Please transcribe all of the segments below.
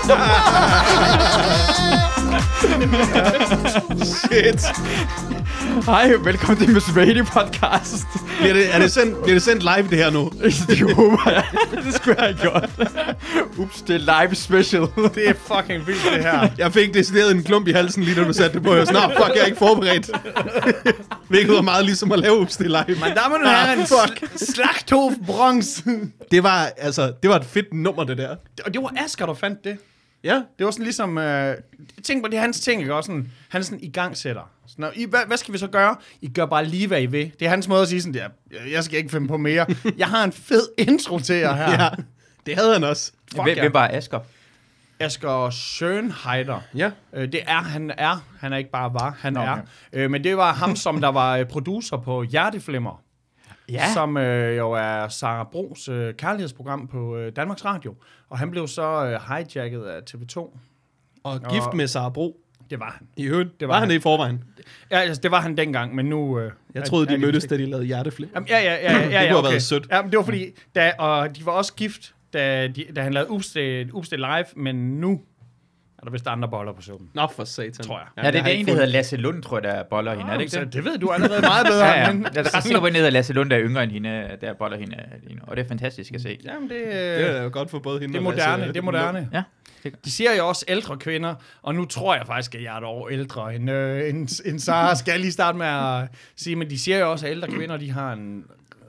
Shit. Hej, velkommen til Miss Radio podcast. Bliver det sendt live, det her nu? Det håber jeg. Det skulle jeg have gjort. Ups, det er live special. Det er fucking vildt, det her. Jeg fik decideret en klump i halsen, lige da du satte det på. Jeg snart, fuck, jeg er ikke forberedt. Hvilket var meget ligesom at lave Ups, det live. Men der må du have en Slagthof Bronx. Det var et fedt nummer, det der. Og det var Asger, der fandt det. Ja. Det var sådan ligesom... tænk på, det er hans ting, ikke? Også sådan, han er sådan i gang sætter. Hvad skal vi så gøre? I gør bare lige, hvad I vil. Det er hans måde at sige sådan, jeg skal ikke finde på mere. Jeg har en fed intro til jer her. Ja, det havde han også. Hvem var Asger? Asger Schönheider. Ja. Det er, han er ikke bare var, han okay. er. Men det var ham, som der var producer på Hjerteflimmer. Ja. Som jo er Sara Bros kærlighedsprogram på Danmarks Radio. Og han blev så hijacket af TV2. Og gift med Sara Bro. Det var han. I øvrigt, det var han det i forvejen. Ja, altså, det var han dengang, men nu... Jeg troede, de mødtes, da de lavede Hjerteflip. Jamen, ja, Det kunne have okay. været sødt. Ja, det var fordi, og de var også gift, da han lavede Ups det live, men nu er der vist andre boller på suppen. Nå, for satan. Tror jeg. Ja, det er en, der hedder Lasse Lund, tror jeg, der boller hende. Er det ikke Så det? det ved du allerede meget bedre. Ja. Men, Jeg er ret sikker på, at den hedder Lasse Lund, der er yngre end hende, der boller hende. Og det er fantastisk at se. jamen, Det er jo godt for både hende det er og moderne. Ja. De siger jo også ældre kvinder, og nu tror jeg faktisk, at jeg er et år ældre end Sara, skal jeg lige starte med at sige, men de siger jo også, at ældre kvinder, de har en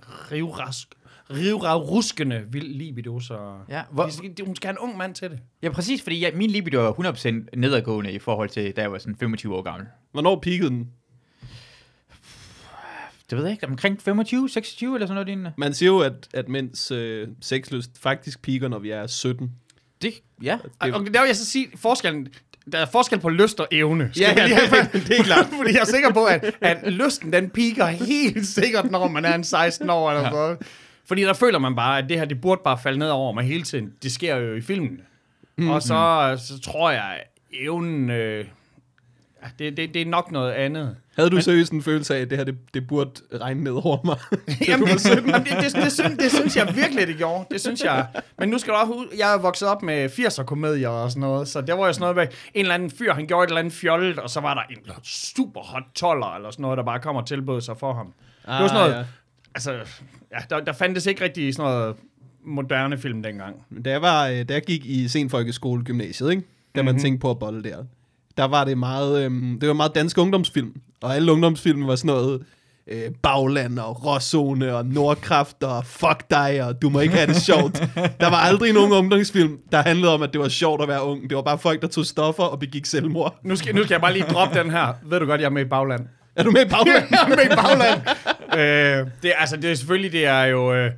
rivravruskende vild libido, så Ja, hun skal have en ung mand til det. Ja, præcis, fordi min libido er 100% nedadgående i forhold til, da jeg var sådan 25 år gammel. Hvornår peakede den? Det ved jeg ikke, omkring 25, 26 eller sådan noget lignende. Man siger jo, at mænds sexlyst faktisk peaker, når vi er 17. Det, ja. Og der vil jeg så sige, forskellen, der er forskel på lyst og evne. Ja, det er klart. Fordi jeg er sikker på, at lysten, den piker helt sikkert, når man er en 16 år eller noget. Fordi der føler man bare, at det her, det burde bare falde ned over mig hele tiden. Det sker jo i filmen. Mm-hmm. Og så tror jeg, at evnen... det er nok noget andet. Havde du seriøst en følelse af, at det her, det burde regne ned over mig? Jamen, det synes jeg virkelig, det gjorde. Det synes jeg. Men nu skal du også jeg er vokset op med 80'er-komedier og sådan noget, så der var jo sådan noget med, en eller anden fyr, han gjorde et eller andet fjollet, og så var der en super hot toller, eller sådan noget, der bare kommer og tilbød sig for ham. Det var sådan noget, altså, ja, der fandtes ikke rigtig sådan noget moderne film dengang. Da jeg gik i senfolkeskole gymnasiet, ikke? Da man tænkte på at bolle der var det meget, det var meget dansk ungdomsfilm, og alle ungdomsfilm var sådan noget Bagland og Råzone og Nordkraft og Fuck dig og Du må ikke have det sjovt. Der var aldrig nogen ungdomsfilm, der handlede om, at det var sjovt at være ung. Det var bare folk, der tog stoffer og begik selvmord. Nu skal jeg bare lige droppe den her. Ved du godt, jeg er med i Bagland? Er du med i Bagland? Jeg er med i Bagland. Det er selvfølgelig, det er jo...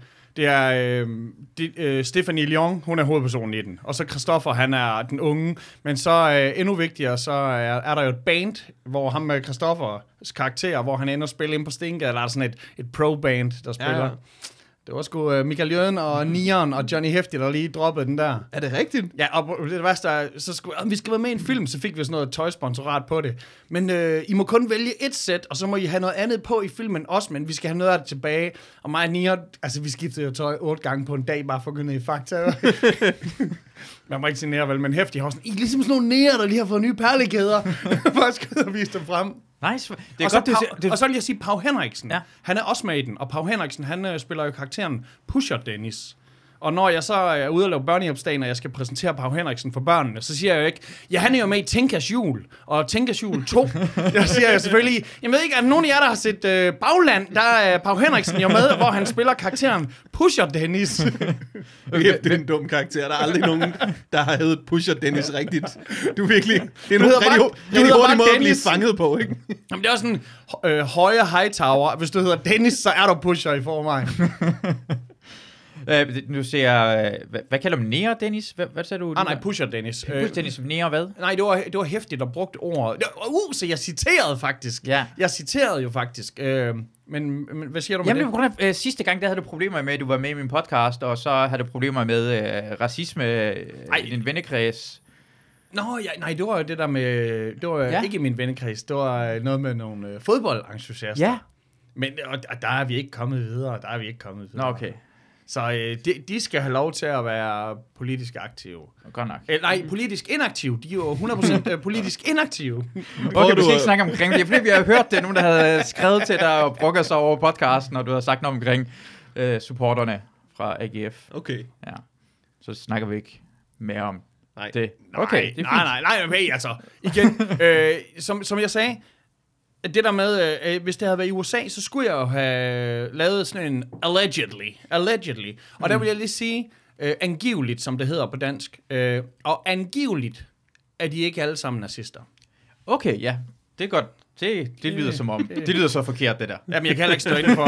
Stephanie Lyon, hun er hovedpersonen i den. Og så Christoffer, han er den unge. Men så endnu vigtigere, så er der jo et band, hvor ham med Christoffers karakter, hvor han ender at spille ind på Stinkegade, der er sådan et pro-band, der spiller. Ja. Det var sgu Michael Jøden og Nieren og Johnny Hefti, der lige droppede den der. Er det rigtigt? Ja, og det værste er, vi skal være med i en film, så fik vi sådan noget tøjsponsorat på det. Men I må kun vælge et sæt, og så må I have noget andet på i filmen også, men vi skal have noget af det tilbage. Og mig og Nieren, altså vi skiftede jo tøj 8 gange på en dag, bare for at gå ned i Fakta. Man må ikke sige nære, vel, men Hefti har sådan, I er ligesom sådan nogle nære, der lige har fået nye perlekæder. Bare skal og vise dem frem. Nice. Det er og, godt, og så vil jeg sige, Pau Henriksen, ja. Han er også med i den, og Pau Henriksen, han spiller jo karakteren Pusher Dennis. Og når jeg så er ude og lave børneopstagen, og jeg skal præsentere Pau Henriksen for børnene, så siger jeg jo ikke, ja, han er jo med i Tinkas Jul, og Tinkas Jul 2. Jeg siger jo selvfølgelig, jeg ved ikke, er der nogen af jer, der har set Bagland, der er Pau Henriksen jo med, hvor han spiller karakteren Pusher Dennis. Okay, det er en dum karakter. Der er aldrig nogen, der har heddet Pusher Dennis rigtigt. Du er virkelig... Det er en rigtig hurtig måde at blive fanget på, ikke? Jamen, det er også sådan høje Hightower. Hvis du hedder Dennis, så er du Pusher i forvejen. Nu ser jeg... Hvad kalder du Nea, Dennis? Hvad sagde du? Nej, Pusher Dennis. Pusher Dennis, Nea hvad? Nej, det var hæftigt at brugt ordet. Så jeg citerede faktisk. Ja. Jeg citerede jo faktisk. Men hvad siger du med det? Jamen, sidste gang, der havde du problemer med, at du var med i min podcast, og så havde du problemer med racisme i din vennekreds. Nå, nej, det var jo det der med... Det var ikke i min vennekreds. Det var noget med nogle fodboldentusiaster. Ja. Men og der er vi ikke kommet videre. Nå, okay. Så de skal have lov til at være politisk aktive. Godt nok. Nej, politisk inaktive. De er jo 100% politisk inaktive. Okay, vi skal ikke snakke omkring det. Fordi vi har hørt det, nogen der havde skrevet til dig og brugget sig over podcasten, og du har sagt noget omkring supporterne fra AGF. Okay. Ja. Så snakker vi ikke mere om Nej. det. Okay, det er fint. Nej, hey, altså. Igen, som jeg sagde, det der med, hvis det havde været i USA, så skulle jeg jo have lavet sådan en allegedly. Og der vil jeg lige sige, angiveligt, som det hedder på dansk. Og angiveligt er de ikke alle sammen nazister. Okay, ja. Det er godt. Det lyder som om. Det lyder så forkert, det der. Jamen, jeg kan heller ikke stå inden for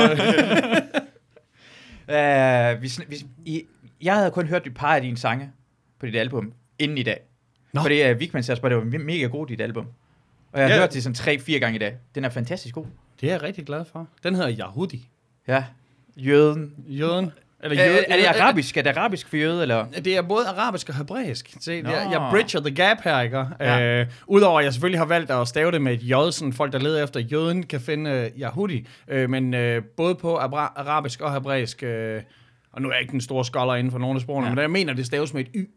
jeg havde kun hørt et par af dine sange på dit album inden i dag. Nå. Fordi Vigman sagde, det var mega god, dit album. Og jeg har hørt det sådan 3-4 gange i dag. Den er fantastisk god. Det er jeg rigtig glad for. Den hedder Yahudi. Ja. Jøden. Eller Er det arabisk? Er det arabisk for jøde, eller? Det er både arabisk og hebraisk. Se, jeg bridger the gap her, ikke? Ja. Udover at jeg selvfølgelig har valgt at stave det med et j, sådan folk, der leder efter jøden, kan finde Yahudi. Men både på arabisk og hebraisk, og nu er jeg ikke den store scholar inden for nogle af sprogene, men jeg mener, det staves med et y.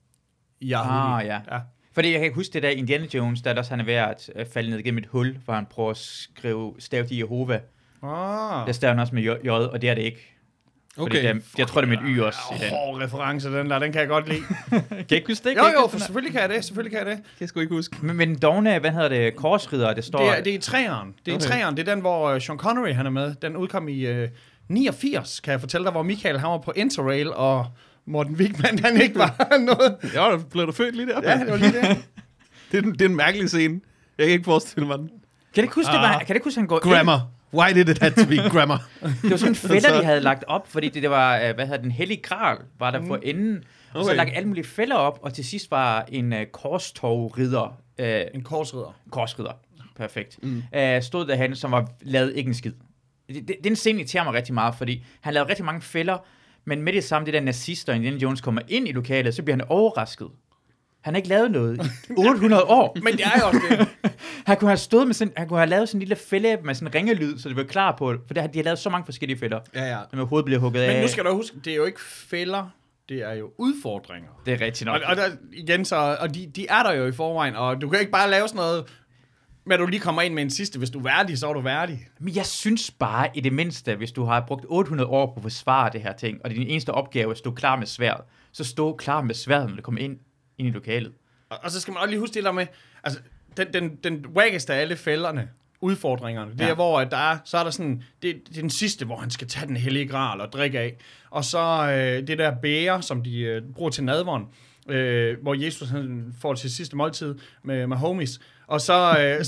Yahudi. Ja. Fordi jeg kan ikke huske det der Indiana Jones, der også han er ved at falde ned gennem et hul, hvor han prøver at stave til Jehova. Der staver han også med j, og det er det ikke. Okay. Jeg tror, det er med et y også. Hård reference, den der. Den kan jeg godt lide. Kan ikke huske det? Jo, for selvfølgelig kan jeg det. Kan jeg sgu ikke huske. Men Dovne, hvad hedder det? Korsridder, det står... Det er i træeren. Det er den, hvor Sean Connery han er med. Den udkom i 89, kan jeg fortælle dig, hvor Michael han var på Interrail, og Morten Wigman, han ikke var noget. Ja, blev du født lige der? Ja, det var lige det. Det er en mærkelig scene. Jeg kan ikke forestille mig den. Kan du ikke huske, han går Grammar. Why did it have to be grammar? Det var sådan en fælder, de havde lagt op, fordi det var, den hellige gral var der for enden. Okay. Og så lagt alle mulige fælder op, og til sidst var en korstogridder. En korsridder. Perfekt. Stod derhen, som var lavet ikke en skid. Den scene irriterer mig rigtig meget, fordi han lavede rigtig mange fælder, men med det samme, det der nazister, og Indiana Jones kommer ind i lokalet, så bliver han overrasket. Han har ikke lavet noget i 800 år. Men det er jo også det. Han kunne have stået med sådan, han kunne have lavet sådan en lille fælde med sådan en ringelyd, så det var klar på, for de har lavet så mange forskellige fælder. Ja. Når hovedet bliver hugget af. Men nu skal du huske, det er jo ikke fælder, det er jo udfordringer. Det er rigtigt nok. Og der, igen så, og de er der jo i forvejen, og du kan ikke bare lave sådan noget, men du lige kommer ind med en sidste. Hvis du er værdig, så er du værdig. Men jeg synes bare, i det mindste, hvis du har brugt 800 år på at forsvare det her ting, og din eneste opgave er at stå klar med sværd, så stå klar med sværd, når du kommer ind i lokalet. Og så skal man også lige huske det der med, altså, den waggeste af alle fælderne, udfordringerne, det er, hvor at så er der sådan, det er den sidste, hvor han skal tage den hellige gral og drikke af. Og så det der bære, som de bruger til nadveren, hvor Jesus han får til sidste måltid med homies. Og så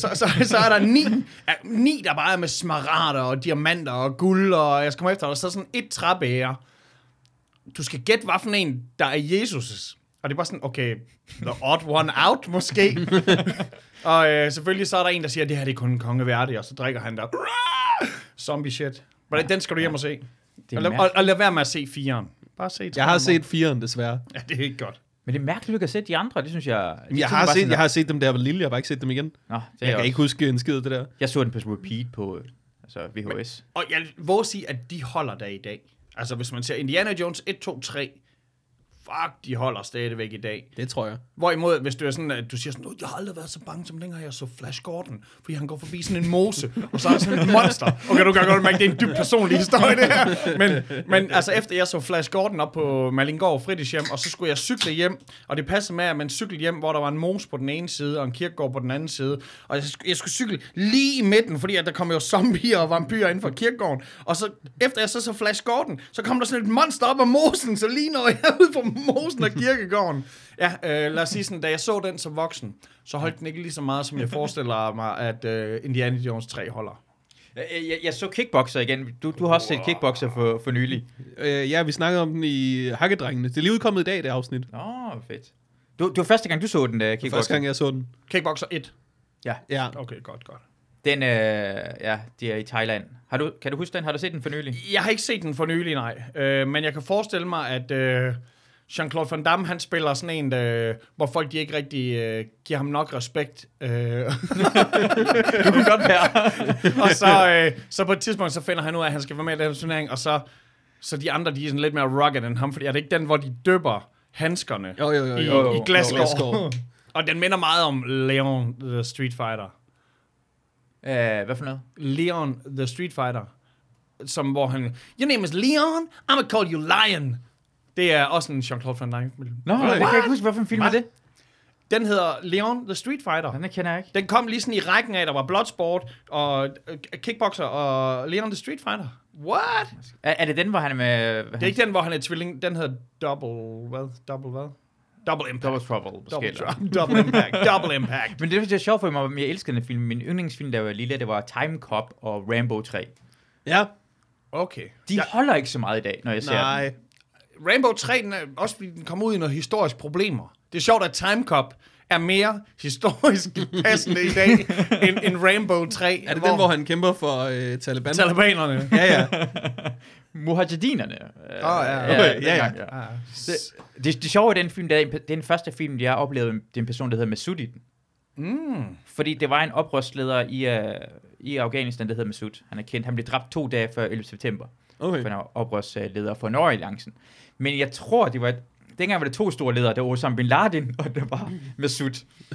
er der 9, der bare er med smaragder og diamanter og guld, og jeg skal komme efter, og så er sådan et træbære. Du skal gætte, hvad for en, der er Jesus'. Og det er bare sådan, okay, the odd one out, måske. Og selvfølgelig så er der en, der siger, at det her det er kun en konge værdig, og så drikker han der zombie shit. Men den skal du hjem og se. Og lad være med at se 4'eren. Bare se 3'eren. Jeg har set 4'eren, desværre. Ja, det er ikke godt. Men det er mærkeligt, du kan se de andre, det synes jeg... Jeg har set dem, der var lille, jeg har bare ikke set dem igen. Nå, jeg kan ikke huske en skid det der. Jeg så den på repeat på VHS. Og jeg vil sige, at de holder der i dag. Altså, hvis man ser Indiana Jones 1, 2, 3... Fuck, de holder stadigvæk i dag. Det tror jeg. Hvorimod, hvis du er sådan, at du siger sådan, jeg har aldrig været så bange, som dengang jeg så Flash Gordon, fordi han går forbi sådan en mose, og så er sådan et monster. Okay, du kan godt mærke, det er en dybt personlig historie, det her. Men altså, efter jeg så Flash Gordon op på Malingård fritidshjem, og så skulle jeg cykle hjem, og det passede med, at man cyklede hjem, hvor der var en mose på den ene side, og en kirkegård på den anden side. Og jeg skulle cykle lige i midten, fordi at der kom jo zombier og vampyrer inden for kirkegården. Og så, efter jeg så Flash Gordon, så kom der sådan et monster op af mosen, så lige når jeg er ude på mosen og kirkegården. Ja, lad os sige sådan, da jeg så den som voksen, så holdt den ikke lige så meget, som jeg forestiller mig, at Indiana Jones 3 holder. Jeg så Kickboxer igen. Du har også set Kickboxer for nylig. Ja, vi snakkede om den i Hakkedrengene. Det er lige udkommet i dag, det afsnit. Fedt. Det var første gang, du så den, Kickboxer? Første gang, jeg så den. Kickboxer 1? Ja. Okay, godt. Den, det er i Thailand. Kan du huske den? Har du set den for nylig? Jeg har ikke set den for nylig, nej. Men jeg kan forestille mig, at Jean-Claude Van Damme, han spiller sådan en, hvor folk de ikke rigtig giver ham nok respekt. Du kunne godt være. Og så på et tidspunkt, så finder han ud af, at han skal være med i den turnering, og så så de andre, de er sådan lidt mere rugged end ham, fordi er det ikke den, hvor de dypper handskerne i glasskår? Og den minder meget om Leon the Street Fighter. Hvad for noget? Leon the Street Fighter. Som hvor han... Your name is Leon, I'm gonna call you Lion. Det er også en Jean-Claude Van Damme. Nå, jeg kan ikke huske, hvilken film er det? Den hedder Leon the Street Fighter. Den kender jeg ikke. Den kom lige sådan i rækken af, der var Bloodsport og Kickboxer og Leon the Street Fighter. What? Er det den, hvor han er med... Det er ikke den, hvor han er tvilling. Den hedder Double hvad? Double Impact. Double Trouble. Double Impact. Men det er sjovt for mig, jeg elsker den film. Min yndlingsfilm, der var lille, det var Time Cop og Rambo 3. Ja. Okay. De holder ikke så meget i dag, når jeg ser den. Rainbow 3, den kommer ud i nogle historiske problemer. Det er sjovt, at Time Cop er mere historisk passende i dag end Rainbow 3. Er det den, hvor han kæmper for Talibanerne? Ja. Mujahedinerne. Ja. Det sjove i den film, det er den første film, jeg har oplevet, det er en person, der hedder Massoud i den. Fordi det var en oprørsleder i Afghanistan, der hedder Massoud. Han er kendt. Han blev dræbt 2 dage før 11. september. Okay. For han var oprørsleder for Nordalliancen. Men jeg tror, dengang var det 2 store ledere. Det var Osama Bin Laden, og det var Massoud.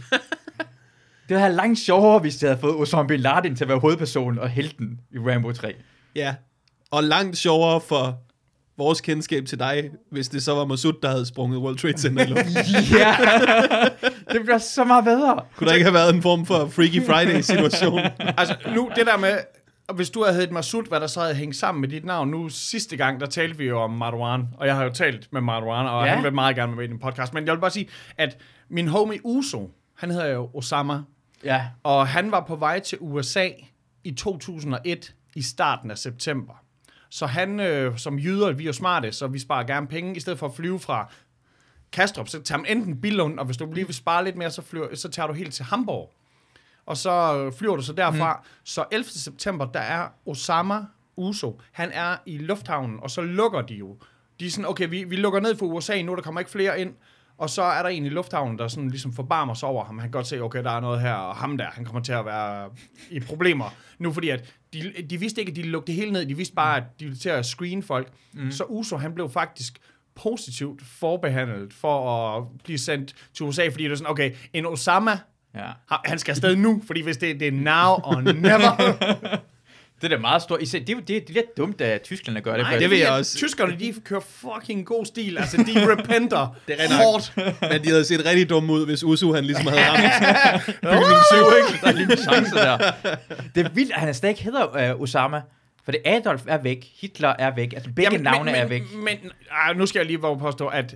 Det havde langt sjovere, hvis det havde fået Osama Bin Laden til at være hovedpersonen og helten i Rambo 3. Ja, og langt sjovere for vores kendskab til dig, hvis det så var Massoud, der havde sprunget World Trade Center i luften. Ja, det bliver så meget bedre. Kunne der ikke have været en form for Freaky Friday-situation? Altså, nu det der med, hvis du havde heddet Massoud, hvad der så havde hængt sammen med dit navn. Nu sidste gang, der talte vi jo om Marwan, og jeg har jo talt med Marwan, og han vil meget gerne være med i den podcast. Men jeg vil bare sige, at min homie Uso, han hedder jo Osama, og han var på vej til USA i 2001 i starten af september. Så han, som jyder, vi er jo smarte, så vi sparer gerne penge, i stedet for at flyve fra Kastrup, så tager man enten Billund, og hvis du lige vil spare lidt mere, så tager du helt til Hamburg. Og så flyver du så derfra. Så 11. september, der er Osama Uso. Han er i lufthavnen, og så lukker de jo. De er sådan, okay, vi lukker ned for USA nu, der kommer ikke flere ind. Og så er der en i lufthavnen, der sådan ligesom forbarmer sig over ham. Han kan godt se, okay, der er noget her, og ham der, han kommer til at være i problemer. Nu fordi, at de vidste ikke, at de lukkede det hele ned. De vidste bare, at de ville til at screene folk. Så Uso, han blev faktisk positivt forbehandlet for at blive sendt til USA, fordi det er sådan, okay, en Osama, han skal afsted nu, fordi hvis det er now or never. Det er da meget stort. Det er lidt dumt, at tyskerne gør det. Nej, det vil jeg også. Tyskerne, de kører fucking god stil. Altså, de repenter hårdt. Men de havde set rigtig dumme ud, hvis Uso, han ligesom havde ramt bygning 7, ikke? Der er lige en chance der. Det er vildt, at han stadig hedder Osama. For det Adolf er væk, Hitler er væk, altså begge navne er væk. Men nu skal jeg lige våge påstå, at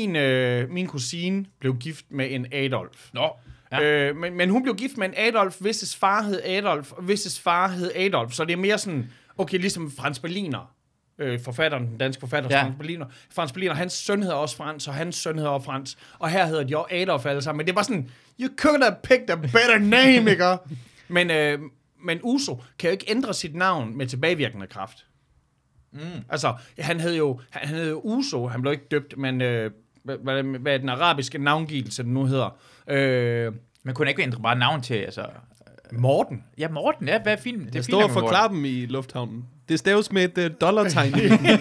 min kusine blev gift med en Adolf. Nå. Ja. Men hun blev gift med en Adolf, hvis far hed Adolf, og hvis far hed Adolf. Så det er mere sådan, okay, ligesom Frans Berliner, forfatteren, den danske forfatter, Frans Berliner, hans søn hedder også Frans, og hans søn hedder også Frans. Og her hedder de jo Adolf alle sammen. Men det var sådan, you could have picked a better name, ikke? Men Uso kan jo ikke ændre sit navn med tilbagevirkende kraft. Altså, han hed jo Uso, han blev ikke døbt, men hvad er den arabiske navngivelse, den nu hedder? Man kunne ikke ændre bare navn til, altså... Morten? Ja, Morten, ja, hvad er fint? Det står og forklarer dem i lufthavnen. Det staves med et dollartegn.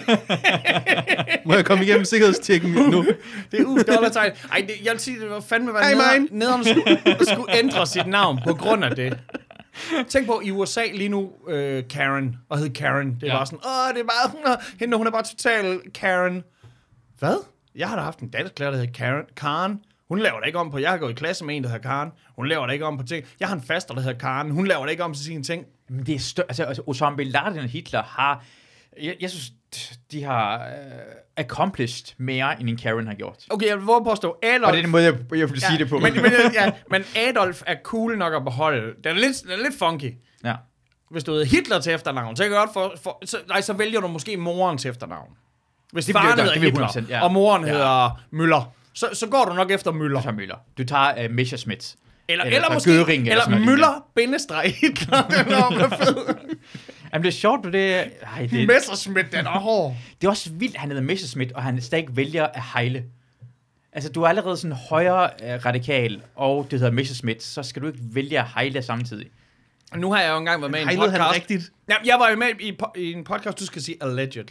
Må jeg komme igennem sikkerhedstjekken nu? Det er dollartegn. Ej, jeg vil sige, det var fandme, hvad nederen skulle ændre sit navn på grund af det. Tænk på, i USA lige nu, Karen, og hed Karen. Det var sådan, det er bare, hun er bare total Karen. Hvad? Jeg har da haft en datter, der hedder Karen. Hun laver da ikke om på, jeg har gået i klasse med en, der hedder Karen. Hun laver da ikke om på ting. Jeg har en faster, der hedder Karen. Hun laver da ikke om til sine ting. Men det er altså Osama Bin Laden og Hitler har, jeg synes, de har accomplished mere, end en Karen har gjort. Okay, jeg vil påstå, Adolf... Og det er den måde, jeg vil sige det på. Men Adolf er cool nok at beholde. Den er lidt funky. Ja. Hvis du hedder Hitler til efternavn, så kan jeg godt så vælger du måske moren til efternavn. Hvis faren hedder Hitler, og moren hedder Müller, så går du nok efter Müller. Du tager Messerschmitt. Eller måske Göring, eller Müller-Hitler. Den er fed. Jamen, det er sjovt, det... Messerschmitt, den er hård. Det er også vildt, han hedder Messerschmitt, og han stadig vælger at hejle. Altså, du er allerede sådan højre radikal, og det hedder Messerschmitt, så skal du ikke vælge at hejle samtidig. Nu har jeg jo engang været med i en podcast. Han rigtigt? Ja, jeg var jo med i en podcast, du skal sige allegedly.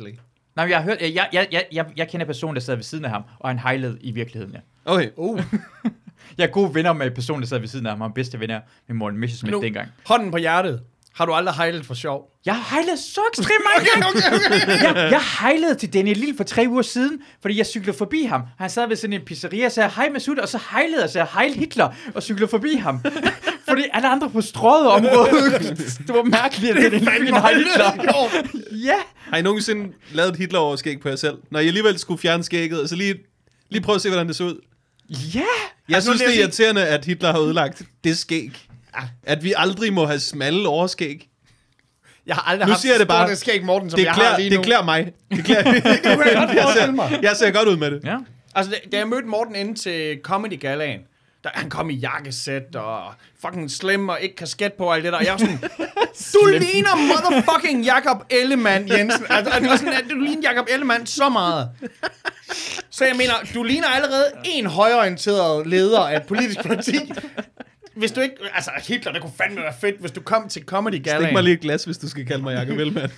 Nej, men jeg har hørt, jeg kender personen, der sad ved siden af ham, og han hejlede i virkeligheden, ja. Okay. Jeg er gode venner med personen, der sad ved siden af ham, og bedste venner med Morten Messerschmidt dengang. Hånden på hjertet. Har du aldrig hejlet for sjov? Jeg har hejlet så ekstremt mange gange. Jeg hejlede til Daniel Lille for 3 uger siden, fordi jeg cyklede forbi ham. Han sad ved sådan en pizzeria og sagde, hej Masud, og så hejlede jeg, sagde, hej Hitler, og cyklede forbi ham. Fordi alle andre på strøget området, det var mærkeligt, at det er en hej Hitler. Ja. Har I nogensinde lavet et Hitler-overskæg på jer selv? Når I alligevel skulle fjerne skægget, og så lige prøve at se, hvordan det så ud. Ja. Jeg synes, det er irriterende, at Hitler har ødelagt det skæg. At vi aldrig må have smalle overskæg. Jeg har aldrig Nu haft siger jeg det bare. skæg, Morten, som jeg har lige nu. Det klæder mig. Det klæder jeg ser godt ud med det. Ja. Altså, da jeg mødte Morten inde til Comedy Galaen, han kom i jakkesæt og fucking slim og ikke kasket på og alt det der. Og jeg var sådan, du ligner motherfucking Jakob Ellemann, Jensen. Altså, sådan, du ligner Jakob Ellemann så meget. Så jeg mener, du ligner allerede en højreorienteret leder af et politisk parti. Hvis du ikke... Altså, Hitler, det kunne fandme være fedt, hvis du kom til Comedy Galaen. Stik mig lige et glas, hvis du skal kalde mig Jakob Ellemann.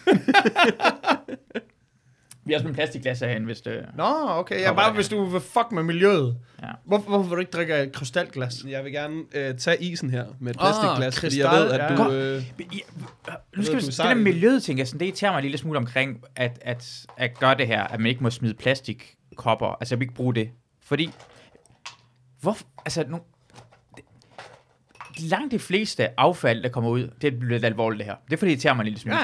Vi har også en plastikglas herhen, hvis det... Nå, okay. Ja, bare hvis du vil fuck med miljøet. Ja. Hvorfor vil du ikke drikke et krystalglas? Jeg vil gerne tage isen her med et plastikglas, fordi krystal, jeg ved, at du... Nu skal vi... Det der miljøet, ting, det irriterer mig en lille smule omkring, at gøre det her, at man ikke må smide plastikkopper. Altså, jeg vil ikke bruge det. Fordi... Hvorfor... Altså, nu... Langt de fleste affald, der kommer ud, det bliver lidt alvorligt det her. Det er fordi, det irriterer mig en lille smule.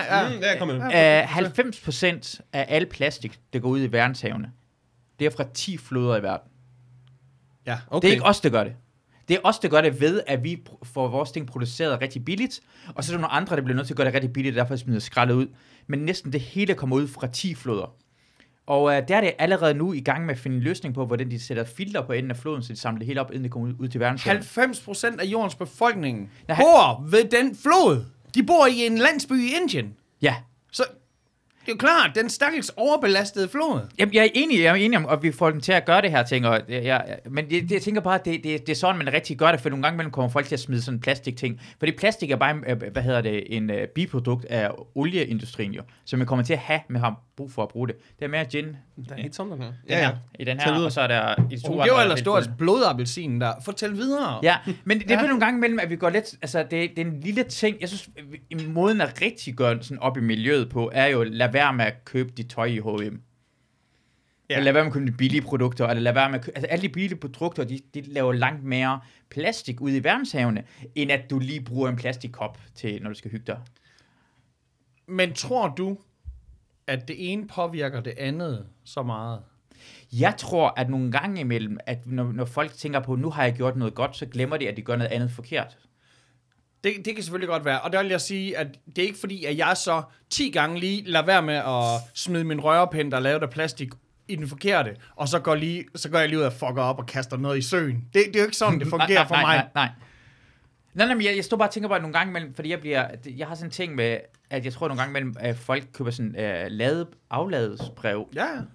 Ja, 90% af al plastik, der går ud i verdenshavene, det er fra 10 floder i verden. Ja, okay. Det er ikke os, der gør det. Det er os, der gør det ved, at vi får vores ting produceret rigtig billigt, og så er der nogle andre, der bliver nødt til at gøre det rigtig billigt, og derfor smider skraldet ud. Men næsten det hele kommer ud fra 10 floder. Og der er det allerede nu i gang med at finde en løsning på, hvordan de sætter filter på enden af floden, så de samler det hele op, inden det kommer ud til verdenshavene. 90% af jordens befolkning bor ved den flod. De bor i en landsby i Indien. Ja. Så det er jo klart, den stakkels overbelastede flod. Jamen, jeg er enig om, at vi får dem til at gøre det her ting, men jeg tænker bare, at det er sådan, man rigtig gør det, for nogle gange imellem kommer folk til at smide sådan en plastikting. Fordi plastik er bare, en biprodukt af olieindustrien jo, som man kommer til at have med ham brug for at bruge det. Det er mere gin. Der er helt sådan noget. Ja. I den her, og så er der i de to andre. Det var ellers stort blodappelsinen der. Fortæl videre. Ja, men det er nogle gange imellem, at vi går lidt, altså det er en lille ting, jeg synes, måden at rigtig gøre sådan op i miljøet på, er jo, lad være med at købe dit tøj i H&M. Ja. Eller lad være med at købe de billige produkter, eller lad være med at købe, altså alle de billige produkter, de laver langt mere plastik ude i verdenshavene, end at du lige bruger en plastikkop til, når du skal hygge dig. Men tror du, at det ene påvirker det andet så meget? Jeg tror, at nogle gange imellem, at når folk tænker på, nu har jeg gjort noget godt, så glemmer de, at de gør noget andet forkert. Det kan selvfølgelig godt være, og der vil jeg sige, at det er ikke fordi, at jeg så 10 gange lige lader være med at smide min rørpind, der er lavet af plastik, i den forkerte, og så går jeg lige ud og fucker op og kaster noget i søen. Det er jo ikke sådan, det fungerer for mig. Nej, men jeg står bare og tænker bare nogle gange imellem, fordi jeg har sådan en ting med, at jeg tror nogle gange imellem, at folk køber sådan afladesbrev,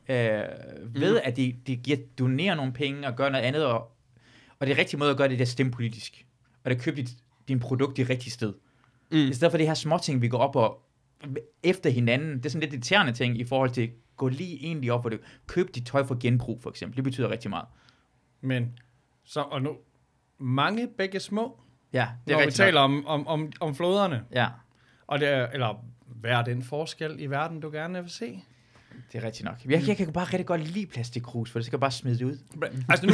ved at de donerer nogle penge og gør noget andet, og det er rigtig måde at gøre det, der stempolitisk. Og det køber din produkt i rigtigt sted. I stedet for det her småting, vi går op og efter hinanden, det er sådan lidt irriterende ting i forhold til, gå lige egentlig op, hvor du køb dit tøj for genbrug, for eksempel. Det betyder rigtig meget. Men, og nu, mange begge små, ja, det er når vi taler om floderne. Ja. Og det er, eller hvad er den forskel i verden, du gerne vil se? Det er rigtigt nok. Jeg kan bare rigtig godt lide plastikkrus, for det skal bare smide det ud. Altså nu...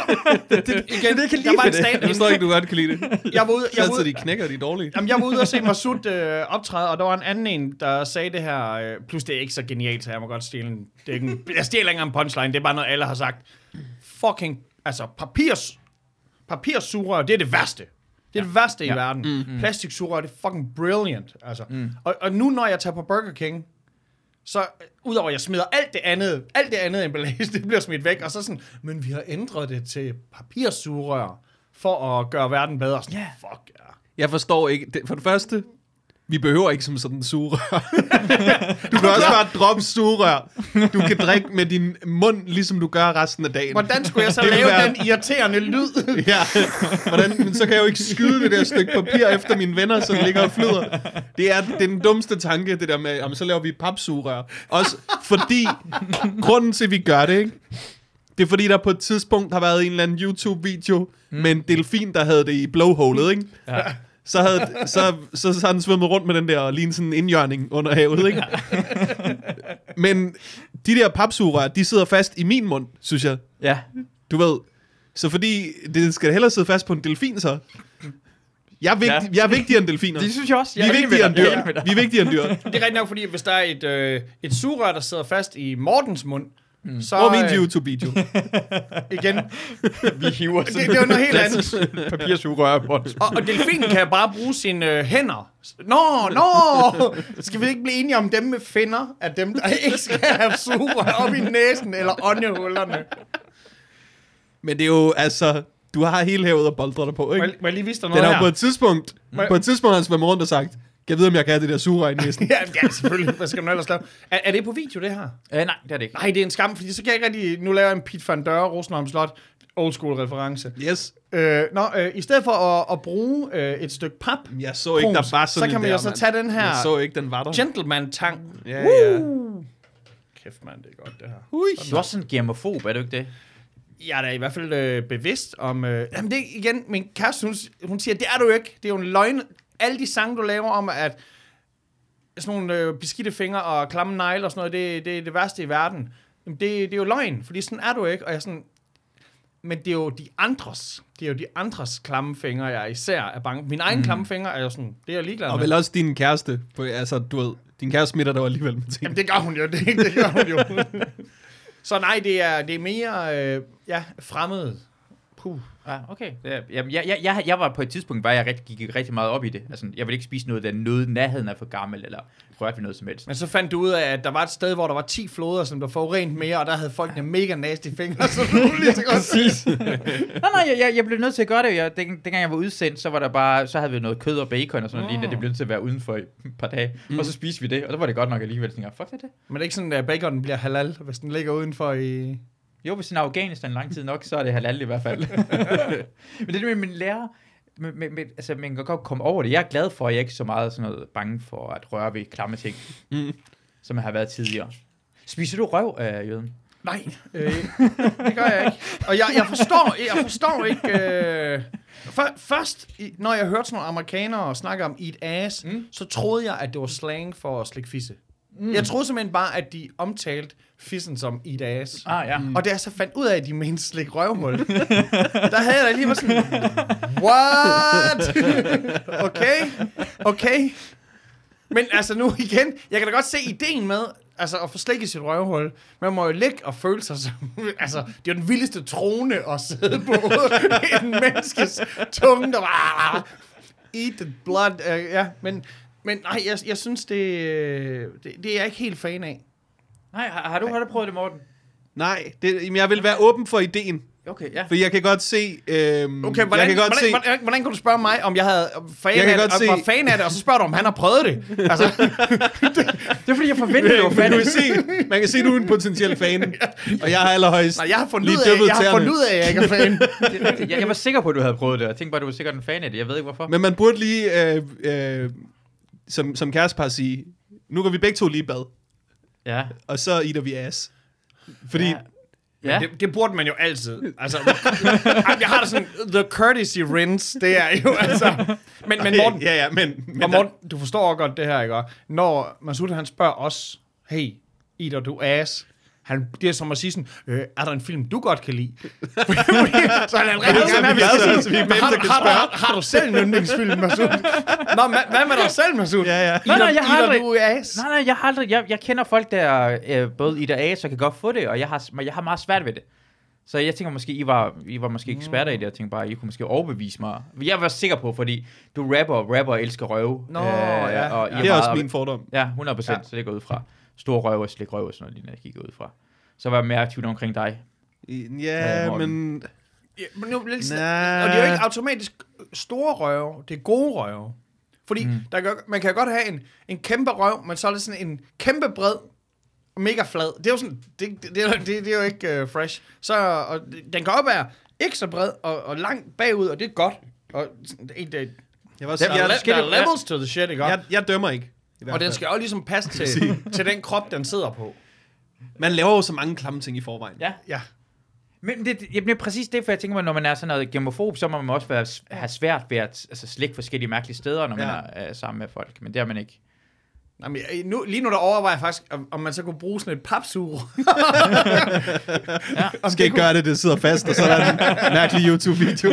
det kan var en stand. Jeg forstår ikke, du godt kan lide det. Jeg var ude, de knækker, de er dårlige. Jamen, jeg var ude og se Masud optræde, og der var en anden en, der sagde det her, plus det er ikke så genialt, så jeg må godt stjæle en... Jeg stjæler ikke engang en punchline, det er bare noget, alle har sagt. Fucking... Altså, papirsugerør, det er det værste. Det er det værste i verden. Plastiksugerør, det er fucking brilliant. Altså. Og nu, når jeg tager på Burger King, så udover at jeg smider alt det andet emballage, det bliver smidt væk, og så sådan, men vi har ændret det til papirsugerør, for at gøre verden bedre. Sådan, fuck ja. Jeg forstår ikke, for det første, Vi behøver ikke som sådan en sugerør. Du kan også bare droppe sugerør. Du kan drikke med din mund, ligesom du gør resten af dagen. Hvordan skulle jeg så lave den irriterende lyd? Ja, men så kan jeg jo ikke skyde det der stykke papir efter mine venner, som ligger og flyder. Det er den dummeste tanke, det der med, om så laver vi papsugerør. Også fordi, grunden til, at vi gør det, ikke? Det er fordi, der på et tidspunkt har været en eller anden YouTube-video med en delfin, der havde det i blowholet, ikke? Ja. Så har den svømmet rundt med den der og lignede sådan en indjørning under havet, ikke? Men de der papsugerør, de sidder fast i min mund, synes jeg. Ja. Du ved. Så fordi det skal hellere sidde fast på en delfin, så. Jeg er vigtigere end delfiner. Det synes jeg også. Vi er vigtigere end dyr. Vi er vigtigere end dyr. Det er rigtig nok, fordi hvis der er et sugerør, der sidder fast i Mortens mund, så... Og min YouTube-video. Igen. Vi hiver sådan Det er jo noget helt andet. papirsugerør på. Og delfinen kan bare bruge sine hænder. Nå! Skal vi ikke blive enige om dem med finner, at dem, der ikke skal have sugerør op i næsen eller åndehullerne? Men det er jo, altså... Du har hele havet og boldre dig på, ikke? Må jeg lige vise dig noget Den her? har på et tidspunkt har han svømmet rundt og sagt, jeg ved, om jeg kan have det der sugerør i næsen. Ja, selvfølgelig. Hvad skal man ellers lave? Er det på video, det her? Nej, det er det ikke. Nej, det er en skam, fordi så kan jeg ikke rigtig... Nu laver jeg en Piet van Døre, Rosenholm Slot, old school reference. Yes. I stedet for at bruge et stykke pap, Jeg så ikke, der var sådan så kan man jo så tage den her Jeg så ikke, den var der. gentleman-tang. Ja. Kæft, mand, det er godt, det her. Du er også sådan en germofob, er du ikke det? Jeg er da i hvert fald bevidst om... Jamen det igen, min kæreste, hun siger, det er du ikke. Det er jo en løgn. Alle de sange, du laver om, at sådan nogle beskidte fingre og klamme negle og sådan noget, det er det værste i verden. Jamen, det er jo løgn, fordi sådan er du ikke. Og jeg er sådan... Men det er jo de andres klamme fingre, jeg især er bange. Mine egne klamme fingre er jo sådan... Det er jeg ligeglad med. Og vel også din kæreste. Altså, du ved, din kæreste smitter dig alligevel med ting. Jamen det gør hun jo. Det gør hun jo. Så nej, det er mere fremmed. Puh. Ah, okay. Jeg var på et tidspunkt, hvor jeg gik rigtig meget op i det. Altså, jeg ville ikke spise noget, der nåede nærheden af for gammel, eller rørte ved noget som helst. Men så fandt du ud af, at der var et sted, hvor der var 10 floder, som der forurent mere, og der havde folkene mega nasty fingre, så muligt til godt sige. Nej, jeg blev nødt til at gøre det. Dengang jeg var udsendt, så var der bare, så havde vi noget kød og bacon og sådan noget lignende. Det blev nødt til at være uden for et par dage. Og så spiste vi det, og der var det godt nok alligevel. Sådan, fuck det. Men det er ikke sådan, at baconen bliver halal, hvis den ligger udenfor i... Jo, hvis den er Afghanistan lang tid nok, så er det halal i hvert fald. Men det med min lærer, altså man kan godt komme over det. Jeg er glad for, at jeg ikke er så meget sådan noget bange for at røre ved klamme ting, som jeg har været tidligere. Spiser du røv af jøden? Nej, det gør jeg ikke. Og jeg forstår ikke... Først, når jeg hørte sådan nogle amerikanere snakke om eat ass, så troede jeg, at det var slang for at slikke fisse. Jeg troede simpelthen bare, at de omtalte fissen som eat ass. Ja. Og da jeg så fandt ud af, at de mente slik røvhul, der havde jeg da lige været sådan, what? Okay. Men altså nu igen, jeg kan da godt se ideen med, altså at få slik i sit røvhul. Man må jo ligge og føle sig som, altså det er jo den vildeste trone at sidde på. En menneskes tunge, der bare eat the blood. Men nej, jeg synes, det er jeg ikke helt fan af. Nej, har du prøvet det, Morten? Nej, jeg vil være åben for ideen. Okay, ja. For jeg kan godt se... Hvordan kan du spørge mig, om jeg havde var fan af det, og så spørger du, om han har prøvet det? Altså. Det er fordi, jeg forventede det var fan. Man kan se, du er en potentiel fan. Og jeg har allerhøjst... Nej, jeg har fundet ud af, at jeg ikke er fan. Jeg var sikker på, at du havde prøvet det. Jeg tænkte bare, at du var sikkert en fan af det. Jeg ved ikke, hvorfor. Men man burde lige, som kærestepar sige, nu går vi begge to lige i bad. Ja. Og så eater vi ass. Fordi... Ja. Det burde man jo altid. Altså, jeg har da sådan, the courtesy rinse, det er jo altså... Men Morten, men Morten, du forstår godt det her, ikke? Når Masoud, han spørger os, hey, eater du ass? Det er som at sige sådan, er der en film, du godt kan lide? Så han er rigtig gerne, har du selv en yndlingsfilm, Masoud? Nå, hvad med dig selv, Masoud? Nej, jeg har aldrig. Jeg kender folk, der både eater ass og kan godt få det, og jeg har meget svært ved det. Så jeg tænker måske, I var måske eksperter i det, og tænkte bare, I kunne måske overbevise mig. Jeg var sikker på, fordi du rapper og elsker røve. Nå, ja. Og det er også min fordom. Ja, 100%, så det går ud fra. Stor røv og slik røv og sådan noget, lignende, jeg kigger ud fra. Så var jeg mere aktivt omkring dig. Ja, men... Og det er jo ikke automatisk store røve, det er gode røve. Fordi man kan godt have en kæmpe røv, men så er det sådan en kæmpe bred, mega flad. Det er jo sådan, det er jo ikke fresh. Så og den kan også være ikke så bred og langt bagud, og det er godt. Og der er levels to the shit, ikke? Jeg dømmer ikke. Og den skal også ligesom passe til den krop, den sidder på. Man laver jo så mange klamme ting i forvejen. Ja. Men det er præcis det, for jeg tænker mig, når man er sådan noget gemofob, så må man også have svært ved at slikke forskellige mærkelige steder, når man er sammen med folk. Men det er man ikke. Jamen, lige nu der overvejer jeg faktisk, om man så kunne bruge sådan et papsuger. Ja. Skal ikke gøre det sidder fast, og så er der en mærkelig YouTube-video.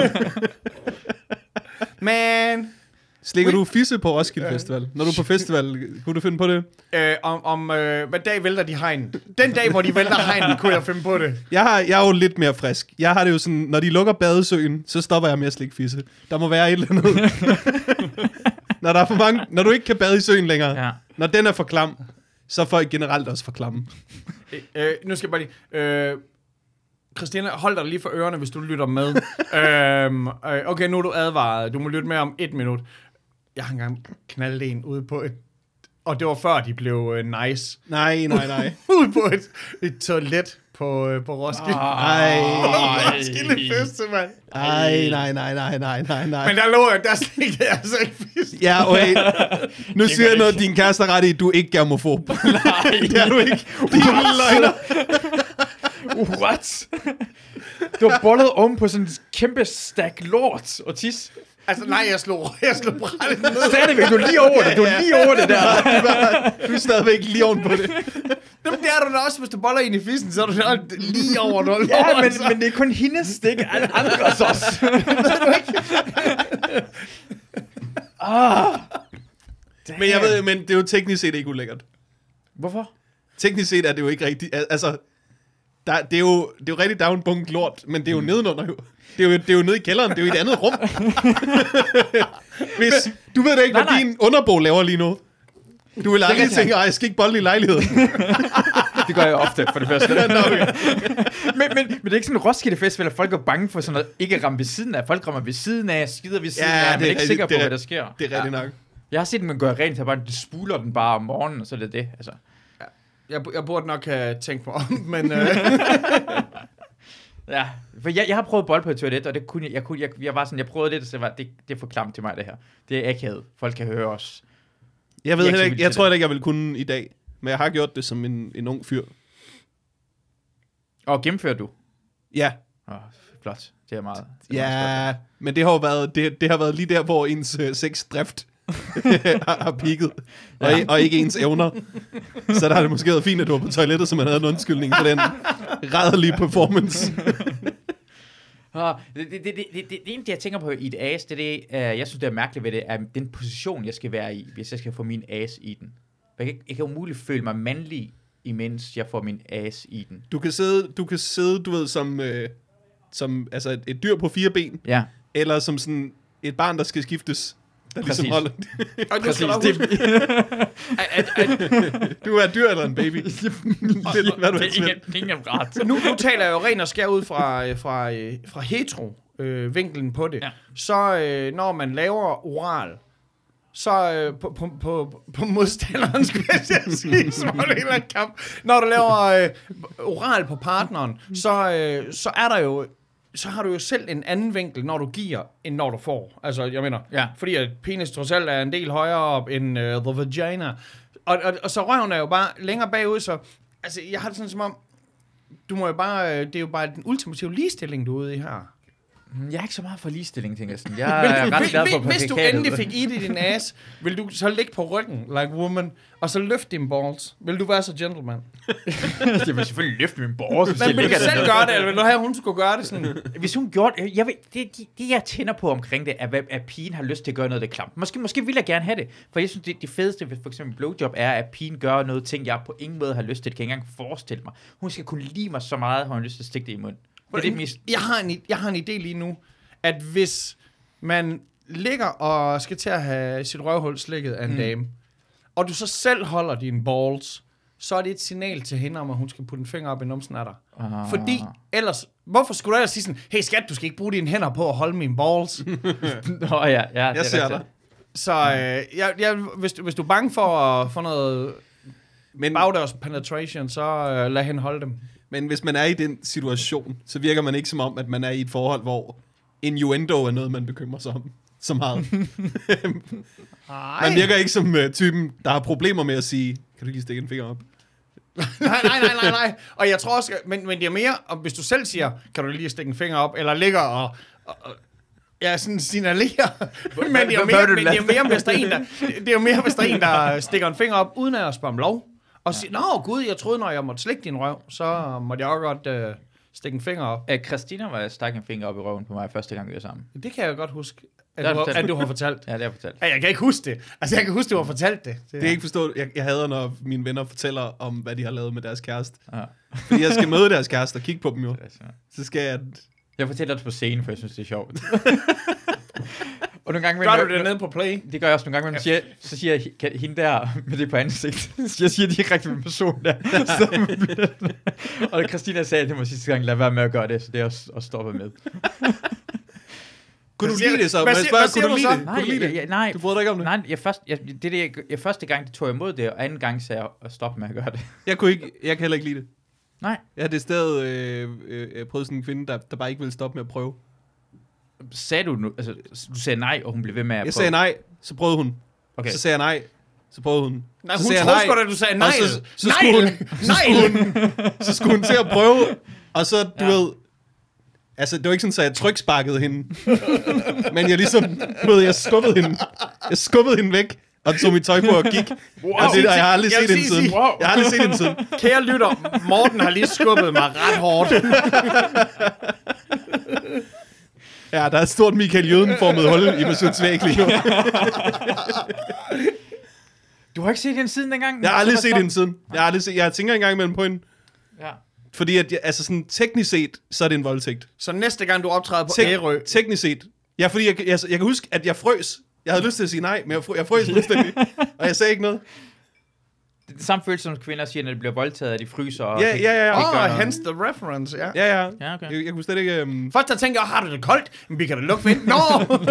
Men... Slikker du fisse på Roskilde Festival? Når du er på festival, kunne du finde på det? Hvad dag vælter de hegn? Den dag, hvor de vælter hegn, kunne jeg finde på det. Jeg er jo lidt mere frisk. Jeg har det jo sådan, når de lukker badesøen, så stopper jeg med at slikke fisse. Der må være et eller andet. Når der er for mange, når du ikke kan bade i søen længere, når den er for klam, så er folk generelt også for klamme. Nu skal jeg bare lige... Christina, hold dig lige for ørerne, hvis du lytter med. Okay, nu er du advaret. Du må lytte med om 1 minut. Jeg har engang knaldet en ude på et... Og det var før, de blev nice. Nej. Ude på et toilet på Roskilde. Roskilde Festival. Nej. Men der lå jeg, der slikkede jeg altså ikke fisk. Ja, okay. Nu siger jeg noget, din kæreste er ret i, du er ikke germofob. Nej. Det er du ikke. Din løgner. What? Du har bollet om på sådan en kæmpe stack lort og tis. Altså, nej, jeg slog brættet ned. Stadigvæk, du er lige over det. Du er lige over det der. Du er stadigvæk lige oven på det. Jamen, det er du da også, hvis du boller ind i fissen, så er du lige over 0. Ja, men det er kun hendes stik, andres også. Ved du ikke? Men jeg ved, men det er jo teknisk set ikke ulækkert. Hvorfor? Teknisk set er det jo ikke rigtigt. Altså, det er jo rigtig, der er jo en bunke lort, men det er jo nedenunder jo. Det er jo nede i kælderen, det er jo i et andet rum. Hvis du ved da ikke, hvad din underbo laver lige nu. Du vil aldrig tænke, jeg skal ikke bolle i lejligheden. Det gør jeg ofte, for det første. men det er ikke sådan en Roskilde Festival, at folk er bange for sådan noget, ikke ramme ved siden af. Folk rammer ved siden af, skider ved siden af, men er ikke sikker på, hvad der sker. Det er rigtigt nok. Jeg har set dem gøre rent, så bare de spuler den bare om morgenen, og så er det det. Altså. Jeg burde nok have tænkt på om, men... Ja, for jeg har prøvet bold på et toilet, og det kunne jeg var sådan, jeg prøvede det, og så var det er for klamt til mig, det her. Det er akavet. Folk kan høre os. Jeg ved heller ikke, jeg tror heller ikke, jeg vil kunne i dag, men jeg har gjort det som en ung fyr. Og gennemfører du? Ja. Flot. Det er meget. Meget men det har jo været, det har været lige der, hvor ens sexdrift har peaked, og ikke ens evner. Så der har det måske været fint, at du var på toilettet, så man havde en undskyldning for den rædderlige performance. Det ene, jeg tænker på i et as, det jeg synes, det er mærkeligt ved det, er den position, jeg skal være i, hvis jeg skal få min as i den. Jeg kan umuligt føle mig mandlig, imens jeg får min as i den. Du kan sidde, du ved, som altså et dyr på 4 ben, eller som sådan et barn, der skal skiftes. Ligesom holder. Du er dyr eller en baby. Det er hvad du ingen nu taler jeg jo ren og skær ud fra hetero-vinklen på det. Ja. Så når man laver oral, så på modstanderen, skulle jeg sige, som en eller anden kamp. Når du laver oral på partneren, så er der jo... Så har du jo selv en anden vinkel, når du giver, end når du får. Altså, jeg mener, fordi at penis trods alt er en del højere op end the vagina. Og så røven er jo bare længere bagud, så... Altså, jeg har det sådan som om... Du må jo bare... Det er jo bare den ultimative ligestilling, du er ude i her. Jeg er ikke så meget for ligestilling, tænker jeg. Jeg er ret glad for hvis du endelig fik i din ass, vil du så ligge på ryggen, like woman, og så løfte din balls? Vil du være så gentleman? Jeg vil selvfølgelig løfte min balls. Men vil du selv gøre det, eller vil du have, hun skulle gøre det sådan? Hvis hun gjorde det... Det jeg tænder på omkring det, er, at pigen har lyst til at gøre noget, det klamt. Måske vil jeg gerne have det. For jeg synes, det fedeste ved for eksempel blowjob er, at pigen gør noget ting, jeg på ingen måde har lyst til. Det kan jeg ikke engang forestille mig. Hun skal kunne lide mig så meget, at hun har lyst til at stikke det i munden. Jeg har en idé lige nu, at hvis man ligger og skal til at have sit røvhul slikket af en dame, og du så selv holder dine balls, så er det et signal til hende om, at hun skal putte en finger op i numsen af dig. Fordi ellers, hvorfor skulle du ellers sige sådan, hey skat, du skal ikke bruge dine hænder på at holde mine balls? Jeg ser dig. Så hvis du er bange for at få noget bagdørs penetration, så lad hende holde dem. Men hvis man er i den situation, så virker man ikke som om, at man er i et forhold, hvor innuendo er noget, man bekymrer sig om så meget. Man virker ikke som typen, der har problemer med at sige, kan du lige stikke en finger op? Nej. Og jeg tror også, men det er mere, og hvis du selv siger, kan du lige stikke en finger op, eller ligger og sådan signalerer. Men det er mere, hvis der er en, der stikker en finger op, uden at spørge om lov. Og siger, nå gud, jeg troede, når jeg måtte slikke din røv, så måtte jeg også godt stikke en finger op. Christina var stak en finger op i røven på mig første gang, vi var sammen. Det kan jeg godt huske, at du har fortalt. Ja, det har jeg fortalt. Ja, jeg kan ikke huske det. Altså, jeg kan huske, du har fortalt det. Det er ikke forstået. Jeg hader, når mine venner fortæller om, hvad de har lavet med deres kæreste. Ja. Fordi jeg skal møde deres kæreste og kigge på dem jo. Så skal jeg... Jeg fortæller det på scenen, for jeg synes, det er sjovt. Og nogle gange, gør du det nede på play? Det gør jeg også nogle gange, men så siger jeg, hende der med det på ansigt, jeg siger direkte med personen der. Og Christina sagde til mig sidste gang, lad være med at gøre det, så det er også stoppet med. Kunne du lide det så? Kunne du lide det? Nej. Du brød dig ikke om det? Nej, første gang, det tog jeg imod det, og anden gang sagde jeg at stoppe med at gøre det. Jeg kan heller ikke lide det. Nej. Jeg har det sted prøvet sådan en kvinde, der bare ikke ville stoppe med at prøve. Sagde du nu? Altså, du sagde nej, og hun blev ved med at prøve? Jeg sagde nej, så prøvede hun. Okay. Så sagde jeg nej, så prøvede hun. Nej, hun troede sgu da, du sagde nej. Så skulle hun til at prøve, og så, du ved... Altså, det var ikke sådan, at jeg tryksparkede hende. Men jeg ligesom... jeg skubbede hende væk, og tog mit tøj på og gik. Wow. Og jeg har aldrig set hende siden. Wow. Jeg har aldrig set hende siden. Kære lytter, Morten har lige skubbet mig ret hårdt. Ja, der er et stort Michael Jøden-formet hul i Masuds væg lige nu. Du har ikke set hende siden dengang? Jeg har aldrig set hende siden. Jeg tænker engang imellem på hende. Ja. Fordi at, altså sådan, teknisk set, så er det en voldtægt. Så næste gang du optræder på Ærø... Teknisk set. Ja, fordi jeg kan huske, at jeg frøs. Jeg havde lyst til at sige nej, men jeg frøs fuldstændig. Og jeg sagde ikke noget. Det er samme følelse, som kvinder siger, når de bliver voldtaget, at de fryser. Og Ja. Hence the reference, ja. Ja, okay. Jeg kunne slet ikke... Først der tænker jeg, har du det koldt? Men vi kan da lukke vind. Nå!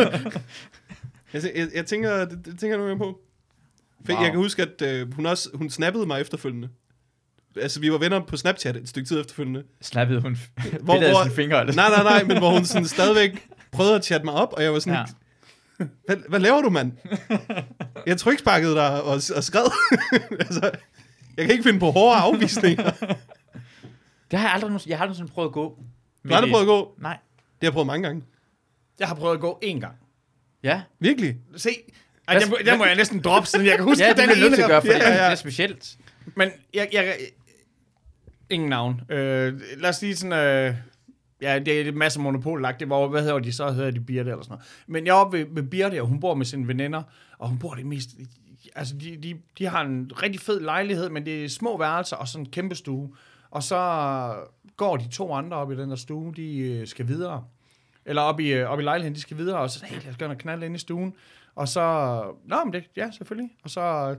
jeg tænker nu på. Wow. Jeg kan huske, at hun snappede mig efterfølgende. Altså, vi var venner på Snapchat et stykke tid efterfølgende. Snappede hun billede af sine fingre? Eller? Nej, men hvor hun sådan stadigvæk prøvede at chatte mig op, og jeg var sådan... Ja. Hvad laver du, mand? Jeg tryksparkede dig og skred. Altså, jeg kan ikke finde på hårde afvisninger. Det har jeg aldrig sådan prøvet at gå. Du har aldrig prøvet at gå? Nej. Det har jeg prøvet mange gange. Jeg har prøvet at gå 1 gang. Ja. Virkelig? Se, den må jeg næsten droppe, siden jeg kan huske, det er nødt til at gøre, for det er specielt. Men jeg ingen navn. Lad os sige sådan... Ja, det er en masse monopol-lagt. Det var, hvad hedder de så? Hedder de Birte eller sådan noget. Men jeg er oppe ved Birte, og hun bor med sine veninder, og hun bor det mest... Altså, de har en rigtig fed lejlighed, men det er små værelser og sådan en kæmpe stue. Og så går de 2 andre op i den der stue, de skal videre. Eller op i lejligheden, de skal videre, og så hey, lad os gøre noget knald ind i stuen. Og så, ja, selvfølgelig. Og så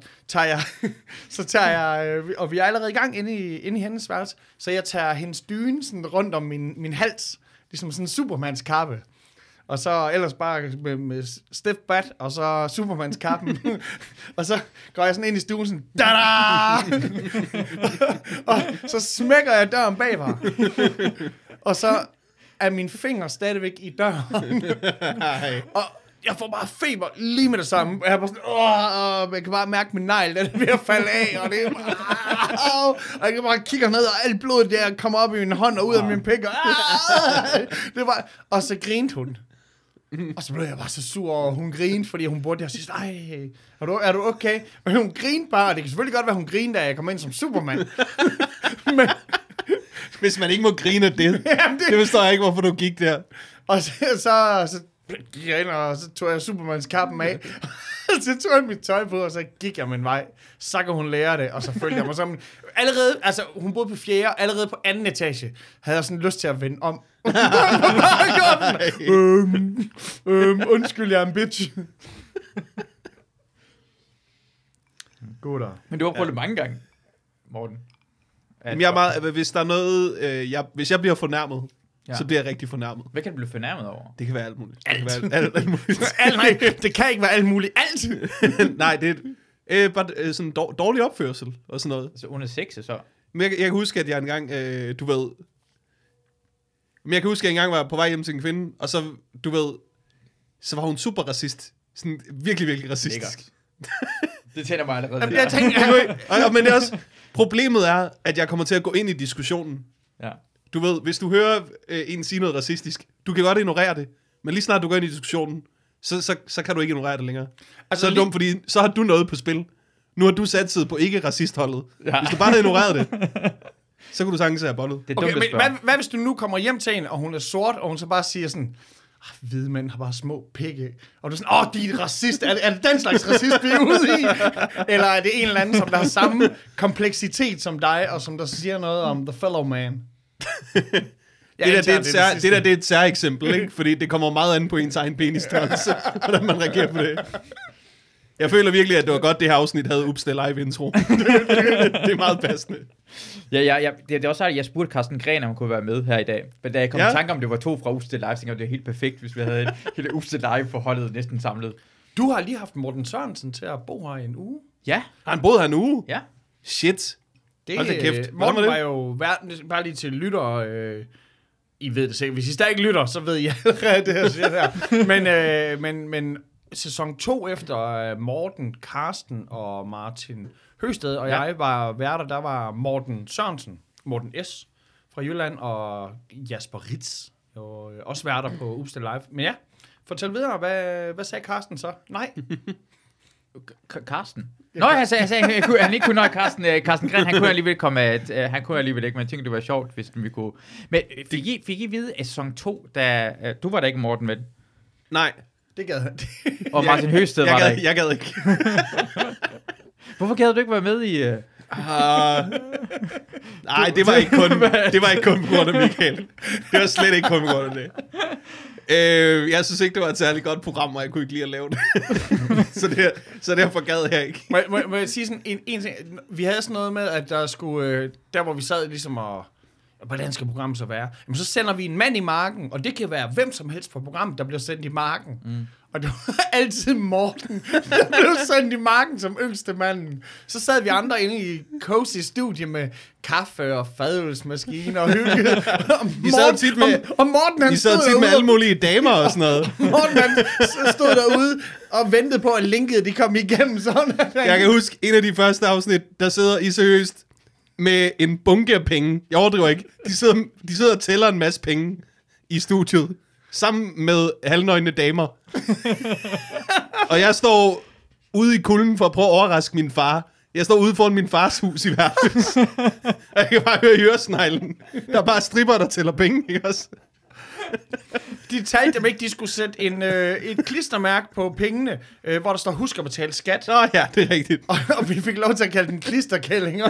tager jeg, og vi er allerede i gang inde i hendes værelse, så jeg tager hendes dyne sådan rundt om min hals, ligesom sådan en Supermans kappe. Og så ellers bare med stiff bat, og så Supermans kappen. Og så går jeg sådan ind i stuen sådan, da-da! Og så smækker jeg døren bag mig. Og så er mine fingre stadigvæk i døren. Og jeg får bare feber lige med det samme. Jeg er bare sådan, jeg kan bare mærke min negl, den er ved at falde af, og det er bare, og jeg kan bare kigge ned, og alt blodet der kommer op i min hånd og ud af min pik, det var, og så grinte hun. Og så blev jeg bare så sur, og hun grinte, fordi hun burde, og sige, nej, er du okay? Men hun grinte bare, og det kan selvfølgelig godt være, hun grinte, da jeg kom ind som Superman. Men hvis man ikke må grine det, jamen det forstår jeg ikke, hvorfor du gik der. Og så gik jeg ind, og så tog jeg Supermans kappen af. Så tog jeg mit tøj på, og så gik jeg min vej. Så kan hun lære det, og så følte jeg mig sammen. Allerede, altså hun boede på 4., allerede på 2. etage, havde jeg sådan lyst til at vende om. Undskyld, jeg er en bitch. Godere. Men du har prøvet det mange gange, Morten. Jeg er meget, hvis der er noget, hvis jeg bliver fornærmet, så bliver jeg rigtig fornærmet. Hvad kan du blive fornærmet over? Det kan være alt muligt. Alt. Det kan være alt muligt. Nej, det kan ikke være alt muligt. Alt! Nej, det er bare sådan dårlig opførsel og sådan noget. Altså under 6 så? Men jeg kan huske, at jeg engang, du ved... Men jeg kan huske, at jeg engang var på vej hjem til en kvinde, og så, du ved, så var hun super racist. Sådan virkelig, virkelig racistisk. Det tænder mig allerede. Jeg tænker, Men det er også... Problemet er, at jeg kommer til at gå ind i diskussionen. Ja. Du ved, hvis du hører en sige noget racistisk, du kan godt ignorere det, men lige snart du går ind i diskussionen, så kan du ikke ignorere det længere. Altså, så er det dumt, fordi så har du noget på spil. Nu har du satset på ikke-racistholdet. Ja. Hvis du bare havde ignoreret det, så kunne du sagtens have bollet. Det er dumt, okay, men hvad hvis du nu kommer hjem til hende, og hun er sort, og hun så bare siger sådan, hvide mænd har bare små pikke. Og du er sådan, de er racist. Er det den slags racist, vi er ude i? Eller er det en eller anden, som der har samme kompleksitet som dig, og som der siger noget om the fellow man? Det er et særeksempel, ikke? Fordi det kommer meget an på ens egen penisstørrelse, hvordan man reagerer på det. Jeg føler virkelig, at det var godt, det her afsnit havde Ups, det live intro. Det er meget passende. Ja, det er også sådan, at jeg spurgte Carsten Gren, om han kunne være med her i dag. Men da jeg kom i tanke om, det var 2 fra Ups, det live, så det var helt perfekt, hvis vi havde et hele Ups, det live forholdet næsten samlet. Du har lige haft Morten Sørensen til at bo her i en uge. Ja. Har han boet her en uge? Ja. Shit. Hold da kæft. Morten var jo bare lige til lytter. I ved det sikkert. Hvis I stadig ikke lytter, så ved jeg allerede det her siger der. Men sæson 2 efter Morten, Carsten og Martin Høsted og jeg var værter, der var Morten Sørensen, Morten S. fra Jylland og Jasper Ritz, og også værter på Ups Live. Men ja, fortæl videre, hvad sagde Carsten så? Nej. Carsten? Nå, han sagde han ikke kunne nok Carsten Gren, han kunne alligevel komme han kunne alligevel ikke, men jeg tænkte, det var sjovt, hvis vi kunne. Men fik I vide, at sæson 2, da du var der ikke, Morten, vel? Nej. Det gad han. Og Martin Høsted var der ikke. Jeg gad ikke. Hvorfor gad du ikke være med i... Nej, det var ikke kun på grund af Michael. Det var slet ikke kun på grund af det. Jeg synes ikke, det var et særligt godt program, og jeg kunne ikke lide at lave det. så derfor gad jeg ikke. Må jeg sige sådan en ting? Vi havde sådan noget med, at der skulle... Der, hvor vi sad ligesom og... Hvordan skal programmet så være? Jamen, så sender vi en mand i marken, og det kan være hvem som helst fra programmet, der bliver sendt i marken. Mm. Og det var altid Morten, der blev sendt i marken som yngste manden. Så sad vi andre inde i cozy studie med kaffe og fadølsmaskine og hygge. Og Morten, han sad tit med alle mulige damer og sådan noget. Morten, han stod derude og ventede på, at linket de kom igennem. Sådan. Jeg kan huske, en af de første afsnit, der sidder I seriøst med en bunke af penge. Jeg overdriver ikke. De sidder og tæller en masse penge i studiet, sammen med halvnøgne damer. Og jeg står ude i kulden for at prøve at overraske min far. Jeg står ude foran min fars hus i værelses. Og jeg kan bare høre i øresneglen. Der er bare stripper, der tæller penge, ikke også? De talte dem ikke, de skulle sætte et klistermærke på pengene, hvor der står, husk at betale skat. Nå ja, det er rigtigt. Og vi fik lov til at kalde den klisterkællinger.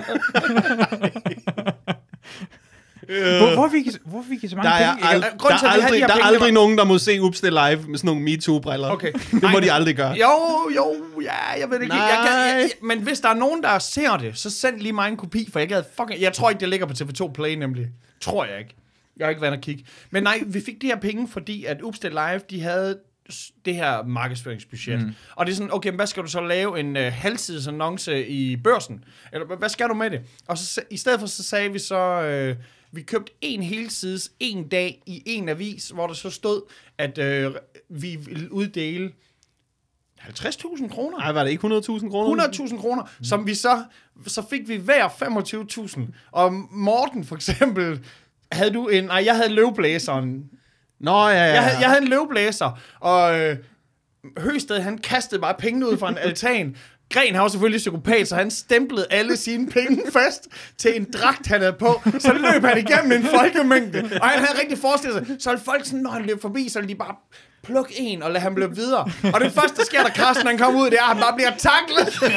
Hvor fik I så mange penge? Der er aldrig nogen, der må se Ups det live med sådan nogle MeToo-briller. Okay. Det må de aldrig gøre. Jeg ved det ikke. Men hvis der er nogen, der ser det, så send lige mig en kopi, for jeg tror ikke, det ligger på TV2 Play, nemlig. Tror jeg ikke. Jeg har ikke været at kigge. Men nej, vi fik de her penge, fordi at Ups det live, de havde det her markedsføringsbudget. Mm. Og det er sådan, okay, hvad skal du så lave? En halvsides annonce i Børsen? Eller hvad skal du med det? Og så, i stedet for, så sagde vi så... vi købte en helsides, en dag i en avis, hvor der så stod, at vi ville uddele 50.000 kroner. Nej, var det ikke 100.000 kroner? 100.000 kroner, som vi så fik vi hver 25.000. Og Morten for eksempel, havde du en... Nej, jeg havde løvblæseren. Nå, ja. Jeg havde en løvblæser, og Høsted, han kastede bare pengene ud fra en altan. Gren har jo selvfølgelig psykopat, så han stemplede alle sine penge fast til en dragt, han havde på. Så løb han igennem en folkemængde. Og han havde rigtig forestillet sig, så ville folk sådan, når han løb forbi, så ville de bare plukke en og lade ham løbe videre. Og det første, der sker, da Carsten han kommer ud, det er, at han bare bliver tacklet.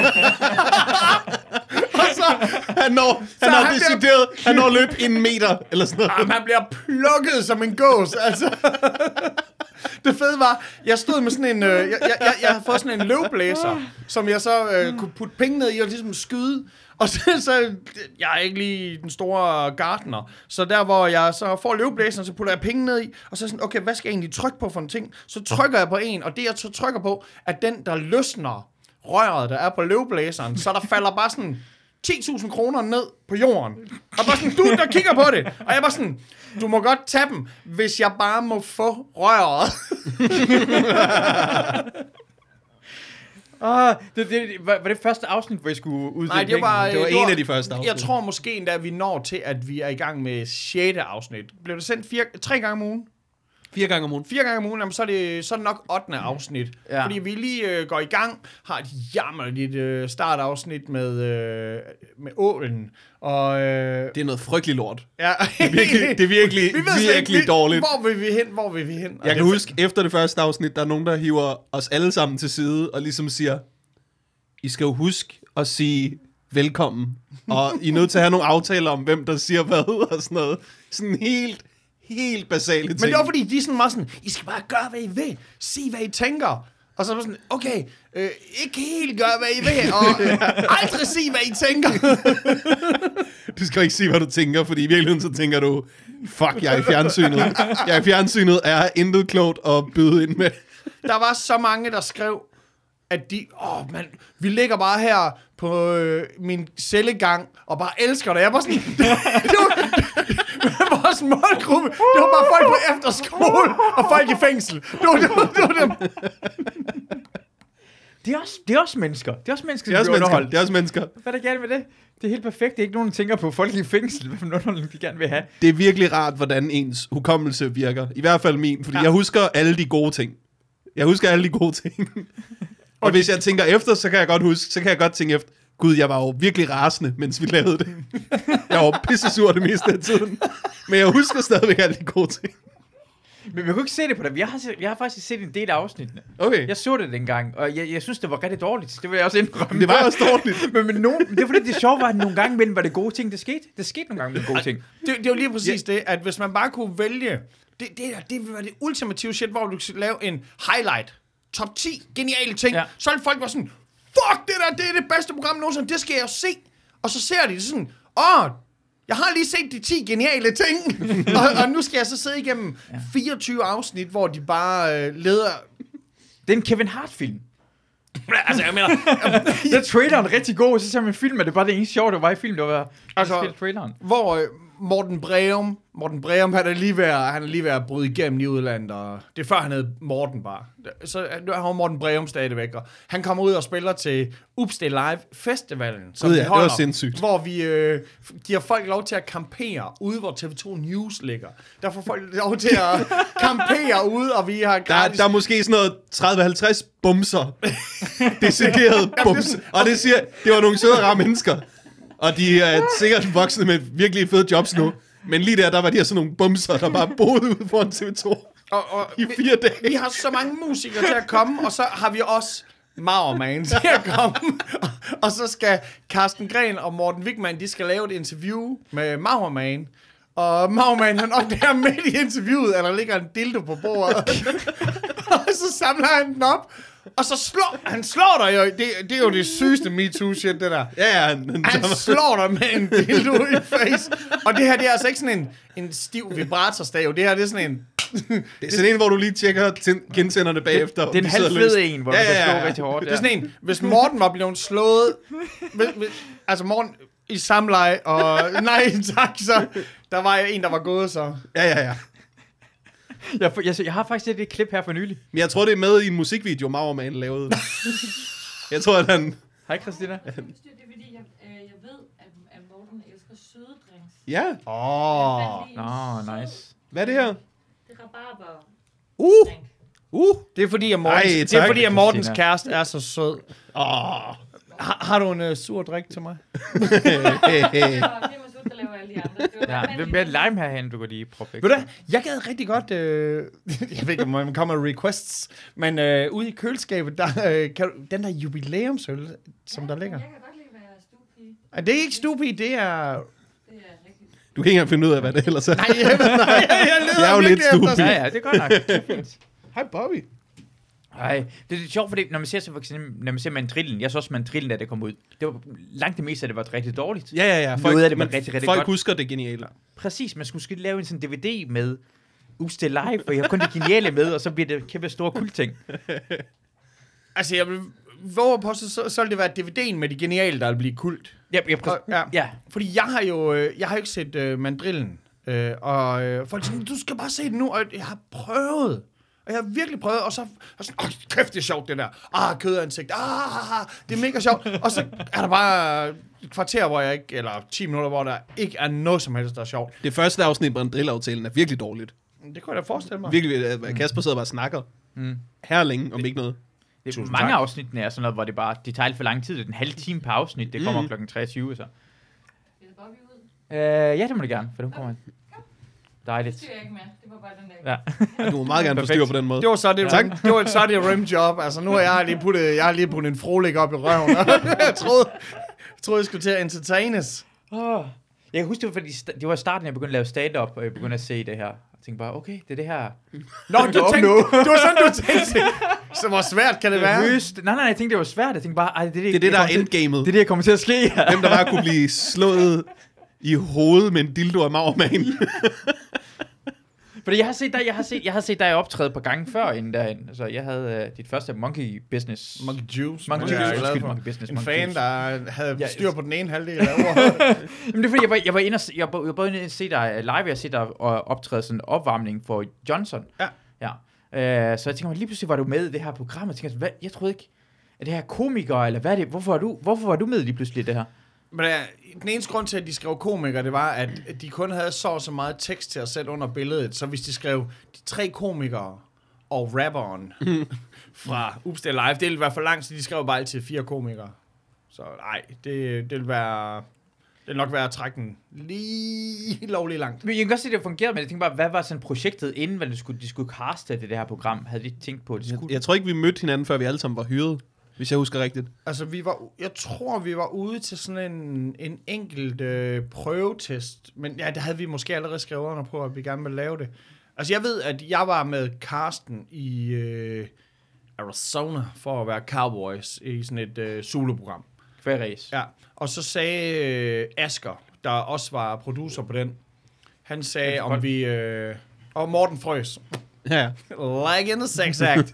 Og så... Han når løb 1 meter, eller sådan noget. Jamen, han bliver plukket som en gås, altså. Det fede var, jeg stod med sådan en... Jeg havde fået sådan en løvblæser, som jeg så kunne putte penge ned i og ligesom skyde. Og så jeg er ikke lige den store gartner, så der hvor jeg så får løvblæseren, så putter jeg penge ned i, og så sådan, okay, hvad skal jeg egentlig trykke på for en ting? Så trykker jeg på en, og det jeg så trykker på, er den, der løsner røret, der er på løvblæseren, så der falder bare sådan 10.000 kroner ned på jorden. Og bare sådan, du der kigger på det. Og jeg bare sådan, du må godt tage dem, hvis jeg bare må få røret. Var det første afsnit, hvor I skulle uddele Nej, det var en af de første afsnit. Jeg tror måske endda, at vi når til, at vi er i gang med 6. afsnit. Blev det sendt 3 gange om ugen? 4 gange om ugen. 4 gange om ugen, jamen, så er det nok 8. afsnit. Ja. Fordi vi lige går i gang, har et jammerligt startafsnit med ålen. Og, det er noget frygteligt lort. Ja. Det er virkelig dårligt. Hvor vil vi hen? Jeg kan huske, efter det første afsnit, der er nogen, der hiver os alle sammen til side, og ligesom siger, I skal jo huske at sige velkommen, og I er nødt til at have nogle aftaler om, hvem der siger hvad, og sådan noget. Sådan helt basale ting. Men det var fordi, de er sådan meget sådan, I skal bare gøre, hvad I vil. Sig, hvad I tænker. Og så var sådan, okay, ikke helt gøre, hvad I vil, og aldrig sige, hvad I tænker. Du skal ikke sige, hvad du tænker, fordi i virkeligheden så tænker du, fuck, jeg er i fjernsynet. Jeg er i fjernsynet, og jeg har intet klogt at byde ind med. Der var så mange, der skrev, at vi ligger bare her på min cellegang, og bare elsker det. Jeg var sådan, vores målgruppe, det var bare folk på efterskole, og folk i fængsel. Det var dem. Det er også mennesker. Det er også mennesker, Det er også mennesker. Hvad er der galt med det? Det er helt perfekt. Det er ikke nogen, der tænker på folk i fængsel, hvad for underholdning de gerne vil have. Det er virkelig rart, hvordan ens hukommelse virker. I hvert fald min, fordi jeg husker alle de gode ting. Og hvis jeg tænker efter, så kan jeg godt tænke efter, gud, jeg var jo virkelig rasende, mens vi lavede det. Jeg var pissesur det meste af tiden. Men jeg husker stadigvæk alle de gode ting. Men vi kunne ikke se det på dig. Jeg har faktisk set en del af afsnittene. Okay. Jeg så det dengang, og jeg synes, det var rigtig dårligt. Det vil jeg også indrømme. Det var også dårligt. men det er fordi, det sjove var, at nogle gange imellem var det gode ting, det skete. Det skete nogle gange med gode ting. Det er jo lige præcis det, at hvis man bare kunne vælge, det ville være det ultimative shit, hvor du skulle lave en highlight. Top 10 geniale ting. Ja. Så ville folk være sådan, fuck, det er det bedste program nogensinde, det skal jeg jo se. Og så ser de det sådan, jeg har lige set de 10 geniale ting, og nu skal jeg så sidde igennem 24 afsnit, hvor de bare leder... Det er en Kevin Hart-film. Altså, jeg mener... Der er traileren rigtig god, så ser man film, det er bare det eneste sjovt, der var i film, det var traileren. Hvor Morten Breum, han er lige ved at bryde igennem i udlandet, og det er før han hed Morten bare. Så nu har Morten Breum stadigvæk, og han kommer ud og spiller til Upstate Live Festivalen, som det var sindssygt. Hvor vi giver folk lov til at campere ude, hvor TV2 News ligger. Der får folk lov til at campere ude, og vi har gratis... Der er måske sådan noget 30-50 bumser. Decideret bumser. Og det siger, det var nogle søde rare mennesker. Og de er sikkert voksne med virkelig fede jobs nu. Men lige der var de sådan nogle bumser, der bare boede ude foran TV2 i 4 dage. Vi har så mange musikere til at komme, og så har vi også Maurman til at komme. Og så skal Carsten Gren og Morten Wigman, de skal lave et interview med Maurman. Og Maurman, han opdager midt i interviewet, at der ligger en dildo på bordet. Og så samler han den op. Og så slår dig jo, det er jo det sygeste MeToo-shit, det der. Ja, han slår dig med en dildo i face. Og det her, det er altså ikke sådan en stiv vibratorstav. Det her, det er sådan en... Det er sådan en, hvor du lige tjekker gentænderne bagefter. Det er en halvfed en, hvor du kan slå rigtig hårdt. Det er sådan en, hvis Morten var blevet slået... altså Morten i samleje, og nej tak, så der var en, der var gået, så... Ja. Jeg har faktisk set et klip her for nylig. Men jeg tror, det er med i en musikvideo, Maurman lavede. Jeg tror, at han... Hej, Christina. Det er fordi, jeg ved, at Morten elsker søde drinks. Ja. Nice. Hvad er det her? Det er rabarber. Det er fordi, at Mortens kæreste er så sød. Har du en sur drik til mig? Der laver alle de andre. Ja, det bliver lime herhen, du kan lige prøve. Ved du, jeg gad rigtig godt, jeg ved ikke, om man kommer med requests, men ude i køleskabet, der kan den der jubilæumsøl, som der ligger. Jeg kan godt lide være stuepige. Er det ikke stuepige, det er... Rigtigt. Du kan ikke engang finde ud af, hvad det ellers er. Nej, jeg er jo lidt stuepige. Ja, det er godt nok. Hej, Bobby. Nej, det er lidt sjovt, fordi når man ser Mandrillen, jeg så også Mandrillen, da det kom ud. Det var langt det meste af det var rigtig dårligt. Ja. Noget af det var rigtig folk godt. husker det geniale. Præcis, man skulle lave en sådan DVD med Uste Live, og jeg har kun det geniale med, og så bliver det kæmpe store kultting. Altså, jeg vil våge på, så vil det være DVD'en med de geniale, der vil blive kult. Ja. Fordi jeg har jo ikke set Mandrillen. Folk siger, du skal bare se det nu, og jeg har prøvet. Og jeg har virkelig prøvet, og så sådan, kæft, det er sjovt, det der. Kødansigt. Det er mega sjovt. Og så er der bare et kvarter, hvor jeg ikke, eller 10 minutter, hvor der ikke er noget som helst, der er sjovt. Det første afsnit på en drillaftalen er virkelig dårligt. Det kunne jeg da forestille mig. Virkelig, at Kasper sidder og bare snakker. Her længe, om ikke noget. Mange afsnittene er sådan noget, hvor det bare, det tager alt for lang tid. Det er en halv time per afsnit. Det kommer klokken 23, så. Vil Bobby ud? Ja, det må det gerne, for det kommer. Dejligt. Det styrer jeg ikke mere. Det var bare den der. Ja. Du må meget gerne få styr på den måde. Det var så det rimjob. Altså, nu har jeg lige puttet en frolæg op i røven. Jeg troede, jeg skulle til at entertaines. Jeg kan huske, det var, fordi det var i starten, jeg begyndte at lave stand-up, og jeg begyndte at se det her. Jeg tænkte bare, okay, det er det her. Nå, det var sådan, du tænkte. Så hvor svært kan det være? Nej, jeg tænkte, det var svært. Jeg tænkte bare, det er det, der er endgamet. Det er det, jeg kommer til at ske. Hvem der bare kunne blive slået i hovedet med en dildo af magerman. Fordi jeg har set dig optræde på gange før inden derhen. Altså, jeg havde dit første Monkey Business. Monkey Juice. Monkey Business. En fan, der havde styr på den ene halvdel af Jamen, det er fordi, jeg var inde og se dig live, jeg set dig optræde sådan en opvarmning for Johnson. Ja. Så jeg tænker, lige pludselig var du med i det her program, og tænkte, jeg troede ikke, at det her komiker, eller hvad er det? Hvorfor var du med lige pludselig i det her? Men den eneste grund til, at de skrev komikere, det var, at de kun havde så meget tekst til at sætte under billedet. Så hvis de skrev de 3 komikere og rapperen fra Ups, det er live, det ville være for langt, så de skrev bare altid 4 komikere. Så nej, det vil nok være at trække den lige lovligt langt. Men jeg kan godt se, at det fungerede, men jeg tænker bare, hvad var sådan projektet, inden hvad de skulle caste det her program? Havde de tænkt på, at det skulle? Jeg tror ikke, vi mødte hinanden, før vi alle sammen var hyret. Hvis jeg husker rigtigt. Altså, jeg tror, vi var ude til sådan en enkelt prøvetest. Men ja, det havde vi måske allerede skrevet under på, at vi gerne ville lave det. Altså, jeg ved, at jeg var med Karsten i Arizona for at være Cowboys i sådan et Zulu-program. Kværæs. Ja, og så sagde Asger, der også var producer på den, han sagde, om vi... og Morten Frøs. Ja. Like in the sex act.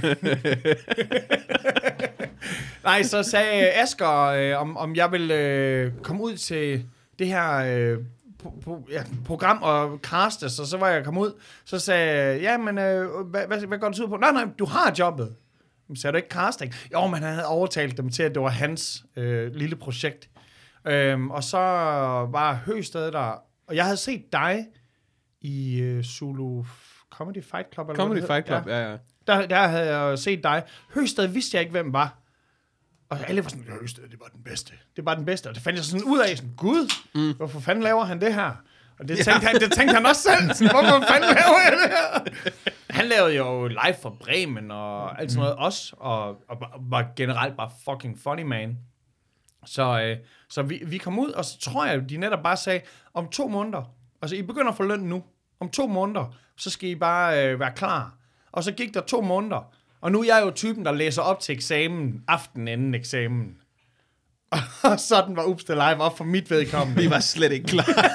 Nej, så sagde Asger, om jeg ville komme ud til det her program og caste, så var jeg kommet ud. Så sagde jeg, ja, men hvad går det ud på? Nej, du har jobbet. Så er du ikke casting? Jo, men han havde overtalt dem til, at det var hans lille projekt. Og så var Høgsted der, og jeg havde set dig i Zulu Comedy Fight Club. Eller Comedy Fight Club, ja. Der havde jeg set dig. Høgsted vidste jeg ikke, hvem var. Og alle var sådan, Høgsted, det var den bedste. Det var den bedste. Og det fandt jeg sådan ud af, sådan, gud, hvorfor fanden laver han det her? Og det tænkte han også selv. Sådan, hvorfor fanden laver jeg det her? Han lavede jo live for Bremen og alt sådan noget også. Og var generelt bare fucking funny, man. Så vi kom ud, og så tror jeg, de netop bare sagde, om 2 måneder, altså I begynder at få løn nu, om 2 måneder, så skal I bare være klar. Og så gik der 2 måneder, og nu er jeg jo typen, der læser op til eksamen, aftenen inden eksamen. Og sådan var Ups, det live op for mit vedkommende. Vi var slet ikke klar.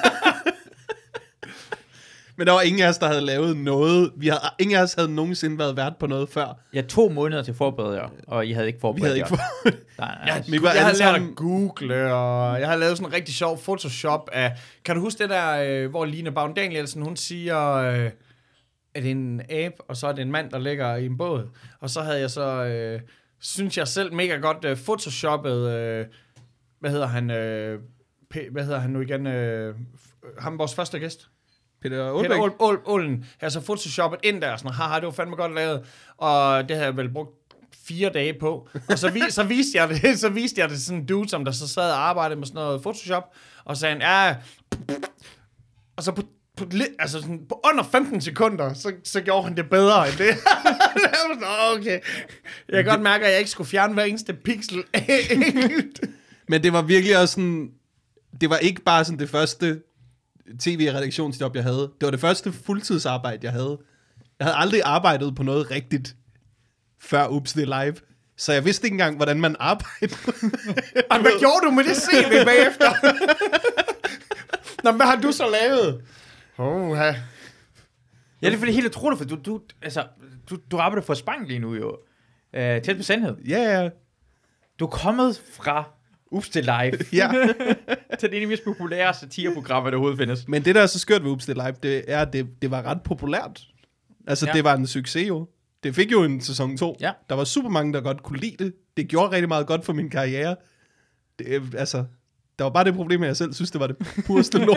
Men der var ingen af os, der havde lavet noget. Ingen af os havde nogensinde været vært på noget før. Ja, 2 måneder til at forberede jer, og I havde ikke forberedt jer. Nej. Jeg havde lært at google, og jeg havde lavet sådan en rigtig sjov Photoshop af... Kan du huske det der, hvor Line Baun Danielsen, hun siger, at det er en abe, og så er det en mand, der ligger i en båd. Og så havde jeg så, synes jeg selv mega godt, photoshoppet, hvad hedder han nu igen? Ham vores første gæst. Peter Olden. Altså photoshoppet ind der, sådan, haha, det var fandme godt lavet. Og det havde jeg vel brugt 4 dage på. Og så viste jeg det sådan en dude, som der så sad og arbejdede med sådan noget Photoshop. Og sagde han, ja... Og så på under 15 sekunder, så gjorde han det bedre end det. Okay. Jeg kan godt mærke, at jeg ikke skulle fjerne hver eneste pixel. Men det var virkelig også sådan... Det var ikke bare sådan det første tv-redaktionsjob, jeg havde. Det var det første fuldtidsarbejde, jeg havde. Jeg havde aldrig arbejdet på noget rigtigt, før Ups, det er live. Så jeg vidste ikke engang, hvordan man arbejdede. Og hvad gjorde du med det CV bagefter? Nå, hvad har du så lavet? Ja, det er fordi helt utroligt, for du arbejder for Spang lige nu jo. Tæt på sandhed. Ja. Du er kommet fra Ups til Live. Ja. Til det ene af de mest populære satireprogrammer, der overhovedet findes. Men det, der er så skørt ved Ups, det er live, det er, at det var ret populært. Altså, det var en succes jo. Det fik jo en sæson 2. Ja. Der var super mange, der godt kunne lide det. Det gjorde rigtig meget godt for min karriere. Der var bare det problem, at jeg selv synes, det var det pureste lort.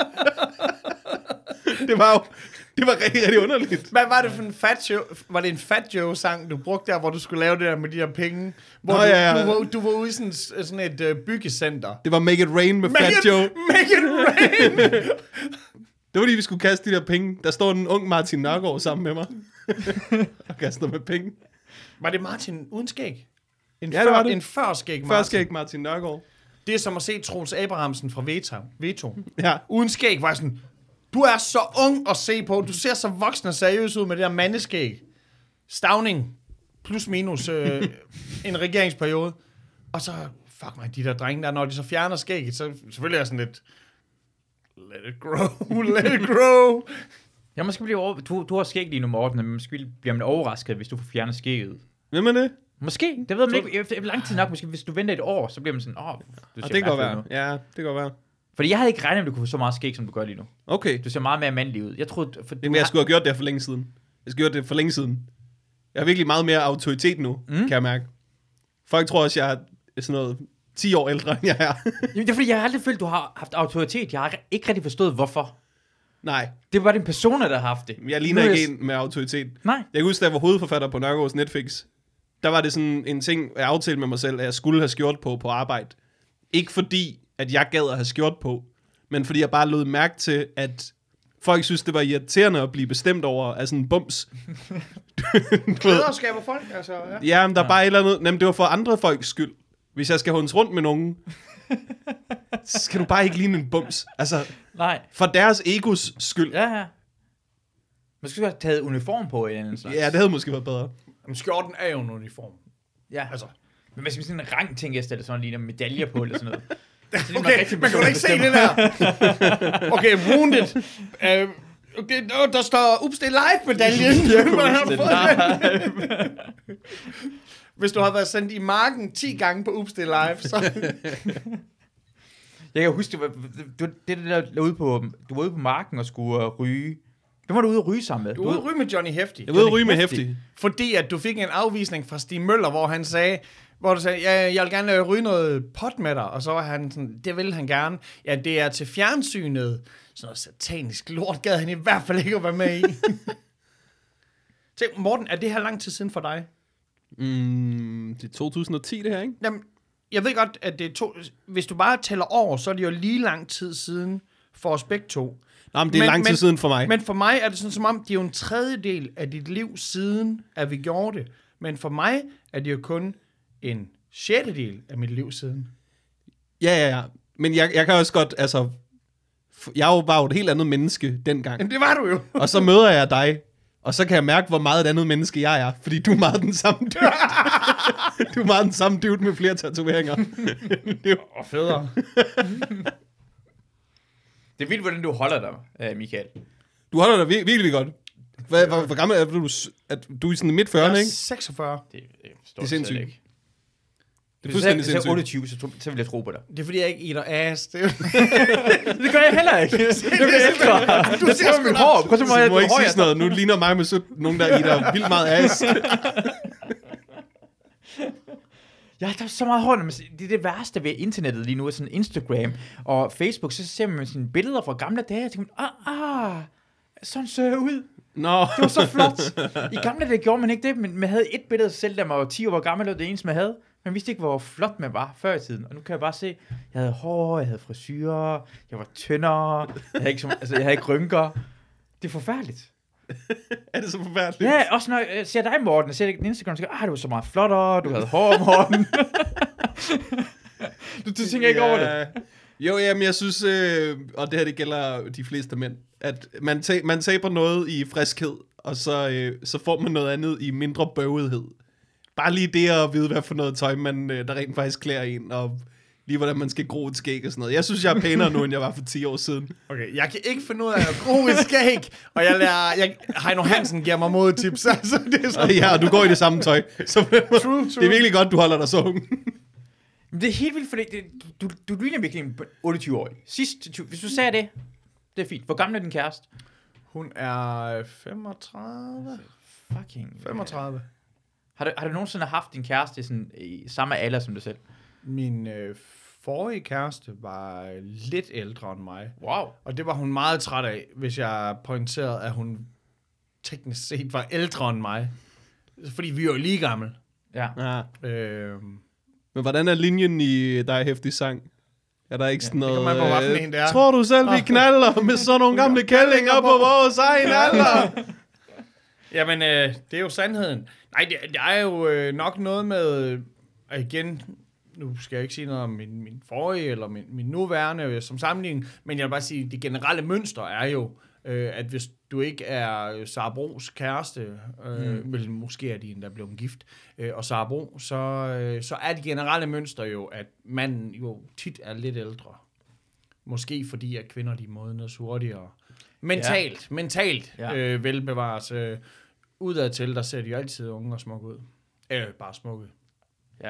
Det var rigtig, rigtig underligt. Hvad var det for en Fat Joe? Var det en Fat Joe-sang, du brugte der, hvor du skulle lave det der med de der penge? Hvor du var ude i sådan et byggescenter. Det var Make It Rain med Fat Joe. Make It Rain! Det var fordi, vi skulle kaste de der penge. Der står en ung Martin Nørgaard sammen med mig. Og kaster med penge. Var det Martin uden skæg? Det var det. En førskæg Martin. Førskæg Martin Nørgaard. Det er som at se Troels Abrahamsen fra Veto. Ja. Uden skæg var jeg sådan, du er så ung at se på. Du ser så voksen og seriøs ud med det der mandeskæg. Stavning. Plus minus en regeringsperiode. Og så, fuck mig, de der drenge der, når de så fjerner skægget, så selvfølgelig er sådan lidt, let it grow, let it grow. Ja, måske bliver du har skæg lige nu, Morten, men måske bliver man overrasket, hvis du får fjernet skægget. Hvem er det? Måske. Det ved man ikke. Efter lang tid nok, måske hvis du venter et år, så bliver man sådan, du ser det kan godt være. Ja, det kan godt være. Fordi jeg havde ikke regnet, at du kunne få så meget skæg, som du gør lige nu. Okay. Du ser meget mere mandlig ud. Jeg troede... Men jeg skulle have gjort det for længe siden. Jeg har virkelig meget mere autoritet nu, kan jeg mærke. Folk tror også, jeg er sådan noget 10 år ældre, end jeg er. Jamen, det er fordi, jeg har aldrig følt, du har haft autoritet. Jeg har ikke rigtig forstået, hvorfor. Nej. Det var din persona, der har haft det. Jeg ligner ikke en med autoritet. Nej. Jeg kan huske, da jeg var hovedforfatter på Nørgaards Netflix. Der var det sådan en ting, jeg aftalte med mig selv, at jeg skulle have skjort på arbejde. Ikke fordi, at jeg gad at have skjort på, men fordi jeg bare lod mærke til, at folk synes, det var irriterende at blive bestemt over af sådan en bums. Klæder skaber folk, altså. Ja, men der er bare et eller andet. Jamen, det var for andre folks skyld. Hvis jeg skal hundes rundt med nogen, så skal du bare ikke ligne en bums. Altså, nej. For deres egos skyld. Ja. Man skulle have taget uniform på en anden slags. Ja, det havde måske været bedre. Men skjorten er jo en uniform. Ja. Altså. Men hvis man sådan en rang ting, eller sådan ligner medaljer på, eller sådan noget. Okay, man kan jo ikke se det der. Okay, wounded. Okay, der står Ups, det er live-medaljen. Hvis du har været sendt i marken 10 gange på Ups, det er live, så... Jeg kan huske, det der ude på, du var ude på marken og skulle ryge. Hvem var du ude at ryge sammen med? Du var ude at ryge med Johnny Hefti. Jeg var ude at ryge med Hefti. Fordi at du fik en afvisning fra Stig Møller, hvor du sagde, ja, jeg vil gerne ryge noget pot med dig. Og så var han sådan, det ville han gerne. Ja, det er til fjernsynet. Sådan noget satanisk lort gad han i hvert fald ikke at være med i. Tænk, Morten, er det her lang tid siden for dig? Det er 2010 det her, ikke? Jamen, jeg ved godt, at det er hvis du bare tæller over, så er det jo lige lang tid siden for os begge to. Nå, men det er lang tid siden for mig. Men for mig er det sådan, som om, det er jo en tredjedel af dit liv siden, at vi gjorde det. Men for mig er det jo kun en sjettedel af mit liv siden. Ja. Men jeg kan også godt, altså... Jeg var jo et helt andet menneske dengang. Jamen, det var du jo. Og så møder jeg dig, og så kan jeg mærke, hvor meget et andet menneske jeg er. Fordi du er meget den samme dude. Du er meget den samme dude med flere tatoveringer. Og federe. Det er vildt, hvordan du holder dig, Michael. Du holder dig virkelig godt. Hvor gammel er du? Du er i sådan midt-40'erne, ikke? 46. Det er sindssygt. Ikke. Det er fuldstændig sindssygt. Hvis 28, 28, så vil jeg tro på dig. Det er fordi, jeg ikke eater ass. Det gør jeg heller ikke. Det bliver ældre. Du ser mit hår. Prøv så må ikke sige sådan noget. Nu ligner mig med nogen, der eater vildt meget ass. Ja, der er så meget hår. Det er det værste ved internettet lige nu, sådan Instagram og Facebook, så ser man sine billeder fra gamle dage, og tænker man, sådan ser jeg ud. No. Det var så flot. I gamle dage gjorde man ikke det, men man havde et billede af sig selv, der var 10 år gammel, og det eneste, man havde. Man vidste ikke, hvor flot man var før i tiden. Og nu kan jeg bare se, jeg havde hår, jeg havde frisyrer, jeg var tyndere, jeg havde ikke rynker. Det er forfærdeligt. Er det så forfærdeligt? Ja, også når jeg ser dig, Morten, jeg ser dig på Instagram, så tænker du var så meget flottere, du havde hår, Morten. du tænker ikke over det. Jo, jamen jeg synes, og det her det gælder de fleste mænd, at man taber noget i friskhed og så får man noget andet i mindre bøvethed. Bare lige det at vide, hvad for noget tøj, der rent faktisk klæder en, og lige hvordan man skal gro et skæg og sådan noget. Jeg synes, jeg er pænere nu, end jeg var for 10 år siden. Okay, jeg kan ikke finde ud af at gro et skæg, og Heino Hansen giver mig modetips. Altså, det er sådan. Ja, og du går i det samme tøj. Så True. det er virkelig godt, du holder dig så ung. Men det er helt vildt, fordi du ligner virkelig en 28-årig. Hvis du sagde det, det er fint. Hvor gammel er din kæreste? Hun er 35. Fucking 35. Har du nogensinde haft din kæreste sådan, i samme alder som dig selv? Min forrige kæreste var lidt ældre end mig. Wow. Og det var hun meget træt af, hvis jeg pointerede, at hun teknisk set var ældre end mig. Fordi vi er jo lige gamle. Ja. Ja. Men hvordan er linjen i dig hæftig sang? Er der ikke sådan noget... Det kan man på, hvad for en det er. Tror du selv, vi knaller med sådan nogle gamle kællinger på vores egen alder? Jamen, det er jo sandheden. Nej, det er jo nok noget med... Igen, nu skal jeg ikke sige noget om min forrige eller min nuværende som sammenligning, men jeg vil bare sige, at det generelle mønster er jo, at hvis du ikke er Sara Bros kæreste, vel måske er de endda blevet gift, og Sara Bro, så er det generelle mønster jo, at manden jo tit er lidt ældre. Måske fordi, at kvinder de modnes hurtigere. Mentalt velbevares. Udadtil, der ser de jo altid unge og smukke ud. Bare smukke. Ja.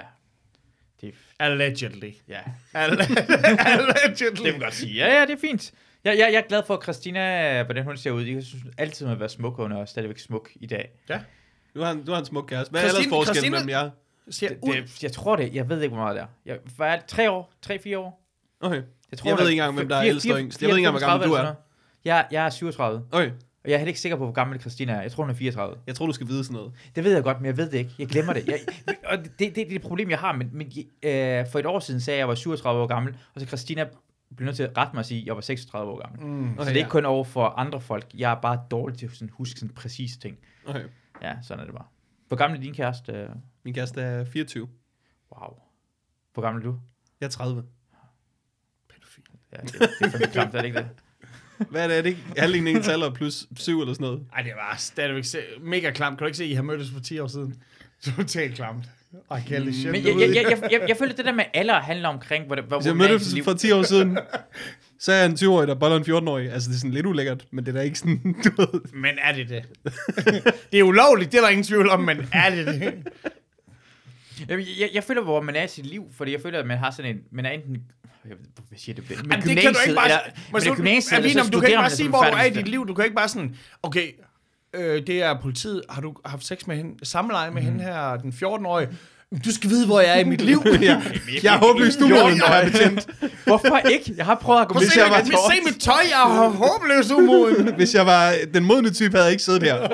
Allegedly. Ja. Allegedly. Det må godt sige. Ja, det er fint. Jeg er glad for, at Christina, hvordan hun ser ud. Jeg synes altid, hun har været smuk, og hun er stadigvæk smuk i dag. Ja. Du har en smuk kæreste. Hvad er ellers forskellen mellem jer? Jeg tror det. Jeg ved ikke, hvor meget det er. Jeg var 3 år? 3-4 år? Okay. Jeg ved ikke engang, hvem der er ældst og yngst. Jeg ved ikke engang, hvor gammel du er. Jeg er 37. Okay. Og jeg er heller ikke sikker på, hvor gammel Christina er. Jeg tror, hun er 34. Jeg tror, du skal vide sådan noget. Det ved jeg godt, men jeg ved det ikke. Jeg glemmer det. Og det er et problem, jeg har. Men for et år siden sagde jeg, at jeg var 37 år gammel. Og så Christina blev nødt til at rette mig og sige, at jeg var 36 år gammel. Okay, så det er ikke kun over for andre folk. Jeg er bare dårlig til at huske sådan præcise ting. Okay. Ja, sådan er det bare. Hvor gammel er din kæreste? Min kæreste er 24. Wow. Hvor gammel er du? Jeg er 30. Pædofil. Ja, det er for klamt, er det ikke det? Hvad er det ikke? Halvdelen ens alder plus 7 eller sådan noget. Ej, det var stadigvæk mega klamt. Kan du ikke se, at I har mødtes for 10 år siden? Totalt klamt. Ej, kælde shit. Men jeg føler, det der med alder handler omkring, hvor hvis jeg mødtes for 10 år siden, så er jeg en 20-årig, der boller en 14-årig. Altså, det er sådan lidt ulækkert, men det er da ikke sådan, du ved. Men er det det? Det er ulovligt, det er der ingen tvivl om, men er det det? Jeg føler, hvor man er i sit liv, fordi jeg føler, at man har sådan en... Man er enten... Jeg siger det bedre. Men det kan du ikke bare... Du kan ikke bare sige, hvor du er i dit liv. Du kan ikke bare sådan... Okay, det er politiet. Har du haft sex med hende? Samleje med hende her, den 14-årige? Du skal vide, hvor jeg er i mit liv. Jeg er håbløs umoden, når jeg er betjent. Hvorfor ikke? Jeg har prøvet at gå med. Se mit tøj, jeg er håbløs umoden. Hvis jeg var den modne type, havde jeg ikke siddet her.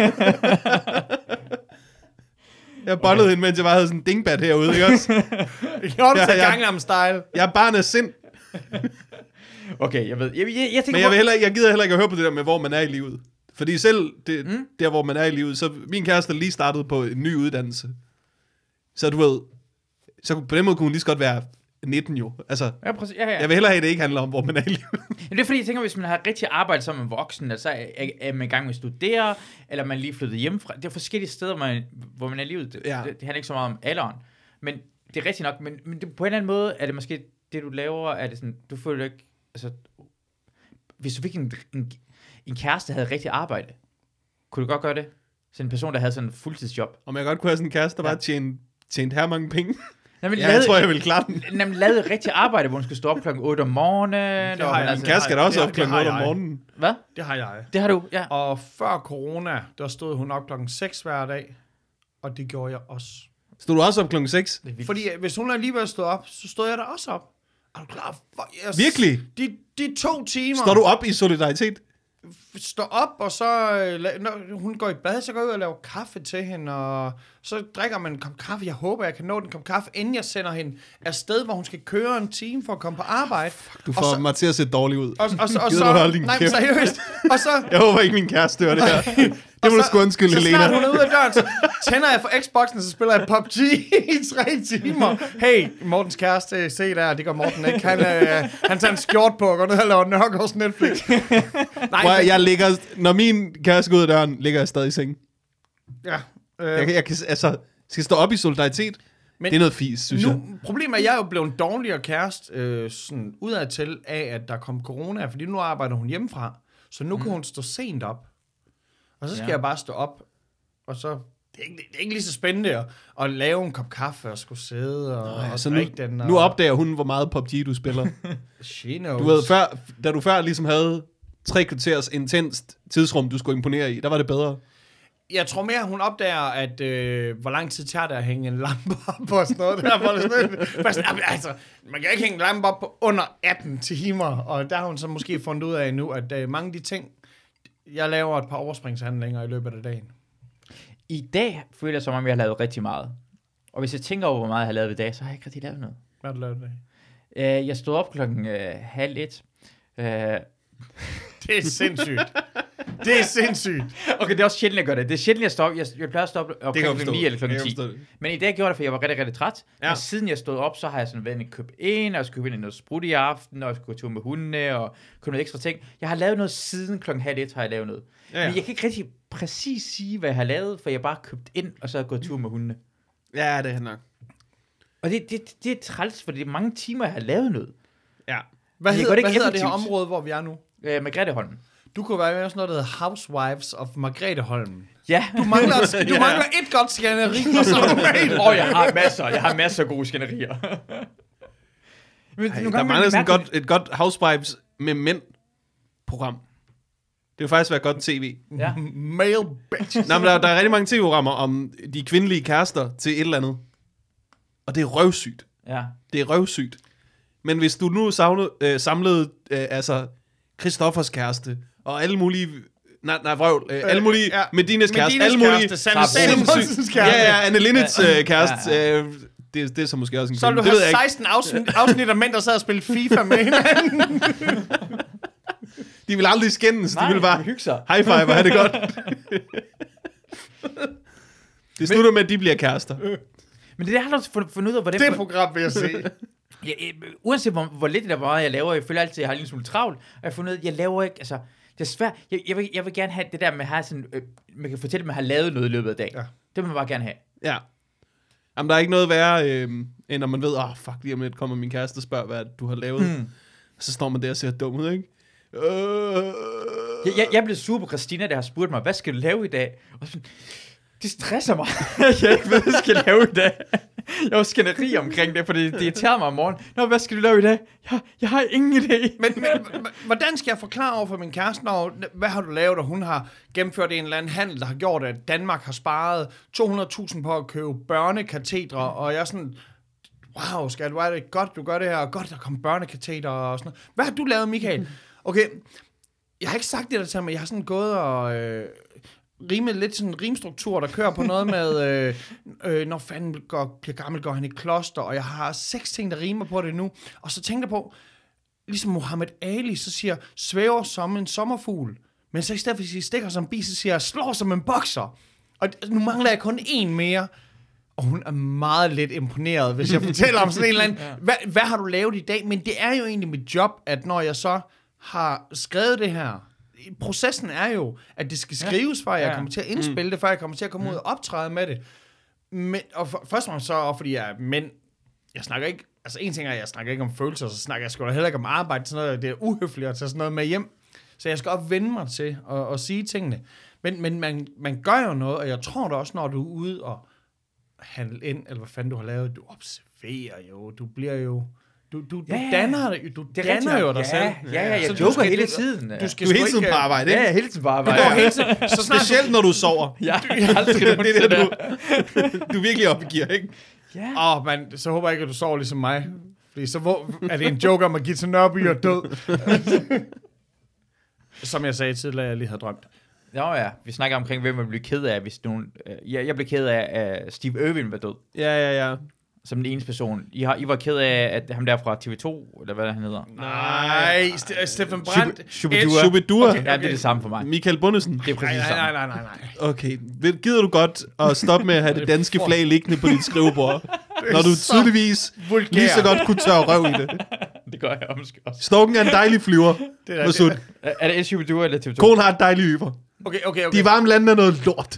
Jeg bollede hende, mens jeg bare havde sådan en dingbat herude, ikke også? Gjorde du til Gangnam Style? Jeg er barn af sind. Okay, jeg ved. Jeg tænker, men jeg gider heller ikke at høre på det der med, hvor man er i livet. Fordi selv der, hvor man er i livet, så min kæreste lige startet på en ny uddannelse. Så du ved, så på den måde kunne hun lige så godt være 19 jo. Altså, ja, præcis. Ja. Jeg vil hellere have, at det ikke handler om, hvor man er i livet. Det er fordi, jeg tænker, hvis man har rigtig arbejdet som en voksen, så er man i gang med at studere, eller man lige flyttet hjemmefra. Det er forskellige steder, hvor man er i livet. Det handler ikke så meget om alderen. Men det er rigtigt nok. Men det, på en eller anden måde er det måske det, du laver, er det sådan, du føler ikke... Altså, hvis du fik en kæreste, der havde rigtig arbejde, kunne du godt gøre det? Så en person, der havde sådan en fuldtidsjob. Om jeg godt kunne have sådan en kæreste, der bare tjente her mange penge. Jeg tror, jeg vil klare den. Jamen, lavede rigtig arbejde, hvor hun skulle stå op klokken 8 om morgenen. Det har jeg. Min kæreste skal da også op klokken 8 om morgenen. Hvad? Det har jeg. Det har du, ja. Og før corona, der stod hun op klokken 6 hver dag. Og det gjorde jeg også. Stod du også op klokken 6? Fordi hvis hun alligevel stod op, så stod jeg der også op. Er du klar? Virkelig? De 2 timer. Står du op i solidaritet? Står op, og så når hun går i bad, så går jeg ud og laver kaffe til hende, og så drikker man en kop kaffe. Jeg håber, jeg kan nå den kop kaffe, inden jeg sender hende afsted, hvor hun skal køre en time for at komme på arbejde. Du får mig til at se dårlig ud. Og så nej, men seriøst. Og så, jeg håber ikke, min kæreste hører det her. Det må du sgu undskylde, Så Helena. snart hun er ude af døren, så tænder jeg for Xboxen, og så spiller jeg PUBG i 3 timer. Hey, Mortens kæreste, se der, det gør Morten ikke. Han tager en skjort på og går ned og laver Nørgaards Netflix. Nej, Jeg ligger, når min kæreste går ud af døren, ligger jeg stadig i sengen. Ja. Jeg kan, altså, skal stå op i solidaritet. Men det er noget fis, synes jeg. Problemet er, at jeg er jo blevet en dårligere kæreste sådan udadtil af, at der kom corona, fordi nu arbejder hun hjemmefra. Så nu kan hun stå sent op. Og så skal jeg bare stå op, og så... Det er ikke lige så spændende at lave en kop kaffe og skulle sidde og drikke den. Nu opdager hun, hvor meget PUBG du spiller. She knows. Du ved, da du før ligesom havde 3 kvarters intenst tidsrum, du skulle imponere i, der var det bedre. Jeg tror mere, hun opdager, at hvor lang tid tager det at hænge en lampe op på sådan noget der. Hvor det sådan, altså, man kan ikke hænge en lampe op på under 18 timer, og der har hun så måske fundet ud af nu, at mange af de ting, jeg laver et par overspringshandlinger i løbet af dagen. I dag føler jeg, som om jeg har lavet rigtig meget. Og hvis jeg tænker over, hvor meget jeg har lavet i dag, så har jeg ikke rigtig lavet noget. Hvad har du lavet i dag? Jeg stod op 12:30. Det er sindssygt. Det er sindssygt. Okay, det er også sjældent, jeg gør det. Det er sjældent, jeg står op. Jeg plejer at stå op omkring kl. 9 eller kl. 10. Men i dag gjorde jeg det, for jeg var rigtig, rigtig træt. Ja. Men siden jeg stod op, så har jeg sådan været købt ind, og jeg skulle købe ind noget sprut i aften, og jeg skulle gå tur med hundene, og købe noget ekstra ting. Jeg har lavet noget siden kl. 12:30, har jeg lavet noget. Ja. Men jeg kan ikke rigtig præcis sige, hvad jeg har lavet, for jeg har bare købt ind, og så har jeg gået tur med hundene. Ja, det er nok. Og det er træls, for det er mange timer, jeg har lavet noget. Ja. Hvad hedder det her område, hvor vi er nu? Margretheholm. Du kunne være med sådan noget, der hedder Housewives of Margretheholm. Ja. Du mangler et godt skænderi, og så er du med. Jeg har masser af gode skænderier. Der mangler sådan et godt Housewives med mænd-program. Det vil faktisk være godt tv. Ja. Male bitches. Nej, men der er rigtig mange tv-programmer om de kvindelige kærester til et eller andet. Og det er røvsygt. Ja. Det er røvsygt. Men hvis du nu samlede altså Christoffers kæreste, og alle mulige... alle mulige... Medines kæreste, alle mulige... Sanne Simonsens kæreste. Ja, Anne Linnets kæreste. Det er så måske også en så du har 16 afsnit af mænd, der sad og spillede FIFA med hinanden. De vil aldrig skændes. De vil bare hygge sig. High five og have det godt. Det slutter med, at de bliver kærester. Men det har du fundet ud af, hvordan... Det program vil jeg se. Uanset hvor lidt der var, jeg laver, jeg føler altid, at jeg har en lille smule travlt, og jeg har fundet ud af, at jeg laver ikke, altså, det er svært, jeg vil gerne have det der med at have sådan, man kan fortælle, at man har lavet noget i løbet af dagen. Ja. Det vil man bare gerne have. Ja. Jamen, der er ikke noget værre, end når man ved, fuck, lige om lidt kommer min kæreste og spørger, hvad du har lavet. Så står man der og ser dum ud, ikke? Jeg blev sur på Christina, der har spurgt mig, hvad skal du lave i dag? Og sådan, det stresser mig. Jeg ikke ved, hvad jeg skal lave i dag. Jeg var skænderi omkring det, for det irriterer mig om morgenen. Nå, hvad skal du lave i dag? Jeg har ingen idé. Men hvordan skal jeg forklare over for min kæreste, hvad har du lavet, og hun har gennemført en eller anden handel, der har gjort, at Danmark har sparet 200.000 på at købe børnekatetre, og jeg er sådan, wow, skal du være det godt, du gør det her, og godt, der kommer børnekatetre og sådan noget. Hvad har du lavet, Michael? Okay, jeg har ikke sagt det der til mig, jeg har sådan gået og... rimet lidt sådan en rimstruktur, der kører på noget med, når fanden bliver gammel, går han i kloster, og jeg har 6 ting, der rimer på det nu. Og så tænker jeg på, ligesom Muhammad Ali, så siger, svæver som en sommerfugl. Men så i stedet for at sige, stikker som en bi, så siger jeg, slår som en bokser. Og nu mangler jeg kun en mere. Og hun er meget lidt imponeret, hvis jeg fortæller om sådan en eller anden, hvad har du lavet i dag? Men det er jo egentlig mit job, at når jeg så har skrevet det her, processen er jo, at det skal skrives, før jeg kommer til at indspille det, før jeg kommer til at komme ud og optræde med det. Men, og først og fremmest så, fordi jeg er mænd, jeg snakker ikke, altså en ting er, jeg snakker ikke om følelser, så snakker jeg sgu da heller ikke om arbejde, sådan noget, det er uhøfligt at tage sådan noget med hjem. Så jeg skal også vende mig til at sige tingene. Men man gør jo noget, og jeg tror da også, når du er ude og handle ind, eller hvad fanden du har lavet, du observerer jo, du bliver jo... Du danner jo dig selv. Ja, jeg joker hele tiden. Du er hele tiden på arbejde, ikke? Ja, hele tiden på arbejde. Du går hele tiden. Så specielt når du sover. Ja, det du er virkelig op i gear, ikke? Ja. Men så håber jeg ikke, at du sover ligesom mig. Fordi så er det en joke om, at Gita Nørby er død. Som jeg sagde tidligere, jeg lige havde drømt. Ja, vi snakker omkring, hvem man bliver ked af, hvis nogen... jeg blev ked af, at Steve Irwin var død. Ja. som den eneste person. I var ked af, at ham der fra TV2, eller hvad han hedder. Nej, Steffen Brandt. Shubidua. Okay. Ja, det er det samme for mig. Michael Bundesen. Det er præcis samme. Nej. Okay, gider du godt at stoppe med at have det danske flag liggende på dit skrivebord, når du tydeligvis lige så godt kunne tørre røv i det? Det gør jeg måske også. Storken er en dejlig flyver. Er det Shubidua eller TV2? Konen har et dejligt yver. Okay. De varme lande er noget lort.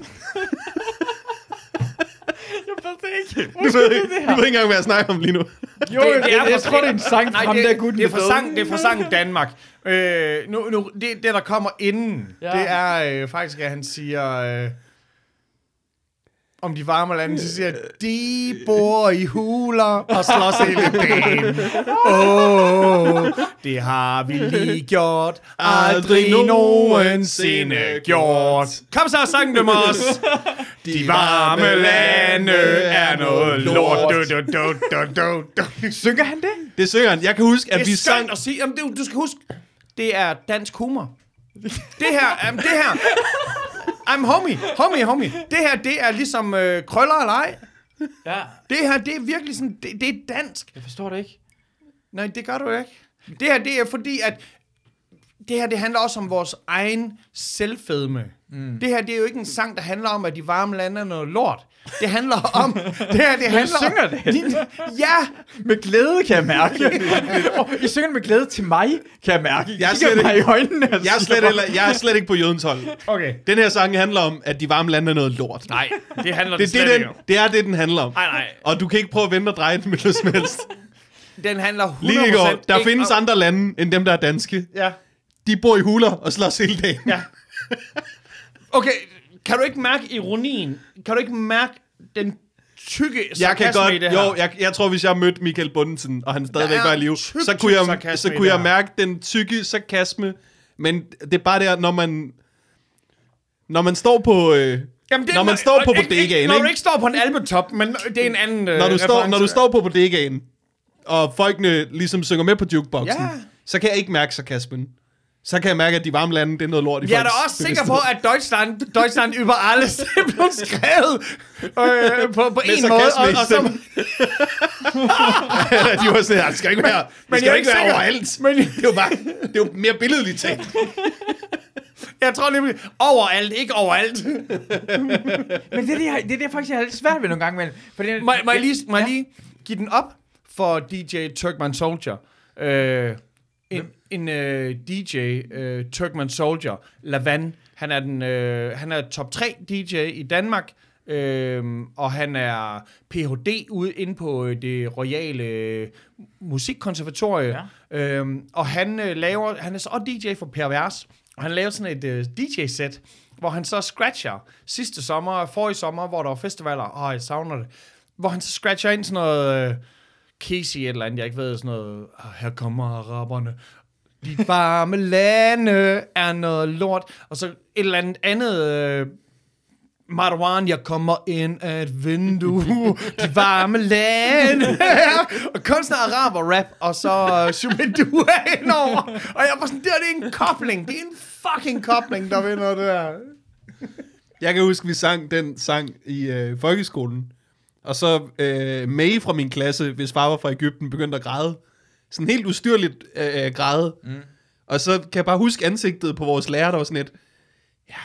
Jeg ved det ikke. Du ved ikke engang, hvad jeg snakker om lige nu. Jo, jeg tror, det er en sang fra ham der gutten. Det er fra sangen Danmark. Det der kommer inden, det er faktisk, at han siger... om de varme lande, så siger de bor i huler og slås hele dagen. Det har vi lige gjort, aldrig nogensinde gjort. Kom så, sang dem os. De varme lande er noget lort. Synger han det? Det synger han. Jeg kan huske, at vi sang... at sige, jamen, du skal huske, det er dansk humor. Det her... I'm homie. Det her, det er ligesom krøller eller ej. Ja. Det her, det er virkelig sådan, det er dansk. Jeg forstår det ikke. Nej, det gør du ikke. Det her, det er fordi, at det her, det handler også om vores egen selvfedme. Det her, det er jo ikke en sang, der handler om, at de varme lande er noget lort. Det handler om... det handler synger det? Ja! Med glæde, kan jeg mærke. I synger med glæde til mig, kan jeg mærke. Jeg er I slet ikke på jødens hold. Okay. Den her sang handler om, at de varme lande er noget lort. Nej, det handler det slet ikke om. Det er det, den handler om. Nej. Og du kan ikke prøve at vente og dreje den med noget som helst. Den handler 100% Lige i går, der ikke findes om... andre lande, end dem, der er danske. Ja. De bor i huler og slås hele dagen. Ja. Okay, kan du ikke mærke ironien? Kan du ikke mærke den tykke sarkasme i det her? Jeg tror, hvis jeg mødte Michael Bundesen, og han stadigvæk var i live, så kunne jeg mærke den tykke sarkasme. Men det er bare der, når man står på... når man står på bodegaen, når du ikke står på en albetop, men det er en anden når du står på bodegaen, og folkene ligesom synger med på jukeboxen, så kan jeg ikke mærke sarkasmen. Så kan jeg mærke, at de varme lande, det er noget lort i folks. Jeg er da også sikker på, at Deutschland über alles det blev skrevet på en måde. Og så... de var sådan, det skal ikke være, overalt. Men... det er jo mere billedligt talt. Jeg tror lige, overalt, ikke overalt. Men det er faktisk, jeg har lidt svært ved nogle gange. Må jeg lige give den op for DJ Turkman Soldier? En DJ, Turkman Soldier, Lavan, han er top 3 DJ i Danmark, og han er Ph.D. ude inde på det royale musikkonservatorie, og han er så også DJ for Pervers, og han laver sådan et DJ-sæt, hvor han så scratcher forrige sommer, hvor der var festivaler, jeg savner det, hvor han så scratcher ind sådan noget Casey eller andet, jeg ikke ved, sådan noget, her kommer araberne, de varme lande er noget lort. Og så et eller andet Marwan, jeg kommer ind af et vindue. De varme lande. Og kun sådan araber-rap, og så Shubidua indover. Og jeg var sådan, det er en kobling. Det er en fucking kobling, der vinder det der. Jeg kan huske, vi sang den sang i folkeskolen. Og så May fra min klasse, hvis far var fra Egypten, begyndte at græde. Sådan helt ustyrligt græde. Og så kan jeg bare huske ansigtet på vores lærer, der var sådan et... Ja,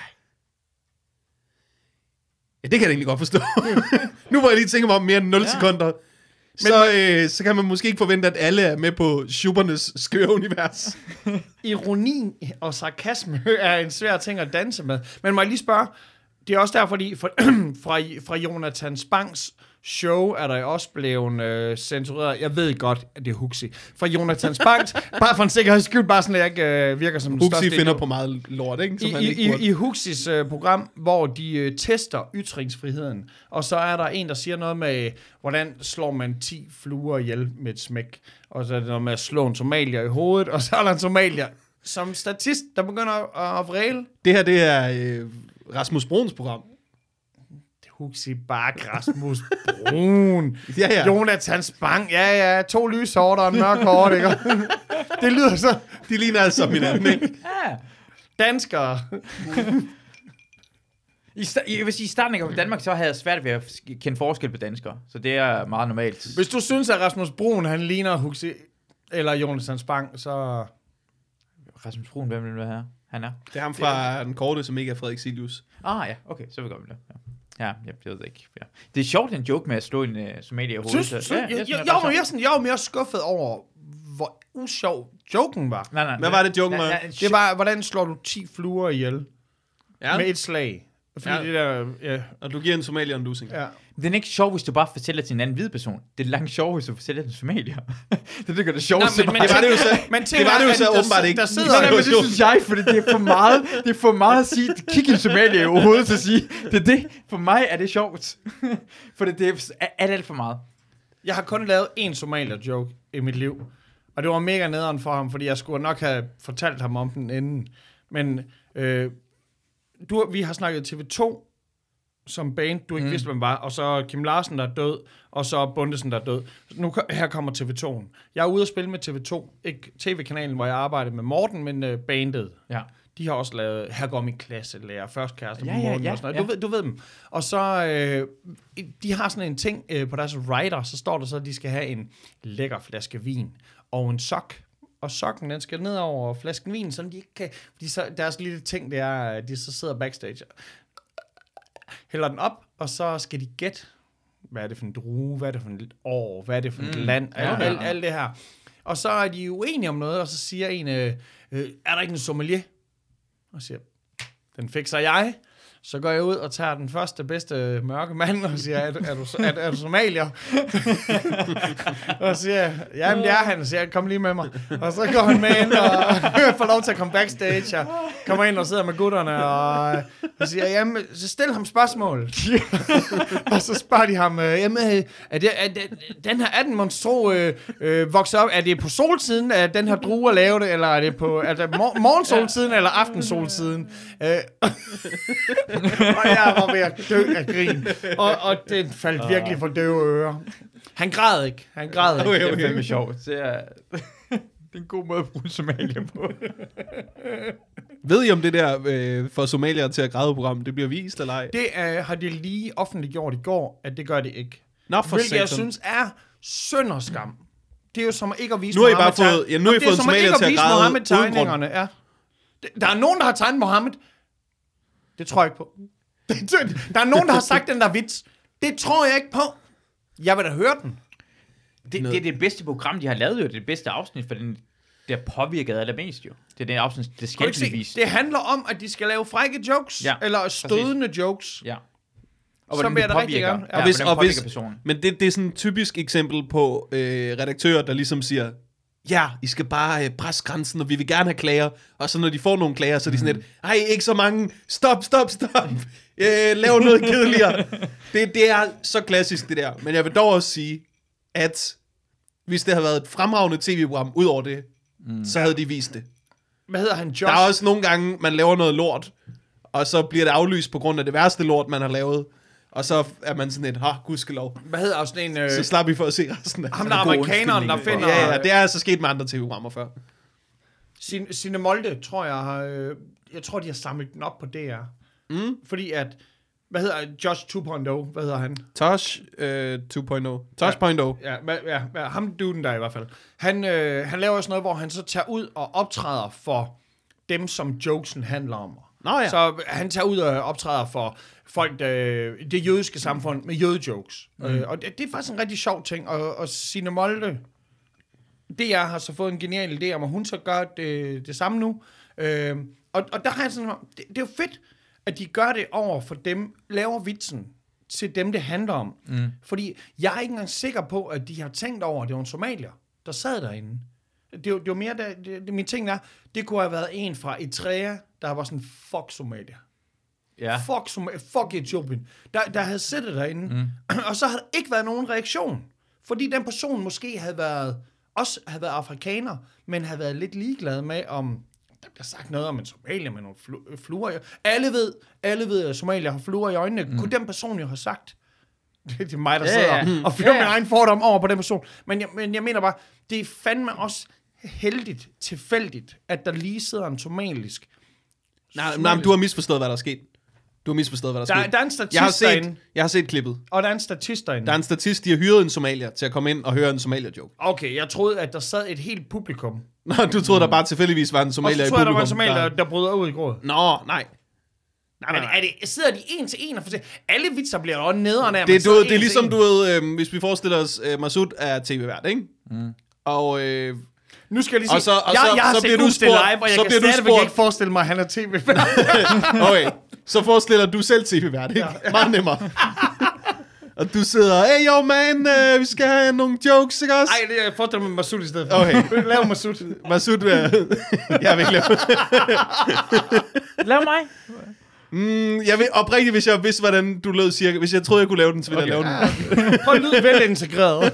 det kan jeg egentlig godt forstå. Nu hvor jeg lige tænker mig om mere end 0 sekunder, så kan man måske ikke forvente, at alle er med på Schubernes skøre univers. Ironi og sarkasme er en svær ting at danse med. Men må jeg lige spørge, det er også derfor, fordi fra Jonathan Spangs show er der også blevet censureret. Jeg ved godt, at det er Huxi. Fra Jonathan Spangs, bare for en sikkerheds skyld, bare sådan, at jeg ikke virker som den største. Huxi finder på meget lort, ikke? Som I Huxis program, hvor de tester ytringsfriheden, og så er der en, der siger noget med, hvordan slår man 10 fluer ihjel med et smæk, og så er det noget med at slå en somalier i hovedet, og så er der en somalier som statist, der begynder at vræle. Det her, det er Rasmus Bruns program. Huxi Bak, Rasmus Brun, ja. Jonathan Spang, ja, 2 lyshårder og en mørk hår, ikke? Det lyder så... De ligner altså som hinanden, ikke? Ja. Danskere. Jeg vil sige, i starten af Danmark, så havde jeg svært ved at kende forskel på danskere. Så det er meget normalt. Hvis du synes, at Rasmus Bruun, han ligner Huxi eller Jonathan Spang, så... Rasmus Bruun, hvem vil det her? Han er? Det er ham fra den korte, som ikke er Frederik Silius. Ja, okay, så vil jeg godt med det. Ja, jeg ved det ikke. Ja. Det er sjovt, en joke med at slå en somalier i hovedet. Jeg var mere skuffet over, hvor usjov joken var. Nej. Hvad var det, joken var? Det var, hvordan slår du 10 fluer ihjel med et slag? Fordi det der... Ja. Og du giver en somalier en lussing. Ja. Det er ikke sjovt, hvis du bare fortæller til en anden hvid person. Det er langt sjovt, hvis du fortæller til en somalier. det gør det sjovt. Men det var det jo så, det var det jo så åbenbart ikke. Der sidder, det synes jeg, fordi det er for meget. Det er for meget at sige, kig en somalier i hovedet til at sige, det. For mig er det sjovt. for det er alt for meget. Jeg har kun lavet én somalier-joke i mit liv. Og det var mega nederen for ham, fordi jeg skulle nok have fortalt ham om den inden. Men vi har snakket TV2 som band, du ikke vidste, hvem var, og så Kim Larsen, der er død, og så Bundesen, der er død. Nu her kommer TV2'en. Jeg er ude at spille med TV2, ikke TV-kanalen, hvor jeg arbejder med Morten, men bandet. Ja. De har også lavet Her går min klasse, lærer først kæreste på Morten og sådan noget. Du ved dem. Og så, de har sådan en ting på deres rider, så står der så, at de skal have en lækker flaske vin og en sok. Og sokken, den skal ned over flasken vin, så de ikke kan... Fordi så, deres lille ting, det er, at de så sidder backstage hælder den op, og så skal de gætte, hvad er det for en drue, hvad er det for et år, hvad er det for et land, alt det her. Og så er de uenige om noget, og så siger en, er der ikke en sommelier? Og siger, den fikser jeg. Så går jeg ud og tager den første bedste mørke mand og siger, er du somalier? Og så siger jeg, jamen det er han. Så siger jeg, kom lige med mig. Og så går han med ind og får lov til at komme backstage. Og kommer ind og sidder med gutterne. Og så siger jeg, jamen, så stil ham spørgsmål. Og så spørger de ham, jamen, er den monstro vokset op? Er det på solsiden, at den her drue er lavet, eller er det på morgensolsiden, eller aftensolsiden? Og jeg var ved at dø af grin. Og det faldt virkelig for døve ører. Han græd ikke. Det er fandme sjovt. Det er en god måde at bruge somalier på. Ved I om det der for somalier til at græde program, det bliver vist eller ej? Det har de lige offentliggjort i går, at det gør det ikke. Hvilket jeg synes er synd og skam. Det er jo som ikke at vise Mohammed. Nu har I fået en somalier til at græde uden grund. Ja. Der er nogen, der har tegnet Mohammed. Det tror jeg ikke på. Der er nogen, der har sagt den der vits. Det tror jeg ikke på. Jeg vil da høre den. Det er det bedste program, de har lavet, jo. Det er det bedste afsnit, for den der påvirket allermest, jo. Det er det afsnit, det skal de vise. Det handler om, at de skal lave frække jokes, eller stødende jokes. Ja. Og så bliver det rigtig gerne. Ja, men det er sådan et typisk eksempel på redaktører, der ligesom siger, ja, I skal bare presse grænsen, og vi vil gerne have klager. Og så når de får nogle klager, så er de sådan lidt, ej, ikke så mange, stop. Lav noget kedeligere. Det er så klassisk, det der. Men jeg vil dog også sige, at hvis det havde været et fremragende tv-program ud over det, så havde de vist det. Hvad hedder han, Josh? Der er også nogle gange, man laver noget lort, og så bliver det aflyst på grund af det værste lort, man har lavet. Og så er man sådan et, gudskelov. Hvad hedder også en... Så slap I for at se resten af. Ham der amerikaneren, der finder... Ja, det er altså sket med andre tv-programmer før. Signe Molde, tror jeg har... Jeg tror, de har samlet den op på DR. Fordi at... Hvad hedder Josh 2.0? Hvad hedder han? Tosh 2.0. Tosh.0. Ja, ham duden der i hvert fald. Han laver også noget, hvor han så tager ud og optræder for dem, som jokesen handler om. Nå ja. Så han tager ud og optræder for folk, det jødiske samfund med jødejokes. Og det er faktisk en rigtig sjov ting. Og Signe Molde, DR har så fået en genial idé om, at hun så gør det samme nu. Og der har jeg sådan, det er jo fedt, at de gør det over for dem, laver vitsen til dem, det handler om. Fordi jeg er ikke engang sikker på, at de har tænkt over, at det var en somalier, der sad derinde. Det var mere, min ting er, det kunne have været en fra Eritrea, der var sådan, fuck Somalia. Ja. Fuck Etiopien. Der havde siddet derinde. Og så havde der ikke været nogen reaktion. Fordi den person måske havde været afrikaner, men havde været lidt ligeglad med, om der bliver sagt noget om en somalier med nogle fluer. Alle ved, at somalier har fluer i øjnene. Kunne den person jo have sagt. Det er mig, der sidder og fyrer min egen fordom over på den person. Men jeg mener bare, det er fandme også heldigt, tilfældigt, at der lige sidder en somalisk... Nej, men du har misforstået, hvad der er sket. Du har misforstået, hvad der er sket. Der er en statist derinde. Jeg har set klippet. Og der er en statist derinde. Der er en statist, de har hyret en somalier til at komme ind og høre en somalier-joke. Okay, jeg troede, at der sad et helt publikum. Nå, du troede, der bare tilfældigvis var en somalier i Og så publikum. tror jeg, der var en somalier, der bryder ud i gråd. Nå, nej. Sidder de en til en og fortæller? Alle vitser bliver jo nederen af, Det er ligesom, du ved, hvis vi forestiller os, Masoud er tv-vært, ikke? Og... Nu skal jeg lige sige, jeg har så set bliver du det spurgt, live, og jeg så kan bliver du stadigvæk spurgt. ikke forestille mig, at han er tv. Okay, så forestiller du selv tv-vært, ikke? Ja. Meget nemmere. Og du sidder, hey yo man, vi skal have nogle jokes, ikke også? Nej, jeg forestiller mig Masoud i stedet for. Okay. Lav Masoud. Masoud, jeg vil ikke lave. Lav mig. Jeg vil oprigtigt, hvis jeg vidste, hvordan du lød cirka. Hvis jeg troede, jeg kunne lave den, så ville jeg lave den. Prøv at lyde velintegreret.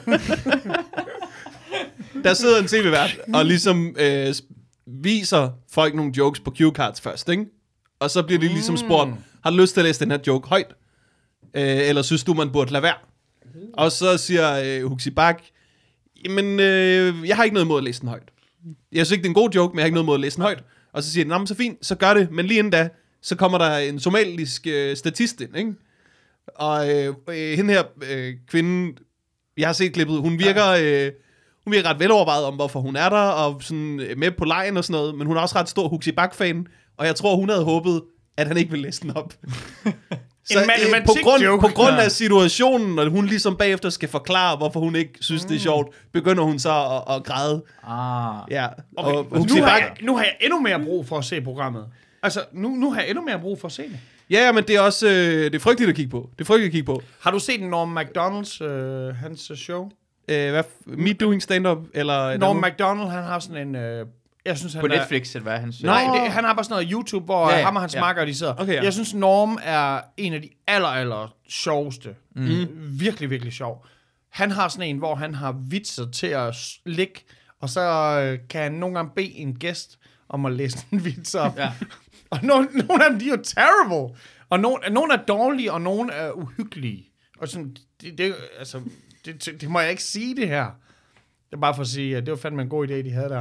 Der sidder en tv-vært og ligesom viser folk nogle jokes på cue cards først, ikke? Og så bliver de ligesom spurgt, har du lyst til at læse den her joke højt? Eller synes du, man burde lade være? Og så siger Huxi Bak, jamen, jeg har ikke noget imod at læse den højt. Jeg synes ikke, det er en god joke, men jeg har ikke noget imod at læse den højt. Og så siger de, så fint, så gør det. Men lige inden da, så kommer der en somalisk statist ind, ikke? Og hende her kvinde, jeg har set klippet, hun virker... Hun virker ret velovervejet om, hvorfor hun er der, og sådan med på lejen og sådan noget, men hun er også ret stor Huxi Bak-fan, og jeg tror, hun havde håbet, at han ikke ville læse den op. Så på grund af situationen, og hun ligesom bagefter skal forklare, hvorfor hun ikke synes, det er sjovt, begynder hun så at græde. Ja. Okay. Og nu har jeg endnu mere brug for at se programmet. Altså, nu har jeg endnu mere brug for at se det. Ja, men det er også det er frygteligt at kigge på. Har du set Norm MacDonald's, hans show? Me Doing Stand-Up? Eller Norm MacDonald, han har sådan en... jeg synes, han på Netflix, eller hvad han siger. Nej, han har bare sådan noget YouTube, hvor ham og hans makker, de sidder. Okay, ja. Jeg synes, Norm er en af de aller sjoveste. Virkelig, virkelig sjov. Han har sådan en, hvor han har vitser til at ligge, og så kan han nogle gange bede en gæst om at læse en vits op. Ja. Og nogle af dem, de er jo terrible. Og nogle er dårlige, og nogle er uhyggelige. Og sådan, det må jeg ikke sige, det her. Det er bare for at sige, at det var fandme en god idé, de havde der.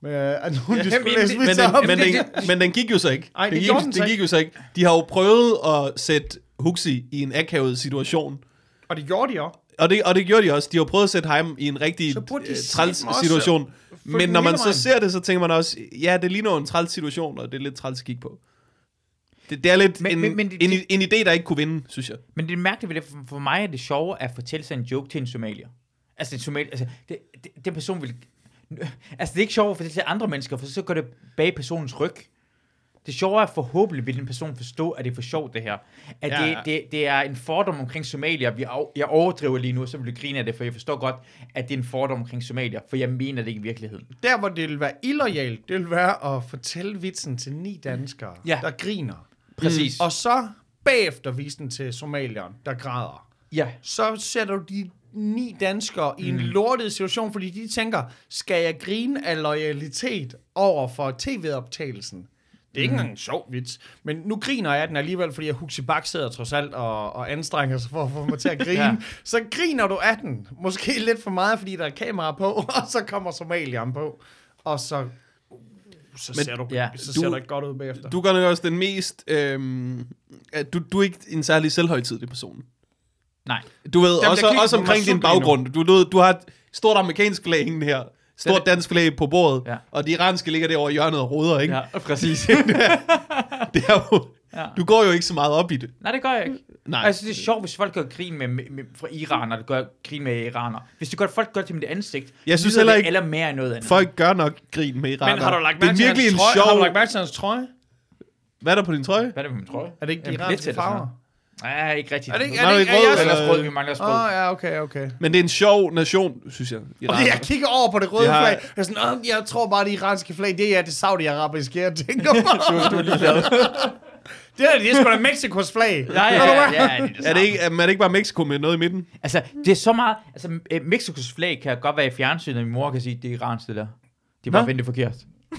Men den gik jo så ikke. Ej, den gik jo så ikke. De har jo prøvet at sætte Huxi i en akavet situation. Og det gjorde de også. Og det gjorde de også. De har prøvet at sætte ham i en rigtig træls situation. Men når man så ser det, så tænker man også, ja, det ligner en træls situation, og det er lidt træls at kigge på. Det er lidt en idé, der ikke kunne vinde, synes jeg. Men det er mærkeligt, ved det for mig er det sjove at fortælle sig en joke til en somalier. Altså, den person vil... Altså, det er ikke sjovt at fortælle til andre mennesker, for så går det bag personens ryg. Det sjove er, at forhåbentlig vil den person forstå, at det er for sjovt, det her. At det er en fordom omkring somalier. Jeg overdriver lige nu, så vil du grine af det, for jeg forstår godt, at det er en fordom omkring somalier, for jeg mener det ikke i virkeligheden. Der, hvor det vil være illoyalt, det vil være at fortælle vitsen til 9 danskere, der griner. Præcis. Og så bagefter vise den til somalieren, der græder. Ja. Så sætter du de 9 danskere i en lortet situation, fordi de tænker, skal jeg grine af loyalitet over for tv-optagelsen? Det er ikke engang en sjov vits, men nu griner jeg den alligevel, fordi jeg Huxi Bak sidder trods alt og anstrenger sig for at få mig til at grine. Ja. Så griner du af den. Måske lidt for meget, fordi der er kamera på, og så kommer somalieren på. Og så ser du ikke godt ud bagefter. Du gør nok også den mest... du er ikke en særlig selvhøjtidlig person. Nej. Du ved, også omkring din baggrund. Du har et stort amerikansk flag hængende her. Stort dansk flag på bordet. Ja. Og de iranske ligger derovre i hjørnet og roder, ikke? Ja, præcis. det er jo... Ja. Du går jo ikke så meget op i det. Nej, det gør jeg ikke. Nej. Altså, det er sjovt, hvis folk gør grin med fra Iran, og det gør grin med iraner. Hvis folk gør det med det ansigt, jeg synes heller ikke, eller mere end noget andet. Folk gør nok grin med iraner. Men har du lagt mærke til hans trøje? Hvad er der på din trøje? Hvad er det på min trøje? Er det ikke de iranske farver? Nej, ikke rigtigt. Er det ikke vi mangler sprød. Ja, okay. Men det er en sjov nation, synes jeg. Og jeg kigger over på det røde flag. Jeg er sådan, jeg tror bare, det iranske flag, det er det saudi-arabiske, jeg tænker på. du er lige lavet. Det er sgu da Mexikos flag. Ja, er det ikke bare Mexico med noget i midten? Altså, det er så meget... Altså, Mexikos flag kan godt være i fjernsynet, og min mor kan sige, det er iransk, det der. De bare vendt det forkert.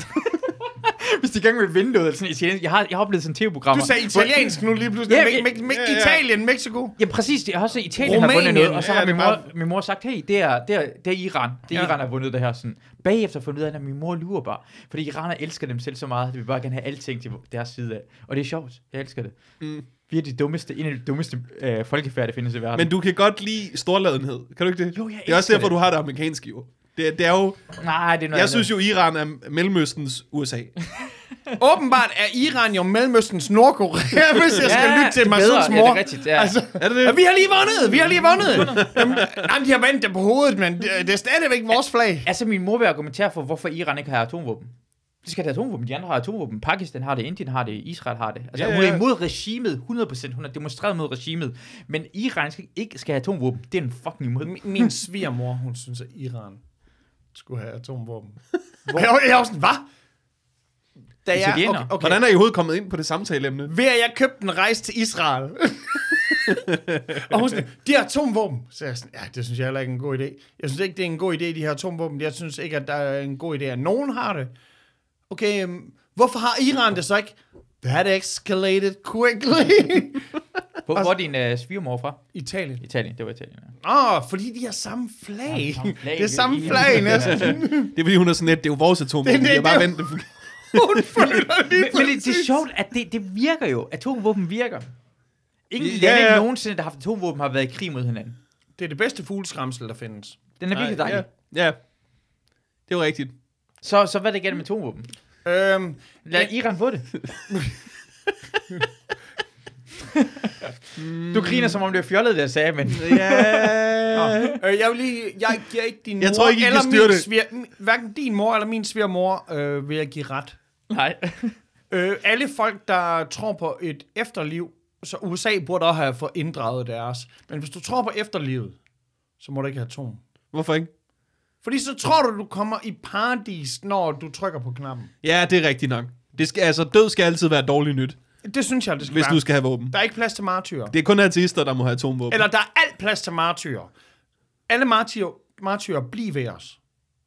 Hvis de gang med vinduet, sådan italiensk. Jeg har oplevet sådan tv-programmer. Du sagde italiensk nu lige pludselig. Italien, Mexico. Ja, præcis. Jeg har også Italien har vundet noget, og så har min mor sagt, hey, det er Iran. Det er Iran, der har vundet det her. Sådan. Bagefter fundet ud af, at min mor lyver bare. Fordi iraner elsker dem selv så meget, at de vil bare gerne have alting til deres side af. Og det er sjovt. Jeg elsker det. Vi er en af de dummeste folkefærd, der findes i verden. Men du kan godt lide storladenhed. Kan du ikke det? Jo, jeg det er også elsker derfor, du har det amerikanske jo. Det er jo... Nej, det er noget Jeg andet. synes jo, Iran er Mellemøstens USA. Åbenbart er Iran jo Mellemøstens Nordkorea, hvis jeg skal lytte til Masuds mor. Ja, det er rigtigt. Ja. Altså, Er det det? vi har lige vundet! Jamen, de har vendt det på hovedet, men det er stadigvæk vores flag. Altså, min mor vil argumentere for, hvorfor Iran ikke har atomvåben. De skal have atomvåben. De andre har atomvåben. Pakistan har det, Indien har det, Israel har det. Altså, hun er imod regimet, 100%. Hun har demonstreret mod regimet. Men Iran ikke skal have atomvåben. Det er en fucking imod. Min svigermor, hun synes, at Iran skulle have atomvåben. Jeg var sådan, hvad? Da jeg, Italiener. okay. Hvordan er I overhovedet kommet ind på det samtaleemne? Ved at jeg købte en rejse til Israel. Og hun sådan, de har atomvåben. Så jeg sådan, ja, det synes jeg heller ikke er en god idé. Jeg synes ikke, det er en god idé, de har atomvåben. Jeg synes ikke, at der er en god idé, at nogen har det. Okay, hvorfor har Iran det så ikke? That escalated quickly. Hvor er din svigermor fra? Italien. Italien, det var Italien. Ja. Fordi de har samme flag. Samme flag. Det er samme flag næsten. Det er fordi, hun er sådan lidt, det er jo vores atomvåben. Det- Vi har bare det- ventet. Hun føler lige Men det er sjovt, at det virker jo. Atomvåben virker. Ingen Ja, lande ja. nogensinde, der har haft atomvåben, har været i krig mod hinanden. Det er det bedste fugleskramsel, der findes. Den er virkelig dejlig. Ja, det er jo rigtigt. Så hvad er det galt med atomvåben? Lad Iran få det. Du griner, som om det var fjollet, det jeg sagde, men... Jeg giver ikke din Jeg mor tror ikke, I kan eller styre det. hverken din mor eller min svigermor vil jeg give ret. Nej. Alle folk, der tror på et efterliv, så USA burde også have fået inddraget deres. Men hvis du tror på efterlivet, så må du ikke have atom. Hvorfor ikke? Fordi så tror du kommer i paradis, når du trykker på knappen. Ja, det er rigtigt nok. Det skal, altså, død skal altid være dårligt nyt, Det synes jeg, det skal hvis være. du skal have våben. Der er ikke plads til martyrer. Det er kun ateister, der må have atomvåben. Eller der er alt plads til martyrer. Alle martyrer bliver ved os.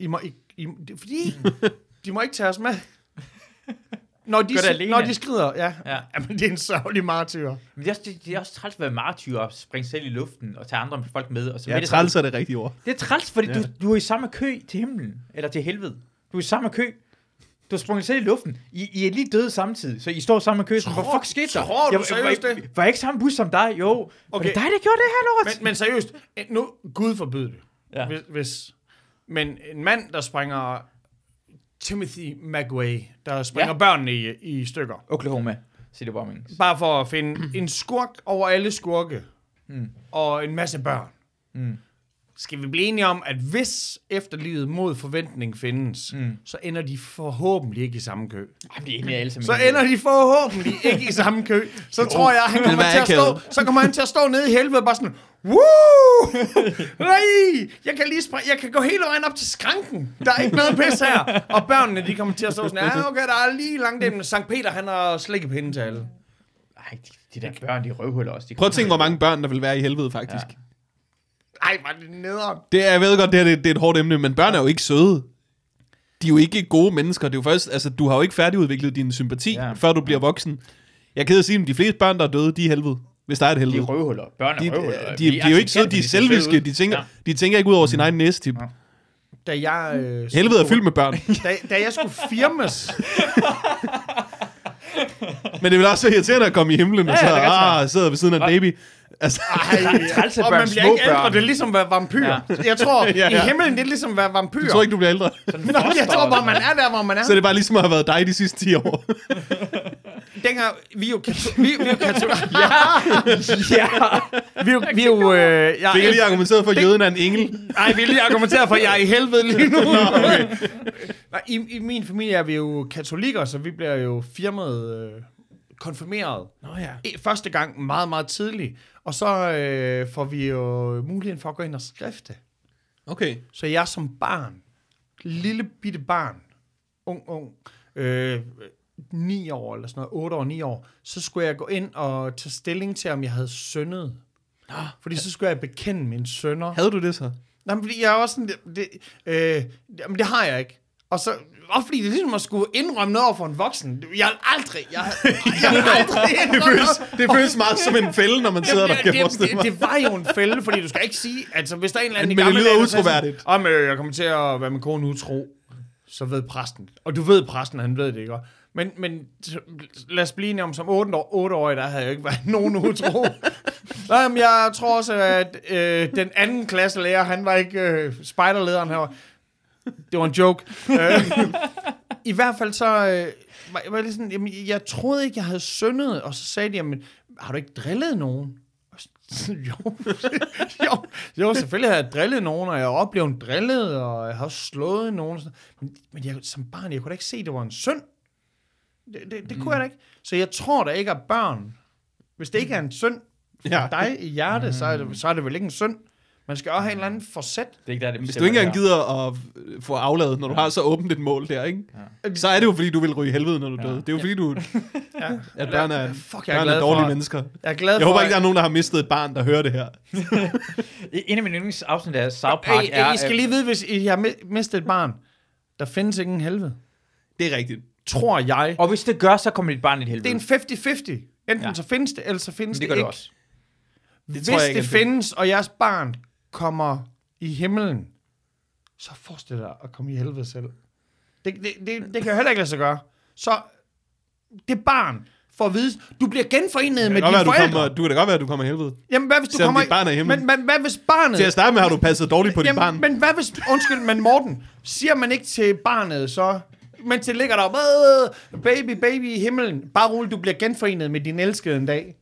Fordi de må ikke tage os med. Når de, Gør det alene. når de skrider, ja. Ja. Jamen, det er en sørgelig martyr. Men det er også træls at være martyr og springe selv i luften og tage andre folk med. Og så Ja, med det træls er det rigtige ord. Det er træls, fordi du er i samme kø til himlen, eller til helvede. Du er i samme kø. Du har sprunget selv i luften. I er lige døde samtidig, så I står sammen kø. Hvad fuck skete der? Tror du seriøst det? Var jeg ikke samme bus som dig? Jo. Okay. Var det dig, der gjorde det her, Lort? Men seriøst, nu, Gud forbyde det. Ja. Men en mand, der springer Timothy McVeigh, der springer børnene i stykker. Oklahoma City Bombings. Bare for at finde en skurk over alle skurke. Og en masse børn. Skal vi blive enige om, at hvis efterlivet mod forventning findes, så ender de forhåbentlig ikke i samme kø. Jamen, det er egentlig alle sammen. Så ender de forhåbentlig ikke i samme kø. Så tror jeg, han kommer til at stå, så kommer han til at stå nede i helvede bare sådan, woo! Nej! Jeg kan gå hele vejen op til skranken. Der er ikke noget pis her. Og børnene, de kommer til at stå sådan, ja, okay, der er lige langt dem. Sankt Peter, han har slikkepinde til alle. Ej, de der børn, de røvhuller også. Prøv at tænke, hvor mange børn, der vil være i helvede, faktisk. Ja. Ej, var det nederen. Jeg ved godt, det er et hårdt emne, men børn er jo ikke søde. De er jo ikke gode mennesker. Det er jo først, altså, du har jo ikke færdigudviklet din sympati, før du bliver voksen. Jeg er ked at sige, at de fleste børn, der er døde, de er helvede. Hvis der er et helvede. De røvhuller. Børn er røvhuller. De er jo ikke søde, de er selviske. De tænker ikke ud over sin egen næsetip. Da jeg... Helvede er fyldt med børn. Da jeg skulle firmes... Men det vil også være irriterende at komme i himlen, og så sidder ved siden af en baby. Altså, træls af og børn, man bliver små ikke ældre, børn. det er ligesom at være vampyr. Ja. Jeg tror, Ja. i himlen, det er ligesom at være vampyr. jeg tror ikke, du bliver ældre. Nå, jeg tror bare, man er der, hvor man er. Så det er bare ligesom at have været dig de sidste 10 år. Dengang, vi er jo katolikker. Ja. Vi er jo... Fik jeg lige argumenteret for, at jøden er en engel? Nej, vi er lige argumenteret for, at jeg er i helvede lige nu. Nej, i min familie er vi jo katolikker, så vi bliver jo firmet konfirmeret. Nå ja. Første gang meget, meget tidligt. Og så får vi jo muligheden for at gå ind og skrifte. Okay. Så jeg som barn, lille bitte barn, ung, 9 år eller sådan noget, 8 år, 9 år, så skulle jeg gå ind og tage stilling til, om jeg havde syndet. Fordi så skulle jeg bekende mine synder. Havde du det så? Nej, men fordi jeg er også sådan, men det har jeg ikke. Og så, også fordi det er ligesom at skulle indrømme noget over for en voksen. Jeg har aldrig Det føles meget som en fælde, når man sidder der, kan jeg forestille mig. det var jo en fælde, fordi du skal ikke sige, altså hvis der er en eller anden Men det lyder utroværdigt. Om jeg kommer til at være med kone utro, så ved præsten. Og du ved præsten, han ved det ikke. Men lad os blive enige om, som 8-årig, der havde jeg ikke været nogen utro. Nej, men jeg tror også, at den anden klasselærer, han var ikke spejderlederen her. Det var en joke. I hvert fald så var det sådan, jamen, jeg troede ikke, jeg havde syndet, og så sagde de, jamen, har du ikke drillet nogen? jo, selvfølgelig har jeg drillet nogen, og jeg har oplevet drillet, og jeg har også slået nogen. Men jeg, som barn, jeg kunne da ikke se, at det var en synd. Det kunne jeg da ikke. Så jeg tror da ikke, at børn, hvis det ikke er en synd for dig i hjertet, så er det vel ikke en synd. Man skal også have en eller anden forsæt. Det er ikke der, det hvis du ikke engang gider at få afladet, når du har så åbent et mål der, ikke? Ja. Så er det jo, fordi du vil ryge i helvede, når du døde. Det er jo, fordi du... at børn er dårlige mennesker. Jeg håber ikke, der er nogen, der har mistet et barn, der hører det her. En af mine yndlingsafsnit af South Park er... I skal lige vide, hvis I har mistet et barn, der findes ikke en helvede. Det er rigtigt. Tror jeg. Og hvis det gør, så kommer dit barn i et helvede. Det er en 50-50. Enten så findes det, eller så findes det ikke. Det gør det også. Hvis det findes, og jeres barn kommer i himlen, så forestil dig at komme i helvede selv. Det kan jo heller ikke lade sig gøre. Så det barn får at vide, du bliver genforenet med dine forældre. Du kan da godt være, at du kommer i helvede. Jamen, hvad hvis du kommer... barn er i himlen. Men hvad hvis barnet... Til at starte med har du passet dårligt på dit barn. Men hvad hvis... Undskyld, men Morten, siger man ikke til barnet så... Mens det ligger der, baby i himlen. Bare roligt, du bliver genforenet med din elskede en dag.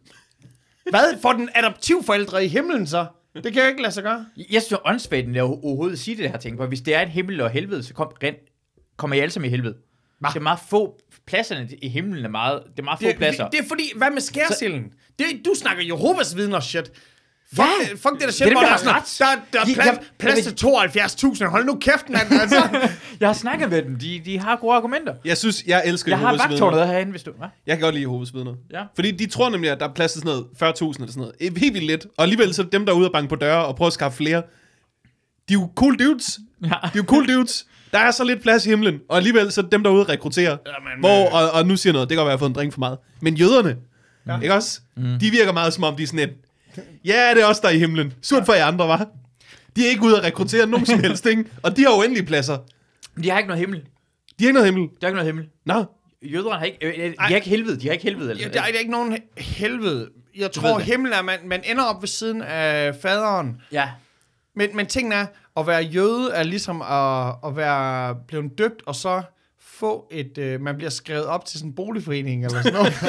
Hvad? Får den adoptivforældre i himlen så? Det kan jeg ikke lade sig gøre. Jeg synes, det er åndssvagt, at overhovedet sige det her ting. For hvis det er et himmel og helvede, så kommer I alle sammen i helvede. Det er meget få... Pladserne i himlen er meget... Det er meget få pladser. Det er fordi... Hvad med skærsilden? Du snakker Jehovas vidner shit. Fuck det der shit, hvor der er plads til 72.000. Hold nu kæft, mand. Altså. Jeg har snakket med dem. De har gode argumenter. Jeg elsker Jehovas vidner. Jeg har vagtårnet herinde, hvis du... Hva? Jeg kan godt lide Jehovas vidner. Ja. Fordi de tror nemlig, at der er plads til sådan noget 40.000 eller sådan noget. Helt vildt lidt. Og alligevel så dem, der er ude og banke på døre og prøver at skaffe flere, de er jo cool dudes. Ja. De er jo cool dudes. Der er så lidt plads i himlen. Og alligevel så dem, der er ude og rekruttere. Og nu siger noget, det kan godt være, at jeg har fået en drink for meget. Men jøderne, ikke også? De virker meget som om, de er sådan et... Ja, det er også der i himlen. Surt for jer andre, var. De er ikke ude at rekruttere nogen som helst, ikke? Og de har uendelige pladser. De har ikke noget himmel. De har ikke noget himmel? De har ikke noget himmel. Nå. Jøderne har ikke... De har ikke helvede. De har ikke helvede. Eller? Ja, der er ikke nogen helvede. Jeg tror, himlen er, man ender op ved siden af faderen. Ja. Men tingen er, at være jøde er ligesom at være blevet døbt, og så få et... man bliver skrevet op til sådan en boligforening, eller sådan noget.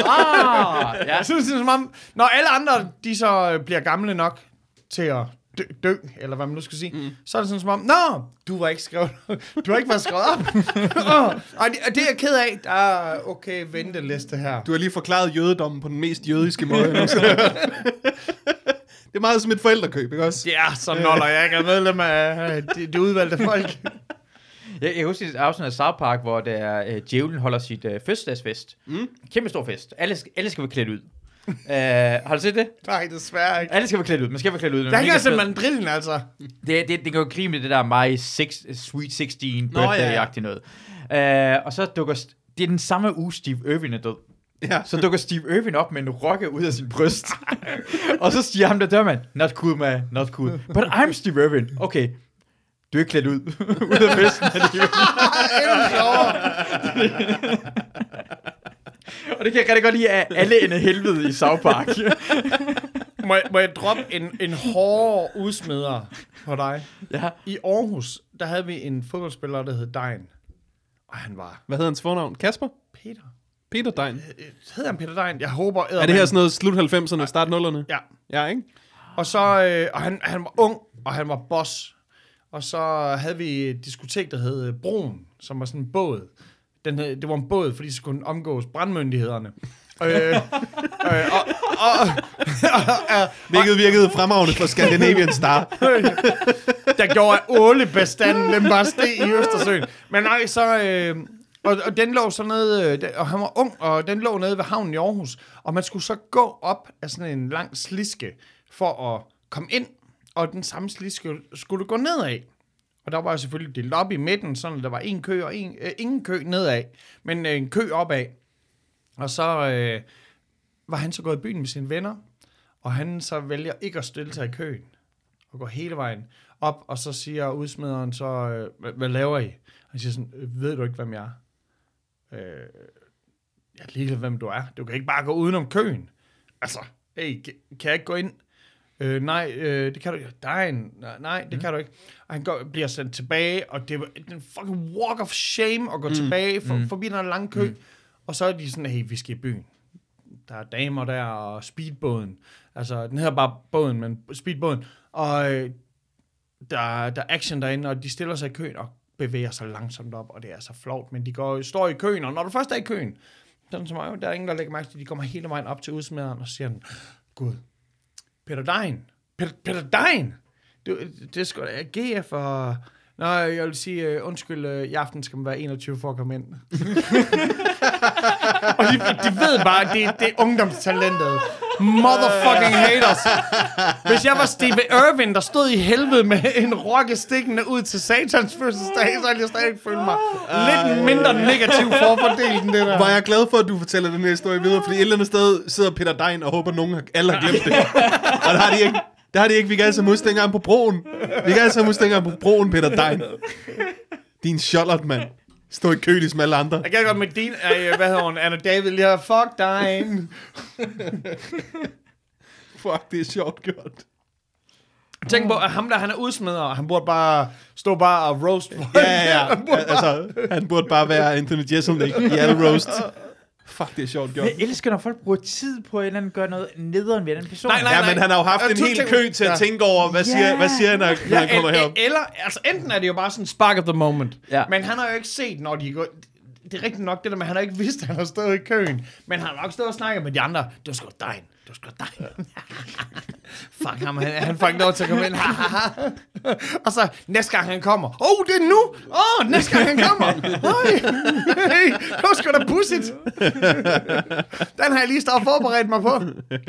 Ja. Jeg synes, det er som om, når alle andre, de så bliver gamle nok til at dø, eller hvad man nu skal sige, så er det sådan som om, nå, du har ikke været skrevet op. Og det er jeg ked af. Der er okay venteliste her. Du har lige forklaret jødedommen på den mest jødiske måde. Det er meget som et forældrekøb, ikke også? Ja, så noller jeg ikke er medlem af det udvalgte folk. Jeg husker et afsnit af South Park, hvor der djævlen holder sit fødselsdagsfest. Kæmpe stor fest. Alle skal være klædt ud. Har du set det? Nej, desværre ikke. Alle skal være klædt ud. Man skal være klædt ud. Der er simpelthen drillen, altså. Det kan jo grine med det der Sweet 16 birthday-agtigt noget. Og så dukker... Det er den samme uge, Steve Irwin er død. Ja. Så dukker Steve Irwin op med en rokke ud af sin bryst. Og så siger ham der dørmand, not cool, man, not cool. But I'm Steve Irwin. Okay, du er ikke klædt ud. Ud af festen. Og det kan jeg rigtig godt lide af alle ende helvede i South Park. Må jeg droppe en hård udsmider på dig? Ja. I Aarhus, der havde vi en fodboldspiller, der hed Dein. Og han var... Hvad hedder hans fornavn? Kasper? Peter Dein. Hedder han Peter Dein? Jeg håber... Er det her sådan noget slut 90'erne, start 0'erne? Ja. Ja, ikke? Og så... og han var ung, og han var boss. Og så havde vi et diskotek, der hed Broen, som var sådan en båd. Det var en båd, fordi så skulle omgås brandmyndighederne. Hvilket virkede fremragende for Scandinavian Star. Der gjorde ålebestanden, den bare steg i Østersøen. Men nej, så... Og den lå så nede, og han var ung, og den lå nede ved havnen i Aarhus. Og man skulle så gå op af sådan en lang sliske for at komme ind, og den samme sliske skulle gå nedad. Og der var selvfølgelig delt op i midten, sådan at der var en kø og ingen kø nedad, men en kø opad. Og så var han så gået i byen med sine venner, og han så vælger ikke at stille sig i køen, og går hele vejen op, og så siger udsmederen så, hvad laver I? Og han siger sådan, ved du ikke, hvem jeg er? Jeg er ligeglad, hvem du er. Du kan ikke bare gå udenom køen. Altså, hey, kan jeg ikke gå ind? Nej, det kan du ikke. Nej, det kan du ikke. Og han bliver sendt tilbage, og det var en fucking walk of shame at gå tilbage forbi den lange kø. Og så er de sådan, hey, vi skal i byen. Der er damer der, og speedbåden. Altså, den hedder bare båden, men speedbåden. Og der er action derinde, og de stiller sig i køen og bevæger sig langsomt op, og det er så flot, men de står i køen, og når du først er i køen, sådan som mig, der er ingen, der lægger mærke til, de kommer hele vejen op til udsmederen, og siger, Gud, Peter Dein, Peter Dein, det skal da GF, og nej, jeg vil sige, undskyld, i aften skal man være 21 for at komme ind. Og de ved bare, det er ungdomstalentet. Motherfucking haters. Hvis jeg var Steve Irwin, der stod i helvede med en rokke stikkende ud til satans fødselsdag, så ville jeg stadig føle mig lidt mindre negativ forfordelt end det der. Var jeg glad for, at du fortæller den her historie videre, fordi et eller andet sted sidder Peter Dein og håber, at alle har glemt det. Og det har de ikke. Det har de ikke. Vi kan altså huske dengang på broen. Peter Dein. Din sjollert, mand. Stå i kø ligesom alle andre. Jeg kan godt med din, hvad hedder hun, Anna David, lige her, fuck dig. Fuck, det er sjovt gjort. Tænk på, at ham der, han er udsmeder, og han burde bare stå og roast. Ja. Han burde bare være Anthony Jeselnik i alle roasts. Fuck, det er sjovt gjort. Jeg elsker, når folk bruger tid på at gøre noget nederen ved den person. Nej. Ja, men han har jo haft en hel kø til at tænke over, hvad siger han, når han kommer herop. Eller, altså enten er det jo bare sådan spark of the moment, Ja. men han har jo ikke set, når de går... Det er rigtigt nok det der, men han har ikke vidst, at han har stået i køen. Men han har nok stået og snakket med de andre. Det var sgu dig. Fuck ham, han får ikke lov til at komme ind. Og så næste gang han kommer. Det er nu. Næste gang han kommer. Hey, det var sgu da pudsigt. Den har jeg lige stået og forberedt mig på.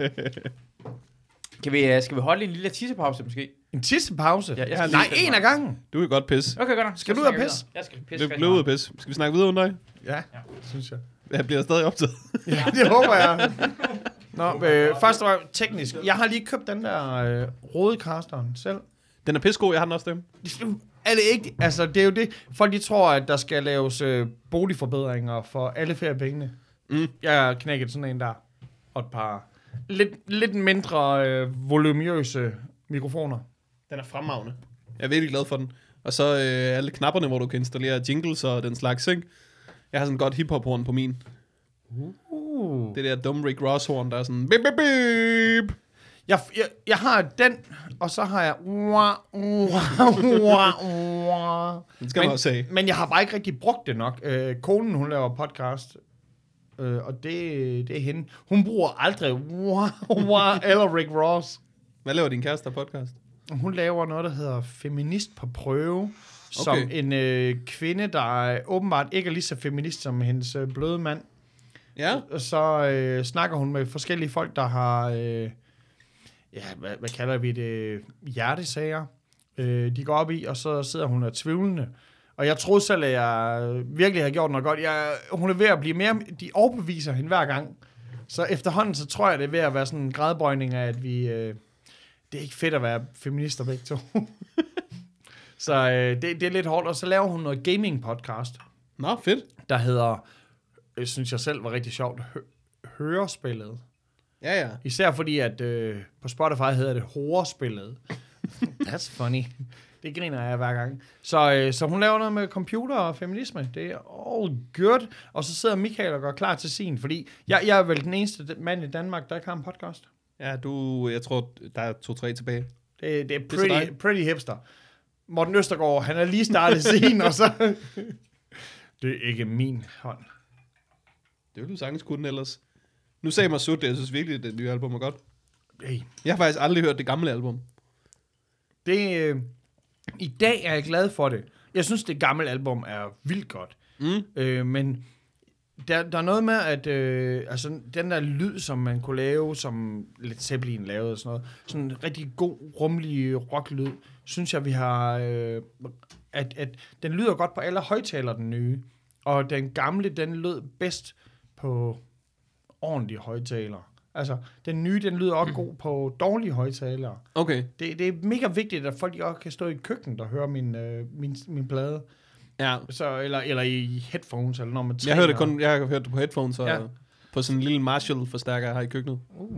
Skal vi holde en lille tissepause måske? En tissepause? Ja, nej, en af gangen. Du kan godt pisse. Okay, godt nok. Skal du ud og pisse? Jeg skal pisse. Det bliver ud og pisse. Skal vi snakke videre under dig? Ja, synes jeg. Jeg bliver stadig optaget. Ja, det håber jeg. Nå, først og fremmest teknisk. Jeg har lige købt den der Rodecasteren selv. Den er pissegod, jeg har den også dem. Er det ikke? Altså, det er jo det. Folk de tror, at der skal laves boligforbedringer for alle feriepengene. Jeg har knækket sådan en der. Og et par lidt mindre volumøse mikrofoner. Den er fremragende. Jeg er virkelig glad for den. Og så alle knapperne, hvor du kan installere jingles og den slags, ikke? Jeg har sådan et godt hiphop-horn på min. Det der dumme Rick Ross-horn, der er sådan... Bip, bip, bip. Jeg har den, og så har jeg... Den skal man også sige. Men jeg har bare ikke rigtig brugt det nok. Konen, hun laver podcast, og det er hende. Hun bruger aldrig eller Rick Ross. Hvad laver din kæreste af podcast? Hun laver noget, der hedder Feminist på prøve, som en kvinde, der åbenbart ikke er lige så feminist som hendes bløde mand. Ja. Så snakker hun med forskellige folk, der har, hvad kalder vi det, hjertesager, de går op i, og så sidder hun og tvivlende. Og jeg troede selv, at jeg virkelig har gjort noget godt. Hun er ved at blive mere, de overbeviser hende hver gang. Så efterhånden, så tror jeg, det er ved at være sådan en gradbøjning af, at vi... det er ikke fedt at være feminister begge to. Så det er lidt hårdt. Og så laver hun noget gaming-podcast. Nå, fedt. Der hedder, jeg synes jeg selv var rigtig sjovt, Hørespillet. Ja. Især fordi, at på Spotify hedder det Horespillet. That's funny. Det griner jeg hver gang. Så hun laver noget med computer og feminisme. Det er all good. Og så sidder Michael og går klar til sin, fordi jeg er vel den eneste mand i Danmark, der ikke har en podcast. Ja, jeg tror, der er 2-3 tilbage. Det er pretty hipster. Morten Østergaard, han er lige startet sin, og så... Det er ikke min hånd. Det vil du sagtens kunne ellers. Nu sagde Masud det, jeg synes virkelig, at det nye album er godt. Hey. Jeg har faktisk aldrig hørt det gamle album. I dag er jeg glad for det. Jeg synes, det gamle album er vildt godt. Men der er noget med, at altså, den der lyd, som man kunne lave, som Led Zeppelin lavede og sådan noget, sådan en rigtig god, rummelig rocklyd, synes jeg, vi har... at den lyder godt på alle højtalere, den nye. Og den gamle, den lød bedst på ordentlige højtalere. Altså, den nye, den lyder også god på dårlige højtalere. Okay. Det er mega vigtigt, at folk også kan stå i køkkenet og høre min plade. Ja. Så, eller i headphones, eller når man Jeg træner. har hørt det på headphones og på sådan en lille Marshall-forstærker, jeg har i køkkenet.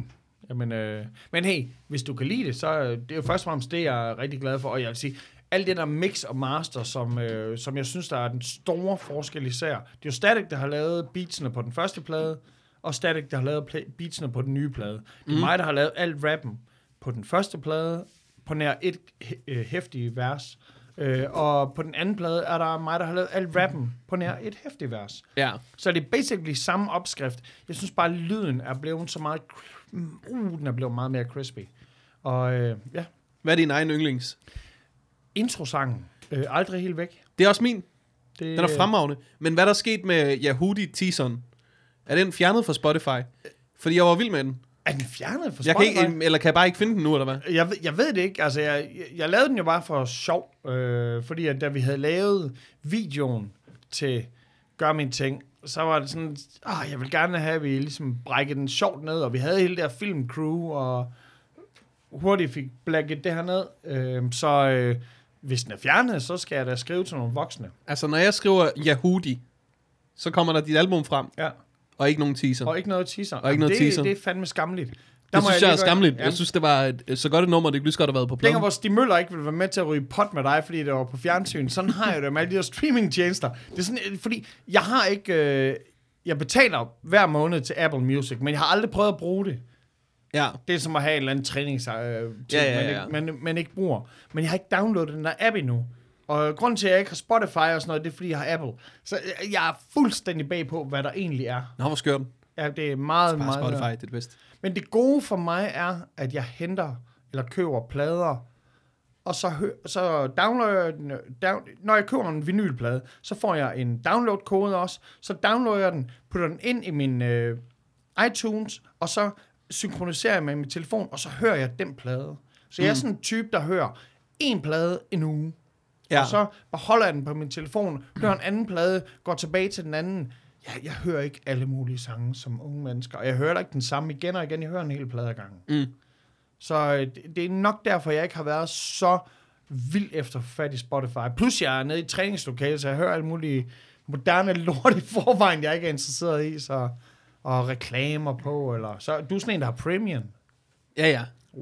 Men hey, hvis du kan lide det, så det er jo først og fremmest det, jeg er rigtig glad for. Og jeg vil sige, alt det der mix og master, som jeg synes, der er den store forskel især. Det er jo Static, der har lavet beatsene på den første plade, og Static, der har lavet beatsene på den nye plade. Det er mig, der har lavet alt rappen på den første plade, på nær et hæftigt vers. Og på den anden plade er der mig, der har lavet alt rappen på nær et hæftigt vers. Ja. Så det er basically samme opskrift. Jeg synes bare, at lyden er blevet så meget... den er blevet meget mere crispy. Og ja. Hvad er din egen yndlings? Introsangen. Aldrig helt væk. Det er også min. Det, Den er fremragende. Men hvad der er sket med Yahudi-teaseren? Er den fjernet fra Spotify? Fordi jeg var vild med den. Er den fjernet fra Jeg Spotify? kan ikke, eller kan jeg bare ikke finde den nu, eller hvad? Jeg ved det ikke. Altså, jeg lavede den jo bare for sjov. Fordi at da vi havde lavet videoen til Gør Min Ting, så var det sådan, jeg vil gerne have, at vi ligesom brækkede den sjovt ned, og vi havde hele der filmcrew, og hurtigt fik blækket det her ned. Hvis den er fjernet, så skal jeg da skrive til nogle voksne. Altså, når jeg skriver Yahudi, så kommer der dit album frem, Ja. og ikke nogen teaser. Og ikke noget teaser. Og ikke noget teaser. Det er fandme skamligt. Det synes jeg er skamligt. Ja. Jeg synes, det var så godt et nummer, det kunne lige så godt have været på pladen. Dengang hvor Stig Møller ikke ville være med til at ryge pot med dig, fordi det var på fjernsyn, sådan har jeg det med alle de der streamingtjenester. Det er sådan, fordi jeg har ikke... jeg betaler hver måned til Apple Music, men jeg har aldrig prøvet at bruge det. Ja. Det er som at have en eller anden trænings men ikke bruger. Men jeg har ikke downloadet den der app endnu. Og grunden til, at jeg ikke har Spotify og sådan noget, det er, fordi jeg har Apple. Så jeg er fuldstændig bag på, hvad der egentlig er. Nå, hvor skør den. Ja, det er meget, Bare meget... Spotify, det er det bedste. Men det gode for mig er, at jeg henter eller køber plader, og så downloader jeg den, når jeg køber en vinylplade, så får jeg en download-kode også, så downloader jeg den, putter den ind i min iTunes, og så synkroniserer jeg med min telefon, og så hører jeg den plade. Så jeg er sådan en type, der hører en plade en uge, og så beholder jeg den på min telefon, hører en anden plade, går tilbage til den anden. Jeg hører ikke alle mulige sange som unge mennesker, og jeg hører ikke den samme igen og igen. Jeg hører en hel plade ad gangen. Så det er nok derfor, jeg ikke har været så vild efter fat i Spotify. Plus jeg er nede i træningslokalet, så jeg hører alle mulige moderne lort i forvejen, jeg ikke er interesseret i, og reklamer på. Eller så du er sådan en, der har premium. Ja.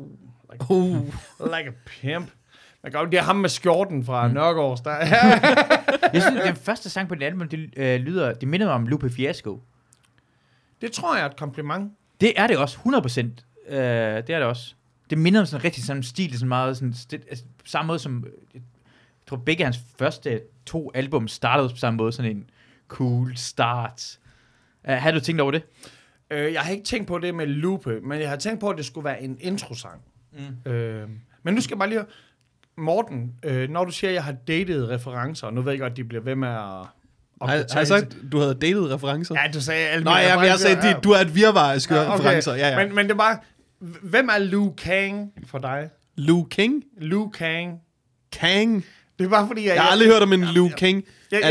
Like a pimp. Man kan, det er ham med skjorten fra Nørgaards. Der. Jeg synes, den første sang på det album, det minder mig om Lupe Fiasco. Det tror jeg er et kompliment. Det er det også, 100%. Det er det også. Det minder om sådan rigtig sådan stil, sådan meget sådan, samme måde som, jeg tror begge hans første 2 album startede på samme måde, sådan en cool start. Har du tænkt over det? Jeg har ikke tænkt på det med Lupe, men jeg har tænkt på, at det skulle være en introsang. Men nu skal jeg bare lige Morten, når du siger, at jeg har datet referencer, og nu ved jeg godt, at de bliver ved med at... Har jeg sagt, du havde datet referencer? Ja, du sagde alle Nå, jeg sagde, du er et virvar af skøre referencer. Ja. Men det er bare... Hvem er Liu Kang for dig? Liu King? Liu Kang. Kang? Det er bare fordi, jeg har aldrig hørt om en Liu King.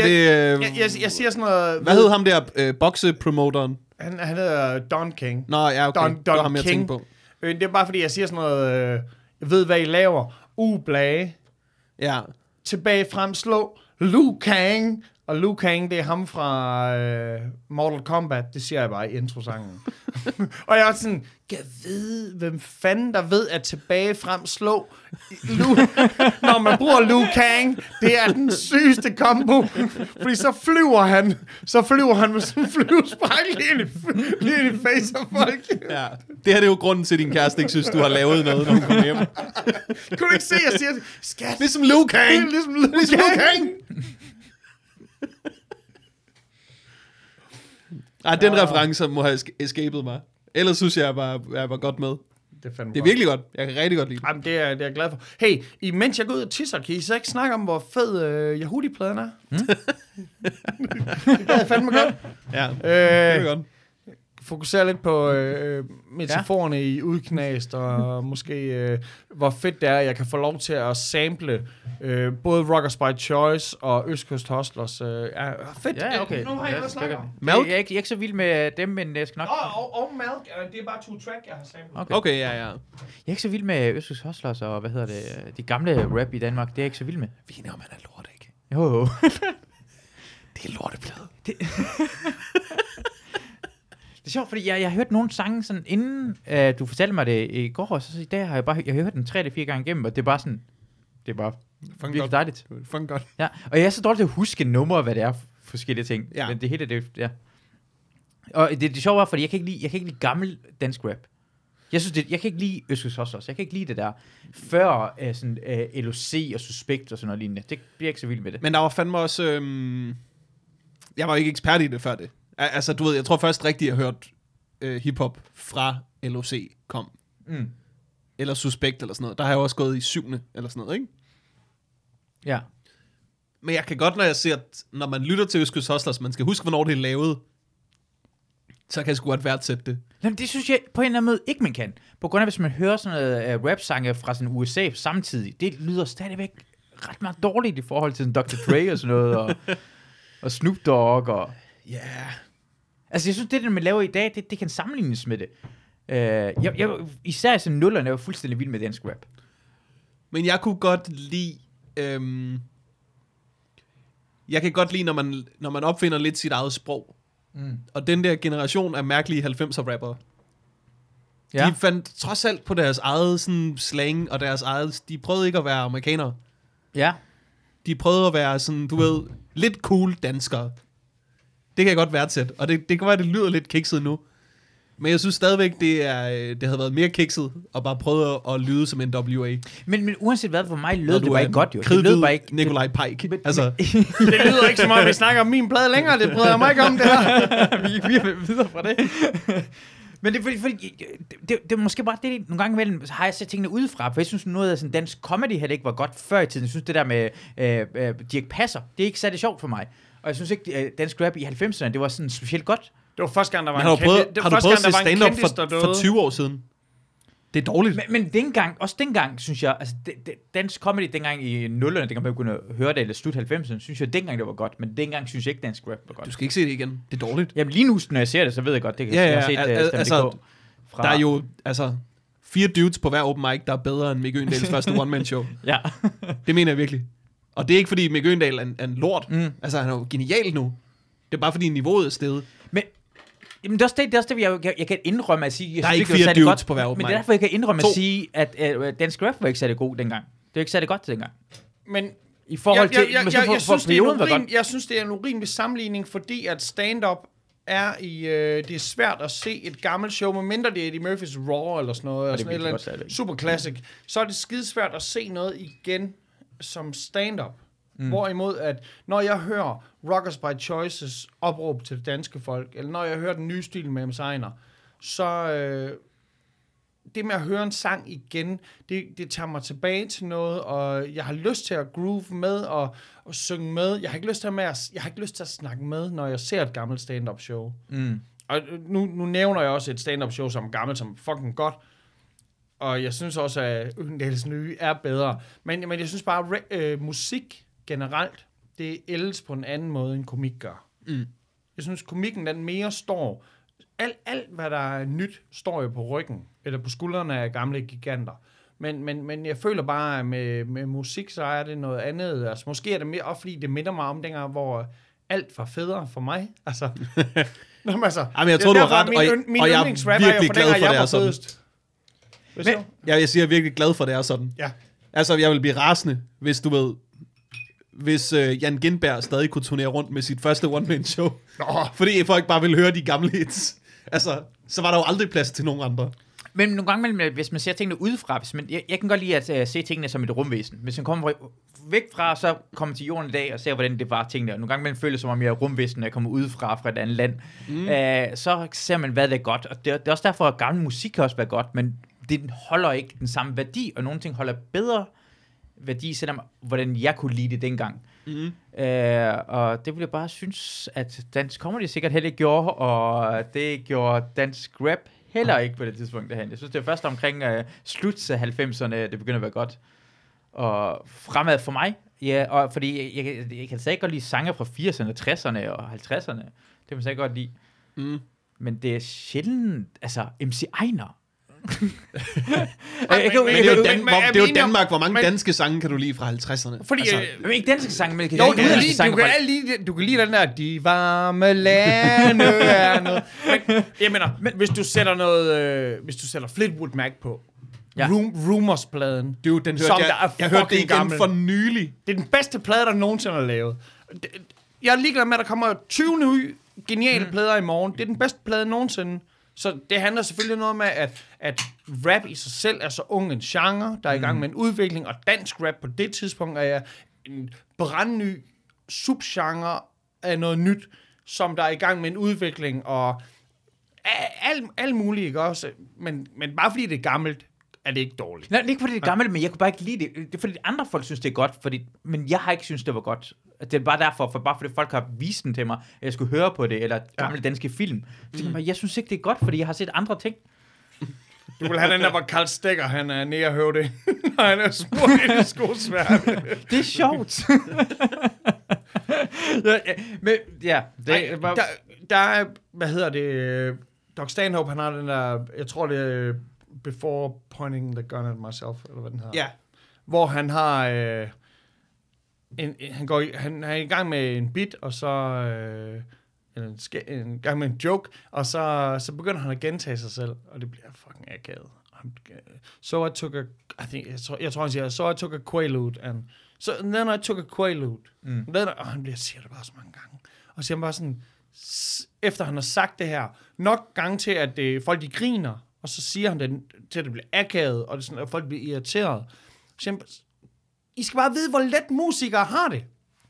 Jeg siger sådan noget... Hvad hed ham der boksepromoteren? Han hedder Don King. Nå, ja, okay. Don det var ham, jeg tænkte på. Det er bare fordi, jeg siger sådan noget... jeg ved, hvad I laver. Blage. Ja. Tilbage frem, slå. Liu Kang. Og Liu Kang, det er ham fra Mortal Kombat. Det siger jeg bare i introsangen. Og jeg er sådan, jeg ved, hvem fanden der ved at tilbage frem slå. Når man bruger Liu Kang, det er den sygeste kombo. Fordi så flyver han med sådan en flyvespræk lige ind i face af folk. Ja. Det her det er jo grunden til, at din kæreste ikke synes, du har lavet noget, når hun kommer hjem. Kunne du ikke se, jeg siger, skat. Ligesom Liu Kang. Ligesom Liu Kang. Den reference må have escapet mig. Ellers synes jeg var godt med. Det er virkelig godt. Jeg kan rigtig godt lide det. Jamen, det er jeg glad for. Hey, imens jeg går ud og tisser, kan I så ikke snakke om, hvor fed Yahudi-pladen er? Det er fandme godt. Ja, det er godt. Fokusere lidt på metaforerne i udknast, og måske hvor fedt det er, at jeg kan få lov til at sample både Rockers by Choice og Østkyst Hustlers. Fedt. Ja, okay. Nu har jeg noget snakke om. Malk? Jeg er ikke så vild med dem, men jeg skal nok... Og Malk. Det er bare 2 track, jeg har samlet. Okay, ja. Jeg er ikke så vild med Østkyst Hustlers og, de gamle rap i Danmark. Det er jeg ikke så vild med. Viner, man er lort, ikke? Jo. Det er lorteplade. Det er sjovt, fordi jeg har hørt nogle sange sådan, inden du fortalte mig det i går, så i dag har jeg hørt den 3 eller 4 gange igennem, og det er bare sådan, det er bare virkelig dejligt. Fun godt. Ja, og jeg er så dårlig til at huske numre, hvad det er forskellige ting. Ja. Men det hele, det, Og det sjove var, fordi jeg kan ikke lide gammel dansk rap. Jeg kan ikke lide Østkyst Hustlers. Jeg kan ikke lide det der før LOC og Suspekt og sådan noget lignende. Det bliver ikke så vildt med det. Men der var fandme også... jeg var ikke ekspert i det før det. Altså, du ved, jeg tror først rigtigt, jeg hørte hiphop fra LOC kom. Mm. Eller Suspekt eller sådan noget. Der har jeg også gået i 7. eller sådan noget, ikke? Ja. Men jeg kan godt, når man lytter til Østkyst Hustlers, man skal huske, hvornår det er lavet, så kan jeg sgu godt værdsætte det. Jamen, det synes jeg på en eller anden måde ikke, man kan. På grund af, hvis man hører sådan noget rap-sange fra sådan USA samtidig, det lyder stadigvæk ret meget dårligt i forhold til sådan Dr. Dre og sådan noget, og Snoop Dogg og... Ja. Yeah. Altså, jeg synes, det man laver i dag, det kan sammenlignes med det. Jeg især i sådan nullerne, jeg var fuldstændig vild med dansk rap. Men jeg kunne godt lide... jeg kan godt lide, når man opfinder lidt sit eget sprog. Mm. Og den der generation af mærkelige 90'er-rappere, de fandt trods alt på deres eget sådan, slang, og deres eget... De prøvede ikke at være amerikanere. Ja. De prøvede at være sådan, du ved, lidt cool danskere. Det kan jeg godt værdsætte. Og det kan være, det lyder lidt kikset nu. Men jeg synes stadigvæk, det havde været mere kikset, og bare prøve at lyde som en WA. Men uanset hvad, for mig lød det bare ikke godt, jo. Det lød bare ikke... Nikolaj Pike. Altså. Det lyder ikke som om, vi snakker om min plade længere. Det bryder jeg mig ikke om, det her. vi er videre fra det. Men det er fordi det er måske bare det, nogle gange imellem har jeg set tingene udefra, for jeg synes noget af sådan dansk comedy heller ikke var godt før i tiden. Jeg synes det der med Dirch Passer, det er ikke særlig sjovt for mig. Og jeg synes ikke, dansk rap i 90'erne, det var sådan specielt godt. Det var første gang, der var en kendis. Har du prøvet at se stand-up for 20 år siden? Det er dårligt. Men dengang, synes jeg, altså dansk comedy dengang i 0'erne, dengang man kunne høre det, eller slut 90'erne, synes jeg dengang det var godt, men dengang synes jeg ikke dansk rap var godt. Du skal ikke se det igen. Det er dårligt. Jamen lige nu, når jeg ser det, så ved jeg godt, det kan jeg se altså, fra... Der er jo, 4 dudes på hver open mic, der er bedre end Mick Øgendals første one-man-show. Ja. Det mener jeg virkelig. Og det er ikke fordi Mick Øgendal er en lort. Altså, han er jo genial nu. Det er bare fordi niveauet er steget. Men jamen, det er også det, jeg kan indrømme at sige. Der er ikke 4 dudes godt, på hver open mic. Men det er derfor, jeg kan indrømme at sige, at dansk rap var ikke særlig god dengang. Det var ikke særlig godt dengang. Men i forhold til, jeg synes, det er en urimelig sammenligning, fordi at stand-up er det er svært at se et gammelt show, medmindre det er Eddie Murphys Raw eller sådan noget, eller sådan et super classic, så er det skidesvært at se noget igen som stand-up. Hvorimod, at når jeg hører Rockers by Choices opråb til det danske folk, eller når jeg hører den nye stil med Ejner, så det med at høre en sang igen, det tager mig tilbage til noget, og jeg har lyst til at groove med og synge med. Jeg har ikke lyst til at snakke med, når jeg ser et gammelt stand-up show. Og nu nævner jeg også et stand-up show som gammelt, som fucking godt. Og jeg synes også, at Øgendals nye er bedre. Men jeg synes bare, at musik generelt, det ældes på en anden måde, end komik gør. Jeg synes, komikken, den mere står... Alt, hvad der er nyt, står jo på ryggen, eller på skuldrene af gamle giganter. Men jeg føler bare, at med musik, så er det noget andet. Altså, måske er det mere, fordi det minder mig om dengang, hvor alt var federe for mig. Altså... Jamen, jeg tror, du har ret, og jeg er virkelig glad for, det er sådan. Jeg siger, virkelig glad for, det er sådan. Ja. Altså, jeg vil blive rasende, hvis du ved... Hvis Jan Gindberg stadig kunne turnere rundt med sit første one-man-show. Fordi folk bare ville høre de gamle hits. Altså, så var der jo aldrig plads til nogen andre. Men nogle gange, hvis man ser tingene udefra, jeg kan godt lide at se tingene som et rumvæsen. Hvis man kommer væk fra, så kommer til jorden i dag og ser, hvordan det var tingene. Nogle gange man føler som om jeg er rumvæsen, når jeg kommer udefra fra et andet land. Så ser man, hvad det er godt. Og det er også derfor, at gammel musik kan også være godt, men det holder ikke den samme værdi, og nogle ting holder bedre værdi, selvom hvordan jeg kunne lide det dengang. Og det ville jeg bare synes, at dansk comedy sikkert heller ikke gjorde, og det gjorde dansk rap heller ikke på det tidspunkt derhen. Jeg synes, det er først omkring slut af 90'erne, det begynder at være godt. Og fremad for mig, ja, og fordi jeg kan stadig godt lide sange fra 80'erne, 60'erne og 50'erne. Det kan man stadig godt lide. Men det er sjældent, altså MC Ejner, Men det er jo Danmark. Hvor mange danske sange kan du lide fra 50'erne? Fordi... Ikke danske sange, men Jo, du kan lide den der, de varme lande er noget. Men, jeg mener, hvis du sætter noget, hvis du sætter Fleetwood Mac på, Rumors-pladen, Dude, den hørte jeg hørte det igen gammel. For nylig. Det er den bedste plade, der nogensinde er lavet. Jeg er ligeglad med, at der kommer 20 nye geniale plader i morgen. Det er den bedste plade nogensinde. Så det handler selvfølgelig noget med, at rap i sig selv er så ung en genre, der er i gang med en udvikling, og dansk rap på det tidspunkt er en brandny subgenre af noget nyt, som der er i gang med en udvikling, og alt muligt, ikke også? Men bare fordi det er gammelt, er det ikke dårligt. Nej, det er ikke fordi det er gammelt, men jeg kunne bare ikke lide det. Det er fordi andre folk synes, det er godt, men jeg har ikke synes det var godt. Det er bare derfor, bare fordi folk har vist den til mig, at jeg skulle høre på det, eller gamle danske film. Jeg synes ikke, det er godt, fordi jeg har set andre ting. Du vil have den der, hvor Karl Stegger, han er nede og høve det, når han er smurt i skosværd. Det er sjovt. Men ja, det var... Der er, hvad hedder det, Doc Stanhope, han har den der, jeg tror det er Before Pointing the Gun at Myself, eller hvad den hedder. Ja. Hvor han har, han er i gang med en bit, og så en gang med en joke, og så begynder han at gentage sig selv, og det bliver fucking akavet. So I took a, jeg tror han siger, so I took a Quaalude, and then I took a Quaalude. Og han siger det bare så mange gange. Og så siger han bare sådan, efter han har sagt det her, nok gange til, at folk de griner, og så siger han det, til at det bliver akavet, og det sådan, at folk bliver irriteret. Så I skal bare vide, hvor let musikere har det.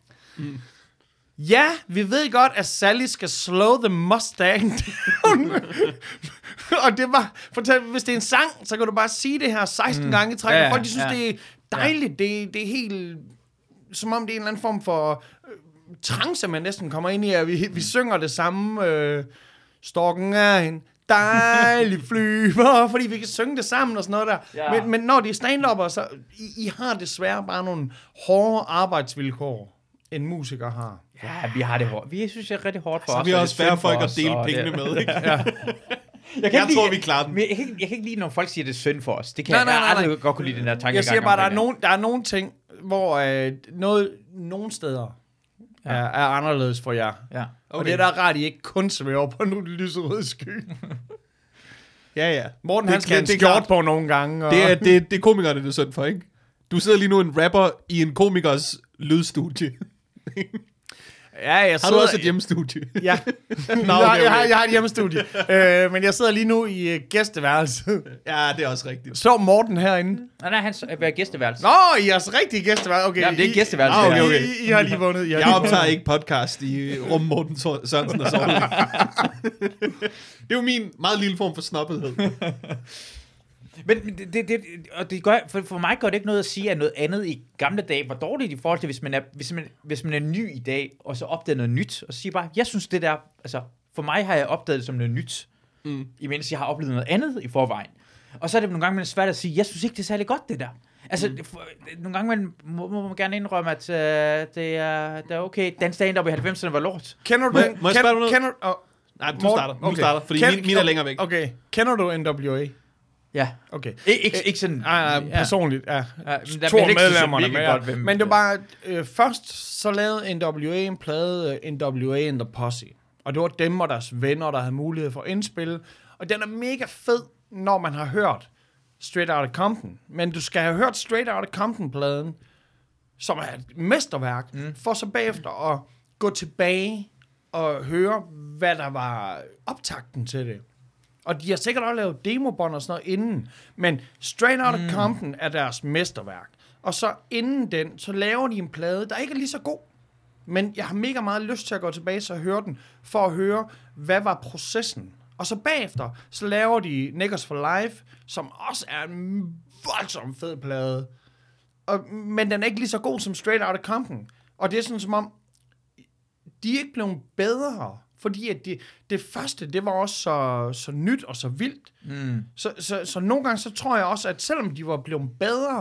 Ja, vi ved godt, at Sally skal slow the Mustang down. Og det var, hvis det er en sang, så kan du bare sige det her 16 gange i træk, og folk de synes, det er dejligt. Det er helt, som om det er en eller anden form for trance, man næsten kommer ind i, at vi synger det samme. Storken er en dejlig flyver, fordi vi kan synge det sammen og sådan noget der. Ja. Men når det er stand-upper, så I har desværre bare nogle hårde arbejdsvilkår, en musiker har. Ja, vi har det hårdt. Vi synes, det er rigtig hårdt for os. Så vi har også færre folk at dele pengene med, ikke? Ja. Jeg tror, vi klarer den. Jeg kan ikke lide, når folk siger, det er synd for os. Det kan jeg aldrig godt kunne lide, den der tankegang. Jeg siger bare, der er nogle ting, hvor nogle steder er anderledes for jer. Ja. Okay. Og det er der ret, I ikke kun svæver på nogle lyserøde sky. Ja. Morten, han skal have en skjort på nogle gange. Og... Det er komikerne, det er synd for, ikke? Du sidder lige nu en rapper i en komikers lydstudie. Ja, jeg har du også et hjemmestudie? Ja, jeg har et hjemmestudie. Men jeg sidder lige nu i gæsteværelset. Ja, det er også rigtigt. Så Morten herinde. Nej, han er gæsteværelse. Nå, I er også rigtig gæsteværelse. Okay, ja, det er gæsteværelse. Okay. I har lige vundet. Jeg optager ikke podcast i rum Morten Sørensen og så. Det er jo min meget lille form for snobbethed. Men det gør, for mig gør det ikke noget at sige, at noget andet i gamle dage var dårligt i forhold til, hvis man er ny i dag, og så opdager noget nyt, og så siger bare, jeg synes det der, altså for mig har jeg opdaget det som noget nyt, imens jeg har oplevet noget andet i forvejen. Og så er det nogle gange svært at sige, jeg synes ikke det er særlig godt det der. Altså, nogle gange må man gerne indrømme, at det er okay, den stand-up i 90'erne var lort. Kender du må jeg spørge dig noget? Nej, du starter, fordi min er længere væk. Okay, kender du NWA? Ja. Okay. Ikke sådan... Nej, personligt, ja. To medlemmerne, men det var bare... først så lavede NWA en plade, NWA and the Posse. Og det var dem og deres venner, der havde mulighed for at indspille. Og den er mega fed, når man har hørt Straight Outta Compton. Men du skal have hørt Straight Outta Compton-pladen, som er et mesterværk, for så bagefter at gå tilbage og høre, hvad der var optakten til det. Og de har sikkert også lavet demobånd og sådan noget inden. Men Straight Outta Compton er deres mesterværk. Og så inden den, så laver de en plade, der ikke er lige så god. Men jeg har mega meget lyst til at gå tilbage og høre den, for at høre, hvad var processen. Og så bagefter, så laver de Niggas for Life, som også er en voldsom fed plade. Men den er ikke lige så god som Straight Outta Compton. Og det er sådan som om, de er ikke blevet bedre. Fordi at det første, det var også så nyt og så vildt. Så nogle gange, så tror jeg også, at selvom de var blevet bedre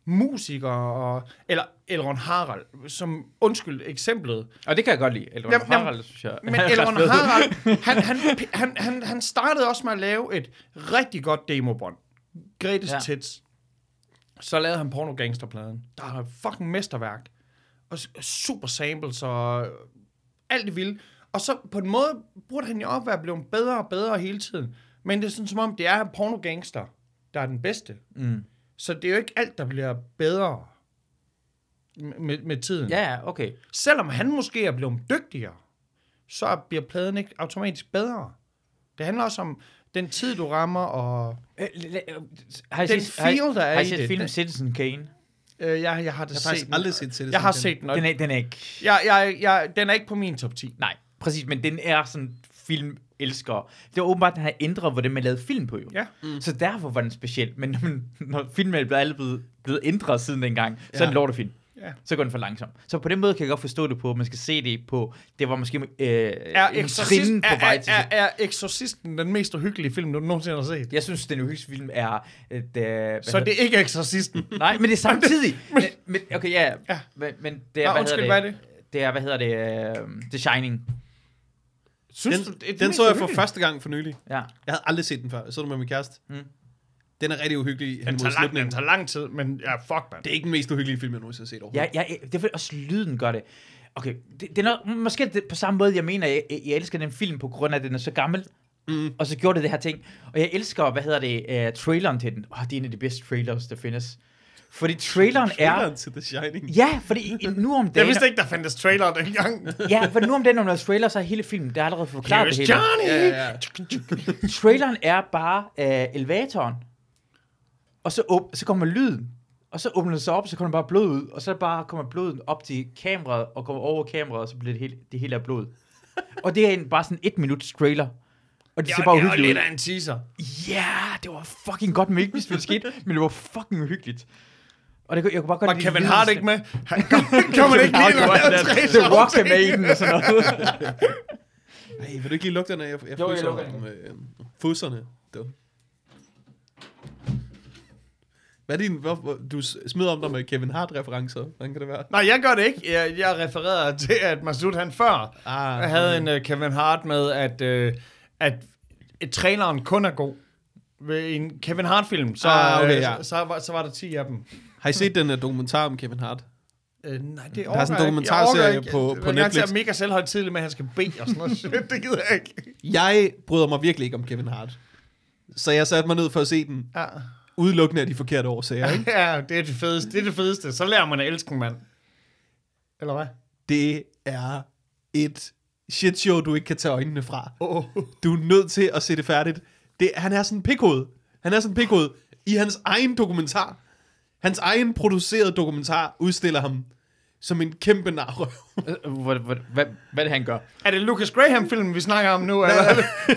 musikere, eller Elron Harald, som, undskyld eksemplet. Og det kan jeg godt lide. Elron Harald, synes jeg. Men Elron Harald, han startede også med at lave et rigtig godt demobånd. Greatest Hits. Så lavede han Porno-gangsterpladen. Der er fucking mesterværk. Og super samples og alt det vilde. Og så på en måde burde han jo op være blevet bedre og bedre hele tiden. Men det er sådan som om, det er Porno-gangster, der er den bedste. Så det er jo ikke alt, der bliver bedre med tiden. Ja, okay. Selvom han måske er blevet dygtigere, så bliver pladen ikke automatisk bedre. Det handler også om den tid, du rammer, og har den feel, der er i det. Har I set filmen Citizen Kane? Jeg har faktisk aldrig set Citizen Kane. Jeg har set den. Den er ikke... Den er ikke på min top 10. Nej, præcis, men den er sådan filmelsker. Det var åbenbart, at han havde ændret, hvordan man lavede film på, jo. Ja. Så derfor var den speciel. Men når filmen er blevet ændret siden dengang, så er den lortefilm. Ja. Så går den for langsomt. Så på den måde kan jeg godt forstå det på, at man skal se det på, det var måske en trin på vej til. Er Exorcisten den mest uhyggelige film, du nogensinde har set? Jeg synes, den uhyggelige film er... så det er ikke Exorcisten? Nej, men det er samtidig. men, okay, ja. Men det er, hvad er det? Det er, The Shining. Den så jeg for første gang for nylig. Ja. Jeg havde aldrig set den før. Jeg så den med min kæreste. Den er rigtig uhyggelig. Den tager lang tid, men ja, fuck man. Det er ikke den mest uhyggelige film, jeg nogensinde har set overhovedet. Det er også lyden gør det. Okay, det er måske på samme måde, jeg mener, jeg elsker den film på grund af, at den er så gammel. Og så gjorde det her ting. Og jeg elsker, traileren til den. Det er en af de bedste trailers, der findes. Fordi traileren til The Shining. Ja, fordi nu om dagen... Jeg vidste ikke, der fandtes trailer dengang. Ja, for nu om dagen, når der er trailer, så er hele filmen, der er allerede forklaret det hele. Johnny! Ja. Traileren er bare elevatoren. Og så kommer lyden. Og så åbner det sig op, så kommer der bare blod ud. Og så bare kommer blodet op til kameraet, og kommer over kameraet, og så bliver det hele af blod. Og det er bare sådan 1 minuts trailer. Og det ser bare uhyggeligt ud. Det er lidt af en teaser. Ja, det var fucking godt, men ikke hvis det skete, men det var fucking uhyggeligt. Og jeg kunne bare godt lide Kevin Hart ikke med? Kom man ikke lige med? The Rock er med i den og sådan noget. Ej, vil du ikke lige lugte den af? Jeg fryser med fusserne. Hvad er din... Du smider om dig med Kevin Hart-referencer. Hvordan kan det være? Nej, jeg gør det ikke. Jeg refererede til, at Masoud han før havde en Kevin Hart med, at traileren kun er god. Ved en Kevin Hart-film, så var der 10 af dem. Har I set den der dokumentar om Kevin Hart? Nej, det der er sådan en dokumentarserie på Netflix. Jeg er mega selvhøjtidelig med, at han skal bede og sådan noget shit. Det gider jeg ikke. Jeg bryder mig virkelig ikke om Kevin Hart. Så jeg satte mig ned for at se den. Ja. Udelukkende af de forkerte årsager, ikke? Ja, det er det fedeste. Det er det fedeste. Så lærer man at elske en mand. Eller hvad? Det er et shitshow, du ikke kan tage øjnene fra. Du er nødt til at se det færdigt. Han er sådan en pikhoved. I hans egen dokumentar. Hans egen producerede dokumentar udstiller ham som en kæmpe narrøv. Hvad er det, han gør? Er det Lucas Graham-filmen, vi snakker om nu? Eller?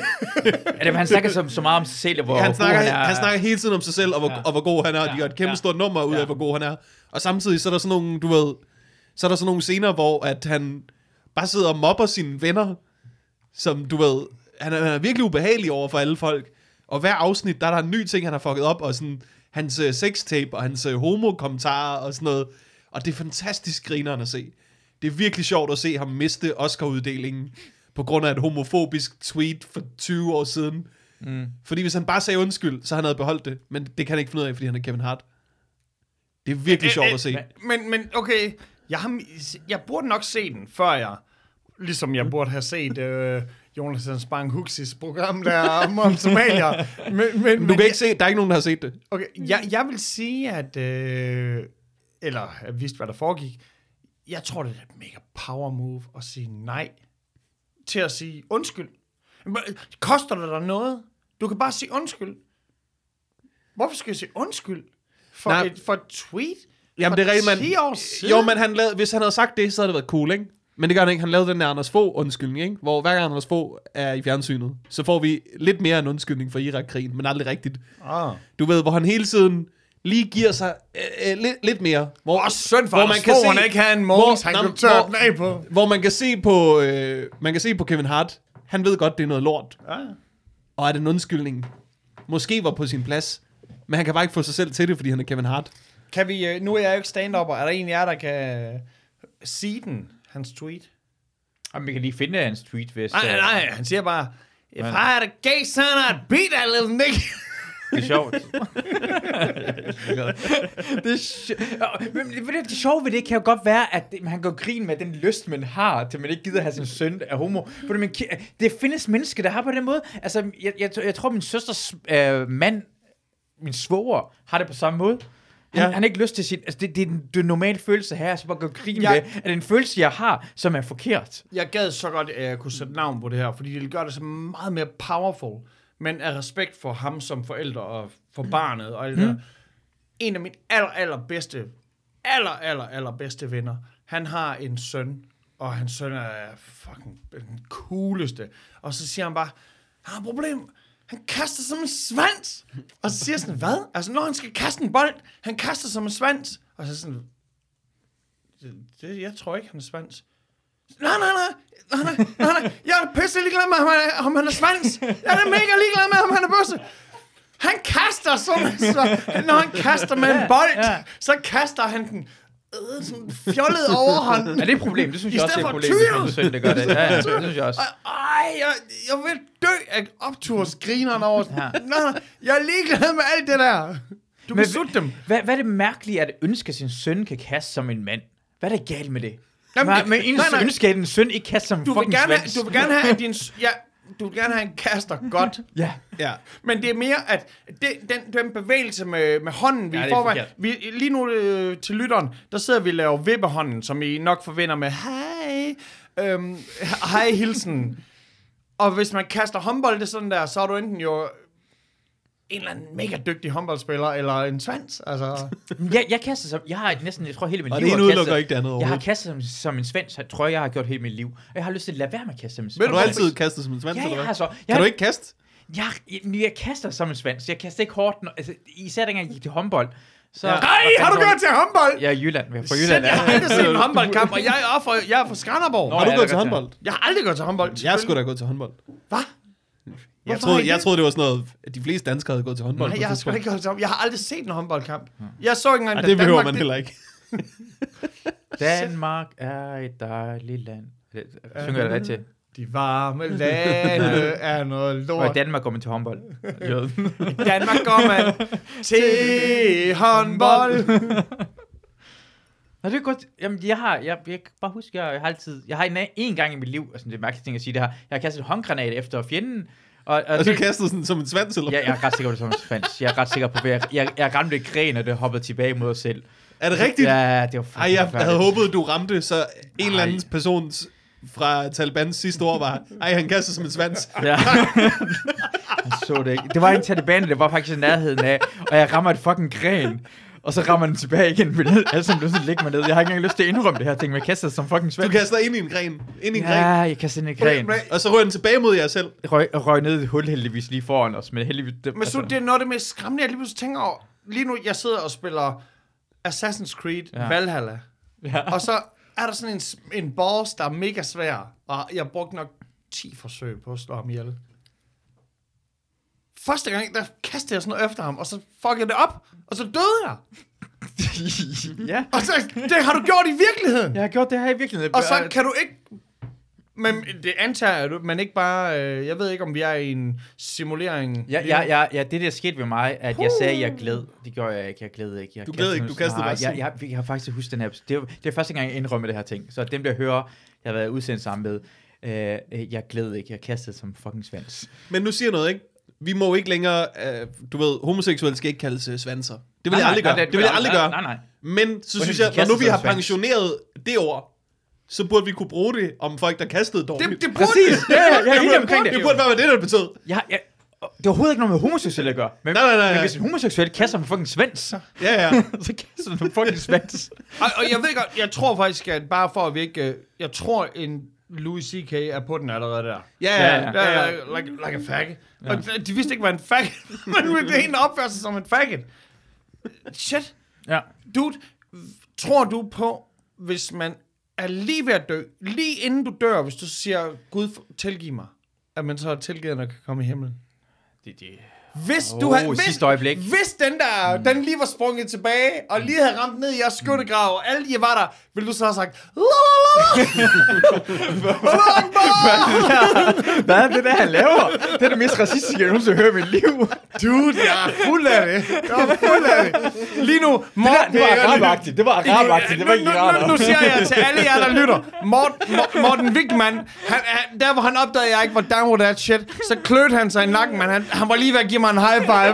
Er det, han snakker så meget om sig selv, han snakker hele tiden om sig selv, og hvor god han er. De gør et kæmpe stort nummer ud af, hvor god han er. Og samtidig så er der sådan nogle, så er der sådan nogle scener, hvor at han bare sidder og mobber sine venner, som han er virkelig ubehagelig over for alle folk. Og hver afsnit, der er en ny ting, han har fucket op, og sådan hans sextape og hans homo-kommentarer og sådan noget. Og det er fantastisk grineren at se. Det er virkelig sjovt at se ham miste Oscar-uddelingen på grund af et homofobisk tweet for 20 år siden. Fordi hvis han bare sagde undskyld, så han havde beholdt det. Men det kan han ikke finde ud af, fordi han er Kevin Hart. Det er virkelig sjovt at se. Men okay, jeg burde nok se den, før ligesom jeg burde have set Jonathan Spang Huxis program der om somalier. Men du kan ikke se, der er ikke nogen, der har set det. Okay, jeg vil sige, at eller jeg vidste, hvad der foregik. Jeg tror, det er et mega power move at sige nej til at sige undskyld. Koster det dig noget? Du kan bare sige undskyld. Hvorfor skal jeg sige undskyld? For et tweet? Jamen, det er rigtigt, 10 år siden? Jo, men hvis han havde sagt det, så havde det været cool, ikke? Men det gør han ikke. Han lavede den der Anders Fogh undskyldning, ikke? Hvor hver gang Anders Fogh er i fjernsynet, så får vi lidt mere en undskyldning for Irak-krigen, men aldrig rigtigt. Du ved, hvor han hele tiden lige giver sig lidt mere. Hvor synd for Anders Fogh, han ikke have en Mogens, han kunne tørre den af på. Hvor man kan se på Kevin Hart, han ved godt, det er noget lort. Ja. Og at en undskyldning måske var på sin plads, men han kan bare ikke få sig selv til det, fordi han er Kevin Hart. Kan vi, nu er jeg jo ikke stand-upper. Er der en af jer, der kan sige den, hans tweet? Om vi kan lige finde hans tweet, hvis... Nej, han siger bare, if I had a gay son, I'd beat that little nigga. Det er sjovt. det sjove ved det kan jo godt være, at han går grin med den lyst, man har, til man ikke gider have sin søn af homo. Det findes mennesker, der har på den måde. Altså, jeg tror, min søsters mand, min svoger, har det på samme måde. Han har ikke lyst til sin... Altså, det er den normale følelse her, så bare gå grin med, at det er en følelse, jeg har, som er forkert. Jeg gad så godt, at jeg kunne sætte navn på det her, fordi det vil gøre det så meget mere powerful. Men af respekt for ham som forælder og for barnet og alt det. En af mine allerbedste venner, han har en søn, og hans søn er fucking den cooleste. Og så siger han bare, han har et problem. Han kaster som en svans. Og så siger jeg sådan, hvad? Altså, når han skal kaste en bold, han kaster som en svans. Og så sådan, jeg tror ikke, han er svans. Nej. Jeg er pisse ligeglad med, om han er svans. Jeg er mega ligeglad med, om han er bøsse. Han kaster når han kaster med en bold, så kaster han den sådan fjollet overhånd. Ja, det er et problem. Det synes jeg også er et problem, hvis det gør det. Ja, det synes jeg også. Jeg vil dø af optursgrinerne over. Nej, jeg er ligeglad med alt det der. Du kan sutte dem. Hvad er det mærkelige, at ønske, at sin søn kan kaste som en mand? Hvad er det galt med det? Men ens ønske, at en søn ikke kaster som fucking svans. Du vil gerne have, at din... Du vil gerne have en kaster godt. Ja. Men det er mere, at den bevægelse med hånden, vi får... Lige nu til lytteren, der sidder vi og laver vippehånden, som I nok forventer med hej. Hej hilsen. Og hvis man kaster håndbold, det sådan der, så er du enten jo en eller anden mega dygtig håndboldspiller, eller en svans. Altså. Jeg kaster som... Jeg tror hele mit liv... Og det ene udelukker ikke det andet. Jeg har kastet som en svans, tror jeg har gjort hele mit liv. Og jeg har lyst til at lade være med at kaste som en svans. Vil du altid kaste som en svans, eller hvad? Kan du ikke kaste? Jeg kaster som en svans. Jeg kaster ikke hårdt... Altså, især dengang jeg gik til håndbold. Så, nej, har du gået til håndbold? Jeg er i Jylland. Jeg er fra Jylland. Jeg har aldrig set en håndboldkamp, og jeg er fra Skanderborg. Har du gået til håndbold? Jeg har aldrig gået til håndbold. Jeg skulle da gået til håndbold. Hvad? Jeg troede, det var sådan noget, at de fleste danskere havde gået til håndbold. Nej, jeg har sgu ikke gået til håndbold. Jeg har aldrig set en håndboldkamp. Jeg så ikke engang, det behøver man heller ikke. Danmark er et dejligt land. Synger jeg det rigtigt? De varme lande er noget lort. Og i Danmark går man til håndbold. I Danmark går man til håndbold. Nå, det er godt. Jamen, jeg kan bare huske, jeg har en gang i mit liv, altså det er mærkeligt ting at sige det her, jeg har kastet en håndgranat efter fjenden. Og du kastede sådan som en svans, eller? Ja, jeg er ret sikker på det som en svans. Jeg er ret sikker på, at jeg ramte et gren, og det hoppede tilbage mod os selv. Er det rigtigt? Ja, det var faktisk jeg havde håbet, du ramte, så en eller anden persons fra Talibans sidste år var, han kastede som en svans. Ja. Jeg så det ikke. Det var ikke Taliban, det var faktisk i nærheden af, og jeg rammer et fucking gren. Og så rammer den tilbage igen, men altså blev sådan ligge mig ned. Jeg har ikke engang lyst til at indrømme det her ting, men jeg kaster som fucking svans. Du kaster ind i en gren. Ja, jeg kaster ind i en gren. Og så rører den tilbage mod jer selv. Røg ned i et hul heldigvis lige foran os, men heldigvis... Men så det er noget af det mest skræmmende, jeg lige pludselig tænker over. Lige nu, jeg sidder og spiller Assassin's Creed Valhalla. Ja. Og så er der sådan en boss, der er mega svær. Og jeg brugte nok 10 forsøg på at slå ham ihjel. Første gang, der kastede jeg sådan noget efter ham, og så fuckede jeg det op, og så døde jeg. Ja. Og så, det har du gjort i virkeligheden. Jeg har gjort det her i virkeligheden. Og så kan du ikke... Men det antager du, men ikke bare... jeg ved ikke, om vi er i en simulering. Ja, det der skete ved mig, at jeg sagde, at jeg glæd. Det gjorde jeg ikke. Jeg glæd ikke. Du glæd ikke, du kastede bare sådan. Jeg har faktisk husket den her... Det er første gang, jeg indrømmer det her ting. Så dem, der hører, jeg har været udsendt sammen med, jeg glæd ikke. Jeg kastede som fucking svans. Men nu siger noget, ikke? Vi må ikke længere, du ved, homoseksuelle skal ikke kaldes svanser. Det vil jeg aldrig gøre. Det vil jeg aldrig gøre. Nej. Men så synes jeg, når nu vi har pensioneret det ord, så burde vi kunne bruge det om folk, der kastede dårligt. Det burde præcis. Ja, jeg er helt omkring det. Det burde være det, der betød. Det er overhovedet ikke noget med homoseksuelle at gøre. Men, nej. Men hvis en homoseksuel kaster med fucking svans, ja. så kaster du fucking svans. Og jeg ved godt, jeg tror faktisk, at bare for at vi ikke... Jeg tror, en Louis C.K. er på den allerede der. Ja. Like a faggot. Ja. Og de vidste ikke, hvad en faggot. Men det er en, der opfører sig som en faggot. Shit. Ja. Dude, tror du på, hvis man er lige ved at dø, lige inden du dør, hvis du siger, Gud tilgiv mig, at man så er tilgivet, og kan komme i himlen? Hvis du havde, sidste øjeblik. hvis den lige var sprunget tilbage, og lige havde ramt ned i jeres skyttegrav, og alle de var der, ville du så have sagt, Hvad er det der, han laver? Det er det mest racistiske, jeg nogensinde hører i mit liv. Dude, jeg er fuld af det. Lige nu, Morten... Det var arabagtigt. Det var arabagtigt. Det var ikke iraner. Nu siger jeg til alle jer, der lytter. Morten Wigman, der hvor han opdagede, at jeg ikke var down with that shit, så klødte han sig i nakken, men han var lige ved at give mig en high five.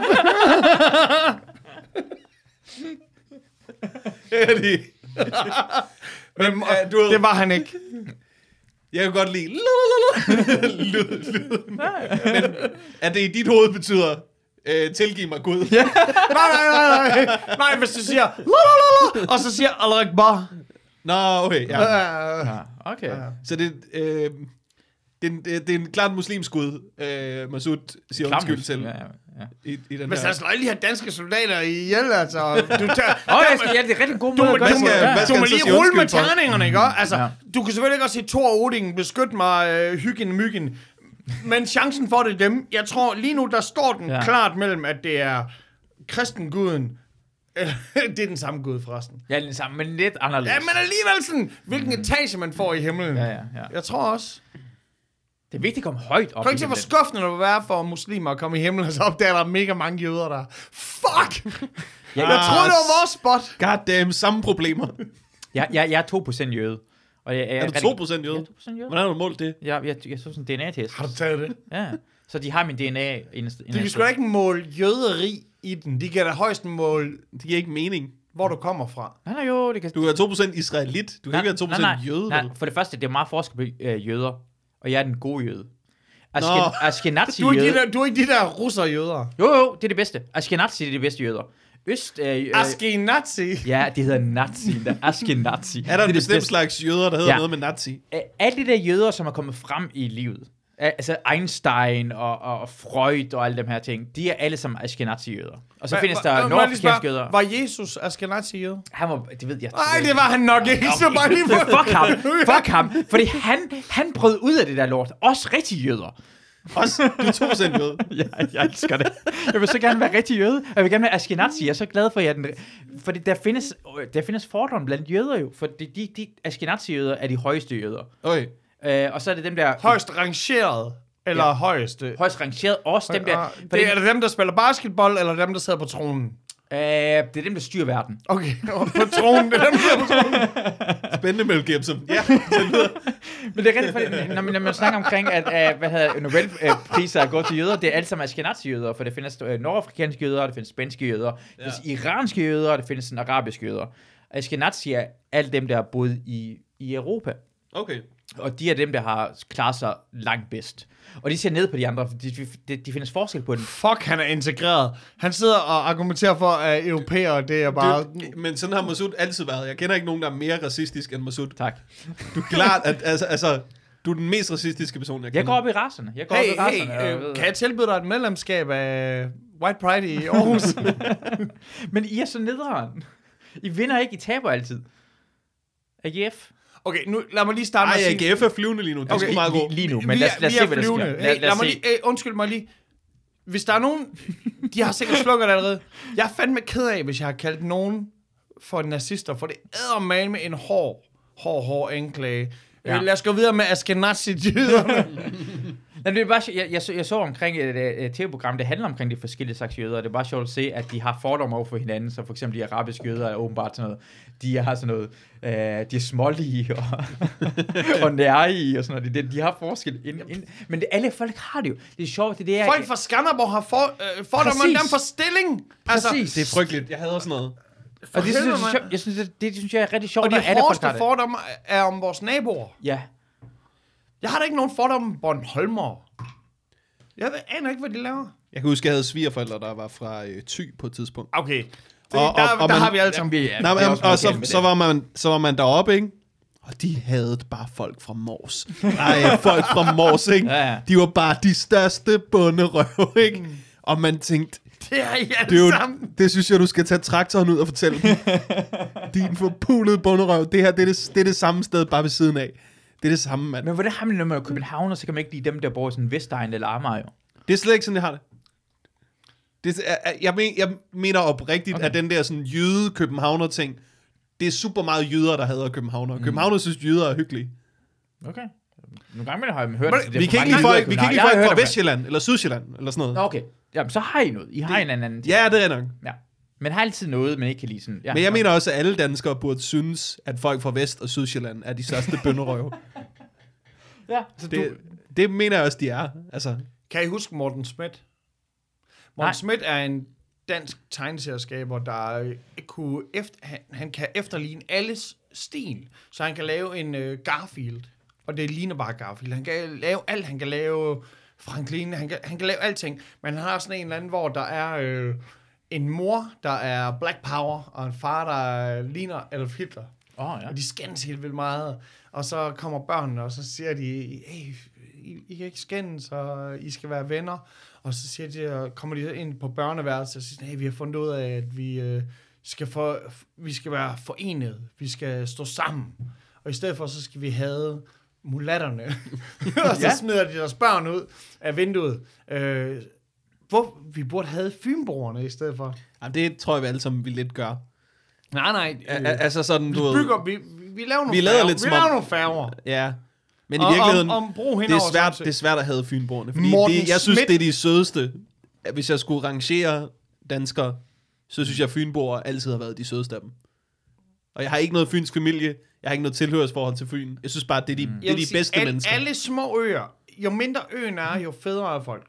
Men det var han ikke. Jeg kan godt lide lyd. Men at det i dit hoved betyder, tilgiv mig Gud. Ja. Nej, hvis du siger, og så siger Allah Akbar. Nå, okay, ja. Ja, okay. Så det er en klart muslimsk Gud, Masoud siger undskyld til. Ja. I den Hvis her. han slår lige have danske soldater ihjel, altså. Du tager, Ja, det er rigtig god måde at gøre det. Du må så sige lige rulle med undskyld for? terningerne, ikke? Altså, du kan selvfølgelig ikke også sige Thor Odin, beskyt mig, hyggen myggen. Men chancen for det er dem. Jeg tror, lige nu, der står den klart mellem, at det er kristenguden. Det er den samme gud, forresten. Ja, det er samme, men lidt anderledes. Ja, men alligevel sådan, hvilken etage man får i himlen. Ja. Jeg tror også. Det er vigtigt at komme højt op. Prøv ikke se, hvor skuffende det vil være for muslimer at komme i himlen, og så opdager der mega mange jøder der. Fuck! Jeg troede, det var vores spot. Goddamn, samme problemer. Jeg er 2% jøde. Og Er du 2% jøde? Jeg er 2% jøde. Hvordan har du målt det? Jeg så sådan en DNA-test. Har du taget det? Ja. Så de har min DNA. De kan sgu da ikke måle jøderi i den. De kan da højst måle, Det giver ikke mening. hvor du kommer fra. Nej, jo, det kan... Du er 2% israelit. Du kan ikke være 2% jøde. Nej, for det første, det er meget forskel på jøder. Og jeg er den gode jøde. Du Ashkenazi-jøde... er ikke de der russer-jøder. Jo, det er det bedste. Ashkenazi, det er det bedste jøder. Ashkenazi. Ja, det hedder nazi. Ashkenazi. Er der en det bestemt bedste. slags jøder, der hedder noget med nazi? Alle de der jøder, som er kommet frem i livet, altså Einstein og Freud og alle dem her ting, de er alle sammen Ashkenazi-jøder. Og så findes der nordafrikanske jøder. Var Jesus Ashkenazi-jøde? Han var, det ved jeg. Nej, det var han nok ikke. Så bare lige Fuck ham. Fordi han brød ud af det der lort. Også rigtig jøder. Også, du er 2% jøde. Ja, jeg elsker det. Jeg vil så gerne være rigtig jøde. Og jeg vil gerne være Ashkenazi. Jeg er så glad for, at fordi der findes fordomme blandt jøder jo. For de Ashkenazi-jøder er de højeste jøder. Okay. Og så er det dem der... Højst rangeret. Eller højeste. Højst rangeret. Også dem der... Det er det dem, der spiller basketball, eller dem, der sidder på tronen? Det er dem, der styrer verden. Okay, på tronen. Det er dem, der sidder på tronen. Spændende, Mel Gibson. Ja, Men det er rigtigt, fordi når man snakker omkring, at Nobelpriser er gået til jøder, det er alle sammen Ashkenazi-jøder, for det findes nordafrikanske jøder, det findes spanske jøder, det findes iranske jøder, og det findes arabiske jøder. Ashkenazi er alle dem, der har boet i Europa. okay. Og de er dem, der har klaret sig langt bedst. Og de ser ned på de andre, for de findes forskel på den. Fuck, han er integreret. Han sidder og argumenterer for, at europæere, det er bare... Men sådan har Masoud altid været. Jeg kender ikke nogen, der er mere racistisk end Masoud. Tak. Du er klart, at altså, du er den mest racistiske person, jeg kender. Jeg går op i racerne. Kan jeg tilbyde dig et medlemskab af White Pride i Aarhus? Men I er så nederen. I vinder ikke, I taber altid. AGF. Okay, nu lad mig lige starte med at sige... AGF er flyvende lige nu. Det er sgu meget godt. Lige nu, men lad os se, hvad der sker. Lad mig lige, undskyld mig lige. Hvis der er nogen... De har sikkert slukket det allerede. Jeg er fandme ked af, hvis jeg har kaldt nogen for nazister, for det æder man med en hård anklage. Ja. Lad os gå videre med Ashkenazi-jyderne. Det er bare, jeg så omkring et tv-program, det handler omkring de forskellige slags jøder, og det er bare sjovt at se, at de har fordomme over for hinanden, så for eksempel de arabiske jøder er åbenbart sådan noget, de har sådan noget, de er smålige og nærige og sådan noget, de har forskel, men alle folk har det jo, det er sjovt, det er... Folk fra Skanderborg har fordomme om dem for stilling. Altså, det er frygteligt, jeg hader sådan noget. Og det synes jeg er rigtig sjovt. Og de hårdeste fordomme er om vores naboer. Ja. Jeg har da ikke nogen fordomme om Bornholmer. Jeg aner ikke, hvad de laver. Jeg kan huske, jeg havde svigerforældre, der var fra Thy på et tidspunkt. Okay. Der har vi alle sammen. Så var man deroppe, ikke? Og de havde bare folk fra Mors. Nej, folk fra Mors, ikke? Ja. De var bare de største bunderøv, ikke? Og man tænkte, det er I alle sammen. Det synes jeg, du skal tage traktoren ud og fortælle dem. Din forpulede bunderøv. Det her, det er det samme sted, bare ved siden af. Det er det samme, mand. Men hvordan har man, når man er København, så kan man ikke lide dem, der bor i sådan Vestegn eller Amager, jo? Det er slet ikke sådan, jeg har det. Jeg mener oprigtigt, at den der sådan jyde-københavner-ting, det er super meget jyder, der hader københavner. Københavner synes, jyder er hyggelige. Okay. Nogle gange har jeg hørt... Vi kan ikke lide folk fra Vestjylland, eller Sydsjælland, eller sådan noget. Okay. Jamen, så har I noget. I har en anden ting. Ja, det er nok. Ja. Men har altid noget, man ikke kan lide sådan... Ja. Men jeg mener også, at alle danskere burde synes, at folk fra Vest- og Sydsjælland er de største bønderøve. Ja, så Det mener jeg også, de er. Altså. Kan I huske Morten Schmidt? Morten Schmidt er en dansk tegneserieskaber, der han kan efterligne alles stil. Så han kan lave en Garfield, og det ligner bare Garfield. Han kan lave alt. Han kan lave Franklin, han kan lave alting. Men han har sådan en eller anden, hvor der er en mor, der er Black Power, og en far, der ligner Adolf Hitler. Ja. Og de skændes helt vildt meget. Og så kommer børnene, og så siger de, hey, I kan ikke skændes, og I skal være venner. Og så siger de, kommer de ind på børneværelset og siger, hey, vi har fundet ud af, at vi skal være forenet. Vi skal stå sammen. Og i stedet for, så skal vi have mulatterne. Og så smider de deres børn ud af vinduet. Hvor vi burde have fynboerne i stedet for. Jamen, det tror jeg, vi alle sammen vil lidt gøre. Nej. Altså sådan, du ved... Vi laver nogle færger. Vi laver nogle færger. Ja. Men i virkeligheden, det er svært at have fynboerne. Fordi jeg synes, det er de sødeste. Hvis jeg skulle rangere danskere, så synes jeg, at fynboer altid har været de sødeste af dem. Og jeg har ikke noget fynsk familie. Jeg har ikke noget tilhørsforhold til Fyn. Jeg synes bare, at det er de bedste mennesker. Alle små øer, jo mindre øen er, jo federe er folk.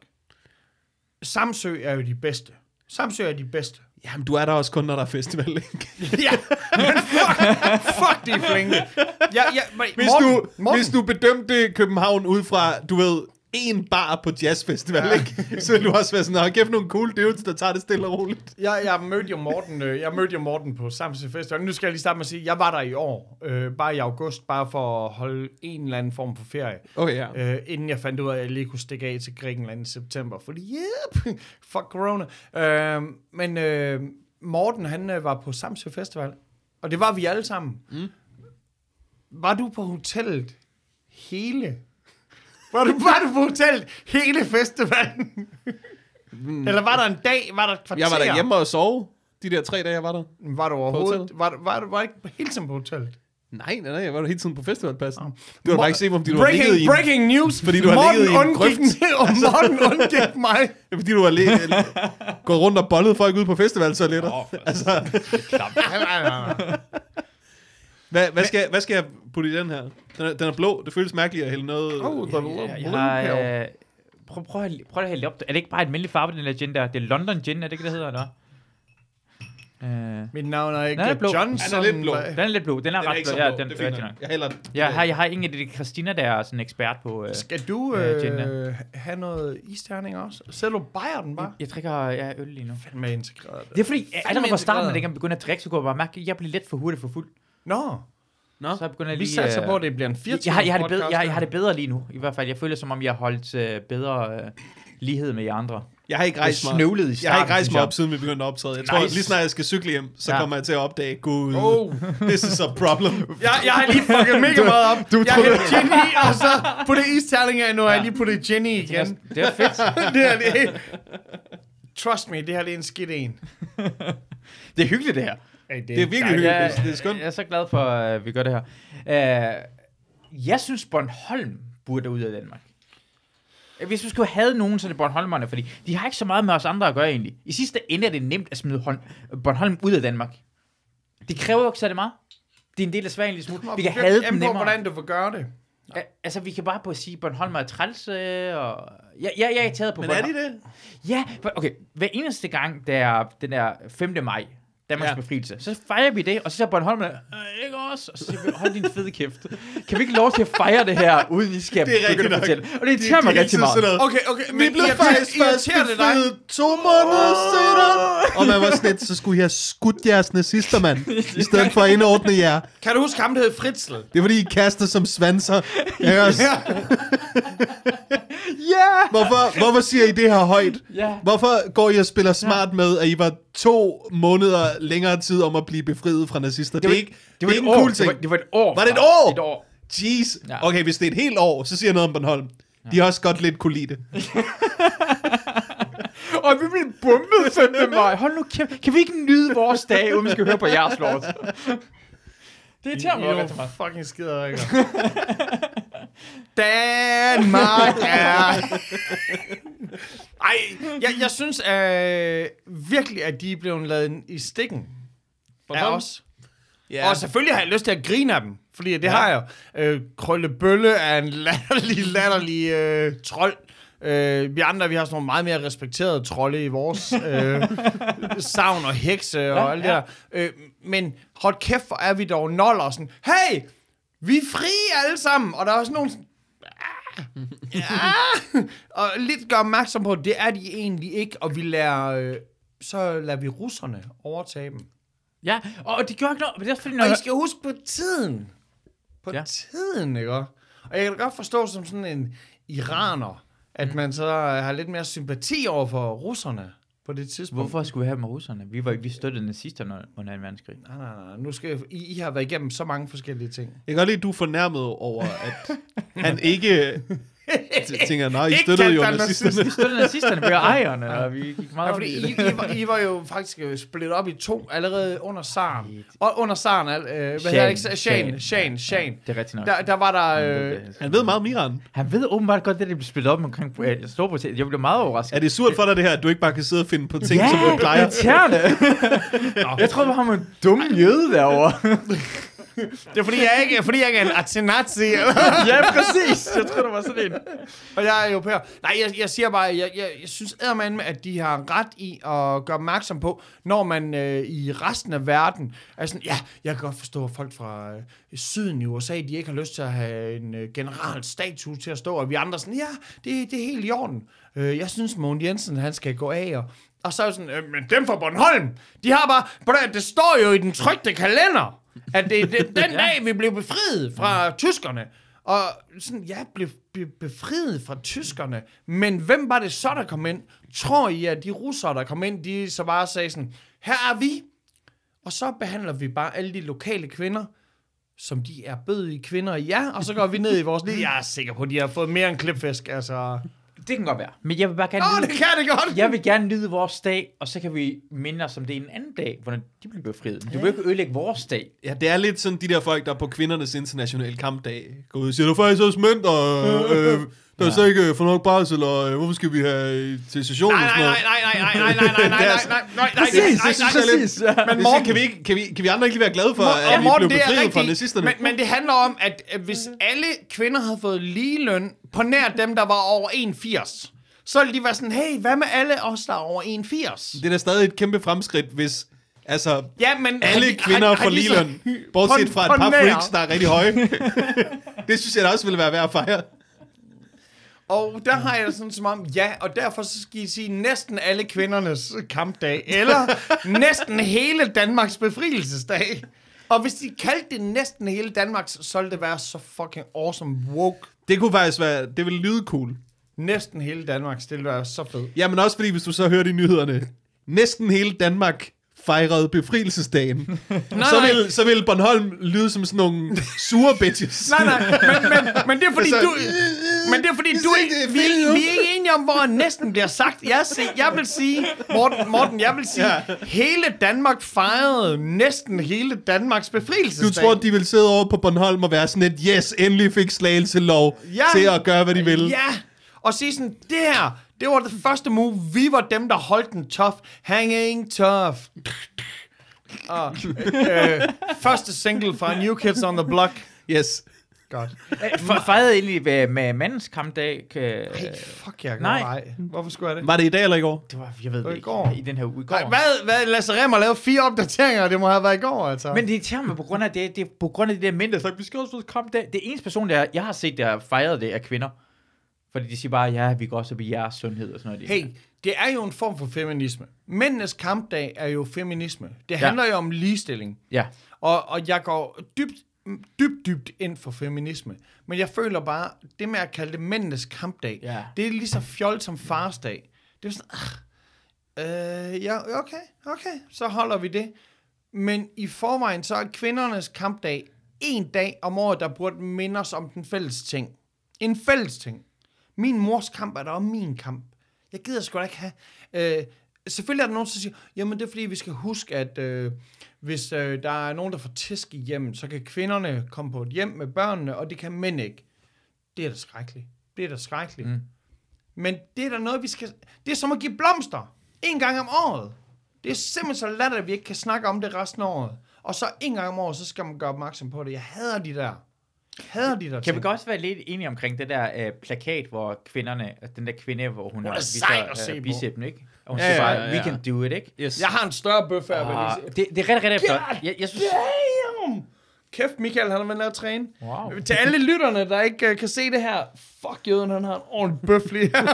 Samsø er jo de bedste. Samsø er de bedste. Jamen, du er der også kun, når der er festival, ikke? Ja, men fuck de flinke. Hvis du bedømte København ud fra, du ved, en bar på jazzfestival, ikke? Så vil du også være sådan, kæft nogle cool dudes, der tager det stille og roligt. Jeg mødte jo Morten på Samsø Festival. Nu skal jeg lige starte med at sige, jeg var der i år, bare i august, bare for at holde en eller anden form for ferie. Okay, ja. Inden jeg fandt ud af, at jeg lige kunne stikke af til Grækenland i september, fordi fuck corona. Men Morten, han var på Samsø Festival, og det var vi alle sammen. Var du på hotellet hele... Var du på hotellet hele festivalen? Eller var der en dag, var der et kvarter? Jeg var der hjemme og sove, de der 3 dage, jeg var der. Var du overhovedet, var ikke hele tiden på hotellet? Nej, jeg var der hele tiden på festivalpladsen. Du har bare ikke set, om du har ligget i breaking news! Fordi du har ligget i en grøft. Morten undgik mig. Fordi du har gået rundt og bollet folk ud på festivaltoiletter. Altså. Hvad skal jeg putte i den her? Den er blå. Det føles mærkeligt at hælde noget... Prøv at hælde op. Er det ikke bare et almindeligt farve, den der gin der? Det er London gin, er det ikke, det hedder, eller? Mit navn er ikke Johnson. Den er lidt blå. Den er lidt blå. Den er ret blå. Ja, den er fint nok. Jeg har ingen af de Christina, der er sådan ekspert på skal du have noget isterning også? Selv du bajer den bare? Jeg drikker øl lige nu. Fandme integreret. Det er fordi, allerede fra starten, når jeg ikke begynder at drikke, så går jeg bare mærke, at jeg bliver lidt for hurtigt for fuld. Nå. Så jeg begynder vi satser på, at det bliver en 4 timer jeg har det bedre lige nu. I hvert fald, jeg føler, som om jeg har holdt bedre lighed med jer andre. Jeg har ikke rejst mig op, siden vi begyndte at optræde. Jeg tror, lige snart jeg skal cykle hjem, så kommer jeg til at opdage, gud, this is a problem. Jeg har lige fucket mega meget op. Jeg har hældt gin i, og så puttet isterning af, nu har jeg lige puttet gin i igen. Det er fedt. Trust me, det her det er en skidt en. Det er hyggeligt, det her. Det er virkelig hyggeligt. Det er skønt. Jeg er så glad for, at vi gør det her. Jeg synes, Bornholm burde ud af Danmark. Hvis vi skulle have nogen, så er det Bornholmerne, fordi de har ikke så meget med os andre at gøre egentlig. I sidste ende er det nemt at smide Bornholm ud af Danmark. Det kræver jo ikke så det meget. Det er en del af Sverige en lille smule. Vi kan have dem nemmere. Hvordan du vil gøre det. Altså, vi kan bare på at sige, at Bornholm er træls, og... Jeg er taget på Bornholm. Men er de det? Ja, okay. Hver eneste gang, der er den der 5. maj, Danmarks befrielse, så fejrer vi det, og så siger Bornholm, ikke også? Og så siger vi, hold din fede kæft. Kan vi ikke lov til at fejre det her, uden vi skal begynde at fortælle? Og det irriterer mig rigtig meget. Okay, vi blev faktisk befriet 2 måneder senere. Og man var sådan lidt, så skulle I have skudt jeres nazister, mand, i stedet for at indordne jer. Kan du huske ham, der hed Fritzl? Det er fordi, I kaster som svanser. Hvorfor siger I det her højt? Hvorfor går I og spiller smart med, at I var 2 måneder længere tid om at blive befriet fra nazister? Det er ikke en cool ting. Det var et år. Var det et år? Et år. Jeez. Okay, hvis det er et helt år, så siger jeg noget om Bornholm. De har også godt lidt kunne lide det. Og vi blev bumpet 5. maj. Hold nu kæft. Kan vi ikke nyde vores dag, uden vi skal høre på jeres lort? Det irriterer mig rigtig meget. Fucking skider, ikke? Danmark er... Ej, jeg synes virkelig, at de er blevet lavet i stikken af os. Yeah. Og selvfølgelig har jeg lyst til at grine af dem, fordi det har jeg. Krølle Bølle er en latterlig trold. Vi andre, vi har sådan nogle meget mere respekterede trolde i vores savn og hekse og alt det der. Men hold kæft, hvor er vi dog noller sådan, hey, vi er frie alle sammen. Og der er også nogen sådan, og lidt gør opmærksom på, det er de egentlig ikke, og vi lader vi russerne overtage dem. Ja, og det gør ikke noget. Men det er fordi, og I skal huske på tiden. Tiden, ikke? Og jeg kan godt forstå som sådan en iraner, at man så har lidt mere sympati over for russerne på det tidspunkt. Hvorfor skulle vi have med russerne? Vi støttede nazisterne under 2. verdenskrig. Nej. Nu skal I har været igennem så mange forskellige ting. Jeg kan godt lide, at du er fornærmet over, at han ikke... tænker, nej, I støttede jo nazisterne. Vi støttede nazisterne, vi var ejerne, og vi gik meget fordi I var jo faktisk splittet op i 2 allerede under Zaren. Og under Zaren, Shahen. Det er rigtigt nok. Der var der... Han ved meget om Iran. Han ved åbenbart godt, det blev splittet op omkring Storbritannien. Jeg blev meget overrasket. Er det surt for dig, det her, at du ikke bare kan sidde og finde på ting, som du plejer? Irriterende. Jeg tror, du har en dum jøde derovre. Det er fordi jeg ikke er en Atenazi. Ja, præcis. Jeg tror, det var sådan en. Og jeg er europæer. Nej, jeg siger bare, jeg synes eddermame, at de har ret i at gøre opmærksom på, når man i resten af verden er sådan, ja, jeg kan godt forstå, at folk fra syden i USA, de ikke har lyst til at have en generalstatue til at stå, og vi andre sådan, ja, det er helt i orden. Jeg synes, Mogens Jensen, han skal gå af, og så er sådan, men dem fra Bornholm, de har bare, det står jo i den trykte kalender, at det er den dag, vi blev befriet fra tyskerne. Og sådan, blev befriet fra tyskerne. Men hvem var det så, der kom ind? Tror I, at de russere, der kom ind, de så bare sagde sådan, her er vi. Og så behandler vi bare alle de lokale kvinder, som de er bødige kvinder. Ja, og så går vi ned i vores liv. Jeg er sikker på, at de har fået mere end klipfisk, altså... Det kan godt være. Men jeg vil bare gerne det kan det godt. Jeg vil gerne nyde vores dag, og så kan vi minde os om det en anden dag, hvordan de bliver befriet. Du vil ikke ødelægge vores dag. Ja, det er lidt sådan de der folk, der på kvindernes internationale kampdag går ud og siger, du er faktisk også mænd, og der er så ikke for nok barsel, og hvorfor skal vi have til session? Nej. Præcis. Men Morten, kan vi andre ikke lige være glade for, at vi blev befriet fra nazisterne? Men det handler om, at hvis alle kvinder havde fået lige løn på nær dem, der var over 1,80, så ville de være sådan, hey, hvad med alle os, der er over 1,80? Det er da stadig et kæmpe fremskridt, hvis men alle kvinder får lige løn, bortset fra et par freaks, der er rigtig høje. Det synes jeg da også ville være værd at fejre. Og der har jeg det sådan som om, og derfor så skal I sige næsten alle kvindernes kampdag, eller næsten hele Danmarks befrielsesdag. Og hvis de kaldte det næsten hele Danmarks, så ville det være så fucking awesome woke. Det kunne faktisk være, det ville lyde cool. Næsten hele Danmarks, det ville være så fedt. Ja, men også fordi, hvis du så hører i nyhederne, næsten hele Danmark fejrede befrielsesdagen. Så vil Bornholm lyde som sådan nogle sure bitches. Nej, men det er fordi du... Men det er fordi vi er ikke enige om, hvor næsten bliver sagt. Jeg vil sige, Morten, hele Danmark fejrede næsten hele Danmarks befrielsesdag. Du tror, de vil sidde over på Bornholm og være sådan et, yes, endelig fik Slagelse lov til at gøre, hvad de vil. Ja, og sige sådan, det var det første move. Vi var dem, der holdt den tough. Hanging tough. Og første single fra New Kids on the Block. Yes. Godt. Fejrede egentlig med mandens kampdag? Nej. Hvorfor skulle jeg det? Var det i dag eller i går? Det var, jeg ved det ikke. I går. I den her uge i går. Hvad Lasse Remmer lavede 4 opdateringer, det må have været i går, altså. Men det irriterer mig på grund af det er på grund af de der mænd, der siger, vi skal også kampdag. Det er eneste person, jeg har set, der fejrede det, er kvinder. Fordi de siger bare, ja, vi går også op i jeres sundhed og sådan noget. Hey, det er jo en form for feminisme. Mændenes kampdag er jo feminisme. Det handler jo om ligestilling. Ja. Og jeg går dybt ind for feminisme. Men jeg føler bare, det med at kalde det mændenes kampdag, det er lige så fjollet som farsdag. Det er sådan, okay, så holder vi det. Men i forvejen, så er kvindernes kampdag en dag om året, der burde minde os om den fælles ting. En fælles ting. Min mors kamp er da også min kamp. Jeg gider sgu da ikke have... selvfølgelig er der nogen, der siger, jamen det er fordi, vi skal huske, at hvis der er nogen, der får tisk i hjemmet, så kan kvinderne komme på et hjem med børnene, og det kan mænd ikke. Det er da skrækkeligt. Det er da skrækkeligt. Men det er da noget, vi skal... Det er som at give blomster 1 gang om året. Det er simpelthen så latterligt, at vi ikke kan snakke om det resten af året. Og så 1 gang om året, så skal man gøre opmærksom på det. Jeg hader de der Kan ting. vi godt også være lidt enige omkring det der plakat, hvor kvinderne, den der kvinde, hvor hun har sej at se på. bicepen, ikke? Og hun siger bare, we can do it, ikke? Yes. Jeg har en større bøf her, vil jeg sige. Det er rigtig flot. Jeg synes... Damn! Kæft, Michael, han har været nede at træne. Wow. Til alle lytterne, der ikke kan se det her, fuck jøden, han har en ordentlig bøf lige her.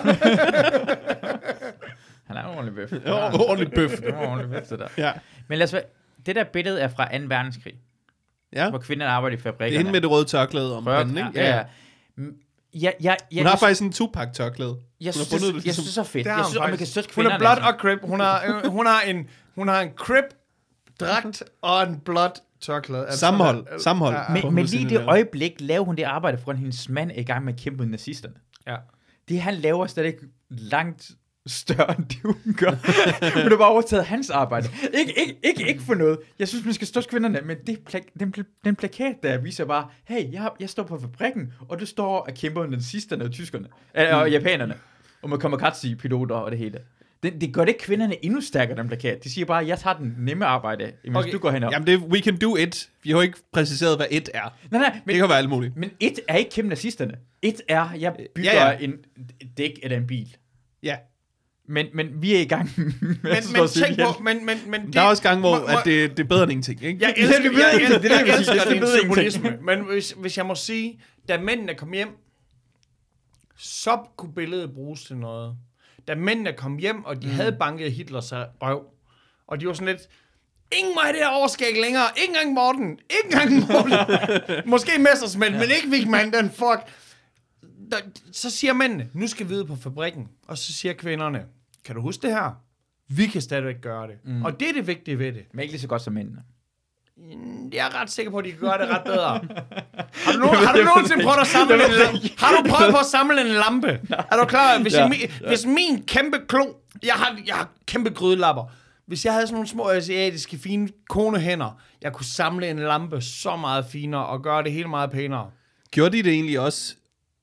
Han er en ordentlig bøf. Ordentlig bøf. Ordentlig bøf, det der. Ja. Men lad os være... Det der billede er fra 2. verdenskrig, Ja. hvor kvinderne arbejder i Det er fabrikkerne. hende med det røde tørklæde om panden, ikke? Ja. Hun har faktisk en Tupac-tørklæde. Jeg Hun har synes, bundet det jeg ligesom- synes, det er så fedt. Det har Jeg hun synes, at man kan faktisk. støtte Hun er kvinderne. blot og crip. Hun har en crip-dragt og en blot tørklæde. Altså, Sammenhold. Men lige det øjeblik laver hun det arbejde, foran hendes mand er i gang med at kæmpe mod nazisterne. Ja. Det han laver stadig langt større, end det hun gør. Hun har bare overtaget hans arbejde. Ikke for noget. Jeg synes, man skal støtte kvinderne, men den plakat, der viser bare, hey, jeg står på fabrikken, og du står og kæmper med nazisterne og tyskerne, og japanerne, og med kamikaze-piloter og det hele. Det gør det kvinderne endnu stærkere, den plakat. De siger bare, jeg tager den nemme arbejde, mens du går henop. Jamen, det er we can do it. Vi har jo ikke præciseret, hvad it er. Nej, Det kan være alt muligt. men et er ikke kæmpe nazisterne. Et er, jeg bygger et dæk eller en bil. Ja. Men vi er i gang med Men tænk på, men Der er også gange, hvor at det er bedre end ingenting, ikke? Jeg elsker det din ved jeg symbolisme. Men hvis jeg må sige, da mændene kom hjem, så kunne billedet bruges til noget. Da mændene kom hjem, og de havde banket Hitlers røv, og de var sådan lidt, ingen mig det her overskæg længere, ikke engang Morten, måske Messerschmidt, men ikke Wigman, den fuck. Så siger mændene, nu skal vi ud på fabrikken, og så siger kvinderne, kan du huske det her? Vi kan stadigvæk gøre det. Og det er det vigtige ved det. Men ikke lige så godt som mændene. Jeg er ret sikker på, at de kan gøre det ret bedre. Har du nogensinde prøvet at samle en lampe? Har du prøvet på at samle en lampe? Er du klar? Hvis min kæmpe klo... Jeg har kæmpe grydelapper. Hvis jeg havde sådan nogle små asiatiske fine konehænder, jeg kunne samle en lampe så meget finere og gøre det helt meget pænere. Gjorde de det egentlig også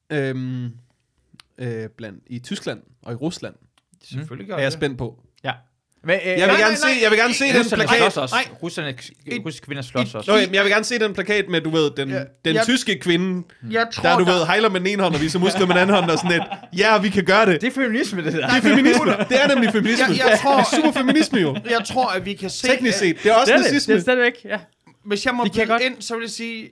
blandt i Tyskland og i Rusland? Selvfølgelig gør Er jeg spændt på. Ja. Men, Jeg vil gerne se den plakat. Russiske kvinder slås også. Okay, men jeg vil gerne se den plakat med, du ved, den tyske kvinde, Jeg tror, der, du ved, hejler med den ene hånd og viser muskler med den anden hånd og sådan lidt. Ja, vi kan gøre det. Det er feminisme, det der. Det er feminisme. Det er nemlig feminisme. Jeg tror- Det er super feminisme jo. Jeg tror, at vi kan se... Teknisk set. Det er også Det er det. nazisme. Det er stadigvæk, ja. Hvis jeg må kan byde godt. ind, så vil jeg sige,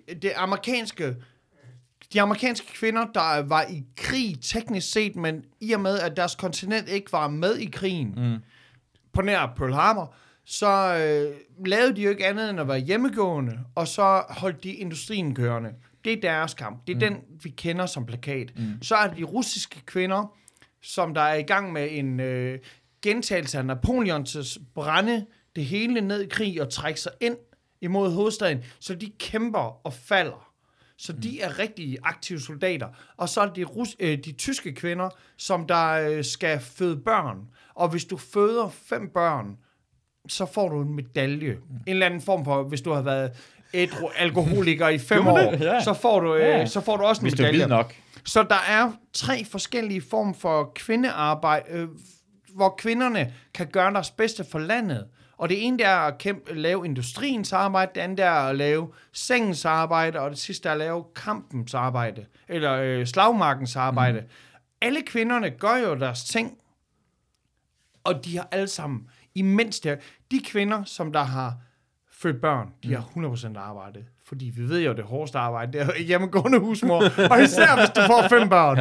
de amerikanske kvinder, der var i krig teknisk set, men i og med, at deres kontinent ikke var med i krigen, på nær Pearl Harbor, så lavede de jo ikke andet end at være hjemmegående, og så holdt de industrien kørende. Det er deres kamp. Det er den, vi kender som plakat. Så er det de russiske kvinder, som der er i gang med en gentagelse af Napoleons brænde det hele ned i krig og trække sig ind imod hovedstaden, så de kæmper og falder. Så de er rigtig aktive soldater. Og så er det de tyske kvinder, som der skal føde børn. Og hvis du føder 5 børn, så får du en medalje. En eller anden form for, hvis du har været alkoholiker i 5 år, så får du også en Hvis du er medalje. hvid nok. Så der er 3 forskellige former for kvindearbejde, hvor kvinderne kan gøre deres bedste for landet. Og det ene der er at lave industriens arbejde, det andet er at lave sengens arbejde, og det sidste er at lave kampens arbejde, eller slagmarkens arbejde. Alle kvinderne gør jo deres ting, og de har alle sammen imens der. De kvinder, som der har født børn, de har 100% arbejde. Fordi vi ved jo, det hårdeste arbejde, det er hjemmegående husmor. Og især hvis du får 5 børn.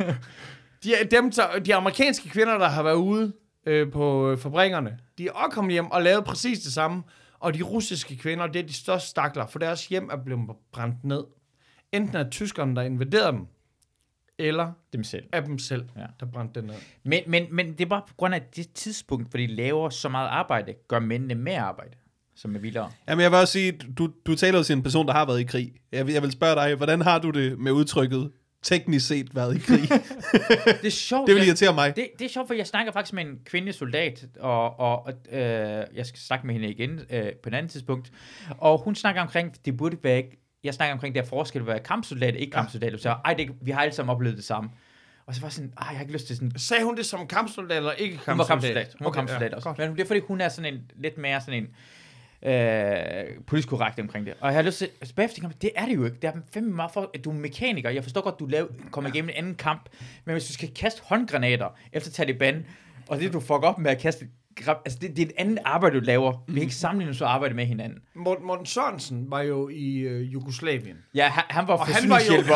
De amerikanske kvinder, der har været ude på fabrikkerne, de er også kommet hjem og lavet præcis det samme. Og de russiske kvinder, det er de største stakler, for deres hjem er blevet brændt ned. Enten af tyskerne, der invaderede dem, eller Dem selv. af dem selv, Ja. der brændte det ned. Men det er bare på grund af det tidspunkt, hvor de laver så meget arbejde, gør mændene mere arbejde, som er vildere. Jamen, jeg vil også sige, du taler jo til en person, der har været i krig. Jeg vil spørge dig, hvordan har du det med udtrykket, teknisk set været i krig. Det er sjovt. Det vil irritere mig. Det er sjovt, for jeg snakker faktisk med en kvindelig soldat, og jeg skal snakke med hende igen på et andet tidspunkt. Og hun snakker omkring, det burde være ikke... Jeg snakker omkring det her forskel, at være kampsoldat og ikke kampsoldat. Så vi har alle sammen oplevet det samme. Og så var sådan, jeg har ikke lyst til sådan... Sagde hun det som kampsoldat eller ikke kampsoldat? Hun var kampsoldat. Hun var kampsoldat også. Godt. Men det er fordi, hun er sådan en, lidt mere sådan en... politisk korrekt omkring det. Og jeg har lyst til bagefter, det er det jo ikke. Det er fandme meget for, at du er mekaniker. Jeg forstår godt, du kommer igennem en anden kamp, men hvis du skal kaste håndgranater efter Taliban, og det du fucker op med at kaste, altså det er et andet arbejde, du laver. Vi kan ikke sammenligne så arbejde med hinanden. Morten Sørensen var jo i Jugoslavien. Ja, han var forsyningshjælper.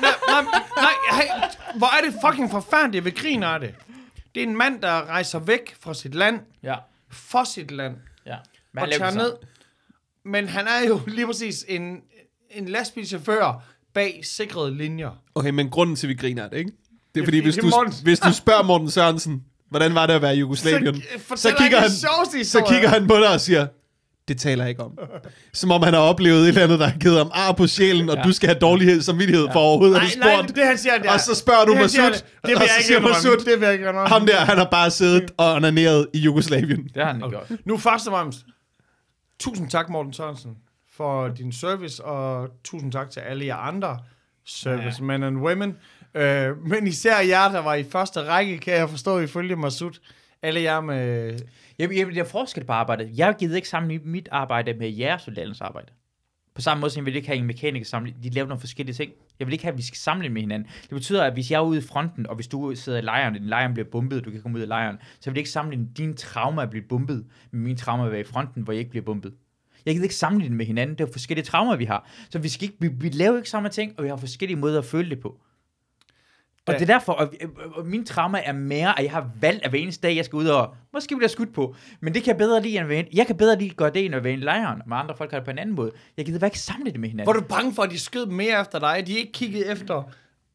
Nej, hvor er det fucking forfærdeligt, vi griner af det. Det er en mand, der rejser væk fra sit land, for sit land, ja. og tager ned. Men han er jo lige præcis en lastbilchauffør bag sikrede linjer. Okay, men grunden til, vi griner det, ikke? Det er fordi, hvis du spørger Morten Sørensen, hvordan var det at være i Jugoslavien, så kigger han på dig og siger, det taler jeg ikke om. Som om han har oplevet et eller andet, der har givet ham ar på sjælen, og du skal have dårlig samvittighed for overhovedet at have spurgt. Det han siger, det er. Og så spørger du Masud, det vil jeg ikke gøre. Ham der, han har bare siddet og onaneret i Jugoslavien. Det har han ikke gjort. Nu først og fremmest, tusind tak, Morten Sørensen, for din service, og tusind tak til alle jer andre servicemen and women. Men især jer, der var i første række, kan jeg forstå ifølge Masud. Alle jer med... Jamen, det er forskel på arbejdet. Jeg gider ikke sammenligne mit arbejde med jeres soldatens arbejde. På samme måde, som jeg vil ikke have en mekaniker sammenligne. De laver nogle forskellige ting. Jeg vil ikke have, at vi skal sammenligne med hinanden. Det betyder, at hvis jeg er ude i fronten, og hvis du sidder i lejren, og din lejren bliver bumpet, og du kan komme ud af lejren, så vil det ikke sammenligne dine traumer at blive bumpet, med mine traumer at være i fronten, hvor jeg ikke bliver bumpet. Jeg gider ikke sammenligne med hinanden. Det er forskellige traumer, vi har. Så vi laver ikke samme ting, og vi har forskellige måder at føle det på. Og det er derfor, og min trauma er mere, at jeg har valgt, at hver eneste dag, jeg skal ud og måske bliver skudt på. Men det kan jeg bedre lide, jeg kan bedre lide gøre det, end at være i lejren. Men andre folk har det på en anden måde. Jeg gider bare ikke samle det med hinanden. Var du bange for, at de skød mere efter dig? De ikke kiggede efter,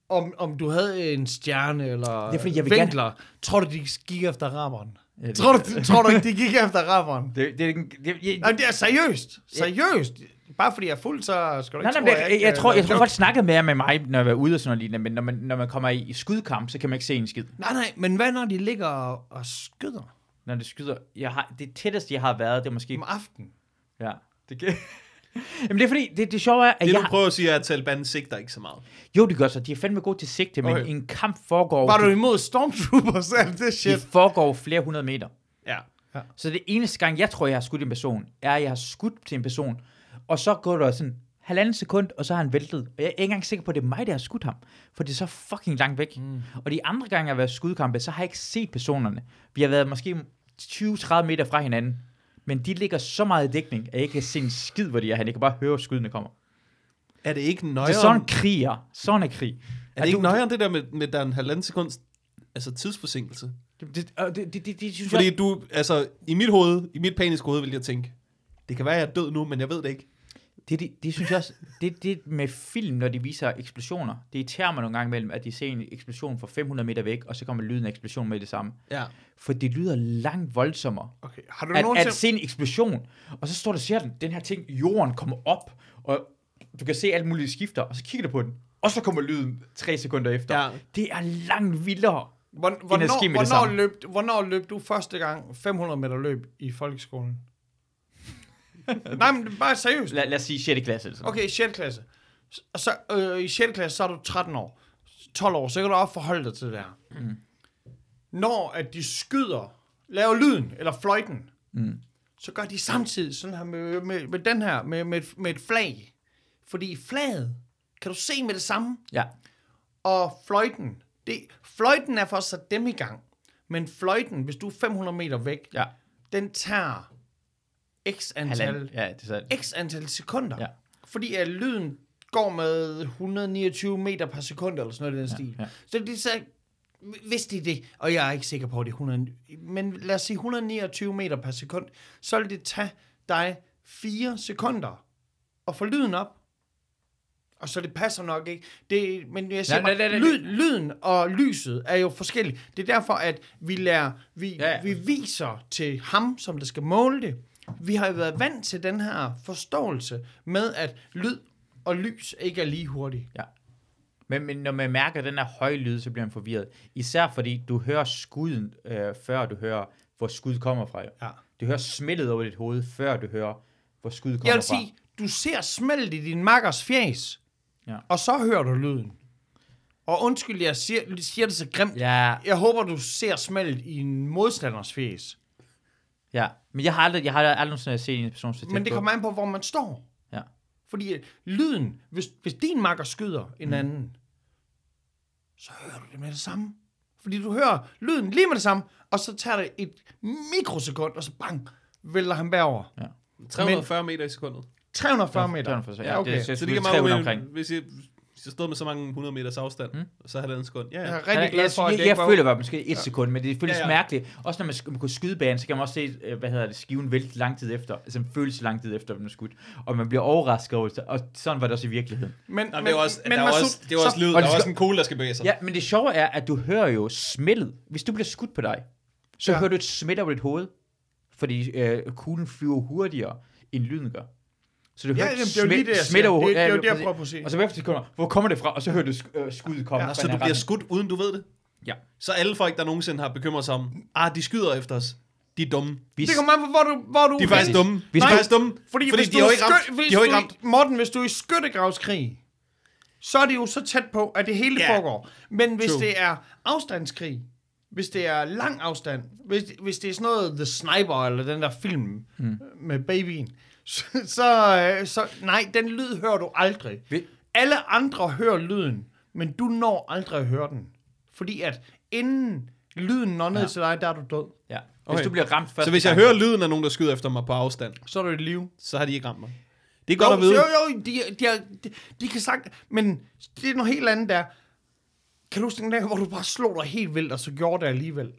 om du havde en stjerne eller vinkler? Gerne... Tror du, de gik efter araberen? Ja, tror du ikke, de gik efter araberen? Det er seriøst. Seriøst. Bare fordi jeg er fuld, så skal du ikke jeg tror folk snakkede mere med mig, når jeg var ude og sådan noget lignende, men når man kommer i skudkamp, så kan man ikke se en skid. Nej, men hvad når de ligger og skyder? Når de skyder, det tætteste, jeg har været, det er måske... Om aftenen? Ja, det kan... Jamen det er fordi, det sjove er, at det du prøver at sige, er, at Taliban sigter ikke så meget. Jo, det gør så. De er fandme gode til sigte, men en kamp foregår... Var du imod Stormtroopers? Det shit. De foregår flere 100 meter. Ja. Så det eneste gang, jeg tror, jeg har skudt en person, er, at jeg har skudt til en person, og så går der sådan 1,5 sekund, og så har han væltet. Og jeg er ikke engang sikker på, at det er mig, der har skudt ham. For det er så fucking langt væk. Og de andre gange, jeg har været i skudkampe, så har jeg ikke set personerne. Vi har været måske 20-30 meter fra hinanden. Men de ligger så meget i dækning, at jeg ikke kan se en skid, hvor de er. Jeg kan bare høre, at skuddene kommer. Er det ikke nøjere? Det er sådan krig, ja. Sådan er krig. Er det ikke nøjere det der med der en 1,5 sekund, altså tidsforsinkelse? Det synes fordi du, altså i mit hoved, i mit paniske hoved, vil jeg tænke, det kan være, at jeg er død nu, men jeg ved det ikke. Det synes jeg også, det med film, når de viser eksplosioner, det irriterer mig nogle gange mellem, at de ser en eksplosion fra 500 meter væk, og så kommer lyden af eksplosion med det samme. Ja. For det lyder langt voldsommere. Okay. Har du at se en eksplosion, og så står der og ser den her ting, jorden kommer op, og du kan se alt muligt skifter, og så kigger du på den, og så kommer lyden 3 sekunder efter. Ja. Det er langt vildere. Hvornår løb du første gang 500 meter løb i folkeskolen? Nej, men bare seriøst. Lad os sige 6. klasse. Okay, 6. klasse. Og så i 6. klasse, så er du 13 år. 12 år, så kan du også forholde dig til det her. Når at de skyder, laver lyden, eller fløjten, så gør de samtidig sådan her med den her, med et flag. Fordi flaget kan du se med det samme. Ja. Og fløjten er for at sætte dem i gang. Men fløjten, hvis du er 500 meter væk, den tager x antal sekunder. Ja. Fordi at lyden går med 129 meter per sekund, eller sådan noget i den stil. Ja. Så de sagde, hvis de det, og jeg er ikke sikker på, at det er 100, men lad os sige 129 meter per sekund, så vil det tage dig 4 sekunder at få lyden op. Og så det passer nok ikke. Men jeg siger lyden og lyset er jo forskellige. Det er derfor, at vi viser til ham, som der skal måle det. Vi har jo været vant til den her forståelse med, at lyd og lys ikke er lige hurtigt. Ja. Men når man mærker den her høje lyd, så bliver man forvirret. Især fordi du hører skuden, før du hører, hvor skud kommer fra. Ja. Du hører smeltet over dit hoved, før du hører, hvor skud kommer Jeg vil fra. sige, du ser smelt i din makkers fjæs, Ja. og så hører du lyden. Og undskyld, jeg siger det så grimt. Ja, Jeg håber, du ser smelt i en modstanders fjæs. ja. Men jeg har aldrig nogensinde set en person så tæt Men det på. kommer an på, hvor man står. Ja. Fordi lyden, hvis din makker skyder en anden, så hører du det med det samme. Fordi du hører lyden lige med det samme, og så tager det et mikrosekund, og så bang, vælter han bagover. Ja. 340 meter i sekundet. 340 meter. Ja, okay. det Så det kan 300 meget omkring. hvis jeg stod med så mange 100 meters afstand, så havde det en sekund. Ja, Jeg ja. er rigtig glad for, at det jeg ikke var... føler bare måske et sekund, men det føles Ja, ja. mærkeligt. Også når man går skydebanen, så kan man også se, skiven vælte lang tid efter. Altså en følelse lang tid efter, at den er skudt. Og man bliver overrasket over det, og sådan var det også i virkeligheden. Men, Nå, men det er også, der er også, det er også lyd. og Der det er skal- også en kugle, der skal bevæge sig. Ja, men det sjove er, at du hører jo smeltet. Hvis du bliver skudt på dig, så hører du et smæld over dit hoved. Fordi kuglen flyver hurtigere, end lyden gør. Så du hører det er jo lige det, jeg smidt siger. over Det er jo hovedet. det, jeg prøver på at sige. Og så efter sekunder, hvor kommer det fra? Og så hører du skuddet komme. Ja, Så du bliver skudt, uden du ved det? Ja. Så alle folk, der nogensinde har bekymret sig om, de skyder efter os, de er dumme. Det kommer an på, hvor du De er faktisk dumme. De er Nej, faktisk dumme, Fordi fordi hvis de har jo ikke ramt. hvis De har jo ikke du- ramt. Morten, hvis du er i skyttegravskrig, så er det jo så tæt på, at det hele Ja. foregår. Men hvis True. det er afstandskrig, hvis det er lang afstand, hvis det er sådan noget The Sniper, eller den der film med babyen, så nej, den lyd hører du aldrig. Alle andre hører lyden, men du når aldrig at høre den. Fordi at inden lyden når ned til dig, der er du død. Ja. Hvis Okay. du bliver ramt først. Så hvis jeg hører lyden af nogen, der skyder efter mig på afstand, Så er du i live. så har de ikke ramt mig. Det er godt at vide. Jo, de kan sagt, men det er noget helt andet der. Kan du huske den dag, hvor du bare slog dig helt vildt, og så gjorde det alligevel?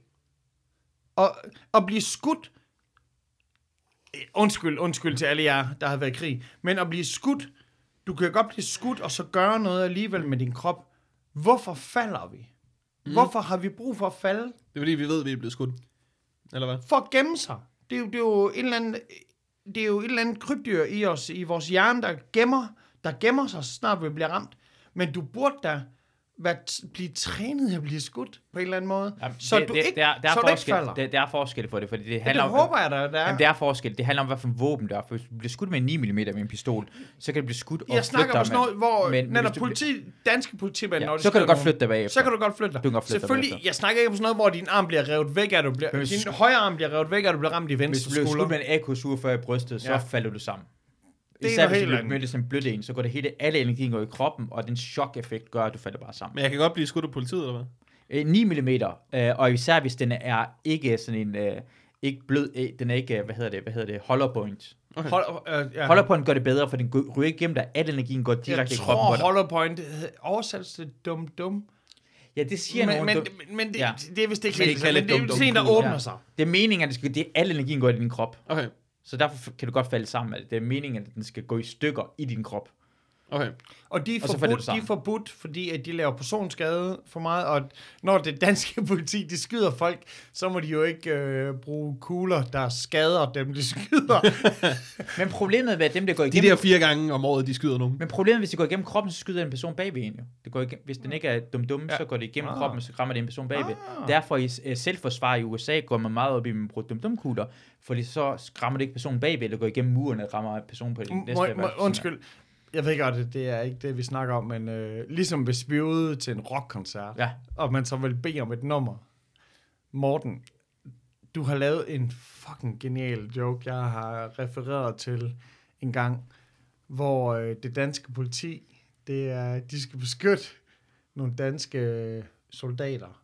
Og blive skudt, undskyld til alle jer, der har været i krig, men at blive skudt, du kan godt blive skudt, og så gøre noget alligevel med din krop. Hvorfor falder vi? Hvorfor har vi brug for at falde? Det er fordi, vi ved, at vi er blevet skudt. Eller hvad? For at gemme sig. Det er jo et eller andet krybdyr i os, i vores hjerne, der gemmer sig, så snart vi bliver ramt. Men du burde da blive trænet at blive skudt på en eller anden måde, så du ikke falder. Der er forskel for det, fordi det Ja, handler det om... håber jeg da, der er. Jamen, det er forskel. Det handler om, hvad for en våben der er. For hvis du bliver skudt med en 9 mm med en pistol, så kan du blive skudt og Jeg snakker om sådan noget, hvor netop hvis du danske politimænd, når de så kan du skyder godt nogen, flytte dig bagefter. så kan du godt flytte dig. Du kan godt flytte dig Selvfølgelig, bagefter. jeg snakker ikke om sådan noget, hvor din arm bliver revet væk, at din højre arm bliver revet væk, at du bliver ramt i Hvis venstre du bliver skulder. skudt med en AK-47 i brystet, så Ja. falder du sammen. Det er Især noget hvis du helt bliver andet. mødt som en blødt en, så går det hele, alle energien går i kroppen, og den chok-effekt gør, at du falder bare sammen. Men jeg kan godt blive skudt af politiet, eller hvad? 9 mm, og især hvis den er ikke sådan en, ikke blød, den er ikke, hvad hedder det, hollow point. Okay. Hollow point gør det bedre, for den ryger ikke igennem dig, al energien går direkte i kroppen på Jeg dig. tror, hollow point oversættes til dum. Ja, det siger nogen. Men det, Ja. det er vist ikke Men helt det kan sådan. lidt Men det er dum, sådan en, der dum, åbner ja. sig. Det er meningen, at al energien går i din krop. Okay. Så derfor kan du godt falde sammen. Det er meningen, at den skal gå i stykker i din krop. Okay. Og de er Og så falder du forbudt, sammen. fordi at de laver personskade for meget, og når det danske politi, de skyder folk, så må de jo ikke bruge kugler, der skader dem, de skyder. Men problemet er, at dem, der går De igennem... der 4 gange om året, de skyder nogen. Men problemet, hvis det går igennem kroppen, så skyder en person bagved en jo. Det går igennem, hvis den ikke er dum, så går det igennem kroppen, så rammer det en person bagved. Derfor i selvforsvar i USA går man meget op i, at man bruger dum-kugler, fordi så rammer det ikke personen bagved, eller går igennem muren og rammer personen på den næste. Undskyld, jeg ved godt, det er ikke det, vi snakker om, men ligesom hvis vi er ude til en rockkoncert, Ja. og man så vil bede om et nummer. Morten, du har lavet en fucking genial joke, jeg har refereret til en gang, hvor det danske politi, de skal beskytte nogle danske soldater.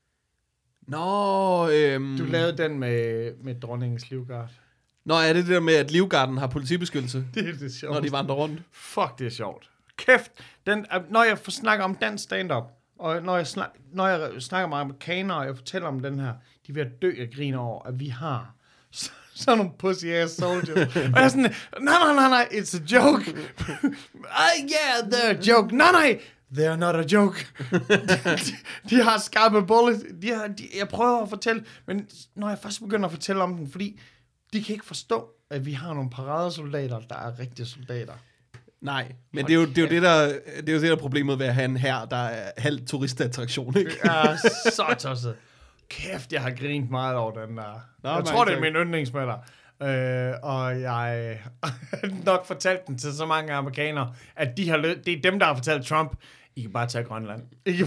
Nå, Du lavede den med dronningens livgarde. Nå, er det der med, at Livgarden har politibeskyttelse, Det er det sjovt. når de vandrer rundt? Fuck, det er sjovt. Kæft, når jeg snakker om dansk stand-up, og når jeg snakker med amerikanere, og jeg fortæller om den her, de er ved at dø af grin over, at vi har sådan nogle pussy-ass soldiers. Og jeg er sådan, nej, it's a joke. Yeah, they're a joke. Nej, they're not a joke. de har skarpe bullets. Jeg prøver at fortælle, men når jeg først begynder at fortælle om den, fordi de kan ikke forstå, at vi har nogle paradesoldater, der er rigtige soldater. Nej, men det er jo det, der er problemet ved at have en her, der er halv turistattraktion, ikke? Ja, så tosset. Kæft, jeg har grint meget over den der. Jeg tror, det er min yndlingsmælder. Og jeg har nok fortalt den til så mange amerikanere, at det er dem, der har fortalt Trump, I kan bare tage Grønland.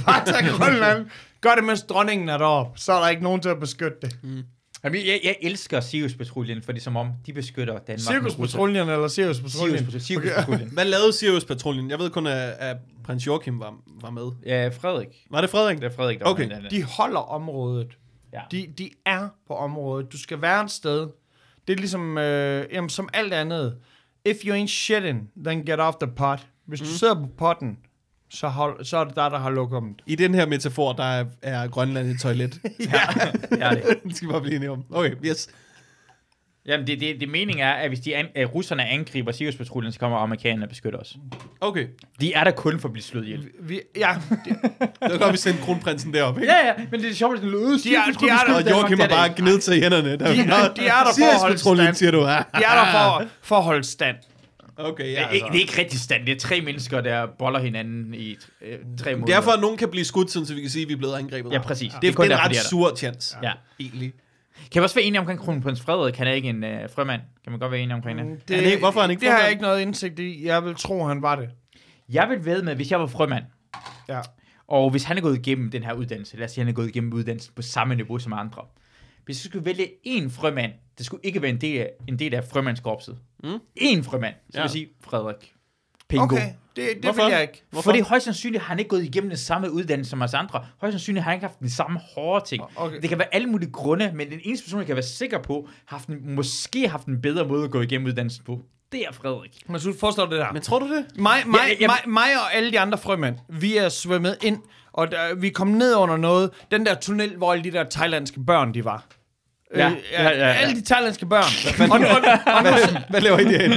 Gør det, mens dronningen er deroppe. Så er der ikke nogen til at beskytte det. Jamen, jeg elsker Sirius-patruljen, fordi som om de beskytter Danmark. Sirius-patruljen eller Sirius-patruljen? Sirius-patruljen. Hvad lavede Sirius-patruljen? Jeg ved kun, at prins Joachim var med. Ja, Frederik. Var det Frederik? Det er Frederik, der Okay. var med. De holder området. Ja. De er på området. Du skal være et sted. Det er ligesom, som alt andet. If you ain't shitting, then get off the pot. Hvis du sidder på potten, så er det der har lokummet. I den her metafor, der er Grønland et toilet. Ja, det. Det skal vi bare blive enige om. Okay, yes. Jamen, det meningen er, at hvis russerne angriber Sirius-patruljen, så kommer amerikanerne og beskytter os. Okay. De er der kun for at blive slået ihjel. Det var godt, vi sendte kronprinsen derop, ikke? Ja, men det er sjovt, at den lød. De er der, Og Joachim har bare gnedet til hænderne. de er der for at holde stand. Siger du, ja. De er der for at holde stand. Okay, ja. Det er ikke rigtig stand. Det er 3 mennesker, der boller hinanden i 3 måneder. Det er for, at nogen kan blive skudt, så vi kan sige, at vi er blevet angrebet. Ja, præcis. Det er kun en derfor, ret de er der. sur chance. Ja. Egentlig. Kan vi også være enige omkring kronprins Frederik? Han er ikke en frømand. Kan man godt være enige omkring det? Hvorfor er han ikke det har frømand? jeg ikke noget indsigt i. Jeg vil tro, han var det. Jeg vil ved med, hvis jeg var frømand, Ja. og hvis han er gået igennem den her uddannelse, lad os sige, han er gået igennem uddannelsen på samme niveau som andre. Hvis jeg skulle vælge én frømand, det skulle ikke være en del af frømandskorpset. Én frømand, så vil jeg sige Frederik. Pingo. Okay, det Hvorfor? vil jeg ikke. Hvorfor? Fordi højst sandsynligt har han ikke gået igennem den samme uddannelse som os andre. Højst sandsynligt har han ikke haft den samme hårde ting. Okay. Det kan være alle mulige grunde, men den eneste person, jeg kan være sikker på, måske haft en bedre måde at gå igennem uddannelsen på. Det er Frederik. Men så forstår du det der. Men tror du det? Mig og alle de andre frømænd, vi er svømmet ind, og vi kom ned under noget. Den der tunnel, hvor alle de der thailandske børn, de var. Ja. Alle de thailandske børn. Hvad laver I derinde?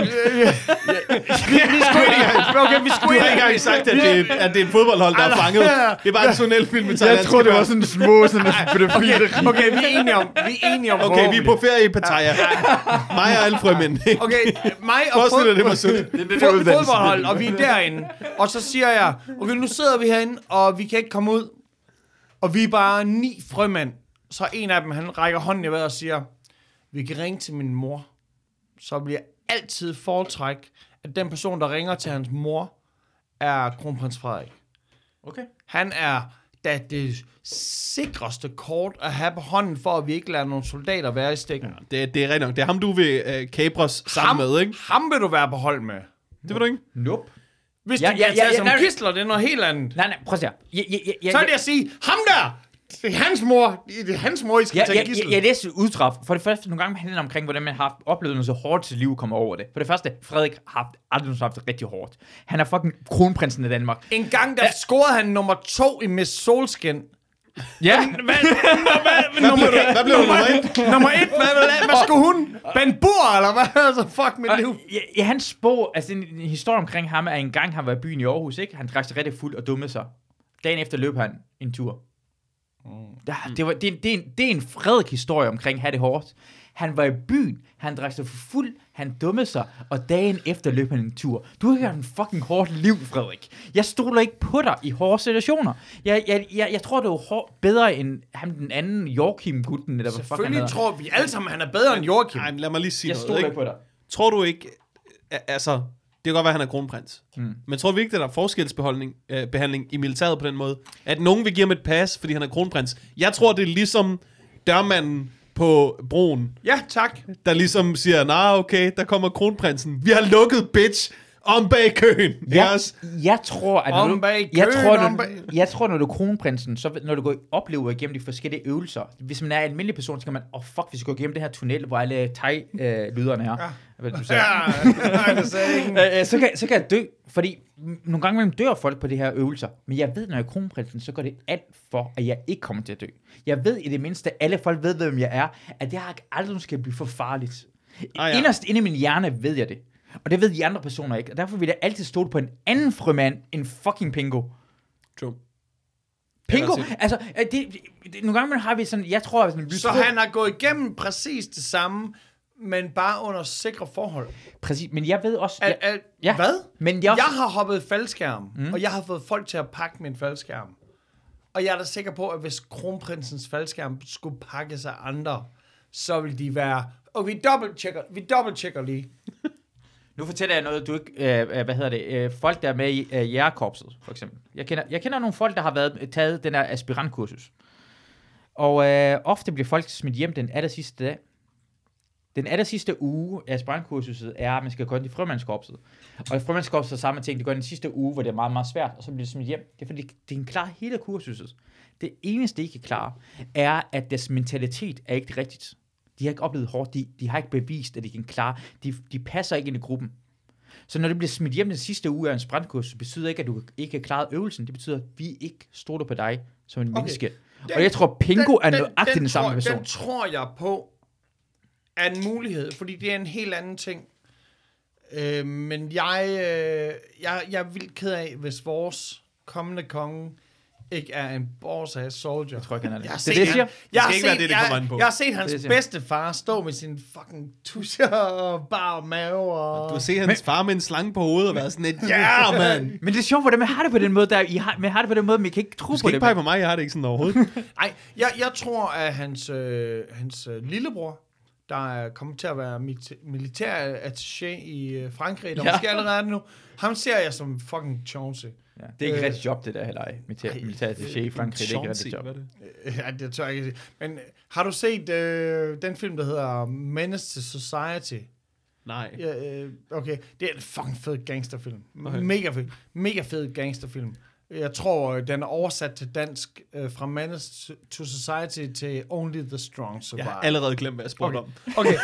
Vi Du har ikke engang sagt, at det er et fodboldhold, der er fanget. Det er bare en tunnelfilm med thailandske børn. sådan små, sådan Okay, vi er enige om Okay, vi er på ferie i Pattaya. Mig og alle frømænd. Okay, mig og Forestil dig, det var sødt. fodboldhold, og vi er derinde. Og så siger jeg, okay, nu sidder vi herinde, og vi kan ikke komme ud. Og vi er bare 9 frømænd. Så en af dem, han rækker hånden i vejret og siger, vi kan ringe til min mor. Så bliver altid foretræk, at den person, der ringer til hans mor, er kronprins Frederik. Okay. Han er da det sikreste kort at have på hånden, for at vi ikke lader nogle soldater være i stikken. Det er rigtigt nok. Det er ham, du vil kapres sammen med, ikke? Ham vil du være på hold med. Det vil du ikke? Nope. Hvis du bliver taget som gidsler, det er noget helt andet. Nej, prøv at se her. Så vil jeg sige, ham der! Det er hans mor. Det er hans mor, I skal tage gidsel. Jeg læste uddrag. For det første, nogle gange handler det omkring, hvordan man har oplevet noget så hårdt til liv kommer over det. For det første, Frederik har aldrig haft det rigtig hårdt. Han er fucking kronprinsen af Danmark. En gang, der scorede han nummer 2 i Miss Solskin. Ja. Hvad blev du nummer 1? Nummer 1, hvad skulle hun? Ben Bur, eller hvad? Altså, fuck mit liv. Ja, hans bog, altså en historie omkring ham, er en gang, han var i byen i Aarhus, ikke? Han drak sig rigtig fuld og dummede sig. Dagen efter løb han en tur. Ja, det er en Frederik-historie omkring at have det hårdt. Han var i byen, han drak sig for fuld, han dummede sig, og dagen efter løb han en tur. Du har ikke en fucking hårdt liv, Frederik. Jeg stoler ikke på dig i hårde situationer. Jeg tror, det er bedre end ham den anden Joachim-gutten. Eller selvfølgelig tror vi alle sammen, han er bedre end Joachim. Nej, lad mig lige sige jeg noget. Jeg stoler ikke på dig. Tror du ikke, altså, det kan godt være, at han er kronprins. Men tror vi ikke, at der er forskelsbehandling i militæret på den måde? At nogen vil give ham et pas, fordi han er kronprins. Jeg tror, det er ligesom dørmanden på broen. Ja, tak. Der ligesom siger, okay, der kommer kronprinsen. Vi har lukket, bitch, om bag køen. Jeg tror, at jeg tror, når du er kronprinsen, så når du går oplever igennem de forskellige øvelser, hvis man er en almindelig person, så kan man, fuck, vi skal gå igennem det her tunnel, hvor alle thai-lyderne er. Ja. Hvad du sagde. Så kan jeg dø, fordi nogle gange man dør folk på de her øvelser, men jeg ved, når jeg er kronprinsen, så går det alt for, at jeg ikke kommer til at dø. Jeg ved i det mindste, alle folk ved, hvem jeg er, at det her aldrig skal blive for farligt. Inderst inde i min hjerne ved jeg det. Og det ved de andre personer ikke. Og derfor vil jeg altid stole på en anden frømand end fucking Pingo. True. Pingo? Altså, nogle gange har vi sådan, jeg tror... Sådan, så han har gået igennem præcis det samme, men bare under sikre forhold. Præcis, men jeg ved også... Ja. Hvad? Men Jeg har hoppet faldskærm, og jeg har fået folk til at pakke min faldskærm. Og jeg er da sikker på, at hvis kronprinsens faldskærm skulle pakkes af andre, så vil de være... Og vi dobbelttjekker lige. Nu fortæller jeg noget, du ikke... folk, der er med i jægerkorpset, for eksempel. Jeg kender nogle folk, der har taget den her aspirantkursus. Og ofte bliver folk smidt hjem den allersidste dag. Den allersidste uge af aspirantkursuset er, at man skal gå ind i frømandskorpset. Og i frømandskorpset er samme ting, det går den sidste uge, hvor det er meget, meget svært, og så bliver det smidt hjem. Det er fordi, det er en klar hele kursuset. Det eneste, de ikke er klar, er, at deres mentalitet er ikke rigtigt. De har ikke oplevet hårdt, de har ikke bevist, at de kan klare. De passer ikke ind i gruppen. Så når det bliver smidt hjem den sidste uge af en aspirantkursus, betyder ikke, at du ikke har klaret øvelsen. Det betyder, at vi ikke stoler på dig som en menneske. Og jeg tror, Pingo er nøjagtigt den samme person. Den tror jeg på er en mulighed, fordi det er en helt anden ting. Men jeg er vildt ked af, hvis vores kommende konge ikke er en boss-ass soldier. Jeg tror ikke, han er det. Jeg har set hans bedstefar stå med sin fucking tusser og bare mave. Og... Du har set hans far med en slange på hovedet og været sådan et, mand. Men det er sjovt, hvordan man har det på den måde, men I kan ikke tro på det. Du skal ikke pege på mig, jeg har det ikke sådan overhovedet. Nej, jeg tror, at hans lillebror, der er kommet til at være militær attaché i Frankrig, der måske allerede nu, ham ser jeg som fucking Chauncey. Ja, det er ikke rigtig job, det der heller ej. Militær attaché i Frankrig, det er ikke rigtig job. Ja, det tør jeg ikke. Men har du set den film, der hedder Menace to Society? Nej. Okay, det er en fucking fed gangsterfilm. Okay. Mega fed gangsterfilm. Jeg tror, den er oversat til dansk fra Menace to Society til Only the Strong Survive. Jeg har allerede glemt, hvad jeg spurgte om. Okay.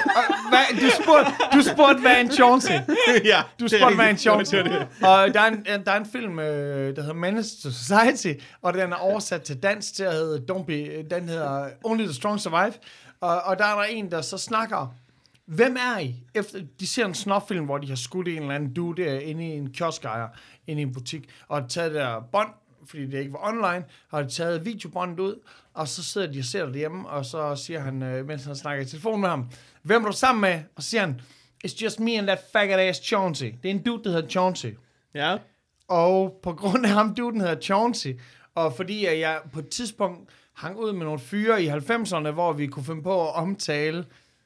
Du spurgte, hvad en Chauncey? Ja, du spurgte, hvad en Chauncey? Og der er en film, der hedder Menace to Society, og den er oversat til dansk til at hedde den hedder Only the Strong Survive. Og der er der en, der så snakker, hvem er I? Efter de ser en snoffilm, hvor de har skudt en eller anden dude der inde i en kioskejer, inde i en butik, og har taget der bånd, fordi det ikke var online, har de taget videobåndet ud, og så sidder de og ser det hjemme, og så siger han, mens han snakker i telefon med ham, hvem er du sammen med? Og så siger han, it's just me and that faggot ass Chauncey. Det er en dude, der hedder Chauncey. Ja. Og på grund af ham, duden hedder Chauncey, og fordi jeg på et tidspunkt hang ud med nogle fyre i 90'erne, hvor vi kunne finde på at omtale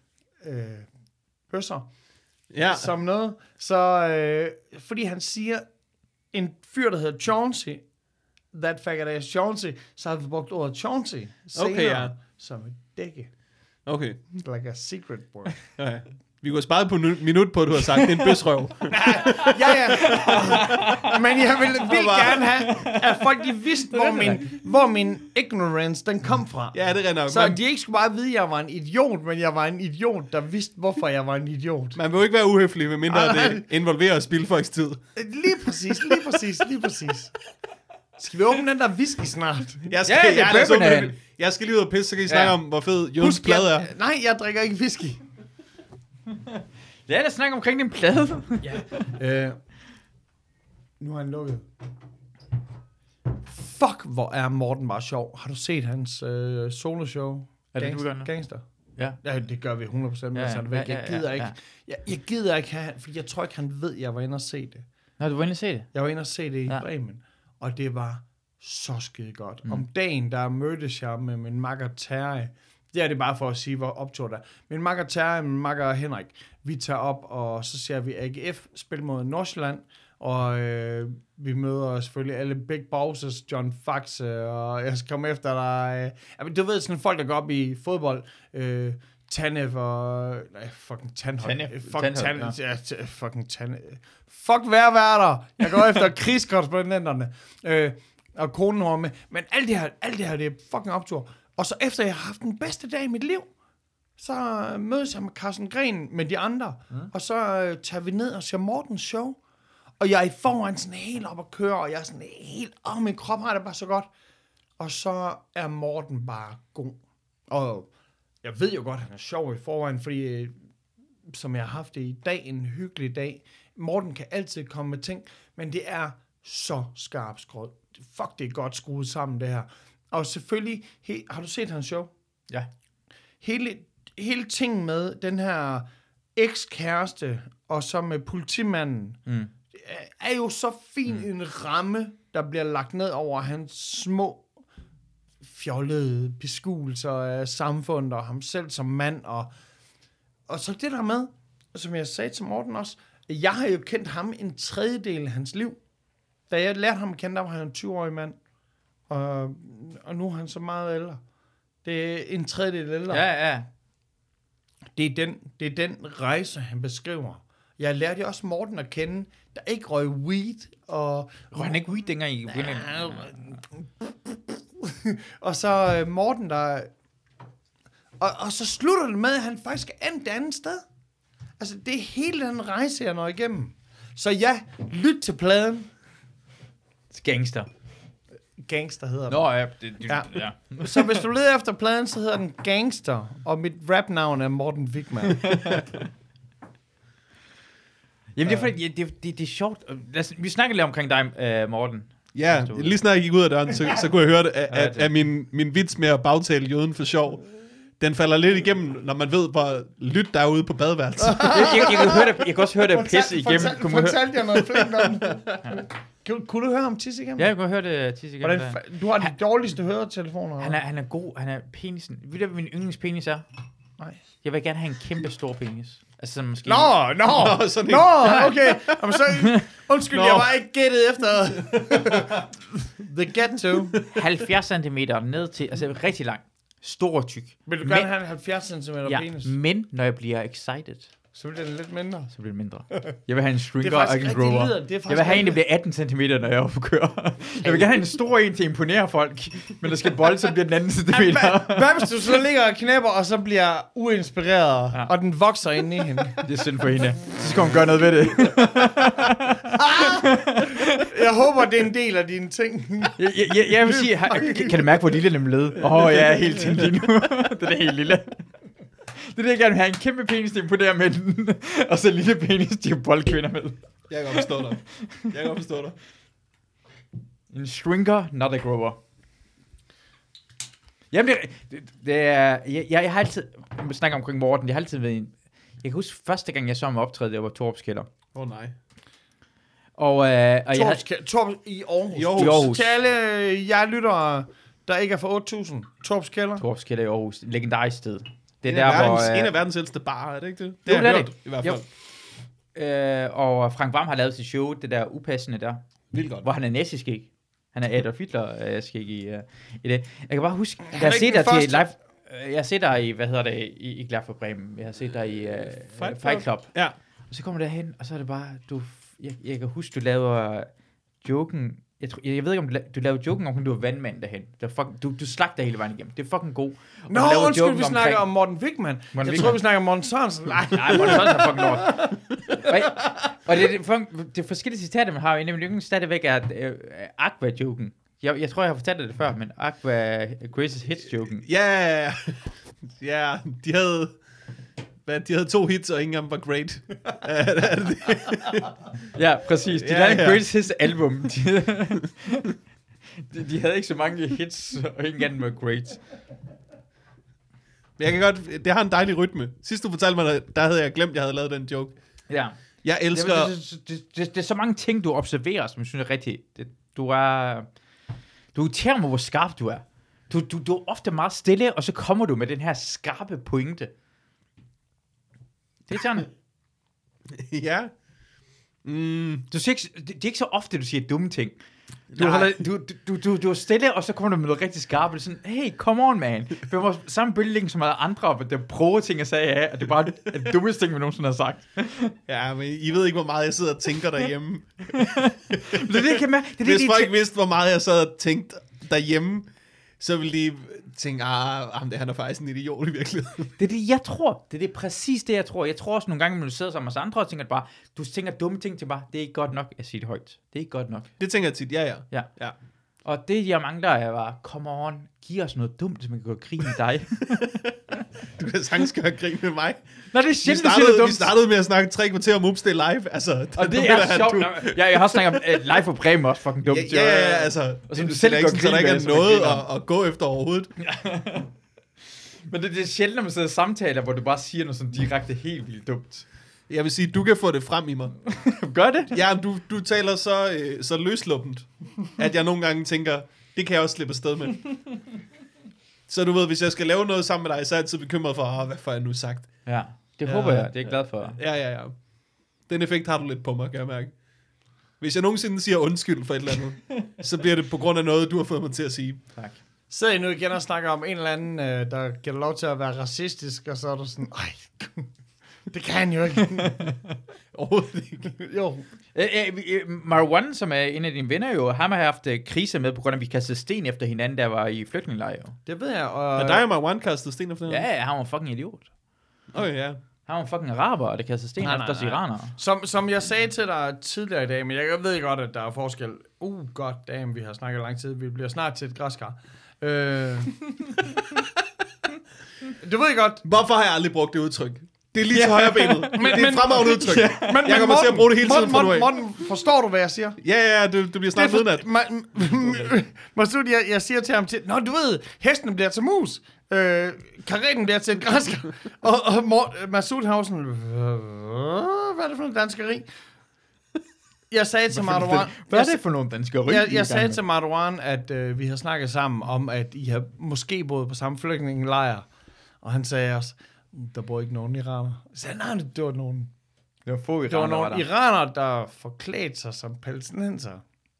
bøsser som noget. Så fordi han siger, en fyr, der hedder Chauncey, that faggot ass Chauncey, så har vi brugt ordet Chauncey senere som et dække. Okay. Like a secret word. Okay. Vi kunne have sparet på minut på, at du har sagt, det er en bøsrøv. Ja. Men jeg vil gerne have, at folk de vidste, hvor min ignorance, den kom fra. Ja, det er nok. Så de ikke skulle bare vide, at jeg var en idiot, men jeg var en idiot, der vidste, hvorfor jeg var en idiot. Man vil jo ikke være uhøflig, medmindre det involverer at spilde folks tid. Lige præcis. Skal vi åbne den der whisky snart? Jeg skal lige ud og pisse, så kan I snakke om, hvor fed Jons plade er. Nej, jeg drikker ikke whisky. Lad os snakke omkring din plade. Nu har han lukket. Fuck, hvor er Morten bare sjov. Har du set hans soloshow? Er det du gør nu? Gangster? Ja. Ja, det gør vi 100%. Jeg gider ikke. Jeg gider ikke have, for jeg tror ikke, han ved, jeg var inde og se det. Nå, du var inde og se det? Jeg var inde og se det i Bremen, og det var så skide godt. Om dagen, der mødtes jeg med min makker Terry. Det er det bare for at sige, hvor optur der. Min makker Terry og min makker Henrik, vi tager op, og så ser vi AGF spille mod Nordsjælland, og vi møder selvfølgelig alle big bosses, John Faxe, og jeg skal komme efter dig. Du ved, sådan folk, der går op i fodbold, Tanef og... Nej, fucking Tanhold. Fucking Tanef. Fuck værter. Jeg går efter krigskorrespondenterne. Og konen var med. Men alt det her, det er fucking optur. Og så efter jeg har haft den bedste dag i mit liv, så mødes jeg med Carsten Gren med de andre. Og så tager vi ned og ser Mortens show. Og jeg er i forvejen sådan helt op at køre, og jeg er sådan helt... min krop har det bare så godt. Og så er Morten bare god. Og jeg ved jo godt, at han er sjov i forvejen, fordi som jeg har haft det i dag, en hyggelig dag. Morten kan altid komme med ting, men det er så skarpt skruet. Fuck, det er godt skruet sammen, det her. Og selvfølgelig, har du set hans show? Ja. hele ting med den her ekskæreste, og så med politimanden, er jo så fin en ramme, der bliver lagt ned over hans små, fjollede beskuelser af samfundet, og ham selv som mand, og så det der med, som jeg sagde til Morten også, jeg har jo kendt ham en tredjedel af hans liv. Da jeg lærte ham at kende, der var han en 20-årig mand, og nu er han så meget ældre. Det er en tredjedel ældre. Ja. Det er den rejse, han beskriver. Jeg lærte jo også Morten at kende, der ikke røg weed. Og Røg han ikke weed dengang i begyndingen? Og så Morten, der... Og så slutter det med, at han faktisk er endt et andet sted. Altså, det er hele den rejse, jeg når igennem. Så ja, lyt til pladen. Gangster. Gangster hedder den. Nå, ja. Ja. Så hvis du leder efter pladen, så hedder den Gangster, og mit rapnavn er Morten Wigman. Jamen, det er fordi, det er sjovt. Vi snakkede lidt omkring dig, Morten. Ja, lige snart jeg gik ud af døren, så kunne jeg høre det, at min vits med at bagtale jøden for sjov, den falder lidt igennem, når man ved, hvor lyt der er ude på badeværelset. Jeg kan også høre det pisse igennem. Fortalte jeg noget flink om det? Kunne du høre ham tisse igennem? Ja, jeg kunne høre det tisse igennem. Du har de dårligste høretelefoner. Han er god. Han er penisen. Ved du, hvad min yndlingspenis er? Nej. Jeg vil gerne have en kæmpe stor penis. Altså sådan måske... Nå, okay. Jamen, så, undskyld, jeg var ikke gættet efter the get to. 70 cm ned til, altså rigtig lang. Stor og tyk. Vil du gerne have en 70 cm penis? Men når jeg bliver excited, så bliver den lidt mindre. så bliver det mindre. Jeg vil have en shrinker og en rigtig grower. lyder. Jeg vil have en, der bliver 18 cm, når jeg er oppe at køre. Jeg vil gerne have en stor en til at imponere folk, men der skal bold, så bliver den anden centimeter. Hvad hvis du så ligger og knæpper, og så bliver uinspireret, og den vokser inde i hende? Det er synd for hende. Så skal hun gøre noget ved det. Jeg håber, det er en del af dine ting. Jeg vil sige, kan du mærke, hvor lille den er blevet? Jeg er helt tændt lige nu. Det er helt lille. Det er det, jeg gerne vil have en kæmpe penis til at imponere med den, og så en lille penis til at bolde kvinder med. Jeg kan godt forstå dig. En shrinker, not a grower. Jamen, det er... Jeg har altid... Jeg snakker omkring Morten. Jeg har altid været en... Jeg kan huske første gang, jeg så ham optræde, det var Torps Kælder. Nej. Og Torps i Aarhus. I Aarhus. Til alle jeg lytter, der ikke er for 8.000. Torps Kælder. Torps Kælder i Aarhus. Legendarisk sted. Det er der, en af verdens ældste barer, er det ikke det? Det er det. I hvert fald. Og Frank Hvam har lavet sit show, det der upassende der. Vildt godt. Hvor han er naziskæg. Han er Adolf Hitler-skæg i det. Jeg kan bare huske, jeg har set dig til live... Jeg har set dig i i Glad for Bremen. Jeg har set dig i Fight Club. Ja. Og så kommer du derhen, og så er det bare... Jeg kan huske, du laver joken... Jeg ved ikke, om du lavede joken om, du var vandmand derhen. Du slagte hele vejen igennem. Det er fucking god. Nå, undskyld, vi snakker om Morten Wigman. Jeg tror, vi snakker om Morten Sørensen. Nej, Morten Sørensen er fucking lort. Og det er forskellige citater, man har. En af mine stadigvæk er Aqua-joken. Jeg tror, jeg har fortalt det før, men Aqua Greatest Hits-joken. Ja, de havde 2 hits, og ingen af dem var great. Ja, præcis. De lavede en Greatest Hits-album. De havde ikke så mange hits, og ingen af dem var great. Jeg kan godt... Det har en dejlig rytme. Sidst du fortalte mig, der havde jeg glemt, jeg havde lavet den joke. Ja. Jeg elsker... Det er så mange ting, du observerer, som jeg synes er rigtigt. Du irriterer mig, hvor skarp du er. Du er ofte meget stille, og så kommer du med den her skarpe pointe. Det er sådan. Ja. Du siger ikke, det er ikke så ofte, du siger dumme ting. Du er stille, og så kommer du med noget rigtig skarpt. Det er sådan, hey, come on, man. For vores samme bølgelængde som alle andre, der prøver ting at sige af, og det er bare det dummeste ting, vi nogensinde har sagt. Ja, men I ved ikke, hvor meget jeg sidder og tænker derhjemme. Hvis folk vidste, hvor meget jeg sad og tænkte derhjemme, så ville de tænke, han er faktisk en idiot i virkeligheden. Det er det, jeg tror. Det er præcis det, jeg tror. Jeg tror også nogle gange, når du sidder sammen med andre, og tænker bare, du tænker dumme ting til bare, det er ikke godt nok at sige det højt. Det er ikke godt nok. Det tænker jeg tit, ja. Og det, jeg mangler, er bare, come on, giv os noget dumt, så man kan gå grin med dig. Du kan sagtens gøre grin med mig. Nå, det er sjældent, du siger det dumt. Vi startede med at snakke 3 kvarter om Upstate Live. Altså, og det er sjovt. Jeg har snakket om live for Bremen også fucking dumt. Ja, altså. Og som du selv gør grin med. Så der ikke er noget at gå efter overhovedet. Men det er sjældent, når man sidder i samtaler, hvor du bare siger noget sådan direkte helt vildt dumt. Jeg vil sige, du kan få det frem i mig. Gør det? Ja, du taler så løsluppent, at jeg nogle gange tænker, det kan jeg også slippe afsted med. Så du ved, hvis jeg skal lave noget sammen med dig, så er jeg altid bekymret for, hvad får jeg nu sagt? Ja, det håber jeg. Det er jeg glad for. Ja. Den effekt har du lidt på mig, kan jeg mærke. Hvis jeg nogensinde siger undskyld for et eller andet, så bliver det på grund af noget, du har fået mig til at sige. Tak. Sidder I nu igen og snakker om en eller anden, der giver lov til at være racistisk, og så er du sådan, det kan han jo ikke. Overhovedet ikke. Jo. Marwan, som er en af dine venner jo, ham har haft krise med, på grund af, at vi kastede sten efter hinanden, der var i flygtningelejr. Det ved jeg. Og Og der er Marwan kastet sten efter det. Ja, han var fucking idiot. Okay, ja. Han var fucking araber, og det kastede sten efter os iranere. Som jeg sagde til dig tidligere i dag, men jeg ved godt, at der er forskel. God damn, vi har snakket lang tid. Vi bliver snart til et græskar. Du ved godt. Hvorfor har jeg aldrig brugt det udtryk? Det er lige til højre benet. Det er et fremragende udtryk. Men Jeg kommer til at bruge det hele tiden fra nu af. Morten, forstår du, hvad jeg siger? Ja, det bliver snart midnat. Masud, jeg siger til ham nå, du ved, hesten bliver til mus. Kareten bliver til et græskar. Og Masud har sådan, hvad er det for noget danskeri? Jeg sagde til Marwan... Hvad er det for nogle danskeri? Jeg sagde til Marwan, at vi har snakket sammen om, at I har måske boet på samme flygtningelejr. Og han sagde også, der bor ikke nogen iraner. Jeg sagde, nej, det var nogen... Det var få Der var iranere, nogle iranere, der forklædte sig som palæstinenser.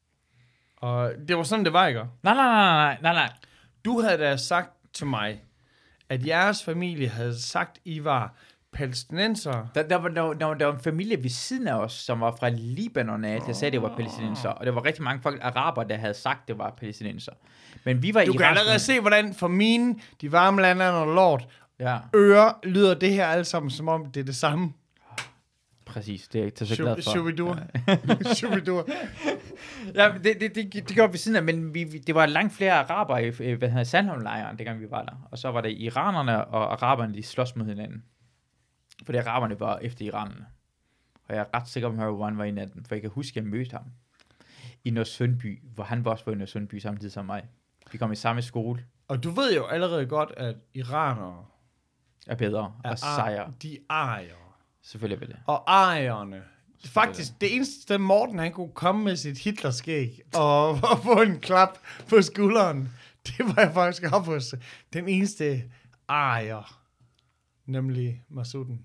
Og det var sådan, det var, ikke? Nej. Du havde da sagt til mig, at jeres familie havde sagt, I var palæstinenser. Der var en familie ved siden af os, som var fra Libanon af, der sagde, det var palæstinenser. Og der var rigtig mange folk, araber, der havde sagt, det var palæstinenser. Men vi var Du kan allerede se, hvordan for mine, de varme lande og lort, ører lyder det her alle sammen, som om det er det samme. Præcis, det er jeg så glad for. Shubidur. Ja, det gjorde vi siden af, men det var langt flere araber i Sandholm-lejren, dengang vi var der. Og så var det iranerne og araberne, de slås mod hinanden. Fordi araberne var efter iranerne. Og jeg er ret sikker på, at Marwan var en af dem, for jeg kan huske, at jeg mødte ham i Nørresundby, hvor han var også på i Nørresundby samtidig som mig. Vi kom i samme skole. Og du ved jo allerede godt, at iranere er bedre og sejre. De ejer. Selvfølgelig vil det. Og ejerne. Faktisk, det eneste sted, Morten han kunne komme med sit Hitlerskæg og få en klap på skulderen, det var jeg faktisk op hos den eneste ejer, nemlig Masuden.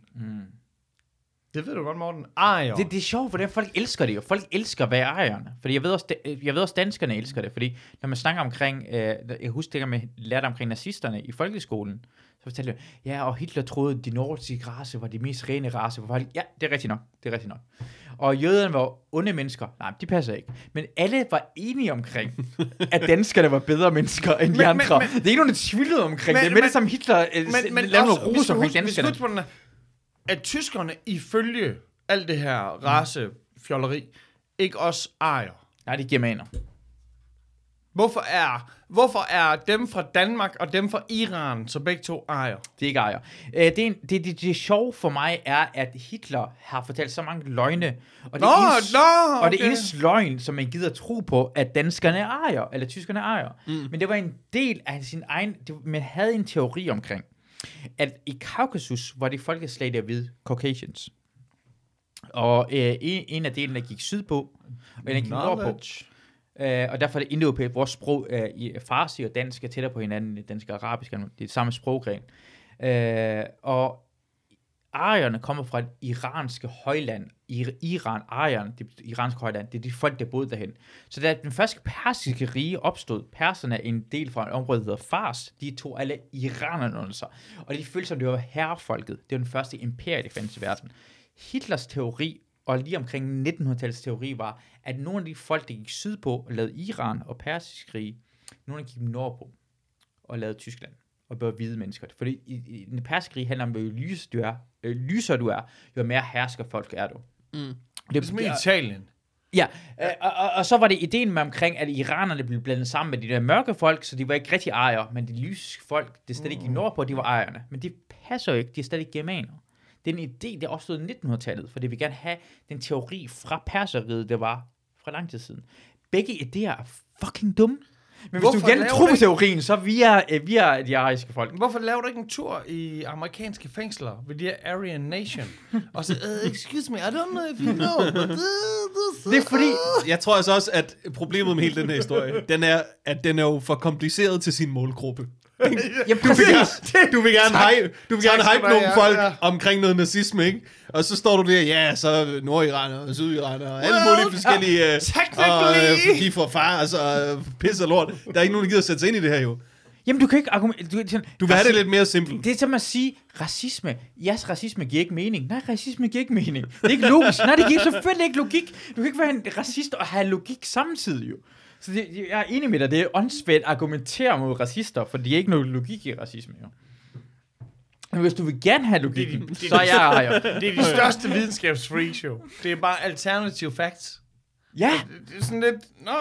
Det ved du godt, Morten. Ejer. Det er sjovt, hvordan folk elsker det jo. Folk elsker at være ejerne. Fordi jeg ved også danskerne elsker det. Fordi når man snakker omkring, jeg husker det, jeg lærte omkring nazisterne i folkeskolen, så fortalte jeg, ja, og Hitler troede, at de nordiske race var de mest rene race. Ja, det er rigtigt nok. Og jøderne var onde mennesker. Nej, de passer ikke. Men alle var enige omkring, at danskerne var bedre mennesker end de andre. Det er ikke nogen, der tvivlede omkring det. Men det som Hitler lavede noget rus omkring danskerne. At tyskerne ifølge alt det her racefjolleri ikke også ejer. Nej, det giver maner. Hvorfor er dem fra Danmark og dem fra Iran, så begge to ejer? Det er ikke ejer. Det sjove for mig er, at Hitler har fortalt så mange løgne. Og det eneste løgn, som man gider tro på, at danskerne ejer, eller tyskerne ejer. Men det var en del af sin egen... Man havde en teori omkring, at i Kaukasus var det folkeslag, der ved Caucasians. Og en af delene gik sydpå, og en gik nordpå. Og derfor er det indoeuropæisk. Vores sprog, farsi og dansk er tættere på hinanden, det danske og arabisk, det er det samme sproggren. Og arierne kommer fra det iranske højland. Arierne, det iranske højland, det er de folk, der boede derhen. Så da den første persiske rige opstod, perserne er en del fra et område, der hedder Fars, de tog alle iranerne under sig. Og de følte som, det var herrefolket. Det var den første imperie, der fandtes i verden. Hitlers teori, og lige omkring 1900-tallets teori, var, at nogle af de folk, der gik sydpå og lavede Iran og persisk rige, nogle gik nordpå og lavede Tyskland og blev hvide mennesker. Fordi i den persiske rige handler om, jo lysere du er, jo mere herskerfolk er du. Det er som i Italien. Ja, og så var det ideen med omkring, at iranerne blev blandet sammen med de der mørke folk, så de var ikke rigtig ejere, men de lyse folk, det slet ikke gik nordpå, de var ejerne. Men det passer jo ikke, de er stadig germaner. Det er en idé, der opstod i 1900-tallet, for det vil gerne have den teori fra perseriget, der var fra lang tid siden. Begge idéer er fucking dumme. Men hvis du igen tror på teorien, så via de ariske folk. Hvorfor laver du ikke en tur i amerikanske fængsler ved de her Aryan Nation? Og så, excuse me, I don't know if you know, but Det er fordi... Jeg tror altså også, at problemet med hele den her historie, at den er jo for kompliceret til sin målgruppe. Ja, præcis. Du vil gerne hype nogle folk omkring noget nazisme, ikke? Og så står du der, så nordiraner og sydiraner og alle mulige forskellige... og de får far, altså pis og lort. Der er ikke nogen, der gider sætte sig ind i det her, jo. Jamen, du kan ikke argumentere... Du vil have det lidt mere simpelt. Det er som at sige, racisme. Racisme giver ikke mening. Nej, racisme giver ikke mening. Det er ikke logisk. Nej, det giver selvfølgelig ikke logik. Du kan ikke være en racist og have logik samtidig, jo. Så jeg er enig med dig, det er åndssvagt at argumentere mod racister, for det er ikke noget logik i racisme, jo. Men hvis du vil gerne have logik, så er jeg jo. Det er de største videnskabsfreaks, jo. Det er bare alternative facts. Ja. Det er sådan lidt,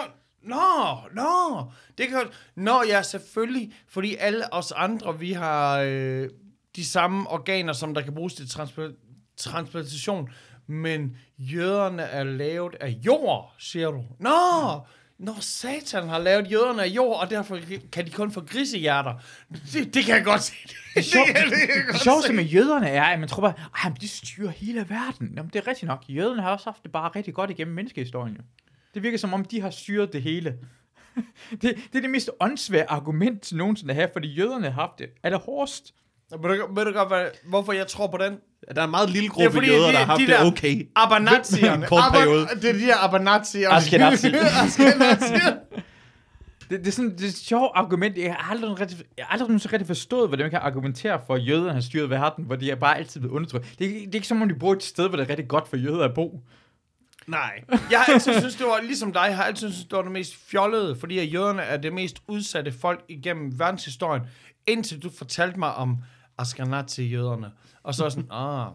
det kan ja, selvfølgelig, fordi alle os andre, vi har de samme organer, som der kan bruges til transplantation, men jøderne er lavet af jord, siger du. Når satan har lavet jøderne af jord, og derfor kan de kun få grisehjerter. Det kan jeg godt se. Det sjoveste med jøderne er, at man tror bare, at de styrer hele verden. Jamen, det er rigtigt nok. Jøderne har også haft det bare rigtig godt igennem menneskehistorien. Jo. Det virker som om, de har styret det hele. Det er det mest åndssvage argument nogensinde at have, fordi jøderne har haft det. Er det hårdest? Ved du godt, hvorfor jeg tror på den? Der er en meget lille gruppe jøder, der har haft det okay. Abanazierne. Det er de der Abanazier. Askenazier. Det er sådan et sjovt argument. Jeg har aldrig så rigtig forstået, hvordan man kan argumentere for, at jøderne har styret verden, hvor de er bare altid blevet undertrykt. Det er ikke som om, de bor et sted, hvor det er rigtig godt for jøder at bo. Nej. Jeg har altid synes, det var ligesom dig, har altid synes, det var det mest fjollede, fordi at jøderne er det mest udsatte folk igennem verdenshistorien, indtil du fortalte mig om Askenazi-jøderne. Og så sådan,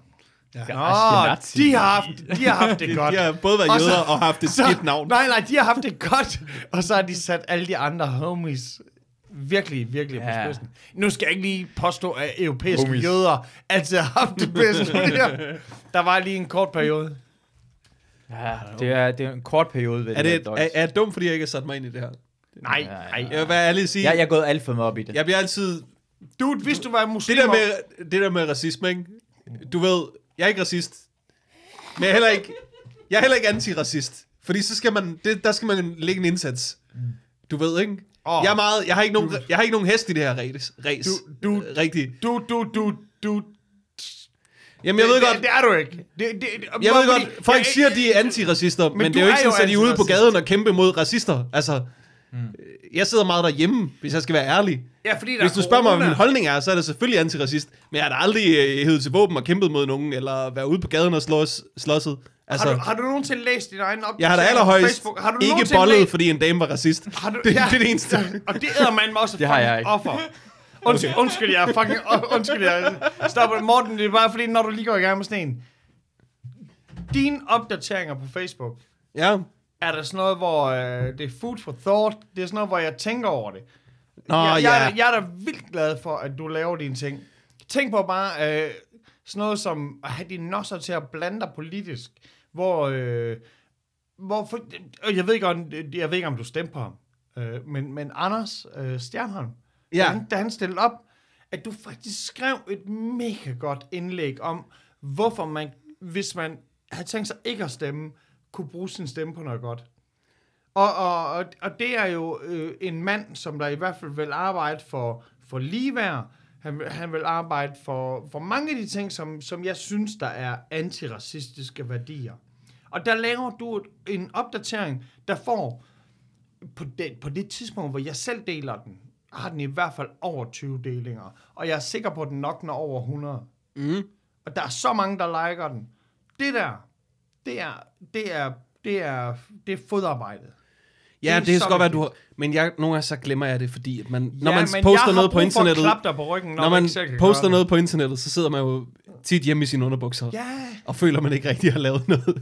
de har haft det godt. De har både været jøder og haft et skidt navn. Nej, de har haft det godt. Og så har de sat alle de andre homies virkelig på spidsen. Nu skal jeg ikke lige påstå, at europæiske jøder altid har haft det bedst. Der var lige en kort periode. Ja, det er en kort periode. Ved er jeg dum, fordi jeg ikke har sat mig ind i det her? Nej. Jeg vil være ærlig at sige... Jeg er gået alt for meget op i det. Jeg bliver altid... Dude, hvis du var muslim... Det der med racisme, ikke? Du ved, jeg er ikke racist. Men jeg er heller ikke antiracist. Fordi så skal der skal man lægge en indsats. Du ved, ikke? Jeg har ikke nogen hest i det her race. Rigtigt. Du... Jamen, jeg ved godt... Det er du ikke. Jeg ved godt, folk siger, de er antiracister, men det er jo ikke sådan, at de er ude på gaden og kæmpe mod racister. Altså, jeg sidder meget derhjemme, hvis jeg skal være ærlig. Ja, fordi hvis du spørger mig, hvad min holdning er, så er det selvfølgelig antiracist. Men jeg har da aldrig hævet til våben og kæmpet mod nogen, eller været ude på gaden og slåsset. Altså, har du nogensinde læst din egen opdatering? Jeg har da allerhøjst ikke bollet, fordi en dame var racist. Det er det eneste. Og det æder man også det har jeg ikke. Offer. Undskyld, jeg stop. Morten, det er bare fordi, når du lige går i gang med sådan en. Dine opdateringer på Facebook. Ja. Er der sådan noget, hvor det er food for thought? Det er sådan noget, hvor jeg tænker over det. Jeg er da vildt glad for, at du laver dine ting. Tænk på bare sådan noget som at have dine nosser til at blande dig politisk. Jeg ved ikke, om du stemte på ham. Men Anders Stjernholm, da han stillede op, at du faktisk skrev et mega godt indlæg om, hvorfor man, hvis man havde tænkt sig ikke at stemme, kunne bruge sin stemme på noget godt. Og det er jo en mand, som der i hvert fald vil arbejde for ligeværd. Han vil arbejde for mange af de ting, som jeg synes, der er antiracistiske værdier. Og der laver du en opdatering, der får, på det tidspunkt, hvor jeg selv deler den, har den i hvert fald over 20 delinger. Og jeg er sikker på, at den nok når over 100. Og der er så mange, der liker den. Det er fodarbejdet. Ja, det skal godt være, du har... Men nogle gange så glemmer jeg det, fordi at når man poster noget på internettet... Når man poster noget på internettet, så sidder man jo tit hjemme i sine underbukser. Og føler, man ikke rigtig har lavet noget.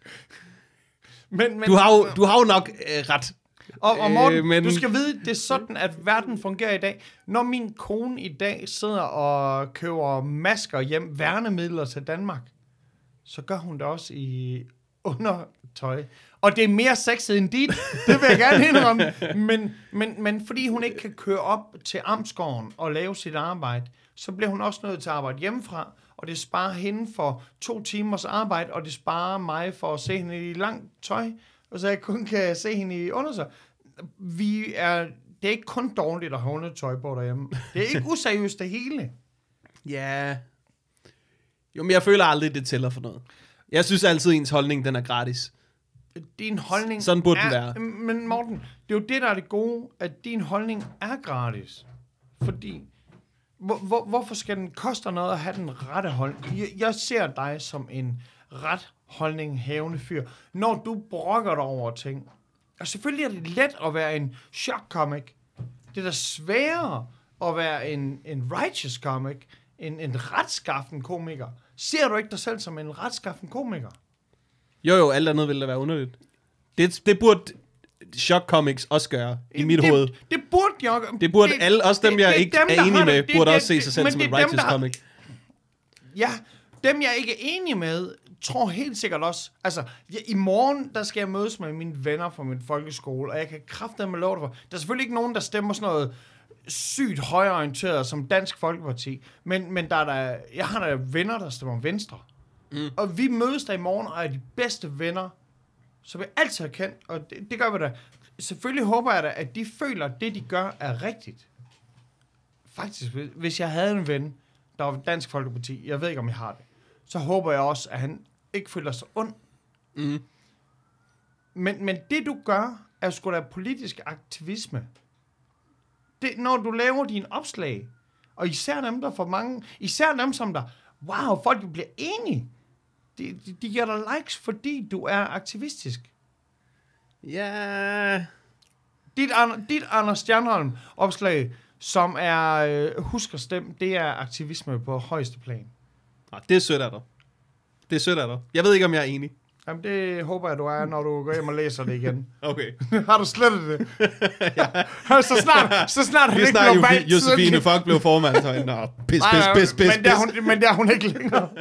Men du har jo nok ret. Og Morten, du skal vide, det er sådan, at verden fungerer i dag. Når min kone i dag sidder og køber masker hjem, værnemidler til Danmark, så gør hun det også i undertøj. Og det er mere sexet end dit, det vil jeg gerne indrømme. Men fordi hun ikke kan køre op til Amtsgården og lave sit arbejde, så bliver hun også nødt til at arbejde hjemmefra, og det sparer hende for 2 timers arbejde, og det sparer mig for at se hende i langt tøj, og så jeg kun kan se hende i undertøj. Det er ikke kun dårligt at have undertøj på derhjemme. Det er ikke useriøst det hele. Ja. Jo, men jeg føler aldrig, det tæller for noget. Jeg synes altid, ens holdning, den er gratis. Din holdning sådan burde den være. Men Morten, det er jo det, der er det gode, at din holdning er gratis. Fordi, hvorfor skal den koste noget at have den rette holdning? Jeg ser dig som en ret holdning hævende fyr. Når du brokker dig over ting, og selvfølgelig er det let at være en shock comic. Det er da sværere at være en righteous comic, en retskaffen komiker. Ser du ikke dig selv som en retskaffen komiker? Jo, alt andet ville da være underligt. Det burde shock comics også gøre, i mit hoved. Det burde jeg. Det burde alle, også dem, jeg ikke er enig med, burde også se sig selv som en righteous comic. Ja, dem jeg ikke er enig med, tror helt sikkert også, altså, i morgen, der skal jeg mødes med mine venner fra min folkeskole, og jeg kan kraftedeme love det for. Der er selvfølgelig ikke nogen, der stemmer sådan noget sygt højreorienteret som Dansk Folkeparti, men jeg har da venner, der stemmer Venstre. Og vi mødes der i morgen, og er de bedste venner, som jeg altid har kendt, og det gør vi da. Selvfølgelig håber jeg da, at de føler, at det, de gør, er rigtigt. Faktisk, hvis jeg havde en ven, der var Dansk Folkeparti, jeg ved ikke, om jeg har det, så håber jeg også, at han ikke føler sig ond. Men det, du gør, er sgu da politisk aktivisme. Det, når du laver dine opslag, og især dem, der får mange, især dem, som der, wow, folk bliver enige. De giver dig likes, fordi du er aktivistisk. Ja. Dit Anders Stjernholm opslag, som er husk at stemme, det er aktivisme på højeste plan. Det er sødt af dig. Det er sødt af dig. Jeg ved ikke, om jeg er enig. Jamen, det håber jeg, du er, når du går hjem og læser det igen. Okay. Har du slettet det? Ja. så snart han ikke blev valgt. Josefine Fock blev formand, så nå, pis. Men der er hun ikke længere.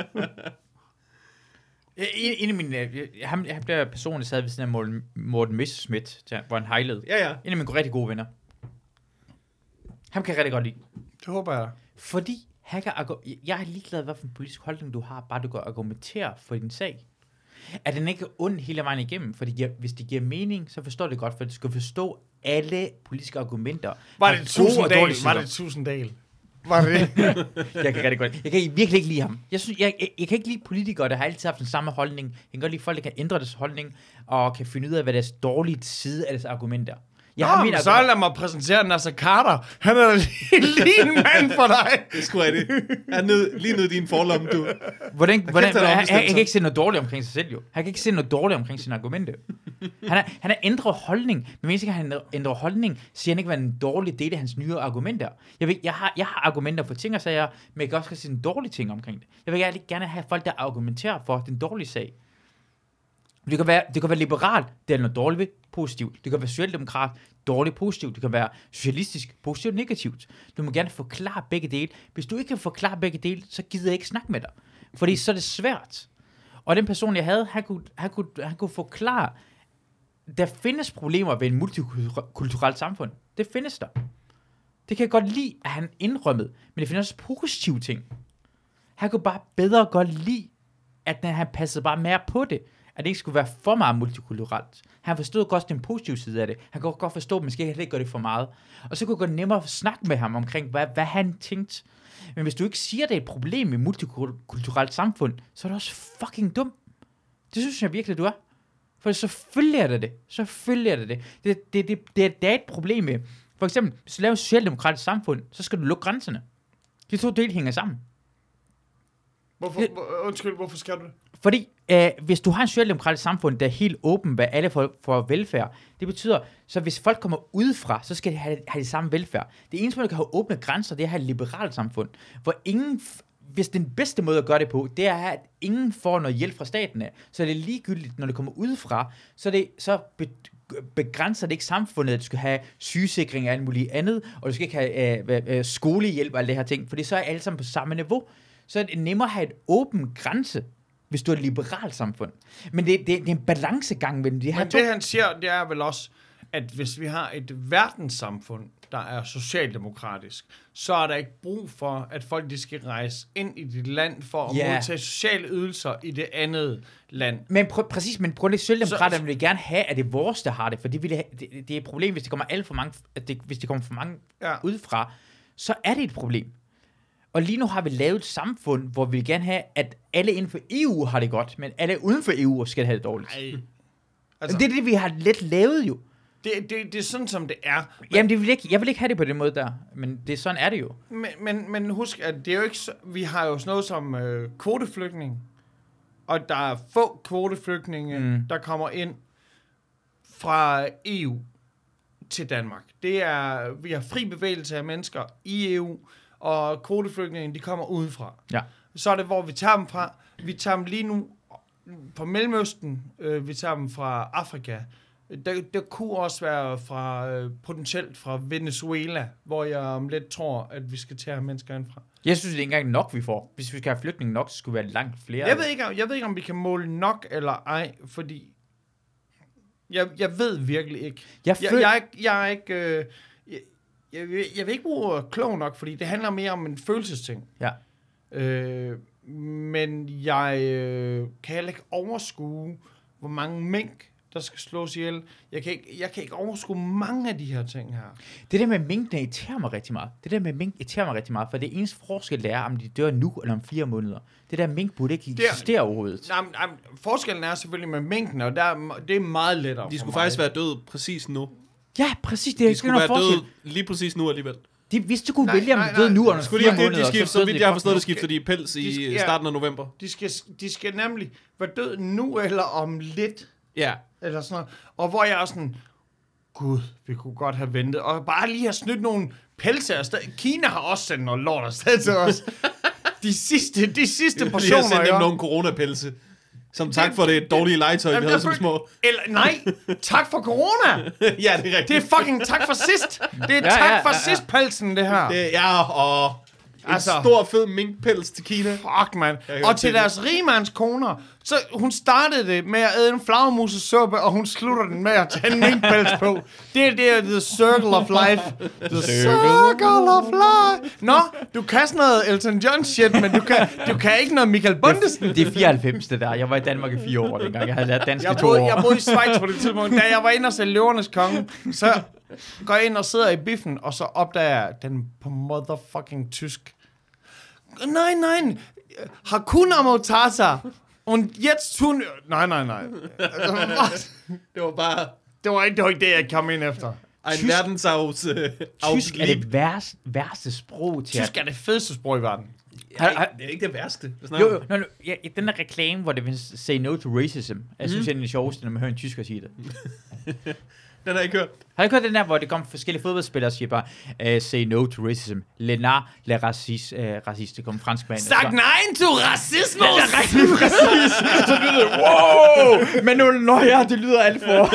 En af mine, han bliver personligt sad ved sådan en Morten Messerschmidt, hvor han hejlede. Ja. En af mine rigtig gode venner. Han kan jeg rigtig godt lide. Det håber jeg. Fordi jeg er ligeglad, hvilken politisk holdning du har, bare du går argumentere for din sag. Er den ikke ond hele vejen igennem? Fordi hvis det giver mening, så forstår det godt, for du skal forstå alle politiske argumenter. Var det Tusinddal? Var det? Jeg kan rigtig godt. Jeg kan virkelig ikke lide ham. Jeg kan ikke lide politikere, der har altid haft den samme holdning. Jeg kan godt lide folk, der kan ændre deres holdning, og kan finde ud af, hvad deres dårlige side af deres argumenter. Så lad mig præsentere Nasser Carter. Han er lige en mand for dig. Det er sgu rigtigt. Han er lige ned i din forlomme, du. Han kan ikke se noget dårligt omkring sig selv, jo. Han kan ikke se noget dårligt omkring sine argumenter. Han har ændret holdning. Men hvis ikke han ændrer holdning, siger han ikke, hvad en dårlig del af hans nye argumenter. Jeg har argumenter for ting og sager, men jeg kan også sige en dårlig ting omkring det. Jeg vil gerne have folk, der argumenterer for den dårlige sag. Det kan være liberal, det er noget dårligt, positivt. Det kan være socialdemokrat, dårligt, positivt. Det kan være socialistisk, positivt, negativt. Du må gerne forklare begge dele. Hvis du ikke kan forklare begge dele, så gider jeg ikke snakke med dig. Fordi så er det svært. Og den person, jeg havde, han kunne forklare, der findes problemer ved en multikulturelt samfund. Det findes der. Det kan jeg godt lide, at han indrømmede. Men det findes også positive ting. Han kunne bare bedre godt lide, at han passede bare mere på det. At det ikke skulle være for meget multikulturelt. Han forstod godt den positive side af det. Han kunne godt forstå, at man skal ikke gøre det for meget. Og så kunne det gå nemmere at snakke med ham omkring, hvad han tænkte. Men hvis du ikke siger, at det er et problem i multikulturelt samfund, så er du også fucking dum. Det synes jeg virkelig, du er. For selvfølgelig er det det. Selvfølgelig er det det. Det er et problem med. For eksempel, hvis du laver et socialdemokratisk samfund, så skal du lukke grænserne. De to dele hænger sammen. Hvorfor skal du det? Fordi hvis du har en socialdemokratisk samfund, der er helt åben, hvad alle får velfærd, det betyder, så hvis folk kommer udefra, så skal de have det samme velfærd. Det eneste måde, der kan have åbne grænser, det er at have et liberalt samfund, hvor hvis den bedste måde at gøre det på, det er, at ingen får noget hjælp fra staten af, så er det ligegyldigt, når det kommer udefra, så begrænser det ikke samfundet, at du skal have sygesikring og alt muligt andet, og du skal ikke have skolehjælp og alle det her ting, fordi så er alle sammen på samme niveau. Så er det nemmere at have et åben grænse, hvis du er et liberalt samfund. Men det er en balancegang mellem de her Men to. det han siger, det er vel også, at hvis vi har et verdenssamfund, der er socialdemokratisk, så er der ikke brug for, at folk de skal rejse ind i dit land for at modtage sociale ydelser i det andet land. Men præcis, men prøv lige, Socialdemokraterne vil gerne have, at det er vores, der har det, for det er et problem, hvis det kommer alt for mange, hvis det kommer for mange udefra, så er det et problem. Og lige nu har vi lavet et samfund, hvor vi vil gerne have, at alle inden for EU har det godt, men alle uden for EU skal have det dårligt. Altså, det er det, vi har lidt lavet jo. Det er sådan, som det er. Jamen, jeg vil ikke have det på den måde der, men sådan er det jo. Men husk, at det er jo ikke vi har jo sådan noget som kvoteflygtning, og der er få kvoteflygtninge, der kommer ind fra EU til Danmark. Vi har fri bevægelse af mennesker i EU, og kvoteflygtninge, de kommer udefra. Ja. Så er det, hvor vi tager dem fra. Vi tager dem lige nu fra Mellemøsten, vi tager dem fra Afrika. Der kunne også være potentielt fra Venezuela, hvor jeg om lidt tror, at vi skal tage mennesker indfra. Jeg synes, det er ikke engang nok, vi får. Hvis vi skal have flygtninge nok, så skulle vi være langt flere. Jeg ved ikke, om vi kan måle nok eller ej, fordi jeg ved virkelig ikke. Jeg vil ikke bruge klog nok, fordi det handler mere om en følelsesting. Ja. Men jeg kan heller ikke overskue, hvor mange mink, der skal slås ihjel. Jeg kan ikke overskue mange af de her ting her. Det der med minkene irriterer mig rigtig meget. For det eneste forskel er, om de dør nu eller om 4 måneder. Det der mink burde ikke eksistere overhovedet. Forskellen er selvfølgelig med minkene, og det er meget lettere. De skulle faktisk være døde præcis nu. Ja, præcis. Det er de skulle være døde lige præcis nu alligevel. Hvis du kunne vælge, om de døde nu eller 4 måneder, så vidt jeg har forstået, det skifter de pels i starten af november. De skal nemlig være døde nu eller om lidt. Ja. Eller sådan noget. Og hvor jeg er sådan, gud, vi kunne godt have ventet. Og bare lige have snydt nogle pelse afsted. Kina har også sendt noget lort afsted til os. De sidste portioner. De har sendt dem nogle coronapelse. Som tak for det dårlige legetøj, vi havde som små. Nej, tak for corona. Ja, det er rigtigt. Det er fucking tak for sidst. Det er tak for sidst pelsen, det her. Og en stor fed minkpels til Kina. Fuck, man. Og til deres rigmandskoner. Så hun startede det med at æde en flagmusesuppe, og hun slutter den med at tage en minkpels på. Det er the circle of life. The circle of life. Nå, du kan sådan noget Elton John shit, men du kan ikke noget Michael Bundesen. Det er 94 det der. Jeg var i Danmark i 4 år dengang. Jeg havde lært dansk i 2 år. Jeg boede i Schweiz på det tidspunkt. Da jeg var inde og se Løvernes Konge, så går jeg ind og sidder i biffen, og så opdager jeg den på motherfucking tysk. Nej. Hakuna Matata. Und jetzt tun... Nej. Det var bare... Det var ikke det, jeg kom ind efter. En verdensarvs... Tysk er det værste sprog til Tysk er det fedeste sprog i verden. Det er ikke det værste. Jo, den der reklame, hvor det vil say no to racism, jeg synes, det er det sjoveste, når man hører en tysker sige det. Den har jeg ikke hørt. Har du ikke hørt den der, hvor det kommer forskellige fodboldspillere og siger bare, say no to racism, le raciste, det kommer franskmand. Sag nej to racismus! Det er rigtig præcis. Så lyder det, wow! Men nu, det lyder alt for.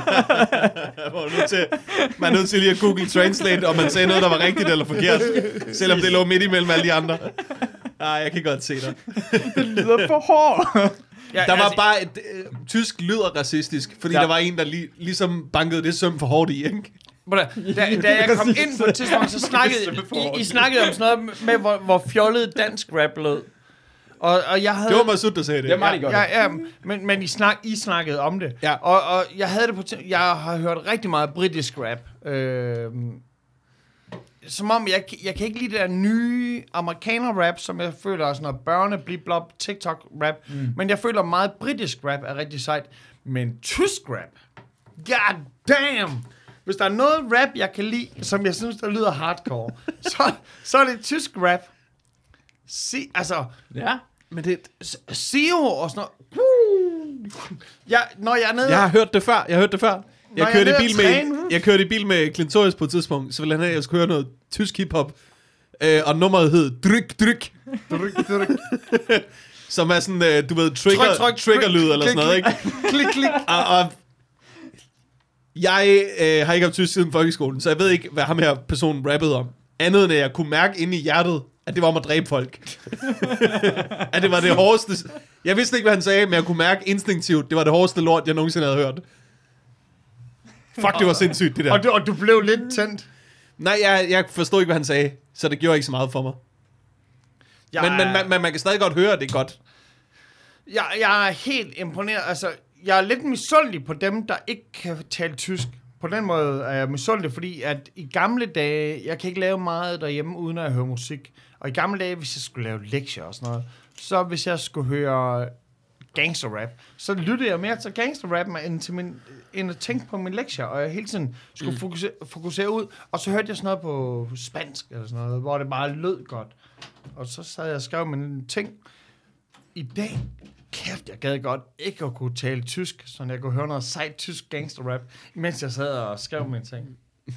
Man er nødt til lige at Google Translate, om man sagde noget, der var rigtigt eller forkert. Selvom det lå midt imellem alle de andre. Jeg kan godt se dig. Det lyder for hårdt. Ja, der var bare tysk lyder racistisk, fordi der var en, der ligesom bankede det søm for hårdt i, ikke? Da jeg kom ind på et tidspunkt, så snakkede om sådan noget med, hvor fjollet dansk rap lød. Og jeg havde... Det var Masud, der sagde det. Det er meget godt. Ja, men I snakkede om det. Ja. Og jeg havde det på... Jeg har hørt rigtig meget britisk rap. Som om, jeg kan ikke lide det der nye amerikaner-rap, som jeg føler er sådan noget børne-blip-blop, TikTok-rap. Men jeg føler meget britisk rap er rigtig sejt. Men tysk rap, god damn! Hvis der er noget rap, jeg kan lide, som jeg synes, der lyder hardcore, så er det tysk rap. Ja. Men det... Sio og sådan noget. Når jeg er nede... Jeg har hørt det før. Jeg kørte i bil med Clintorius på et tidspunkt, så ville han have, at jeg skulle høre noget tysk hiphop. Og nummeret hed Dryk. Som er sådan, du ved, trigger-lyd eller sådan noget, ikke? Klik. Og jeg har ikke haft tysk siden folkeskolen, så jeg ved ikke, hvad ham her personen rappede om. Andet end, at jeg kunne mærke inde i hjertet, at det var om at dræbe folk. At det var det hårdeste. Jeg vidste ikke, hvad han sagde, men jeg kunne mærke instinktivt, det var det hårdeste lort, jeg nogensinde havde hørt. Fuck, det var sindssygt, det der. Og du blev lidt tændt. Nej, jeg forstod ikke, hvad han sagde, så det gjorde ikke så meget for mig. Men man kan stadig godt høre, at det er godt. Jeg er helt imponeret. Altså, jeg er lidt misundelig på dem, der ikke kan tale tysk. På den måde er jeg misundelig, fordi at i gamle dage, jeg kan ikke lave meget derhjemme, uden at høre musik. Og i gamle dage, hvis jeg skulle lave lektier og sådan noget, så hvis jeg skulle høre gangsterrap, så lyttede jeg mere til gangsterrap, end at tænke på min lektier, og jeg hele tiden skulle fokusere ud, og så hørte jeg sådan noget på spansk, eller sådan noget, hvor det bare lød godt. Og så sad jeg og skrev mine ting. I dag, kæft, jeg gad godt ikke at kunne tale tysk, så jeg kunne høre noget sejt tysk gangsterrap, mens jeg sad og skrev mine ting.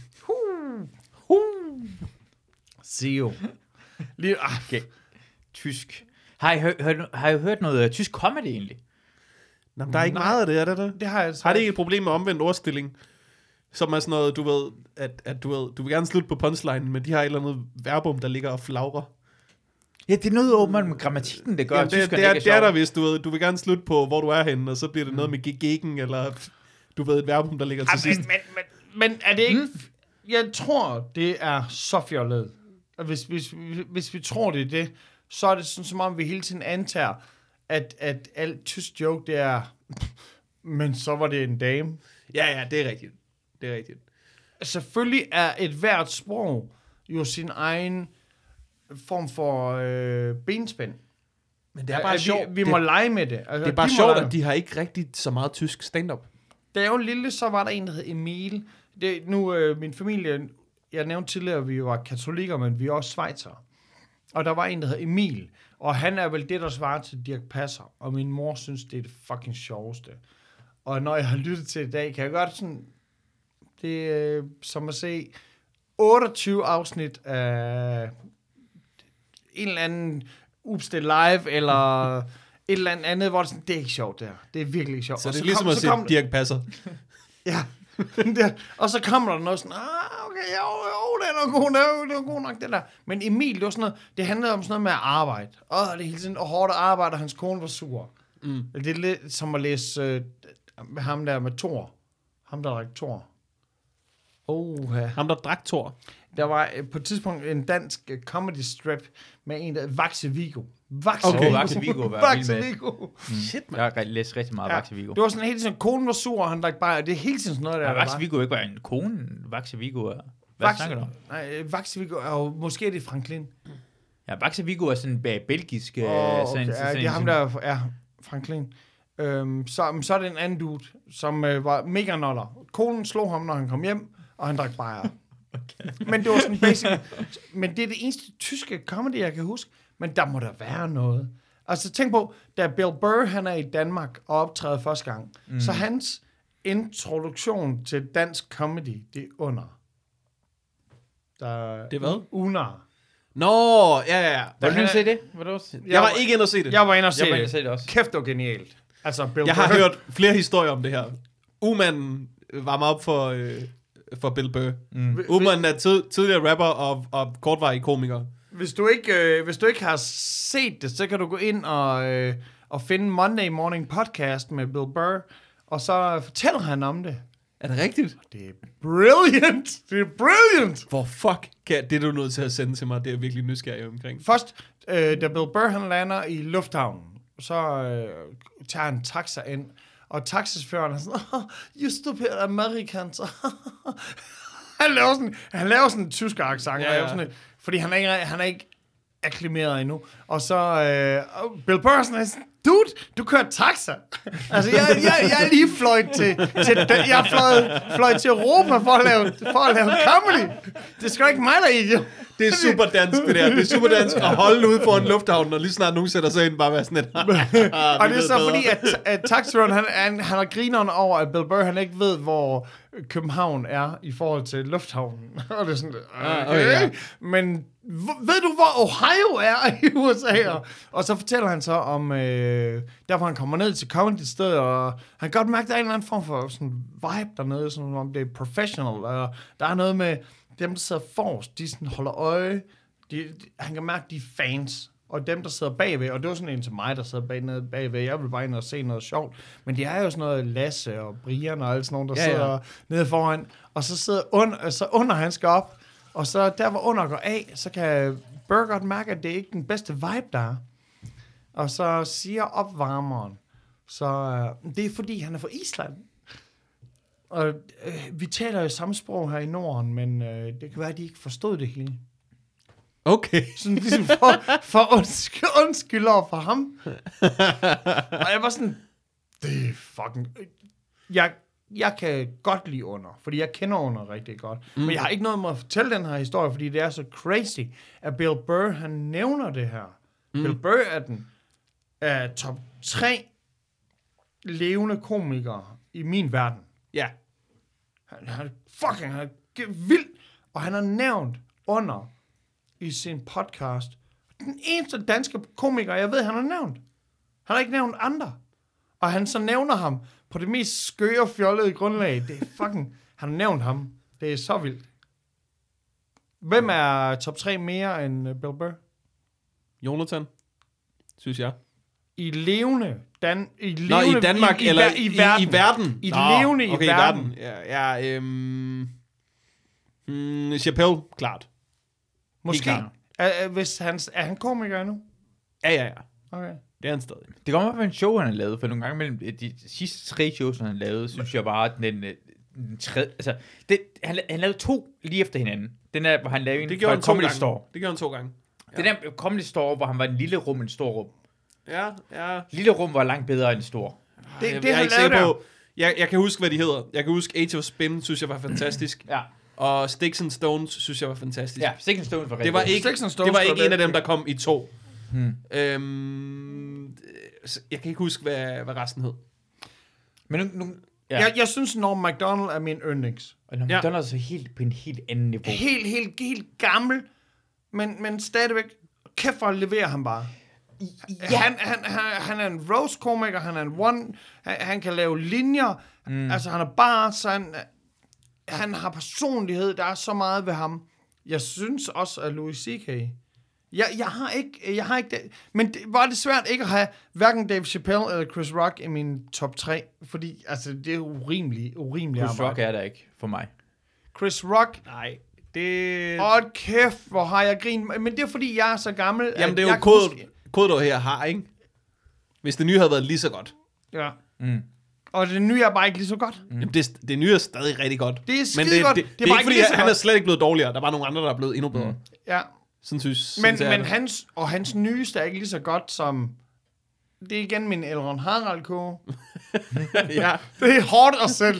Sio. Lige, okay. Tysk. Har I hørt noget tysk comedy egentlig? Nå, der er ikke meget af det, er det der? Det har jeg. Har det ikke et problem med omvendt ordstilling? Som er sådan noget, du ved, at du vil gerne slutte på punchline, men de har et eller andet verbum, der ligger og flagrer. Ja, det er noget åbenbart med grammatikken, det gør. Jamen, det er der, hvis du vil gerne slutte på, hvor du er henne, og så bliver det noget med gegen, eller du ved, et verbum, der ligger til sidst. Men er det ikke... Jeg tror, det er så fjollet. Hvis vi tror, det er det, så er det sådan, som om vi hele tiden antager, at alt tysk joke, det er... Men så var det en dame. Ja, det er rigtigt. Det er rigtigt. Selvfølgelig er et hvert sprog jo sin egen form for benspænd. Men det er bare sjovt. Vi må lege med det. Altså, det er bare sjovt, at de har ikke rigtig så meget tysk stand-up. Da jeg var lille, så var der en, der hed Emil. Min familie, jeg nævnte tidligere, at vi var katolikker, men vi er også schweizere. Og der var en, der hed Emil. Og han er vel det, der svarer til Dirch Passer. Og min mor synes, det er det fucking sjoveste. Og når jeg har lyttet til det i dag, kan jeg godt sådan... Det er som at se 28 afsnit af en eller anden Upstil Live, eller et eller andet, hvor det sådan, det er ikke sjovt der. Det er virkelig ikke sjovt. Så det er ligesom at se Dirch Passer. Ja. Og så kommer der noget sådan, okay, jo, det er noget god nok, det der. Men Emil, det var sådan noget, det handlede om sådan noget med at arbejde. Det er hele tiden hårdt at arbejde, og hans kone var sur. Det er lidt som at læse ham der med Thor. Ham der drak Thor. Ham der drak Thor. Der var på et tidspunkt en dansk comedy strip med en der Vaxe Viggo. Vaxe Viggo var vild med. Shit, man. Jeg har læst rigtig meget Vaxe Viggo. Det var sådan helt sådan, konen var sur, og han drak bare, det er hele tiden sådan noget der. Vaxe Viggo ikke bare en kone, Vaxe Viggo er. Hvad snakker du om? Nej, Vaxe Viggo er jo, måske er det Franklin. Ja, Vaxe Viggo er sådan belgisk. Det er ham der er Franklin. Så er det en anden dude, som var mega noller. Konen slog ham, når han kom hjem, og han drak bajer. Okay. Men det var sådan basic. Men det er det eneste tyske comedy, jeg kan huske. Men der må der være noget. Altså tænk på, da Bill Burr, han er i Danmark og optræder første gang, så hans introduktion til dansk comedy, det er under. Det er hvad? Unar. Nå, ja. Var du inde se det? Jeg var ikke inde og se det. Jeg var inde og se det også. Kæft, det var genialt. Altså, Bill jeg Burr. har hørt flere historier om det her. Umanden var meget op for Bill Burr. Umanden er tidligere rapper og kortvarig komiker. Hvis du ikke har set det, så kan du gå ind og finde Monday Morning Podcast med Bill Burr, og så fortæller han om det. Er det rigtigt? Det er brilliant! Det er brilliant! Hvor fuck det er du nødt til at sende til mig. Det er jeg virkelig nysgerrig omkring. Først, da Bill Burr han lander i lufthavnen, så tager han taxa ind, og taxichaufføren er sådan, you stupid Americans. Han laver sådan en tysk accent, fordi han er ikke akklimateret endnu. Og så Bill Burr sådan, dude, du kører taxa. Altså, jeg er lige fløjt til Europa for at lave comedy. Det er sgu ikke mig, der er idiot. Det er super dansk, det der. Det er super dansk at holde ude foran lufthavnen, og lige snart nogen sætter sig ind, bare være sådan et. Og det er så fordi, at taxiføreren, han har grineren over, at Bill Burr, han ikke ved, hvor København er i forhold til lufthavnen. Og det er sådan, okay. Men ved du, hvor Ohio er i USA? Og så fortæller han så om, derfor han kommer ned til comedy sted, og han kan godt mærke, at der er en eller anden form for sådan vibe dernede, sådan om det er professional, og der er noget med dem, der sidder forrest, de sådan holder øje, han kan mærke, de er fans, og dem, der sidder bagved, og det var sådan en til mig, der sidder bagved, jeg vil bare ind og se noget sjovt, men de er jo sådan noget Lasse og Brian og alle sådan nogle, der sidder nede foran, og så sidder så under han skal op, og så der, hvor under går af, så kan Burr godt mærke, at det er ikke den bedste vibe, der er. Og så siger opvarmeren, så det er fordi, han er fra Island. Og vi taler jo samme sprog her i Norden, men det kan være, at de ikke forstod det hele. Okay. Sådan ligesom for undskyld over for ham. Og jeg var sådan, det er fucking... Jeg kan godt lide Under, fordi jeg kender Under rigtig godt. Men jeg har ikke noget med at fortælle den her historie, fordi det er så crazy, at Bill Burr, han nævner det her. Bill Burr er top 3 levende komikere i min verden. Ja. Han er vild, og han har nævnt Under i sin podcast. Den eneste danske komiker, jeg ved, han har nævnt. Han har ikke nævnt andre. Og han så nævner ham på det mest skøre, fjollede grundlag. Det er fucking... Han har nævnt ham. Det er så vildt. Hvem er top 3 mere end Bill Burr? Jonathan, synes jeg. I levende... i Danmark, eller i verden. I verden? I levende i verden. Chappelle, klart. Måske. Hvis er han komiker nu? Ja. Okay. Det er han stadig. Det kommer på en show, han har lavet, for nogle gange mellem de sidste 3 shows, han har lavet, synes jeg bare, at den tredje... Altså, han lavede 2 lige efter hinanden. Den der, hvor han lavede en fra Comedy Store. Det gjorde han 2 gange. Ja. Den der Comedy Store, hvor han var en lille rum, en stor rum. Ja. Lille rum var langt bedre end stor. Det han lavede der. Jeg kan huske, hvad de hedder. Jeg kan huske Age of Spin, synes jeg var fantastisk. Ja. Og Sticks and Stones, synes jeg var fantastisk. Ja, Sticks and Stones var rigtig det var ikke en af dem, der kom i 2. Jeg kan ikke huske, hvad resten hed. Men nu jeg synes, Norm Macdonald er min yndlings. Og Norm Macdonald er så helt på en helt anden niveau. Helt gammel, men stadigvæk, kæft for at levere ham bare. Ja. Han er en roast-komiker, han kan lave linjer, altså han er bare sådan, han har personlighed, der er så meget ved ham. Jeg synes også, at Louis C.K., jeg har ikke det, men var det svært ikke at have hverken Dave Chappelle eller Chris Rock i min top 3, fordi altså, det er urimeligt Chris Rock er der ikke for mig. Chris Rock? Nej. Det... kæft, hvor har jeg grint. Men det er fordi, jeg er så gammel. Jamen, det er jo kodet her har, ikke? Hvis det nye havde været lige så godt. Ja. Og det nye er bare ikke lige så godt. Jamen, det nye er stadig rigtig godt. Det er skide godt. Det er ikke fordi, han er slet ikke blevet dårligere. Der var nogle andre, der er blevet endnu bedre. Ja. Sådan synes men hans nyeste er ikke lige så godt som... Det er igen min Elron Harald ja. Det er hårdt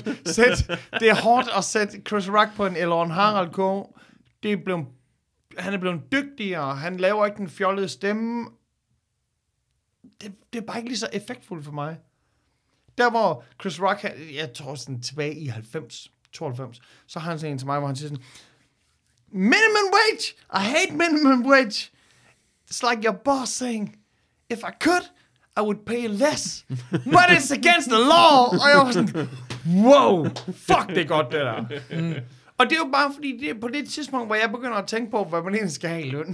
at sætte Chris Rock på en Elron Harald han er blevet dygtigere. Han laver ikke den fjollede stemme. Det er bare ikke lige så effektfuldt for mig. Der hvor Chris Rock, jeg tror sådan tilbage i 92, så har han sådan en til mig, hvor han siger sådan, minimum wage! I hate minimum wage! It's like your boss saying, if I could, I would pay less. But it's against the law! Og jeg var sådan, wow! Fuck, det er godt, det der. Og det er jo bare fordi, det er på det tidspunkt, hvor jeg begynder at tænke på, hvad man egentlig skal have i løn.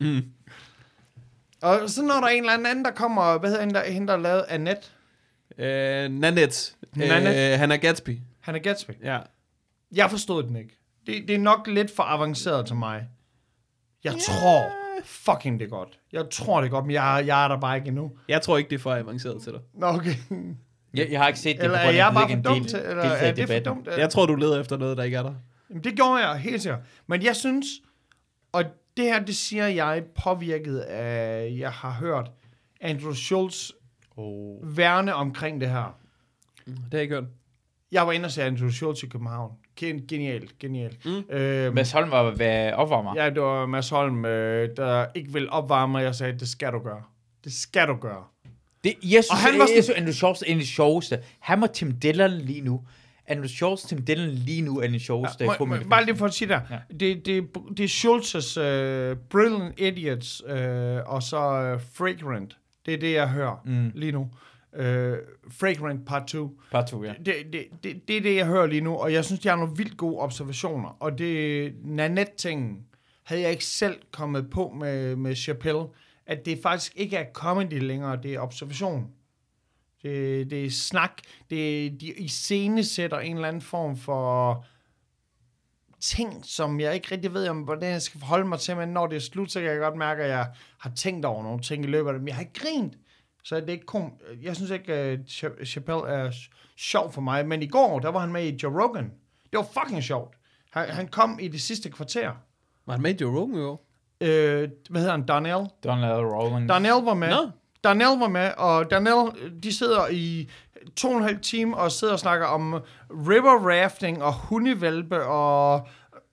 Og så når der er en eller anden, der kommer, hvad hedder hende, der har lavet Annette? Nanette. Hannah Gatsby. Hannah Gatsby? Ja. Jeg forstod den ikke. Det er nok lidt for avanceret til mig. Jeg tror fucking det er godt. Jeg tror det er godt, men jeg er der bare ikke endnu. Jeg tror ikke, det er for avanceret til dig. Nå, okay. Jeg har ikke set det. Eller er jeg bare for dum til? Eller er det for dumt? Jeg tror, du leder efter noget, der ikke er der. Jamen, det gjorde jeg helt sikkert. Men jeg synes, og det her, det siger jeg påvirket af, jeg har hørt Andrew Schultz værne omkring det her. Det har jeg ikke hørt. Jeg var inde og se Andrew Schultz i København. Genialt. Mads Holm var opvarmer. Ja, det var Mads Holm, der ikke ville opvarme mig. Jeg sagde, det skal du gøre. Det skal du gøre. Jeg synes, Andrew Schultz er en af de sjoveste. Han og Tim Dillon lige nu. Andrew Schultz, Tim Dillon lige nu er den sjoveste. Bare lige for at sige der. Ja. Det er Schultz's Brilliant Idiots og så Fragrant. Det er det, jeg hører lige nu. Fragrant Part 2. Part 2, ja. Det er det, jeg hører lige nu, og jeg synes, de har nogle vildt gode observationer. Og det Nanette-tingen havde jeg ikke selv kommet på med Chappelle, at det faktisk ikke er comedy længere, det er observation. Det er snak. De iscenesætter en eller anden form for ting, som jeg ikke rigtig ved, om hvordan jeg skal forholde mig til, men når det er slut, så kan jeg godt mærke, at jeg har tænkt over nogle ting i løbet af det, men jeg har ikke grint. Så det er ikke jeg synes ikke, at Chappelle er sjov for mig, men i går, der var han med i Joe Rogan. Det var fucking sjovt. Han kom i det sidste kvarter. Var han med i Joe Rogan i år? Hvad hedder han? Darnell Rawlings. Darnell var med. Nå. Darnell var med, og Darnell, de sidder i 2,5 timer og sidder og snakker om river rafting og hundevalpe og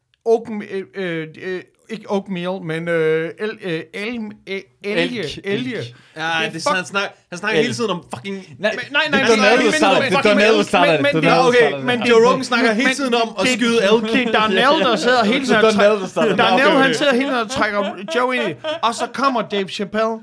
ikke oatmeal, men elge. Ja, det er sådan, han snakker hele tiden om fucking... Nej, Men Joe Rogan snakker hele tiden om at skyde elg. Det er Darnell, der sidder hele tiden Darnell, han sidder hele tiden og trækker Joe ind i, og så kommer Dave Chappelle.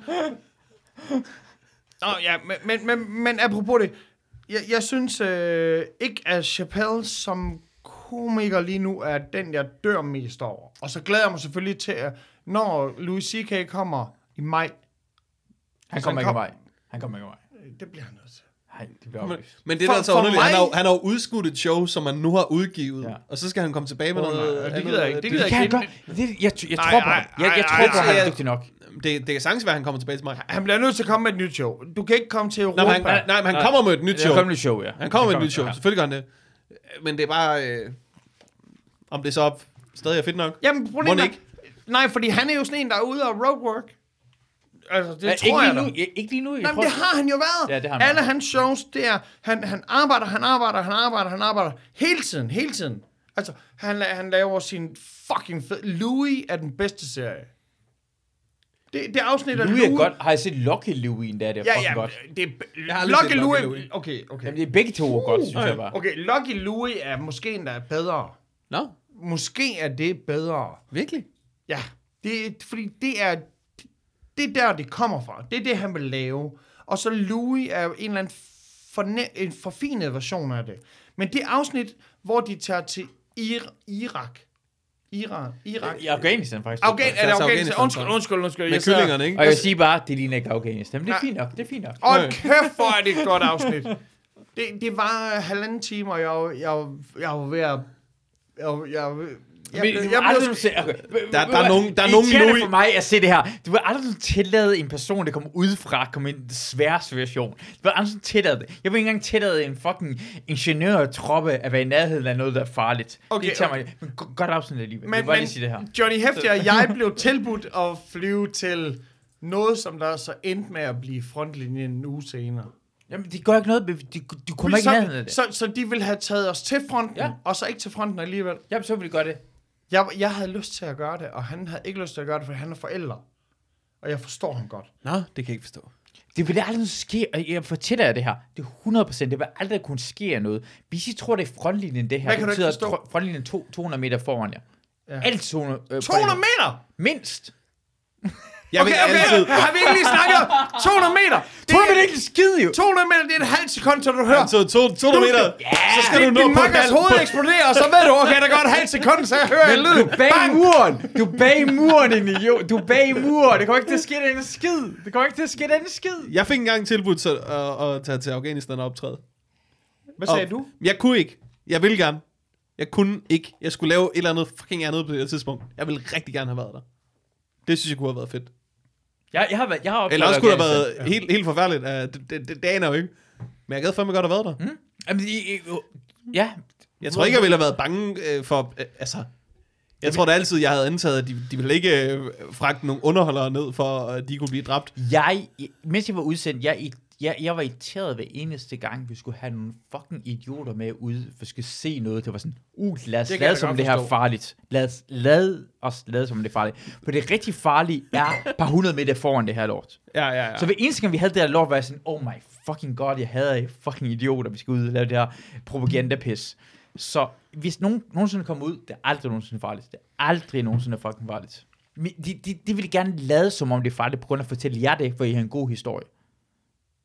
Ja, men apropos det, jeg synes ikke, at Chappelle som komiker lige nu er den, jeg dør mest over. Og så glæder jeg mig selvfølgelig til, at når Louis C.K. kommer i maj. Han kommer ikke i maj. Det bliver han nødt til. Nej, det bliver men det er altså underligt. Han har jo udskudt et show, som han nu har udgivet, og så skal han komme tilbage med noget. Det gider jeg ikke. Det gider jeg ikke. Jeg tror på ham. Jeg tror på, at han er dygtig nok. Det kan sagtens være, at han kommer tilbage til mig. Han bliver nødt til at komme med et nyt show. Du kan ikke komme til Europa. Nej, men han kommer med et nyt show. Han kommer med et nyt show. Selvfølgelig gør han det. Men det er bare... om det så stadig er fedt nok. Jamen, problemet ikke. Nej, fordi han er jo sådan en, der er ude af roadwork. Altså, det tror jeg da. Ikke lige nu. Nej, men det har han jo været. Ja, det har han alle hans shows, det er... Han arbejder. Hele tiden. Altså, han laver sin fucking fed... Louis er den bedste serie. Det afsnit af Louis er godt. Har jeg set Lucky Louis, der er det fucking godt. Lucky Louis. Okay. Jamen, det er begge to godt, synes jeg bare. Okay, Lucky Louis er måske endda bedre. Nå? Måske er det bedre. Virkelig? Ja. Fordi det er der, det kommer fra. Det er det, han vil lave. Og så Louis er en eller anden en forfinet version af det. Men det afsnit, hvor de tager til Irak. I Afghanistan, faktisk. Er det Afghanistan? Undskyld. Med kyllingerne, ikke? Og jeg vil sige bare, det ligner ikke Afghanistan. Men det er fint nok. Og kæft, hvor er det et godt afsnit. Det var 1,5 time, og jeg var ved at... Der er nogen Louis... for mig at se det her. Du vil aldrig tillade en person, der kommer udefra, komme i en svær situation. Du vil aldrig tillade det. Jeg vil ikke engang tillade en fucking ingeniørtroppe at være i nærheden af noget, der er farligt. Okay. Men godt afsnit alligevel. Men sige det her. Johnny Hefti og jeg blev tilbudt at flyve til noget, som der så endte med at blive frontlinjen en uge senere. Jamen, det gør ikke noget. Du kommer ikke i nærheden af det. Så de ville have taget os til fronten, og så ikke til fronten alligevel. Jamen, så ville de gøre det. Jeg havde lyst til at gøre det, og han havde ikke lyst til at gøre det, for han er forælder. Og jeg forstår ham godt. Nå, det kan jeg ikke forstå. Det vil aldrig ske, og jeg fortæller jer det her. Det er 100%, det vil aldrig kunne ske noget. Hvis I tror, det er frontlinjen, det her. Hvad kan du ikke forstå? Frontlinjen 200 meter foran jer. Ja. Alt 200 meter? Mindst. Okay. Har vi ikke lige snakket 200 meter? 200 meter er ikke skid, jo. 200 meter, det er et halvt sekund, til du hører. Så 200 meter, så skal du nå på makkers hoved eksploderer, og så ved du, okay, der går et halvt sekund, så jeg hører en lyd. Du er bag muren, idiot. Du er bag muren. Det kommer ikke til at ske den skid. Jeg fik engang tilbudt at tage til Afghanistan og optræde. Hvad sagde du? Jeg kunne ikke. Jeg ville gerne. Jeg kunne ikke. Jeg skulle lave et eller andet fucking andet på det tidspunkt. Jeg ville rigtig gerne have været der. Det synes jeg kunne have været fedt. Jeg har oplevet. Eller også kunne det have været helt forfærdeligt. Det aner jo ikke. Men jeg gad fandme godt have været der. Jamen, ja. Jeg tror ikke, jeg ville have været bange for... Jeg tror da altid, jeg havde antaget, at de ville ikke fragte nogle underholdere ned, for at de kunne blive dræbt. Mens jeg var udsendt, jeg var irriteret hver eneste gang, vi skulle have nogle fucking idioter med ude, for at skulle se noget. Det var sådan, lad os lade som det her er farligt. Lad os lade som det er farligt. For det rigtig farlige er et par 100 meter foran det her lort. Ja. Så hver eneste gang, vi havde det her lort, var jeg sådan, oh my fucking god, jeg hader fucking idioter, vi skal ud og lave det her propagandapis. Så hvis nogen nogensinde kommer ud, det er aldrig nogensinde farligt. Det er aldrig nogensinde fucking farligt. De vil gerne lade som om det er farligt, på grund af at fortælle jer det, for I har en god historie.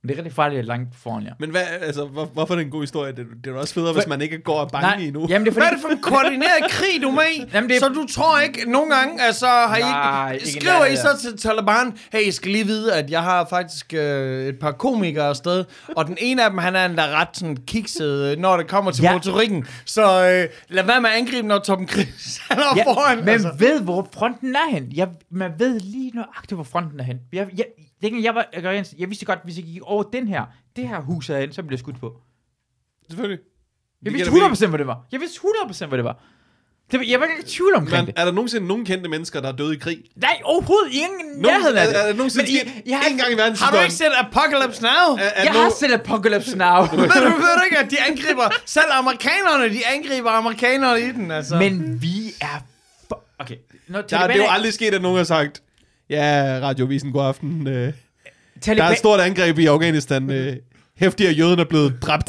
Det er rigtig farligt langt foran jer. Men hvad, altså, hvorfor er det en god historie? Det er jo også federe, hvis man ikke går og bange i nu. Jamen, det er Hvad er det for en koordineret krig, du er med i? Jamen, det er... Så du tror ikke, nogle gange, altså, har I ikke skriver I så til Taliban, hey, I skal lige vide, at jeg har faktisk et par komikere afsted, og den ene af dem, han er endda ret sådan kikset, når det kommer til motorikken. Så lad være med at angribe, når Torben Chris han er foran. Men altså. Ved, hvor fronten er hen. Man ved lige nøjagtigt, hvor fronten er hen. Jeg vidste godt, hvis jeg gik over det her hus herhen, så blev jeg skudt på. Selvfølgelig. Jeg vidste 100% hvad det var. Jeg var ikke i tvivl omkring det. Er der nogensinde nogen kendte mennesker, der er døde i krig? Nej, overhovedet ingen nærheden af det. Er der nogensinde sket en gang i verdenshistorien? Har du ikke set Apocalypse Now? Jeg har set Apocalypse Now. ved du ikke, at de angriber, selv amerikanerne i den, altså. Men vi er... Okay. Det er jo aldrig sket, at nogen har sagt, ja, Radiovisen, god aften. Der er et stort angreb i Afghanistan. Hæftig af jøden er blevet dræbt.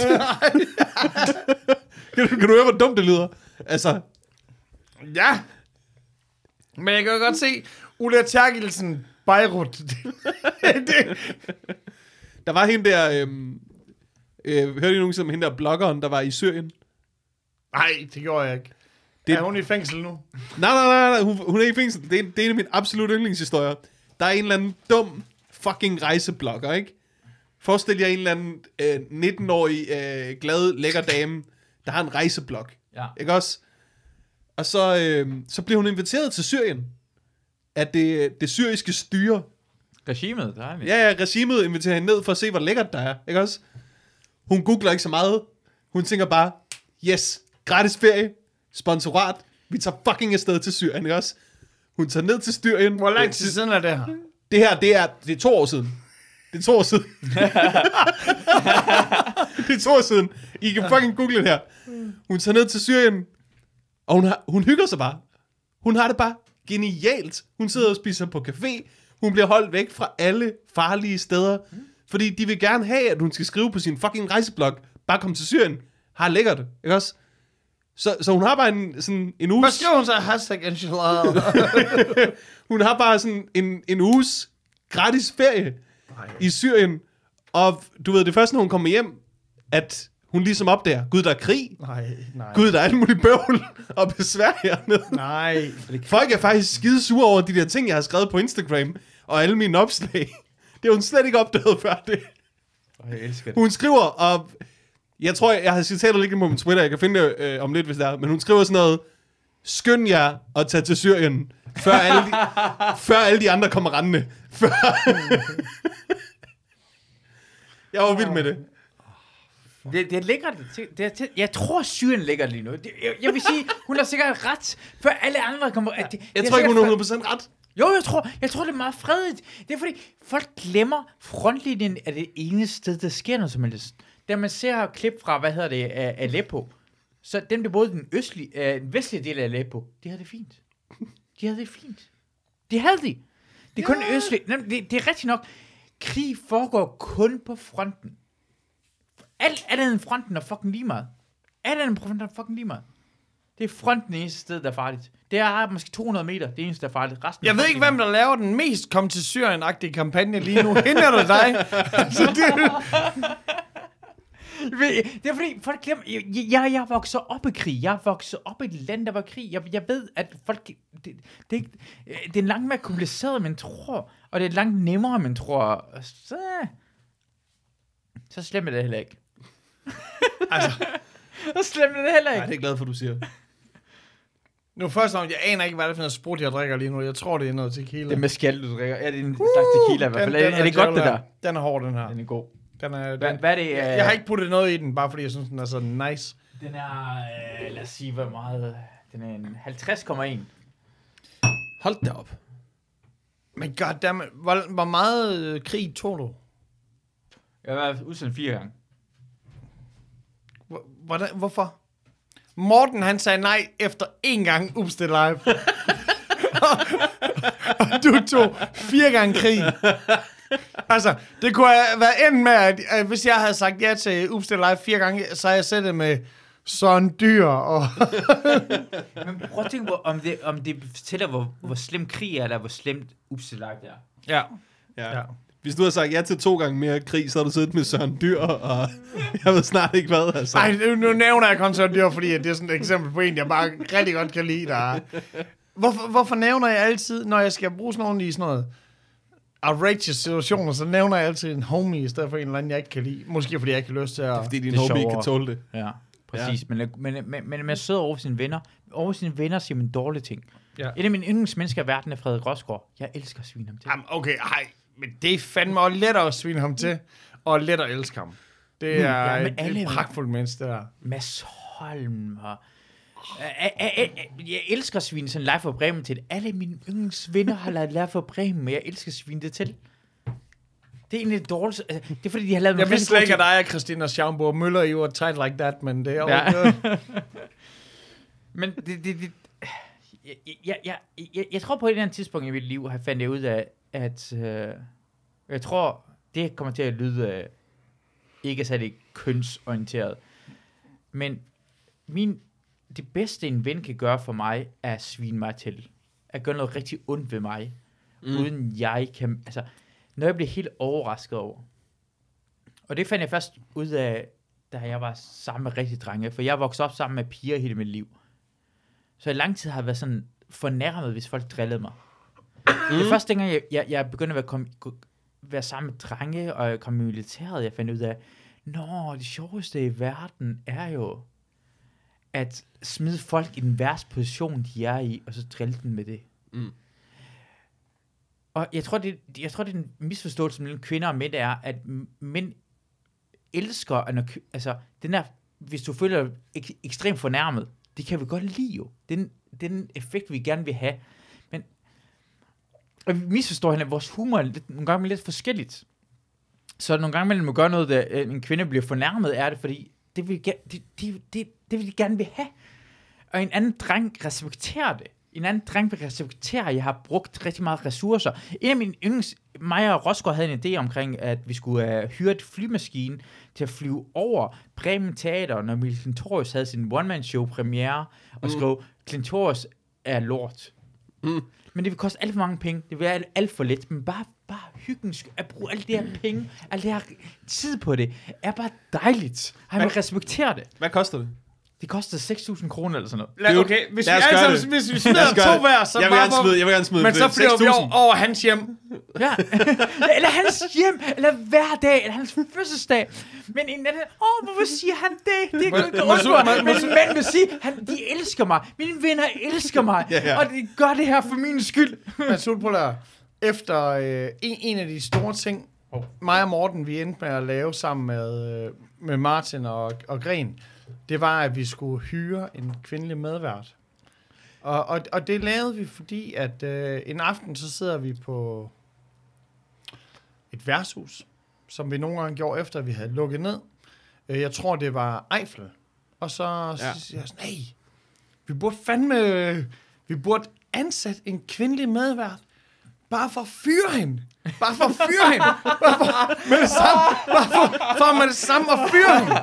Kan du høre, hvor dumt det lyder? Altså... Ja. Men jeg kan jo godt se, Ulla Terkelsen, Beirut. Der var hende der... hørte I nogensinde om hende der bloggeren, der var i Syrien? Nej, det gjorde jeg ikke. Er hun i fængsel nu? Nej, hun er ikke i fængsel. Det er en af mine absolut yndlingshistorier. Der er en eller anden dum fucking rejseblogger, ikke? Forestil jer en eller anden 19-årig glad, lækker dame, der har en rejseblog. Ja. Ikke også? Og så bliver hun inviteret til Syrien af det syriske styre. Regimet, der er vi. Ja, regimet inviterer hende ned for at se, hvor lækkert der er. Ikke også? Hun googler ikke så meget. Hun tænker bare, yes, gratis ferie, sponsorat, vi tager fucking afsted til Syrien, ikke også? Hun tager ned til Syrien. Hvor lang tid siden er det her? Det er 2 år siden. Det er 2 år siden. Det er 2 år siden. I kan fucking google det her. Hun tager ned til Syrien, og hun hygger sig bare. Hun har det bare genialt. Hun sidder og spiser på café. Hun bliver holdt væk fra alle farlige steder. Fordi de vil gerne have, at hun skal skrive på sin fucking rejseblog. Bare kom til Syrien. Har lækkert, ikke også? Så hun har bare en uge... Hvad skriver hun så? Hashtag enchilada. Hun har bare sådan en uges gratis ferie i Syrien. Og du ved, det første, når hun kommer hjem, at hun ligesom opdager, gud, der er krig. Nej. Gud, der er alt muligt bøvl og besvær hernede. Nej. Folk er faktisk skide sure over de der ting, jeg har skrevet på Instagram, og alle mine opslag. Det har hun slet ikke opdaget før det. Jeg elsker det. Hun skriver, og jeg tror, jeg har citatet lidt på min Twitter, jeg kan finde det om lidt, hvis det er, men hun skriver sådan noget, skynd jer at tage til Syrien, før alle de andre kommer rendende. Jeg var vild med det. Det er lækkert. Jeg tror, Syrien ligger lige nu. Jeg vil sige, hun har sikkert ret, før alle andre kommer... Jeg tror ikke, hun har 100% ret. Jo, jeg tror, det er meget fredeligt. Det er fordi, folk glemmer, frontlinjen er det eneste sted, der sker noget som helst. Da man ser klip fra, Aleppo, så dem, der boede den vestlige del af Aleppo, de havde det fint. Det havde de. Det er kun østlige. Det er rigtigt nok. Krig foregår kun på fronten. Alt andet end fronten er fucking lige meget. Det er fronten det eneste sted, der er farligt. Det er måske 200 meter, det eneste, der er farligt. Resten jeg ved ikke, hvem der laver den mest kom til Syrien-agtige kampagne lige nu. Hender du dig? Det er fordi, folk glemmer... Jeg er vokset op i krig. Jeg er vokset op i et land, der var krig. Jeg ved, at folk... Det er langt mere kompliceret, end man tror. Og det er langt nemmere, end man tror. Så slemt er det heller ikke. Så slemt er det heller ikke. Nej, det er glad for, du siger. Nu først om, jeg aner ikke, hvad det er for noget sprut, jeg drikker lige nu. Jeg tror, det er noget tequila. Det er mezcal, du drikker. Ja, det er en slags tequila i hvert fald. Er det godt, det der? Den er hård, den her. Den er god. Hvad er det? Jeg har ikke puttet noget i den, bare fordi jeg synes, den er så nice. Den er, lad os sige, hvor meget... Den er en 50,1. Hold da op. Men goddammit, hvor meget krig tog du? Jeg har været udsendt 4 gange. Hvorfor? Morten, han sagde nej efter 1 gang Upsted Live. Og du tog 4 gange krig. Altså, det kunne have været endt med, at hvis jeg havde sagt ja til Upsted Live 4 gange, så havde jeg sættet med sådan dyr. Og Men prøv at tænke på, om det fortæller, hvor slem krig er, eller hvor slemt Upsted Live er. Ja. Hvis du har sagt ja til 2 gange mere krig, så har du siddet med Søren Dyr, og jeg ved snart ikke hvad. Altså. Ej, nu nævner jeg kun Søren Dyr, fordi det er sådan et eksempel på en, jeg bare rigtig godt kan lide. Hvorfor nævner jeg altid, når jeg skal bruge sådan nogle i sådan noget outrageous situationer, så nævner jeg altid en homie, i stedet for en eller anden, jeg ikke kan lide. Måske fordi jeg ikke har lyst til at... Det er fordi din homie ikke kan tåle det. Ja, præcis. Ja. Men man sidder over sine venner. Over sine venner siger man dårlige ting. Ja. Et af mine yndlingsmennesker i verden er Frederik Rosgaard. Jeg elsker at svine ham til. Jamen, okay, men det er fandme også lettere at svine ham til, og lettere at elske ham. Det er et pragtfuldt menneske, det der. Mads Holm og... Jeg elsker at svine sådan Live for Bremen til. Alle mine yndlingsvenner har lavet Live for Bremen, men jeg elsker at svine det til. Det er egentlig det dårligste. Altså, det er fordi, de har lavet... Jeg vidste slet ikke, at dig og Christina Schaumburg Møller, I var tight like that, men det er jo ikke Men jeg tror på et eller andet tidspunkt i mit liv, har jeg fandt ud af, at jeg tror, det kommer til at lyde ikke særlig kønsorienteret. Men det bedste en ven kan gøre for mig, er at svine mig til. At gøre noget rigtig ondt ved mig. Uden jeg kan... Altså, når jeg bliver helt overrasket over. Og det fandt jeg først ud af, da jeg var sammen med rigtig drenge. For jeg voksede op sammen med piger hele mit liv. Så i lang tid har jeg været sådan fornærmet, hvis folk drillede mig. Det første dengang, jeg begyndte at være sammen med drenge, og jeg kom i militæret, jeg fandt ud af, det sjoveste i verden er jo, at smide folk i den værste position, de er i, og så drille dem med det. Og jeg tror, det er en misforståelse mellem kvinder og mænd, er, at mænd elsker, altså, den der, hvis du føler dig ekstremt fornærmet, det kan vi godt lide jo. Det er den effekt, vi gerne vil have. Men og vi misforstår hende, at vores humor er nogle gange lidt forskelligt. Så nogle gange, man gør noget, der en kvinde bliver fornærmet, er det, fordi det vil de gerne vil have. Og en anden dreng respekterer det. En anden dreng vil respektere, at jeg har brugt rigtig meget ressourcer. En af mine yndlings, mig og Rosgaard havde en idé omkring, at vi skulle hyre et flymaskine til at flyve over Bremen Teater, når Emil Klintorius havde sin one-man-show premiere, og skrev, Klintorius er lort. Men det vil koste alt for mange penge. Det vil være alt for lidt. Men bare hyggen at bruge alle de her penge, alle det her tid på det, er bare dejligt. Han vil respektere det. Hvad koster det? Det koster 6.000 kroner eller sådan noget. Okay, hvis vi smider 2 hver, så jeg vil gerne smide. Men så flyver vi over hans hjem. Ja. Eller hans hjem, eller hver dag, eller hans fødselsdag. Men en anden, hvorfor siger han det? Det kan ikke undgå. Men en mand vil sige, de elsker mig. Mine venner elsker mig. Og de gør det her for min skyld. Men Sulpolær, efter en af de store ting, mig og Morten, vi endte med at lave sammen med Martin og Gren, det var, at vi skulle hyre en kvindelig medvært. Og det lavede vi, fordi at en aften, så sidder vi på et værtshus, som vi nogle gange gjorde, efter vi havde lukket ned. Jeg tror, det var Eiffel. Og så siger jeg sådan, vi burde ansætte en kvindelig medvært, bare for at fyre hende. Bare for at fyre hende. Med det samme at fyre hende.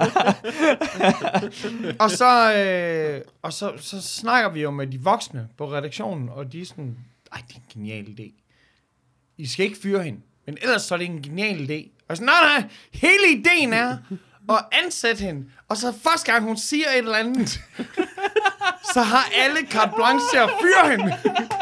Og så snakker vi jo med de voksne på redaktionen, og de er sådan, det er en genial idé. I skal ikke fyre hende, men ellers så er det en genial idé. Og så nej, hele ideen er at ansætte hende. Og så første gang hun siger et eller andet, så har alle carte blanche til at fyre hende.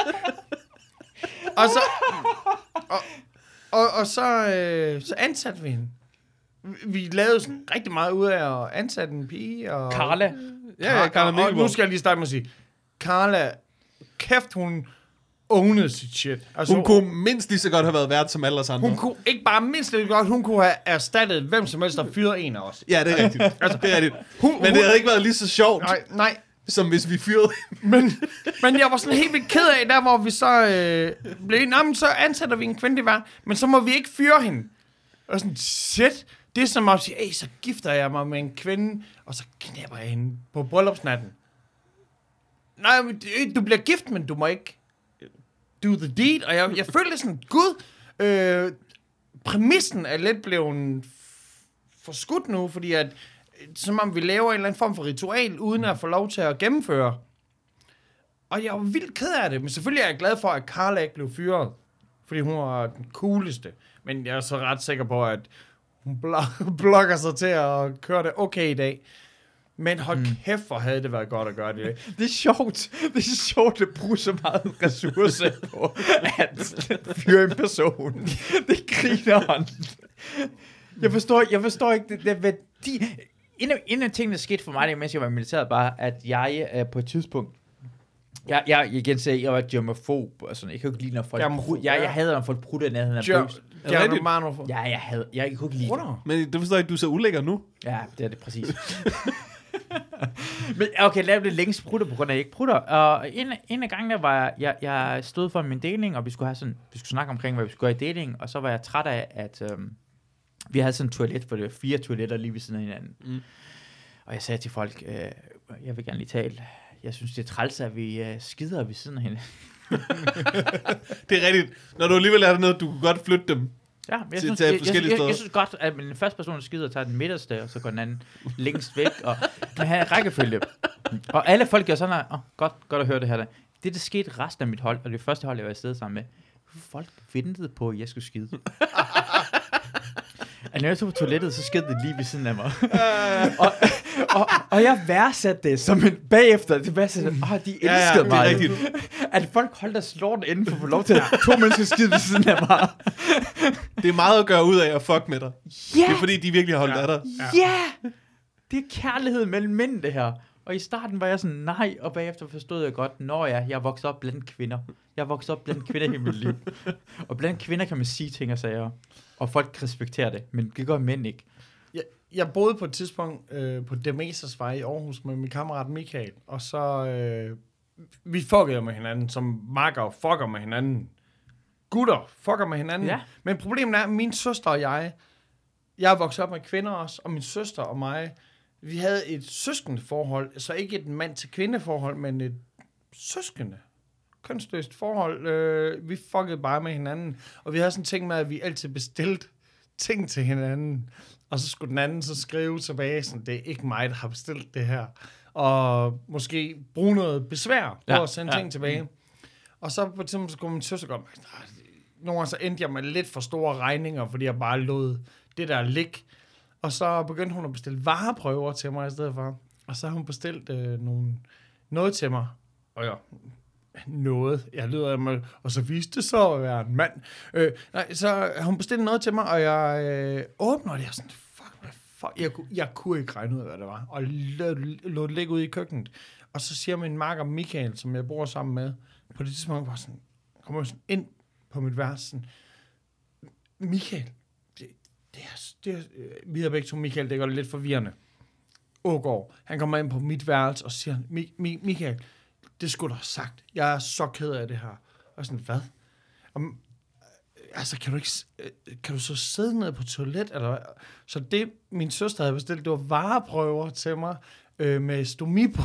Og så ansatte vi hende. Vi lavede sådan rigtig meget ud af at ansætte en pige. Og Carla. Ja, Carla Mikkelborg. Og nu skal jeg lige starte med at sige, Carla, kæft, hun ownede sit shit. Altså, hun kunne mindst lige så godt have været vært som alle os andre. Hun kunne ikke bare mindst lige så godt, hun kunne have erstattet hvem som helst, der fyrede en af os. Ja, det er rigtigt. Altså, det er rigtigt. Men det havde ikke været lige så sjovt. Nej. Som hvis vi fyrede. men jeg var sådan helt vildt ked af, der hvor vi så blev, så ansætter vi en kvindelig vært, men så må vi ikke fyre hende. Og sådan, shit, det er som at sige, så gifter jeg mig med en kvinde, og så knæpper jeg hende på bryllupsnatten. Nej, du bliver gift, men du må ikke do the deed, og jeg følte sådan, gud, præmissen er lidt blevet forskudt nu, fordi at som om vi laver en eller anden form for ritual, uden at få lov til at gennemføre. Og jeg var vildt ked af det, men selvfølgelig er jeg glad for, at Carla ikke blev fyret. fordi hun var den cooleste. Men jeg er så ret sikker på, at hun blokker sig til at køre det okay i dag. Men hold kæft, hvor havde det været godt at gøre det. Det er sjovt at bruge så meget ressource på at fyre en person. Det griner han. Jeg forstår ikke det værdi. En af tingene, der skete for mig, mens jeg var i militæret, bare, at jeg på et tidspunkt, jeg igen siger, jeg var germofob og sådan. Jeg kan jo ikke lide, når folk jeg hader, når folk prutter i nærheden af bøs. Jeg kunne ikke lide det. Men du forstår ikke, du er så ulækker nu. Ja, det er det præcis. Men okay, lad det længst prutter, på grund af, at jeg ikke prutter. Og en af gangene var jeg stod for min deling, og vi skulle snakke omkring, hvad vi skulle gøre i deling, og så var jeg træt af, at vi havde sådan et toilet, hvor det var 4 toiletter lige ved siden af hinanden. Og jeg sagde til folk, jeg vil gerne lige tale. Jeg synes, det er træls, at vi skider ved siden af hinanden. Det er rigtigt. Når du alligevel er der noget, du kunne godt flytte dem. Ja, jeg synes godt, at den første person, der skider, tager den midterste, og så går den anden længst væk, og man har en rækkefølge. Og alle folk gør sådan, godt at høre det her. Det skete resten af mit hold, og det første hold, jeg var i stedet sammen med. Folk ventede på, at jeg skulle skide. Og når jeg tog på toilettet, så skete det lige ved siden af mig. og jeg værdsatte det som en bagefter. Det værdsætte, de elskede mig. Rigtigt. At folk holdt deres lort inden for at få lov til at 2 mennesker skide ved siden af mig. Det er meget at gøre ud af at fuck med dig. Yeah. Det er fordi, de virkelig har holdt af dig. Ja! Det er kærlighed mellem mænd, det her. Og i starten var jeg sådan, nej, og bagefter forstod jeg godt, jeg er vokset op blandt kvinder. Jeg er vokset op blandt kvinder i mit liv. Og blandt kvinder kan man sige ting og sager. Og folk respekterer det, men det gør mænd ikke. Jeg boede på et tidspunkt på Demesers Vej i Aarhus med min kammerat Michael, og så vi fuckede med hinanden, som makker fucker med hinanden. Gutter fucker med hinanden. Ja. Men problemet er, at min søster og jeg er vokset op med kvinder også, og min søster og mig, vi havde et søskende forhold, så ikke et mand-til-kvinde forhold, men et søskende kønsløst forhold. Vi fuckede bare med hinanden, og vi havde sådan en ting med, at vi altid bestilte ting til hinanden, og så skulle den anden så skrive tilbage, sådan, det er ikke mig, der har bestilt det her, og måske bruge noget besvær på at sende ting tilbage. Og så på et tidspunkt, så kunne min søster godt, nogle gange så endte jeg med lidt for store regninger, fordi jeg bare lod det der ligge. Og så begyndte hun at bestille vareprøver til mig i stedet for. Og så har hun bestilt noget til mig. Og noget. Jeg lyder af mig, og så viste det så at være en mand. Så hun bestilte noget til mig, og jeg åbner det, og sådan, fuck. Jeg kunne ikke regne ud af, hvad det var. Og lå det ligge ude i køkkenet. Og så siger min makker Michael, som jeg bor sammen med, på det tidspunkt var sådan, kommer sådan ind på mit værelse, sådan, Michael, vi har begge to Michael, det gør det lidt forvirrende. Ågaard, han kommer ind på mit værelse og siger, Michael, det skulle du have sagt. Jeg er så ked af det her. Og sådan, hvad? Altså, kan du så sidde nede på toilet? Eller? Så det, min søster havde bestilt, det var vareprøver til mig med stomipo.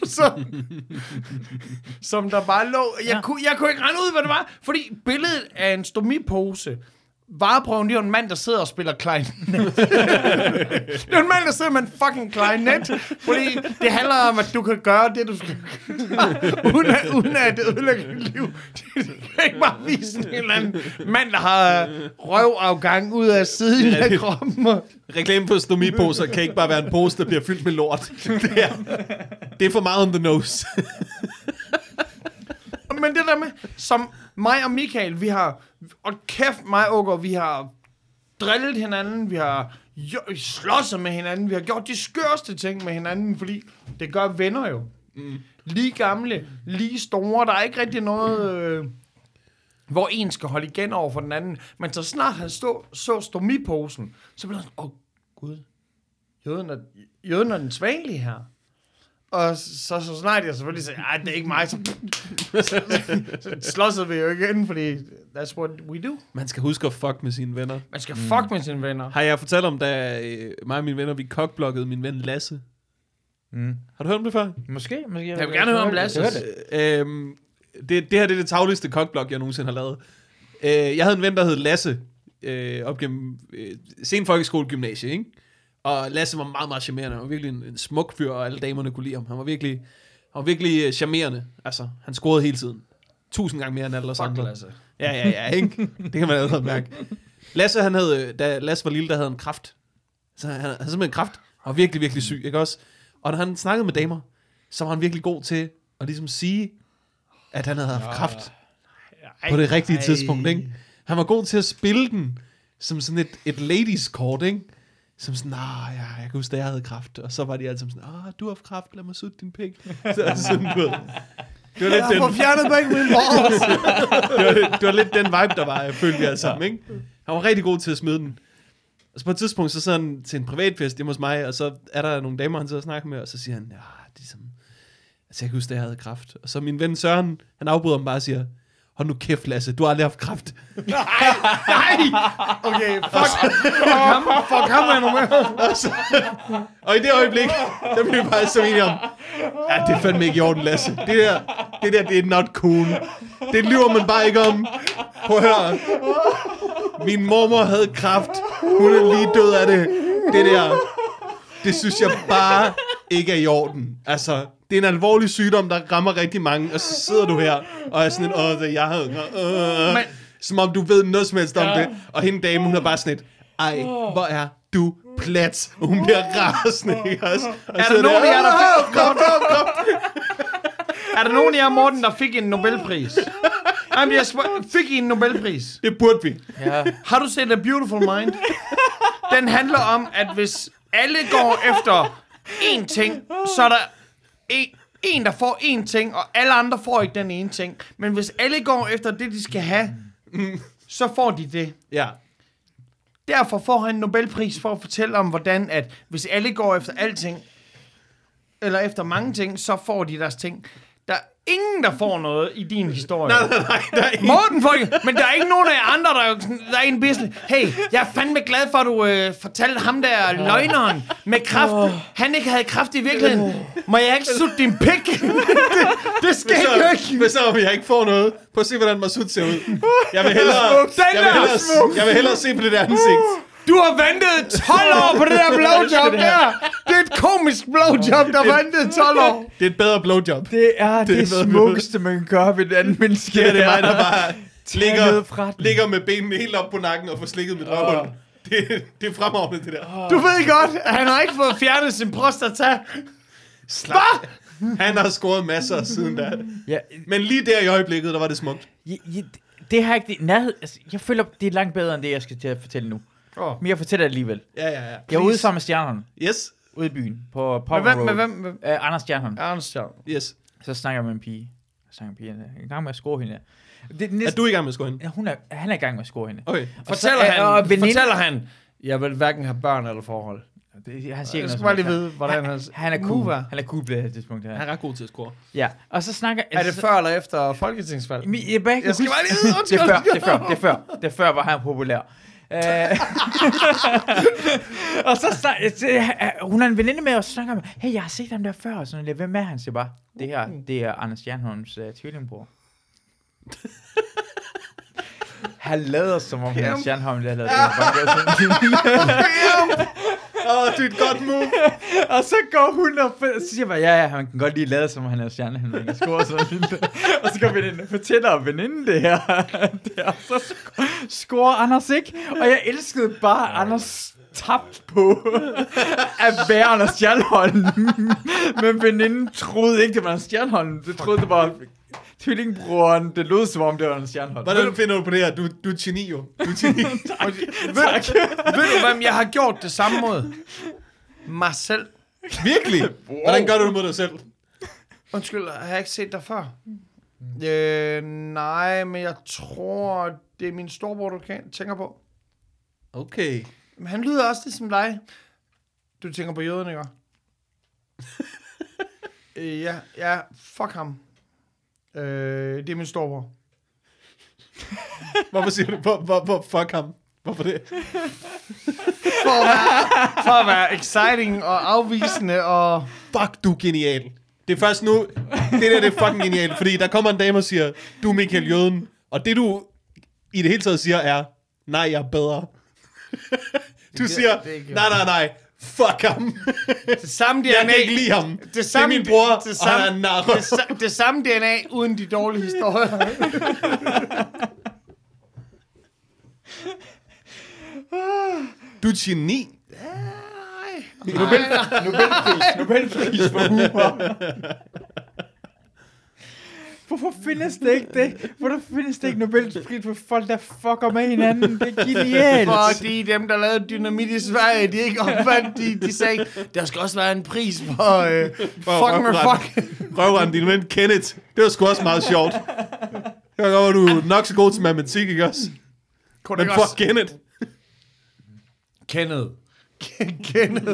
Som der bare lå. Jeg kunne ikke regne ud, hvad det var. Fordi billedet af en stomipose, vareprøven, det er jo en mand, der sidder og spiller klarinet. Det er en mand, der sidder med en fucking klarinet. Fordi det handler om, at du kan gøre det, du skal uden at det ødelægger dit liv. Det kan ikke bare vise en eller anden mand, der har røvafgang ud af siden af kroppen. Reklame på stomiposer kan ikke bare være en pose, der bliver fyldt med lort. Det er for meget on the nose. Men det der med, som mig og Michael, vi har, og kæft mig og vi har drillet hinanden, vi har slåsset med hinanden, vi har gjort de skørste ting med hinanden, fordi det gør venner jo. Lige gamle, lige store, der er ikke rigtig noget, hvor en skal holde igen over for den anden. Men så snart han så stomiposen, så blev han, gud, jøden er den svagelige her. Og så snart jeg selvfølgelig sagde, det er ikke mig, så slåsede vi jo igen, fordi that's what we do. Man skal huske at fuck med sine venner. Man skal fuck med sine venner. Har jeg fortalt om, da mig og mine venner, vi cockblokkede min ven Lasse? Har du hørt om det før? Måske. Jeg vil gerne høre om Lasse. Det her det er det tavligste cockblock, jeg nogensinde har lavet. Jeg havde en ven, der hed Lasse, op gennem sen folkeskole gymnasie, ikke? Og Lasse var meget, meget charmerende. Han var virkelig en smuk fyr, og alle damerne kunne lide ham. Han var virkelig charmerende. Altså, han scorede hele tiden. 1000 gange mere end alle os Fuck andre. Lasse. Ja, ikke? Det kan man allerede mærke. Lasse, da Lasse var lille, der havde han kræft. Så han havde simpelthen kræft, og virkelig, virkelig syg, ikke også? Og når han snakkede med damer, så var han virkelig god til at ligesom sige, at han havde haft kræft på det rigtige tidspunkt, ikke? Han var god til at spille den som sådan et ladies kort, ikke? Som sådan, ja, jeg kan huske, da jeg havde kræft. Og så var de altid sådan, du har haft kræft, lad mig sutte din pik. Så sådan, du ved. Det var lidt Jeg får fjernet begge mine balls. det var lidt den vibe, der var, jeg følte vi alle sammen, ikke? Han var rigtig god til at smide den. Og så på et tidspunkt, så sidder han til en privatfest hjemme hos mig, og så er der nogle damer, han sidder og snakker med, og så siger han, det er som... Altså, jeg kan huske, da jeg havde kræft. Og så min ven Søren, han afbryder ham bare og siger, hold nu kæft, Lasse, du har aldrig haft kræft. Nej! Okay, fuck ham er nu med. Og i det øjeblik, der blev vi bare så enige om, det er fandme ikke i orden, Lasse. Det der, det er not cool. Det lyver man bare ikke om. Prøv at høre. Min mormor havde kræft. Hun er lige død af det. Det der, det synes jeg bare ikke er i orden. Altså, det er en alvorlig sygdom, der rammer rigtig mange, og så sidder du her, og er sådan en, jeg havde... Som om du ved noget som helst om det. Og hende dame, hun er bare sådan et, hvor er du plat? Og hun bliver rasende, ikke også? Og Er der nogen af jer, der Er der nogen af jer, Morten, der fik en Nobelpris? Jamen, jeg fik I en Nobelpris? Det burde vi. Ja. Har du set A Beautiful Mind? Den handler om, at hvis alle går efter én ting, så er der en, der får én ting, og alle andre får ikke den ene ting. Men hvis alle går efter det, de skal have, så får de det. Ja. Derfor får han en Nobelpris for at fortælle om, hvordan at hvis alle går efter alting, eller efter mange ting, så får de deres ting. Der er ingen, der får noget i din historie. Nej, der er Morten får ikke, men der er ikke nogen af jer andre, der er en business. Hey, jeg er fandme glad for, at du fortalte ham der løgneren med kræft. Han ikke havde kræft i virkeligheden. Må jeg ikke sutte din pik? det skal jo ikke. Hvis jeg ikke får noget, prøv at se, hvordan Masud ser ud. Jeg vil hellere se på det der ansigt. Du har ventet 12 år på det der blowjob der. Det er et komisk blowjob, der ventede 12 år. Det er et bedre blowjob. Det er det smukkeste, man kan gøre ved et andet menneske. Det er mig, der bare ligger med benene helt op på nakken og får slikket mit røvhul. Det er fremragende, det der. Du ved godt, at han har ikke fået fjernet sin prostata. Hvad? Han har scoret masser siden da. Ja. Men lige der i øjeblikket, der var det smukt. Det har ikke nærhed. Altså, jeg føler, det er langt bedre, end det, jeg skal til at fortælle nu. Men jeg fortæller det alligevel. Ja. Jeg er ude sammen med Stjernholm. Yes. Ude i byen. På Popper Road. Med hvem? Anders Stjernholm. Anders Stjernholm. Yes. Så snakker jeg med en pige. Jeg er i gang med at score hende. Er du i gang med at score hende? Ja, han er i gang med at score hende. Okay. Fortæller han, jeg vil hverken have børn eller forhold. Han siger jeg skal bare lige vide, hvordan han er cool. Han er cool på det her tidspunkt. Han er ret god til at score. Ja, og så snakker... Er det før eller efter folketingsvalg? Jeg skal bare lige vide, det er før, hvor han er populær. Og så hun er en veninde med, og så snakker med, hey, jeg har set ham der før, og sådan, hvem er han? Siger bare, det her, det er Anders Stjernholms tvillingbror. Han lader som om han er Stjernholm, der har lavet det. Det er et godt move. Og så går hun og så siger jeg, ja, han kan godt lige lade som om han er Stjernholm, han kan score sådan. Og så går veninden og fortæller veninden det her. Og så scorer Anders ikke. Og jeg elskede bare Anders tabt på at være Anders Stjernholm. Men veninden troede ikke, det var Anders Stjernholm. Det troede, det var tvillingbroren. Det lød som om, det var Anders Stjernholm. Hvordan finder du på det her? Du er geni jo. Du er geni. Tak. Ved du, hvem jeg har gjort det samme mod? Mig selv. Virkelig? Hvordan gør du det mod dig selv? Undskyld, har jeg ikke set dig før? Nej, men jeg tror, det er min storebror, du tænker på. Okay. Men han lyder også lidt som dig. Du tænker på jøderne, ikke? Ja, fuck ham. Det er min storebror. Hvorfor siger du, hvor fuck ham? Hvorfor det? For at være exciting og afvisende og... Fuck, du er genial. Det er først nu, det der det er fucking genialt, fordi der kommer en dame og siger, du er Michael Jøden, og det du i det hele taget siger er, nej, jeg er bedre. Du siger, nej, Fuck ham. Det samme DNA. Jeg kan ikke lide ham. Det er min bror, og han er en nar. Det samme DNA, uden de dårlige historier. Du er et geni. Nobelpris for humor. Hvorfor findes det ikke det? Hvorfor findes det ikke Nobelpris for folk, der fucker med hinanden? Det er genialt. Fordi dem, der lavede dynamit i Sverige, de ikke opfandt, de sagde, der skal også være en pris for fuck med fuck. Røvrende din ven Kenneth. Det var sgu også meget sjovt. Jeg kan godt, du er nok så god til matematik, ikke også? Men fuck Kenneth. Kenneth.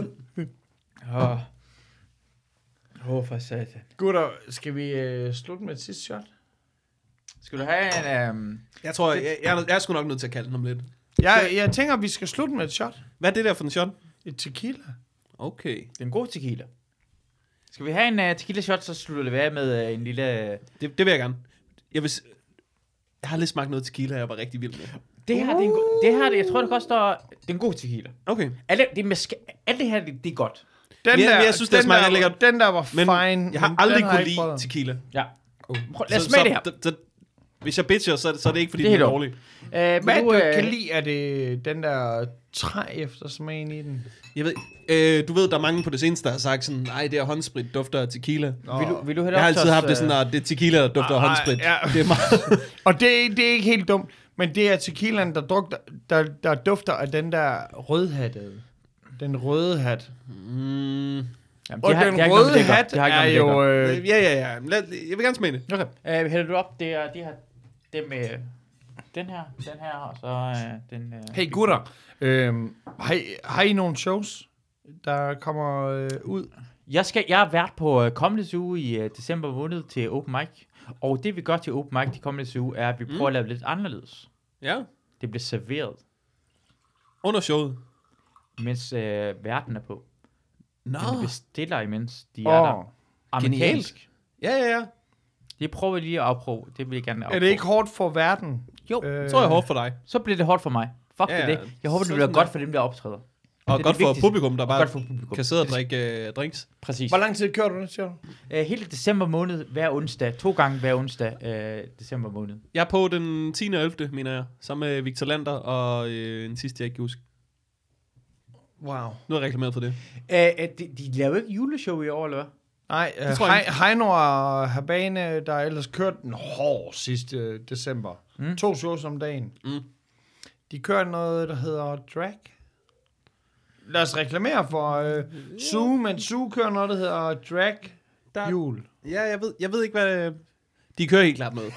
For satan. Gutter, skal vi slutte med et sidste shot? Skal du have en... Jeg tror, jeg er sgu nok nødt til at kalde den om lidt. Jeg tænker, vi skal slutte med et shot. Hvad er det der for en shot? Et tequila. Okay. Det er en god tequila. Skal vi have en tequila shot, så slutter det være med en lille... Det vil jeg gerne. Jeg har lige smagt noget tequila, jeg var rigtig vild med. Det her, jeg tror, det koster... Det er en god tequila. Okay. Alt det her, det er godt. Men jeg synes, det smager lækkert. Den der var men fine. Jeg har aldrig kunne lide tequila. Ja. Lad os smage det her. Så, hvis jeg bitcher, så er det ikke, fordi det er den er dårlig. Hvad du kan lide, er det den der træ efter smagen i den? Jeg ved, du ved, der er mange på det seneste, der har sagt sådan, nej, det er håndsprit, dufter af tequila. Vil du jeg har altid haft det sådan, at det er tequila, der dufter af håndsprit. Ja. Det er meget... Og det er ikke helt dumt, men det er tequilaen, der dufter af den der rødhattede. Den røde hat. Jamen, og den røde hat er jo... Ja. Jeg vil gerne smage det. Okay. Hælder du op, det er dem med den her, og så den... Hey gutter, har I nogle shows, der kommer ud? Jeg er vært på Comedy Zoo i december måned til Open Mic, og det vi gør til Open Mic til Comedy Zoo er, at vi prøver at lave lidt anderledes. Ja. Det bliver serveret. Under showet? Mens verden er på. Nå. Vi bestiller, imens de er der. Amerikansk. Ja. Det prøver vi lige at afprøve. Det vil jeg gerne afprøve. Er det ikke hårdt for verden? Jo. Så er jeg hårdt for dig. Så bliver det hårdt for mig. Fuck det. Jeg håber, det bliver godt for dem, der optræder. Og godt for publikum, der bare kan sidde og drikke drinks. Præcis. Hvor lang tid kører du det, siger du? Hele december måned, hver onsdag. 2 gange hver onsdag, december måned. Jeg er på den 10. og 11. mener jeg. Sammen med Victor Lander og en sidste, jeg ikke kan huske. Wow. Nu er jeg reklameret for det. De laver ikke juleshow i år, eller hvad? Nej, Heino og Habane, der ellers kørt en hård sidste december. 2 shows om dagen. De kører noget, der hedder Drag. Lad os reklamere for Zoo, men Zoo kører noget, der hedder Drag Jul. Ja, jeg ved ikke, hvad... De kører helt klart noget.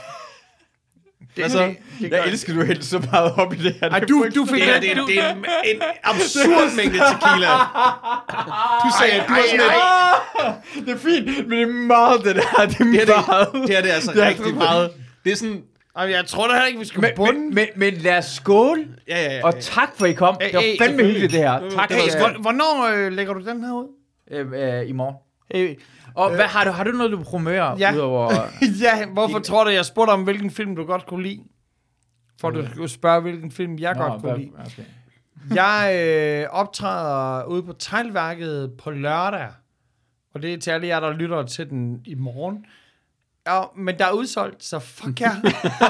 Jeg elsker, du helt så meget op i det her. Ej, du fik det er en absurd mængde tequila. Du sagde, du er sådan det er fint, men det er meget det der. Det er altså rigtig meget. Det er sådan... Jeg tror da heller ikke, vi skal på bunden. Men lad os skåle. Ja. Og tak for, I kom. Det var fandme hyggeligt, det her. Tak. Hvornår lægger du den her ud? I morgen. Og hvad har du noget, du promoverer udover... Ja, hvorfor tror du, jeg spurgte om, hvilken film du godt kunne lide? For du skulle spørge, hvilken film jeg godt kunne lide. Okay. Jeg optræder ude på Teglværket på lørdag. Og det er til alle jer, der lytter til den i morgen. Ja, men der er udsolgt, så fuck ja.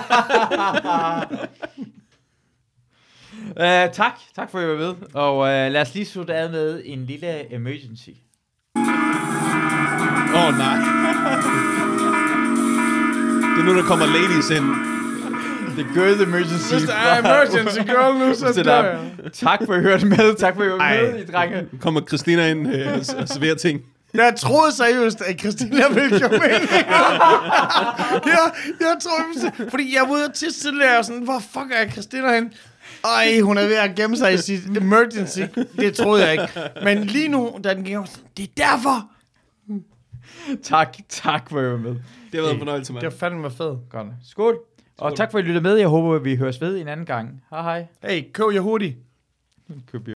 Tak for at I var med. Og lad os lige slutte af med en lille emergency. Nej. Det er nu, der kommer ladies ind. The girl emergency. Just emergency girl nu, så der. Tak for at I hørte med. Tak for at I var med, I drenge. Nu kommer Christina ind og serverer ting. Jeg troede seriøst, at Christina ville komme ind. jeg troede, fordi jeg var ude og tisse tidligere, og sådan, hvor fuck er Christina hen? Ej, hun er ved at gemme sig i sit emergency. Det troede jeg ikke. Men lige nu, da den gik, det er derfor. Tak for at I var med. Det har været en fornøjelse, mand. Det var fandme fedt. Godt. Skål. Og tak for at I lyttede med. Jeg håber, vi høres ved en anden gang. Hej. Hey, køb jer hurtigt. Køb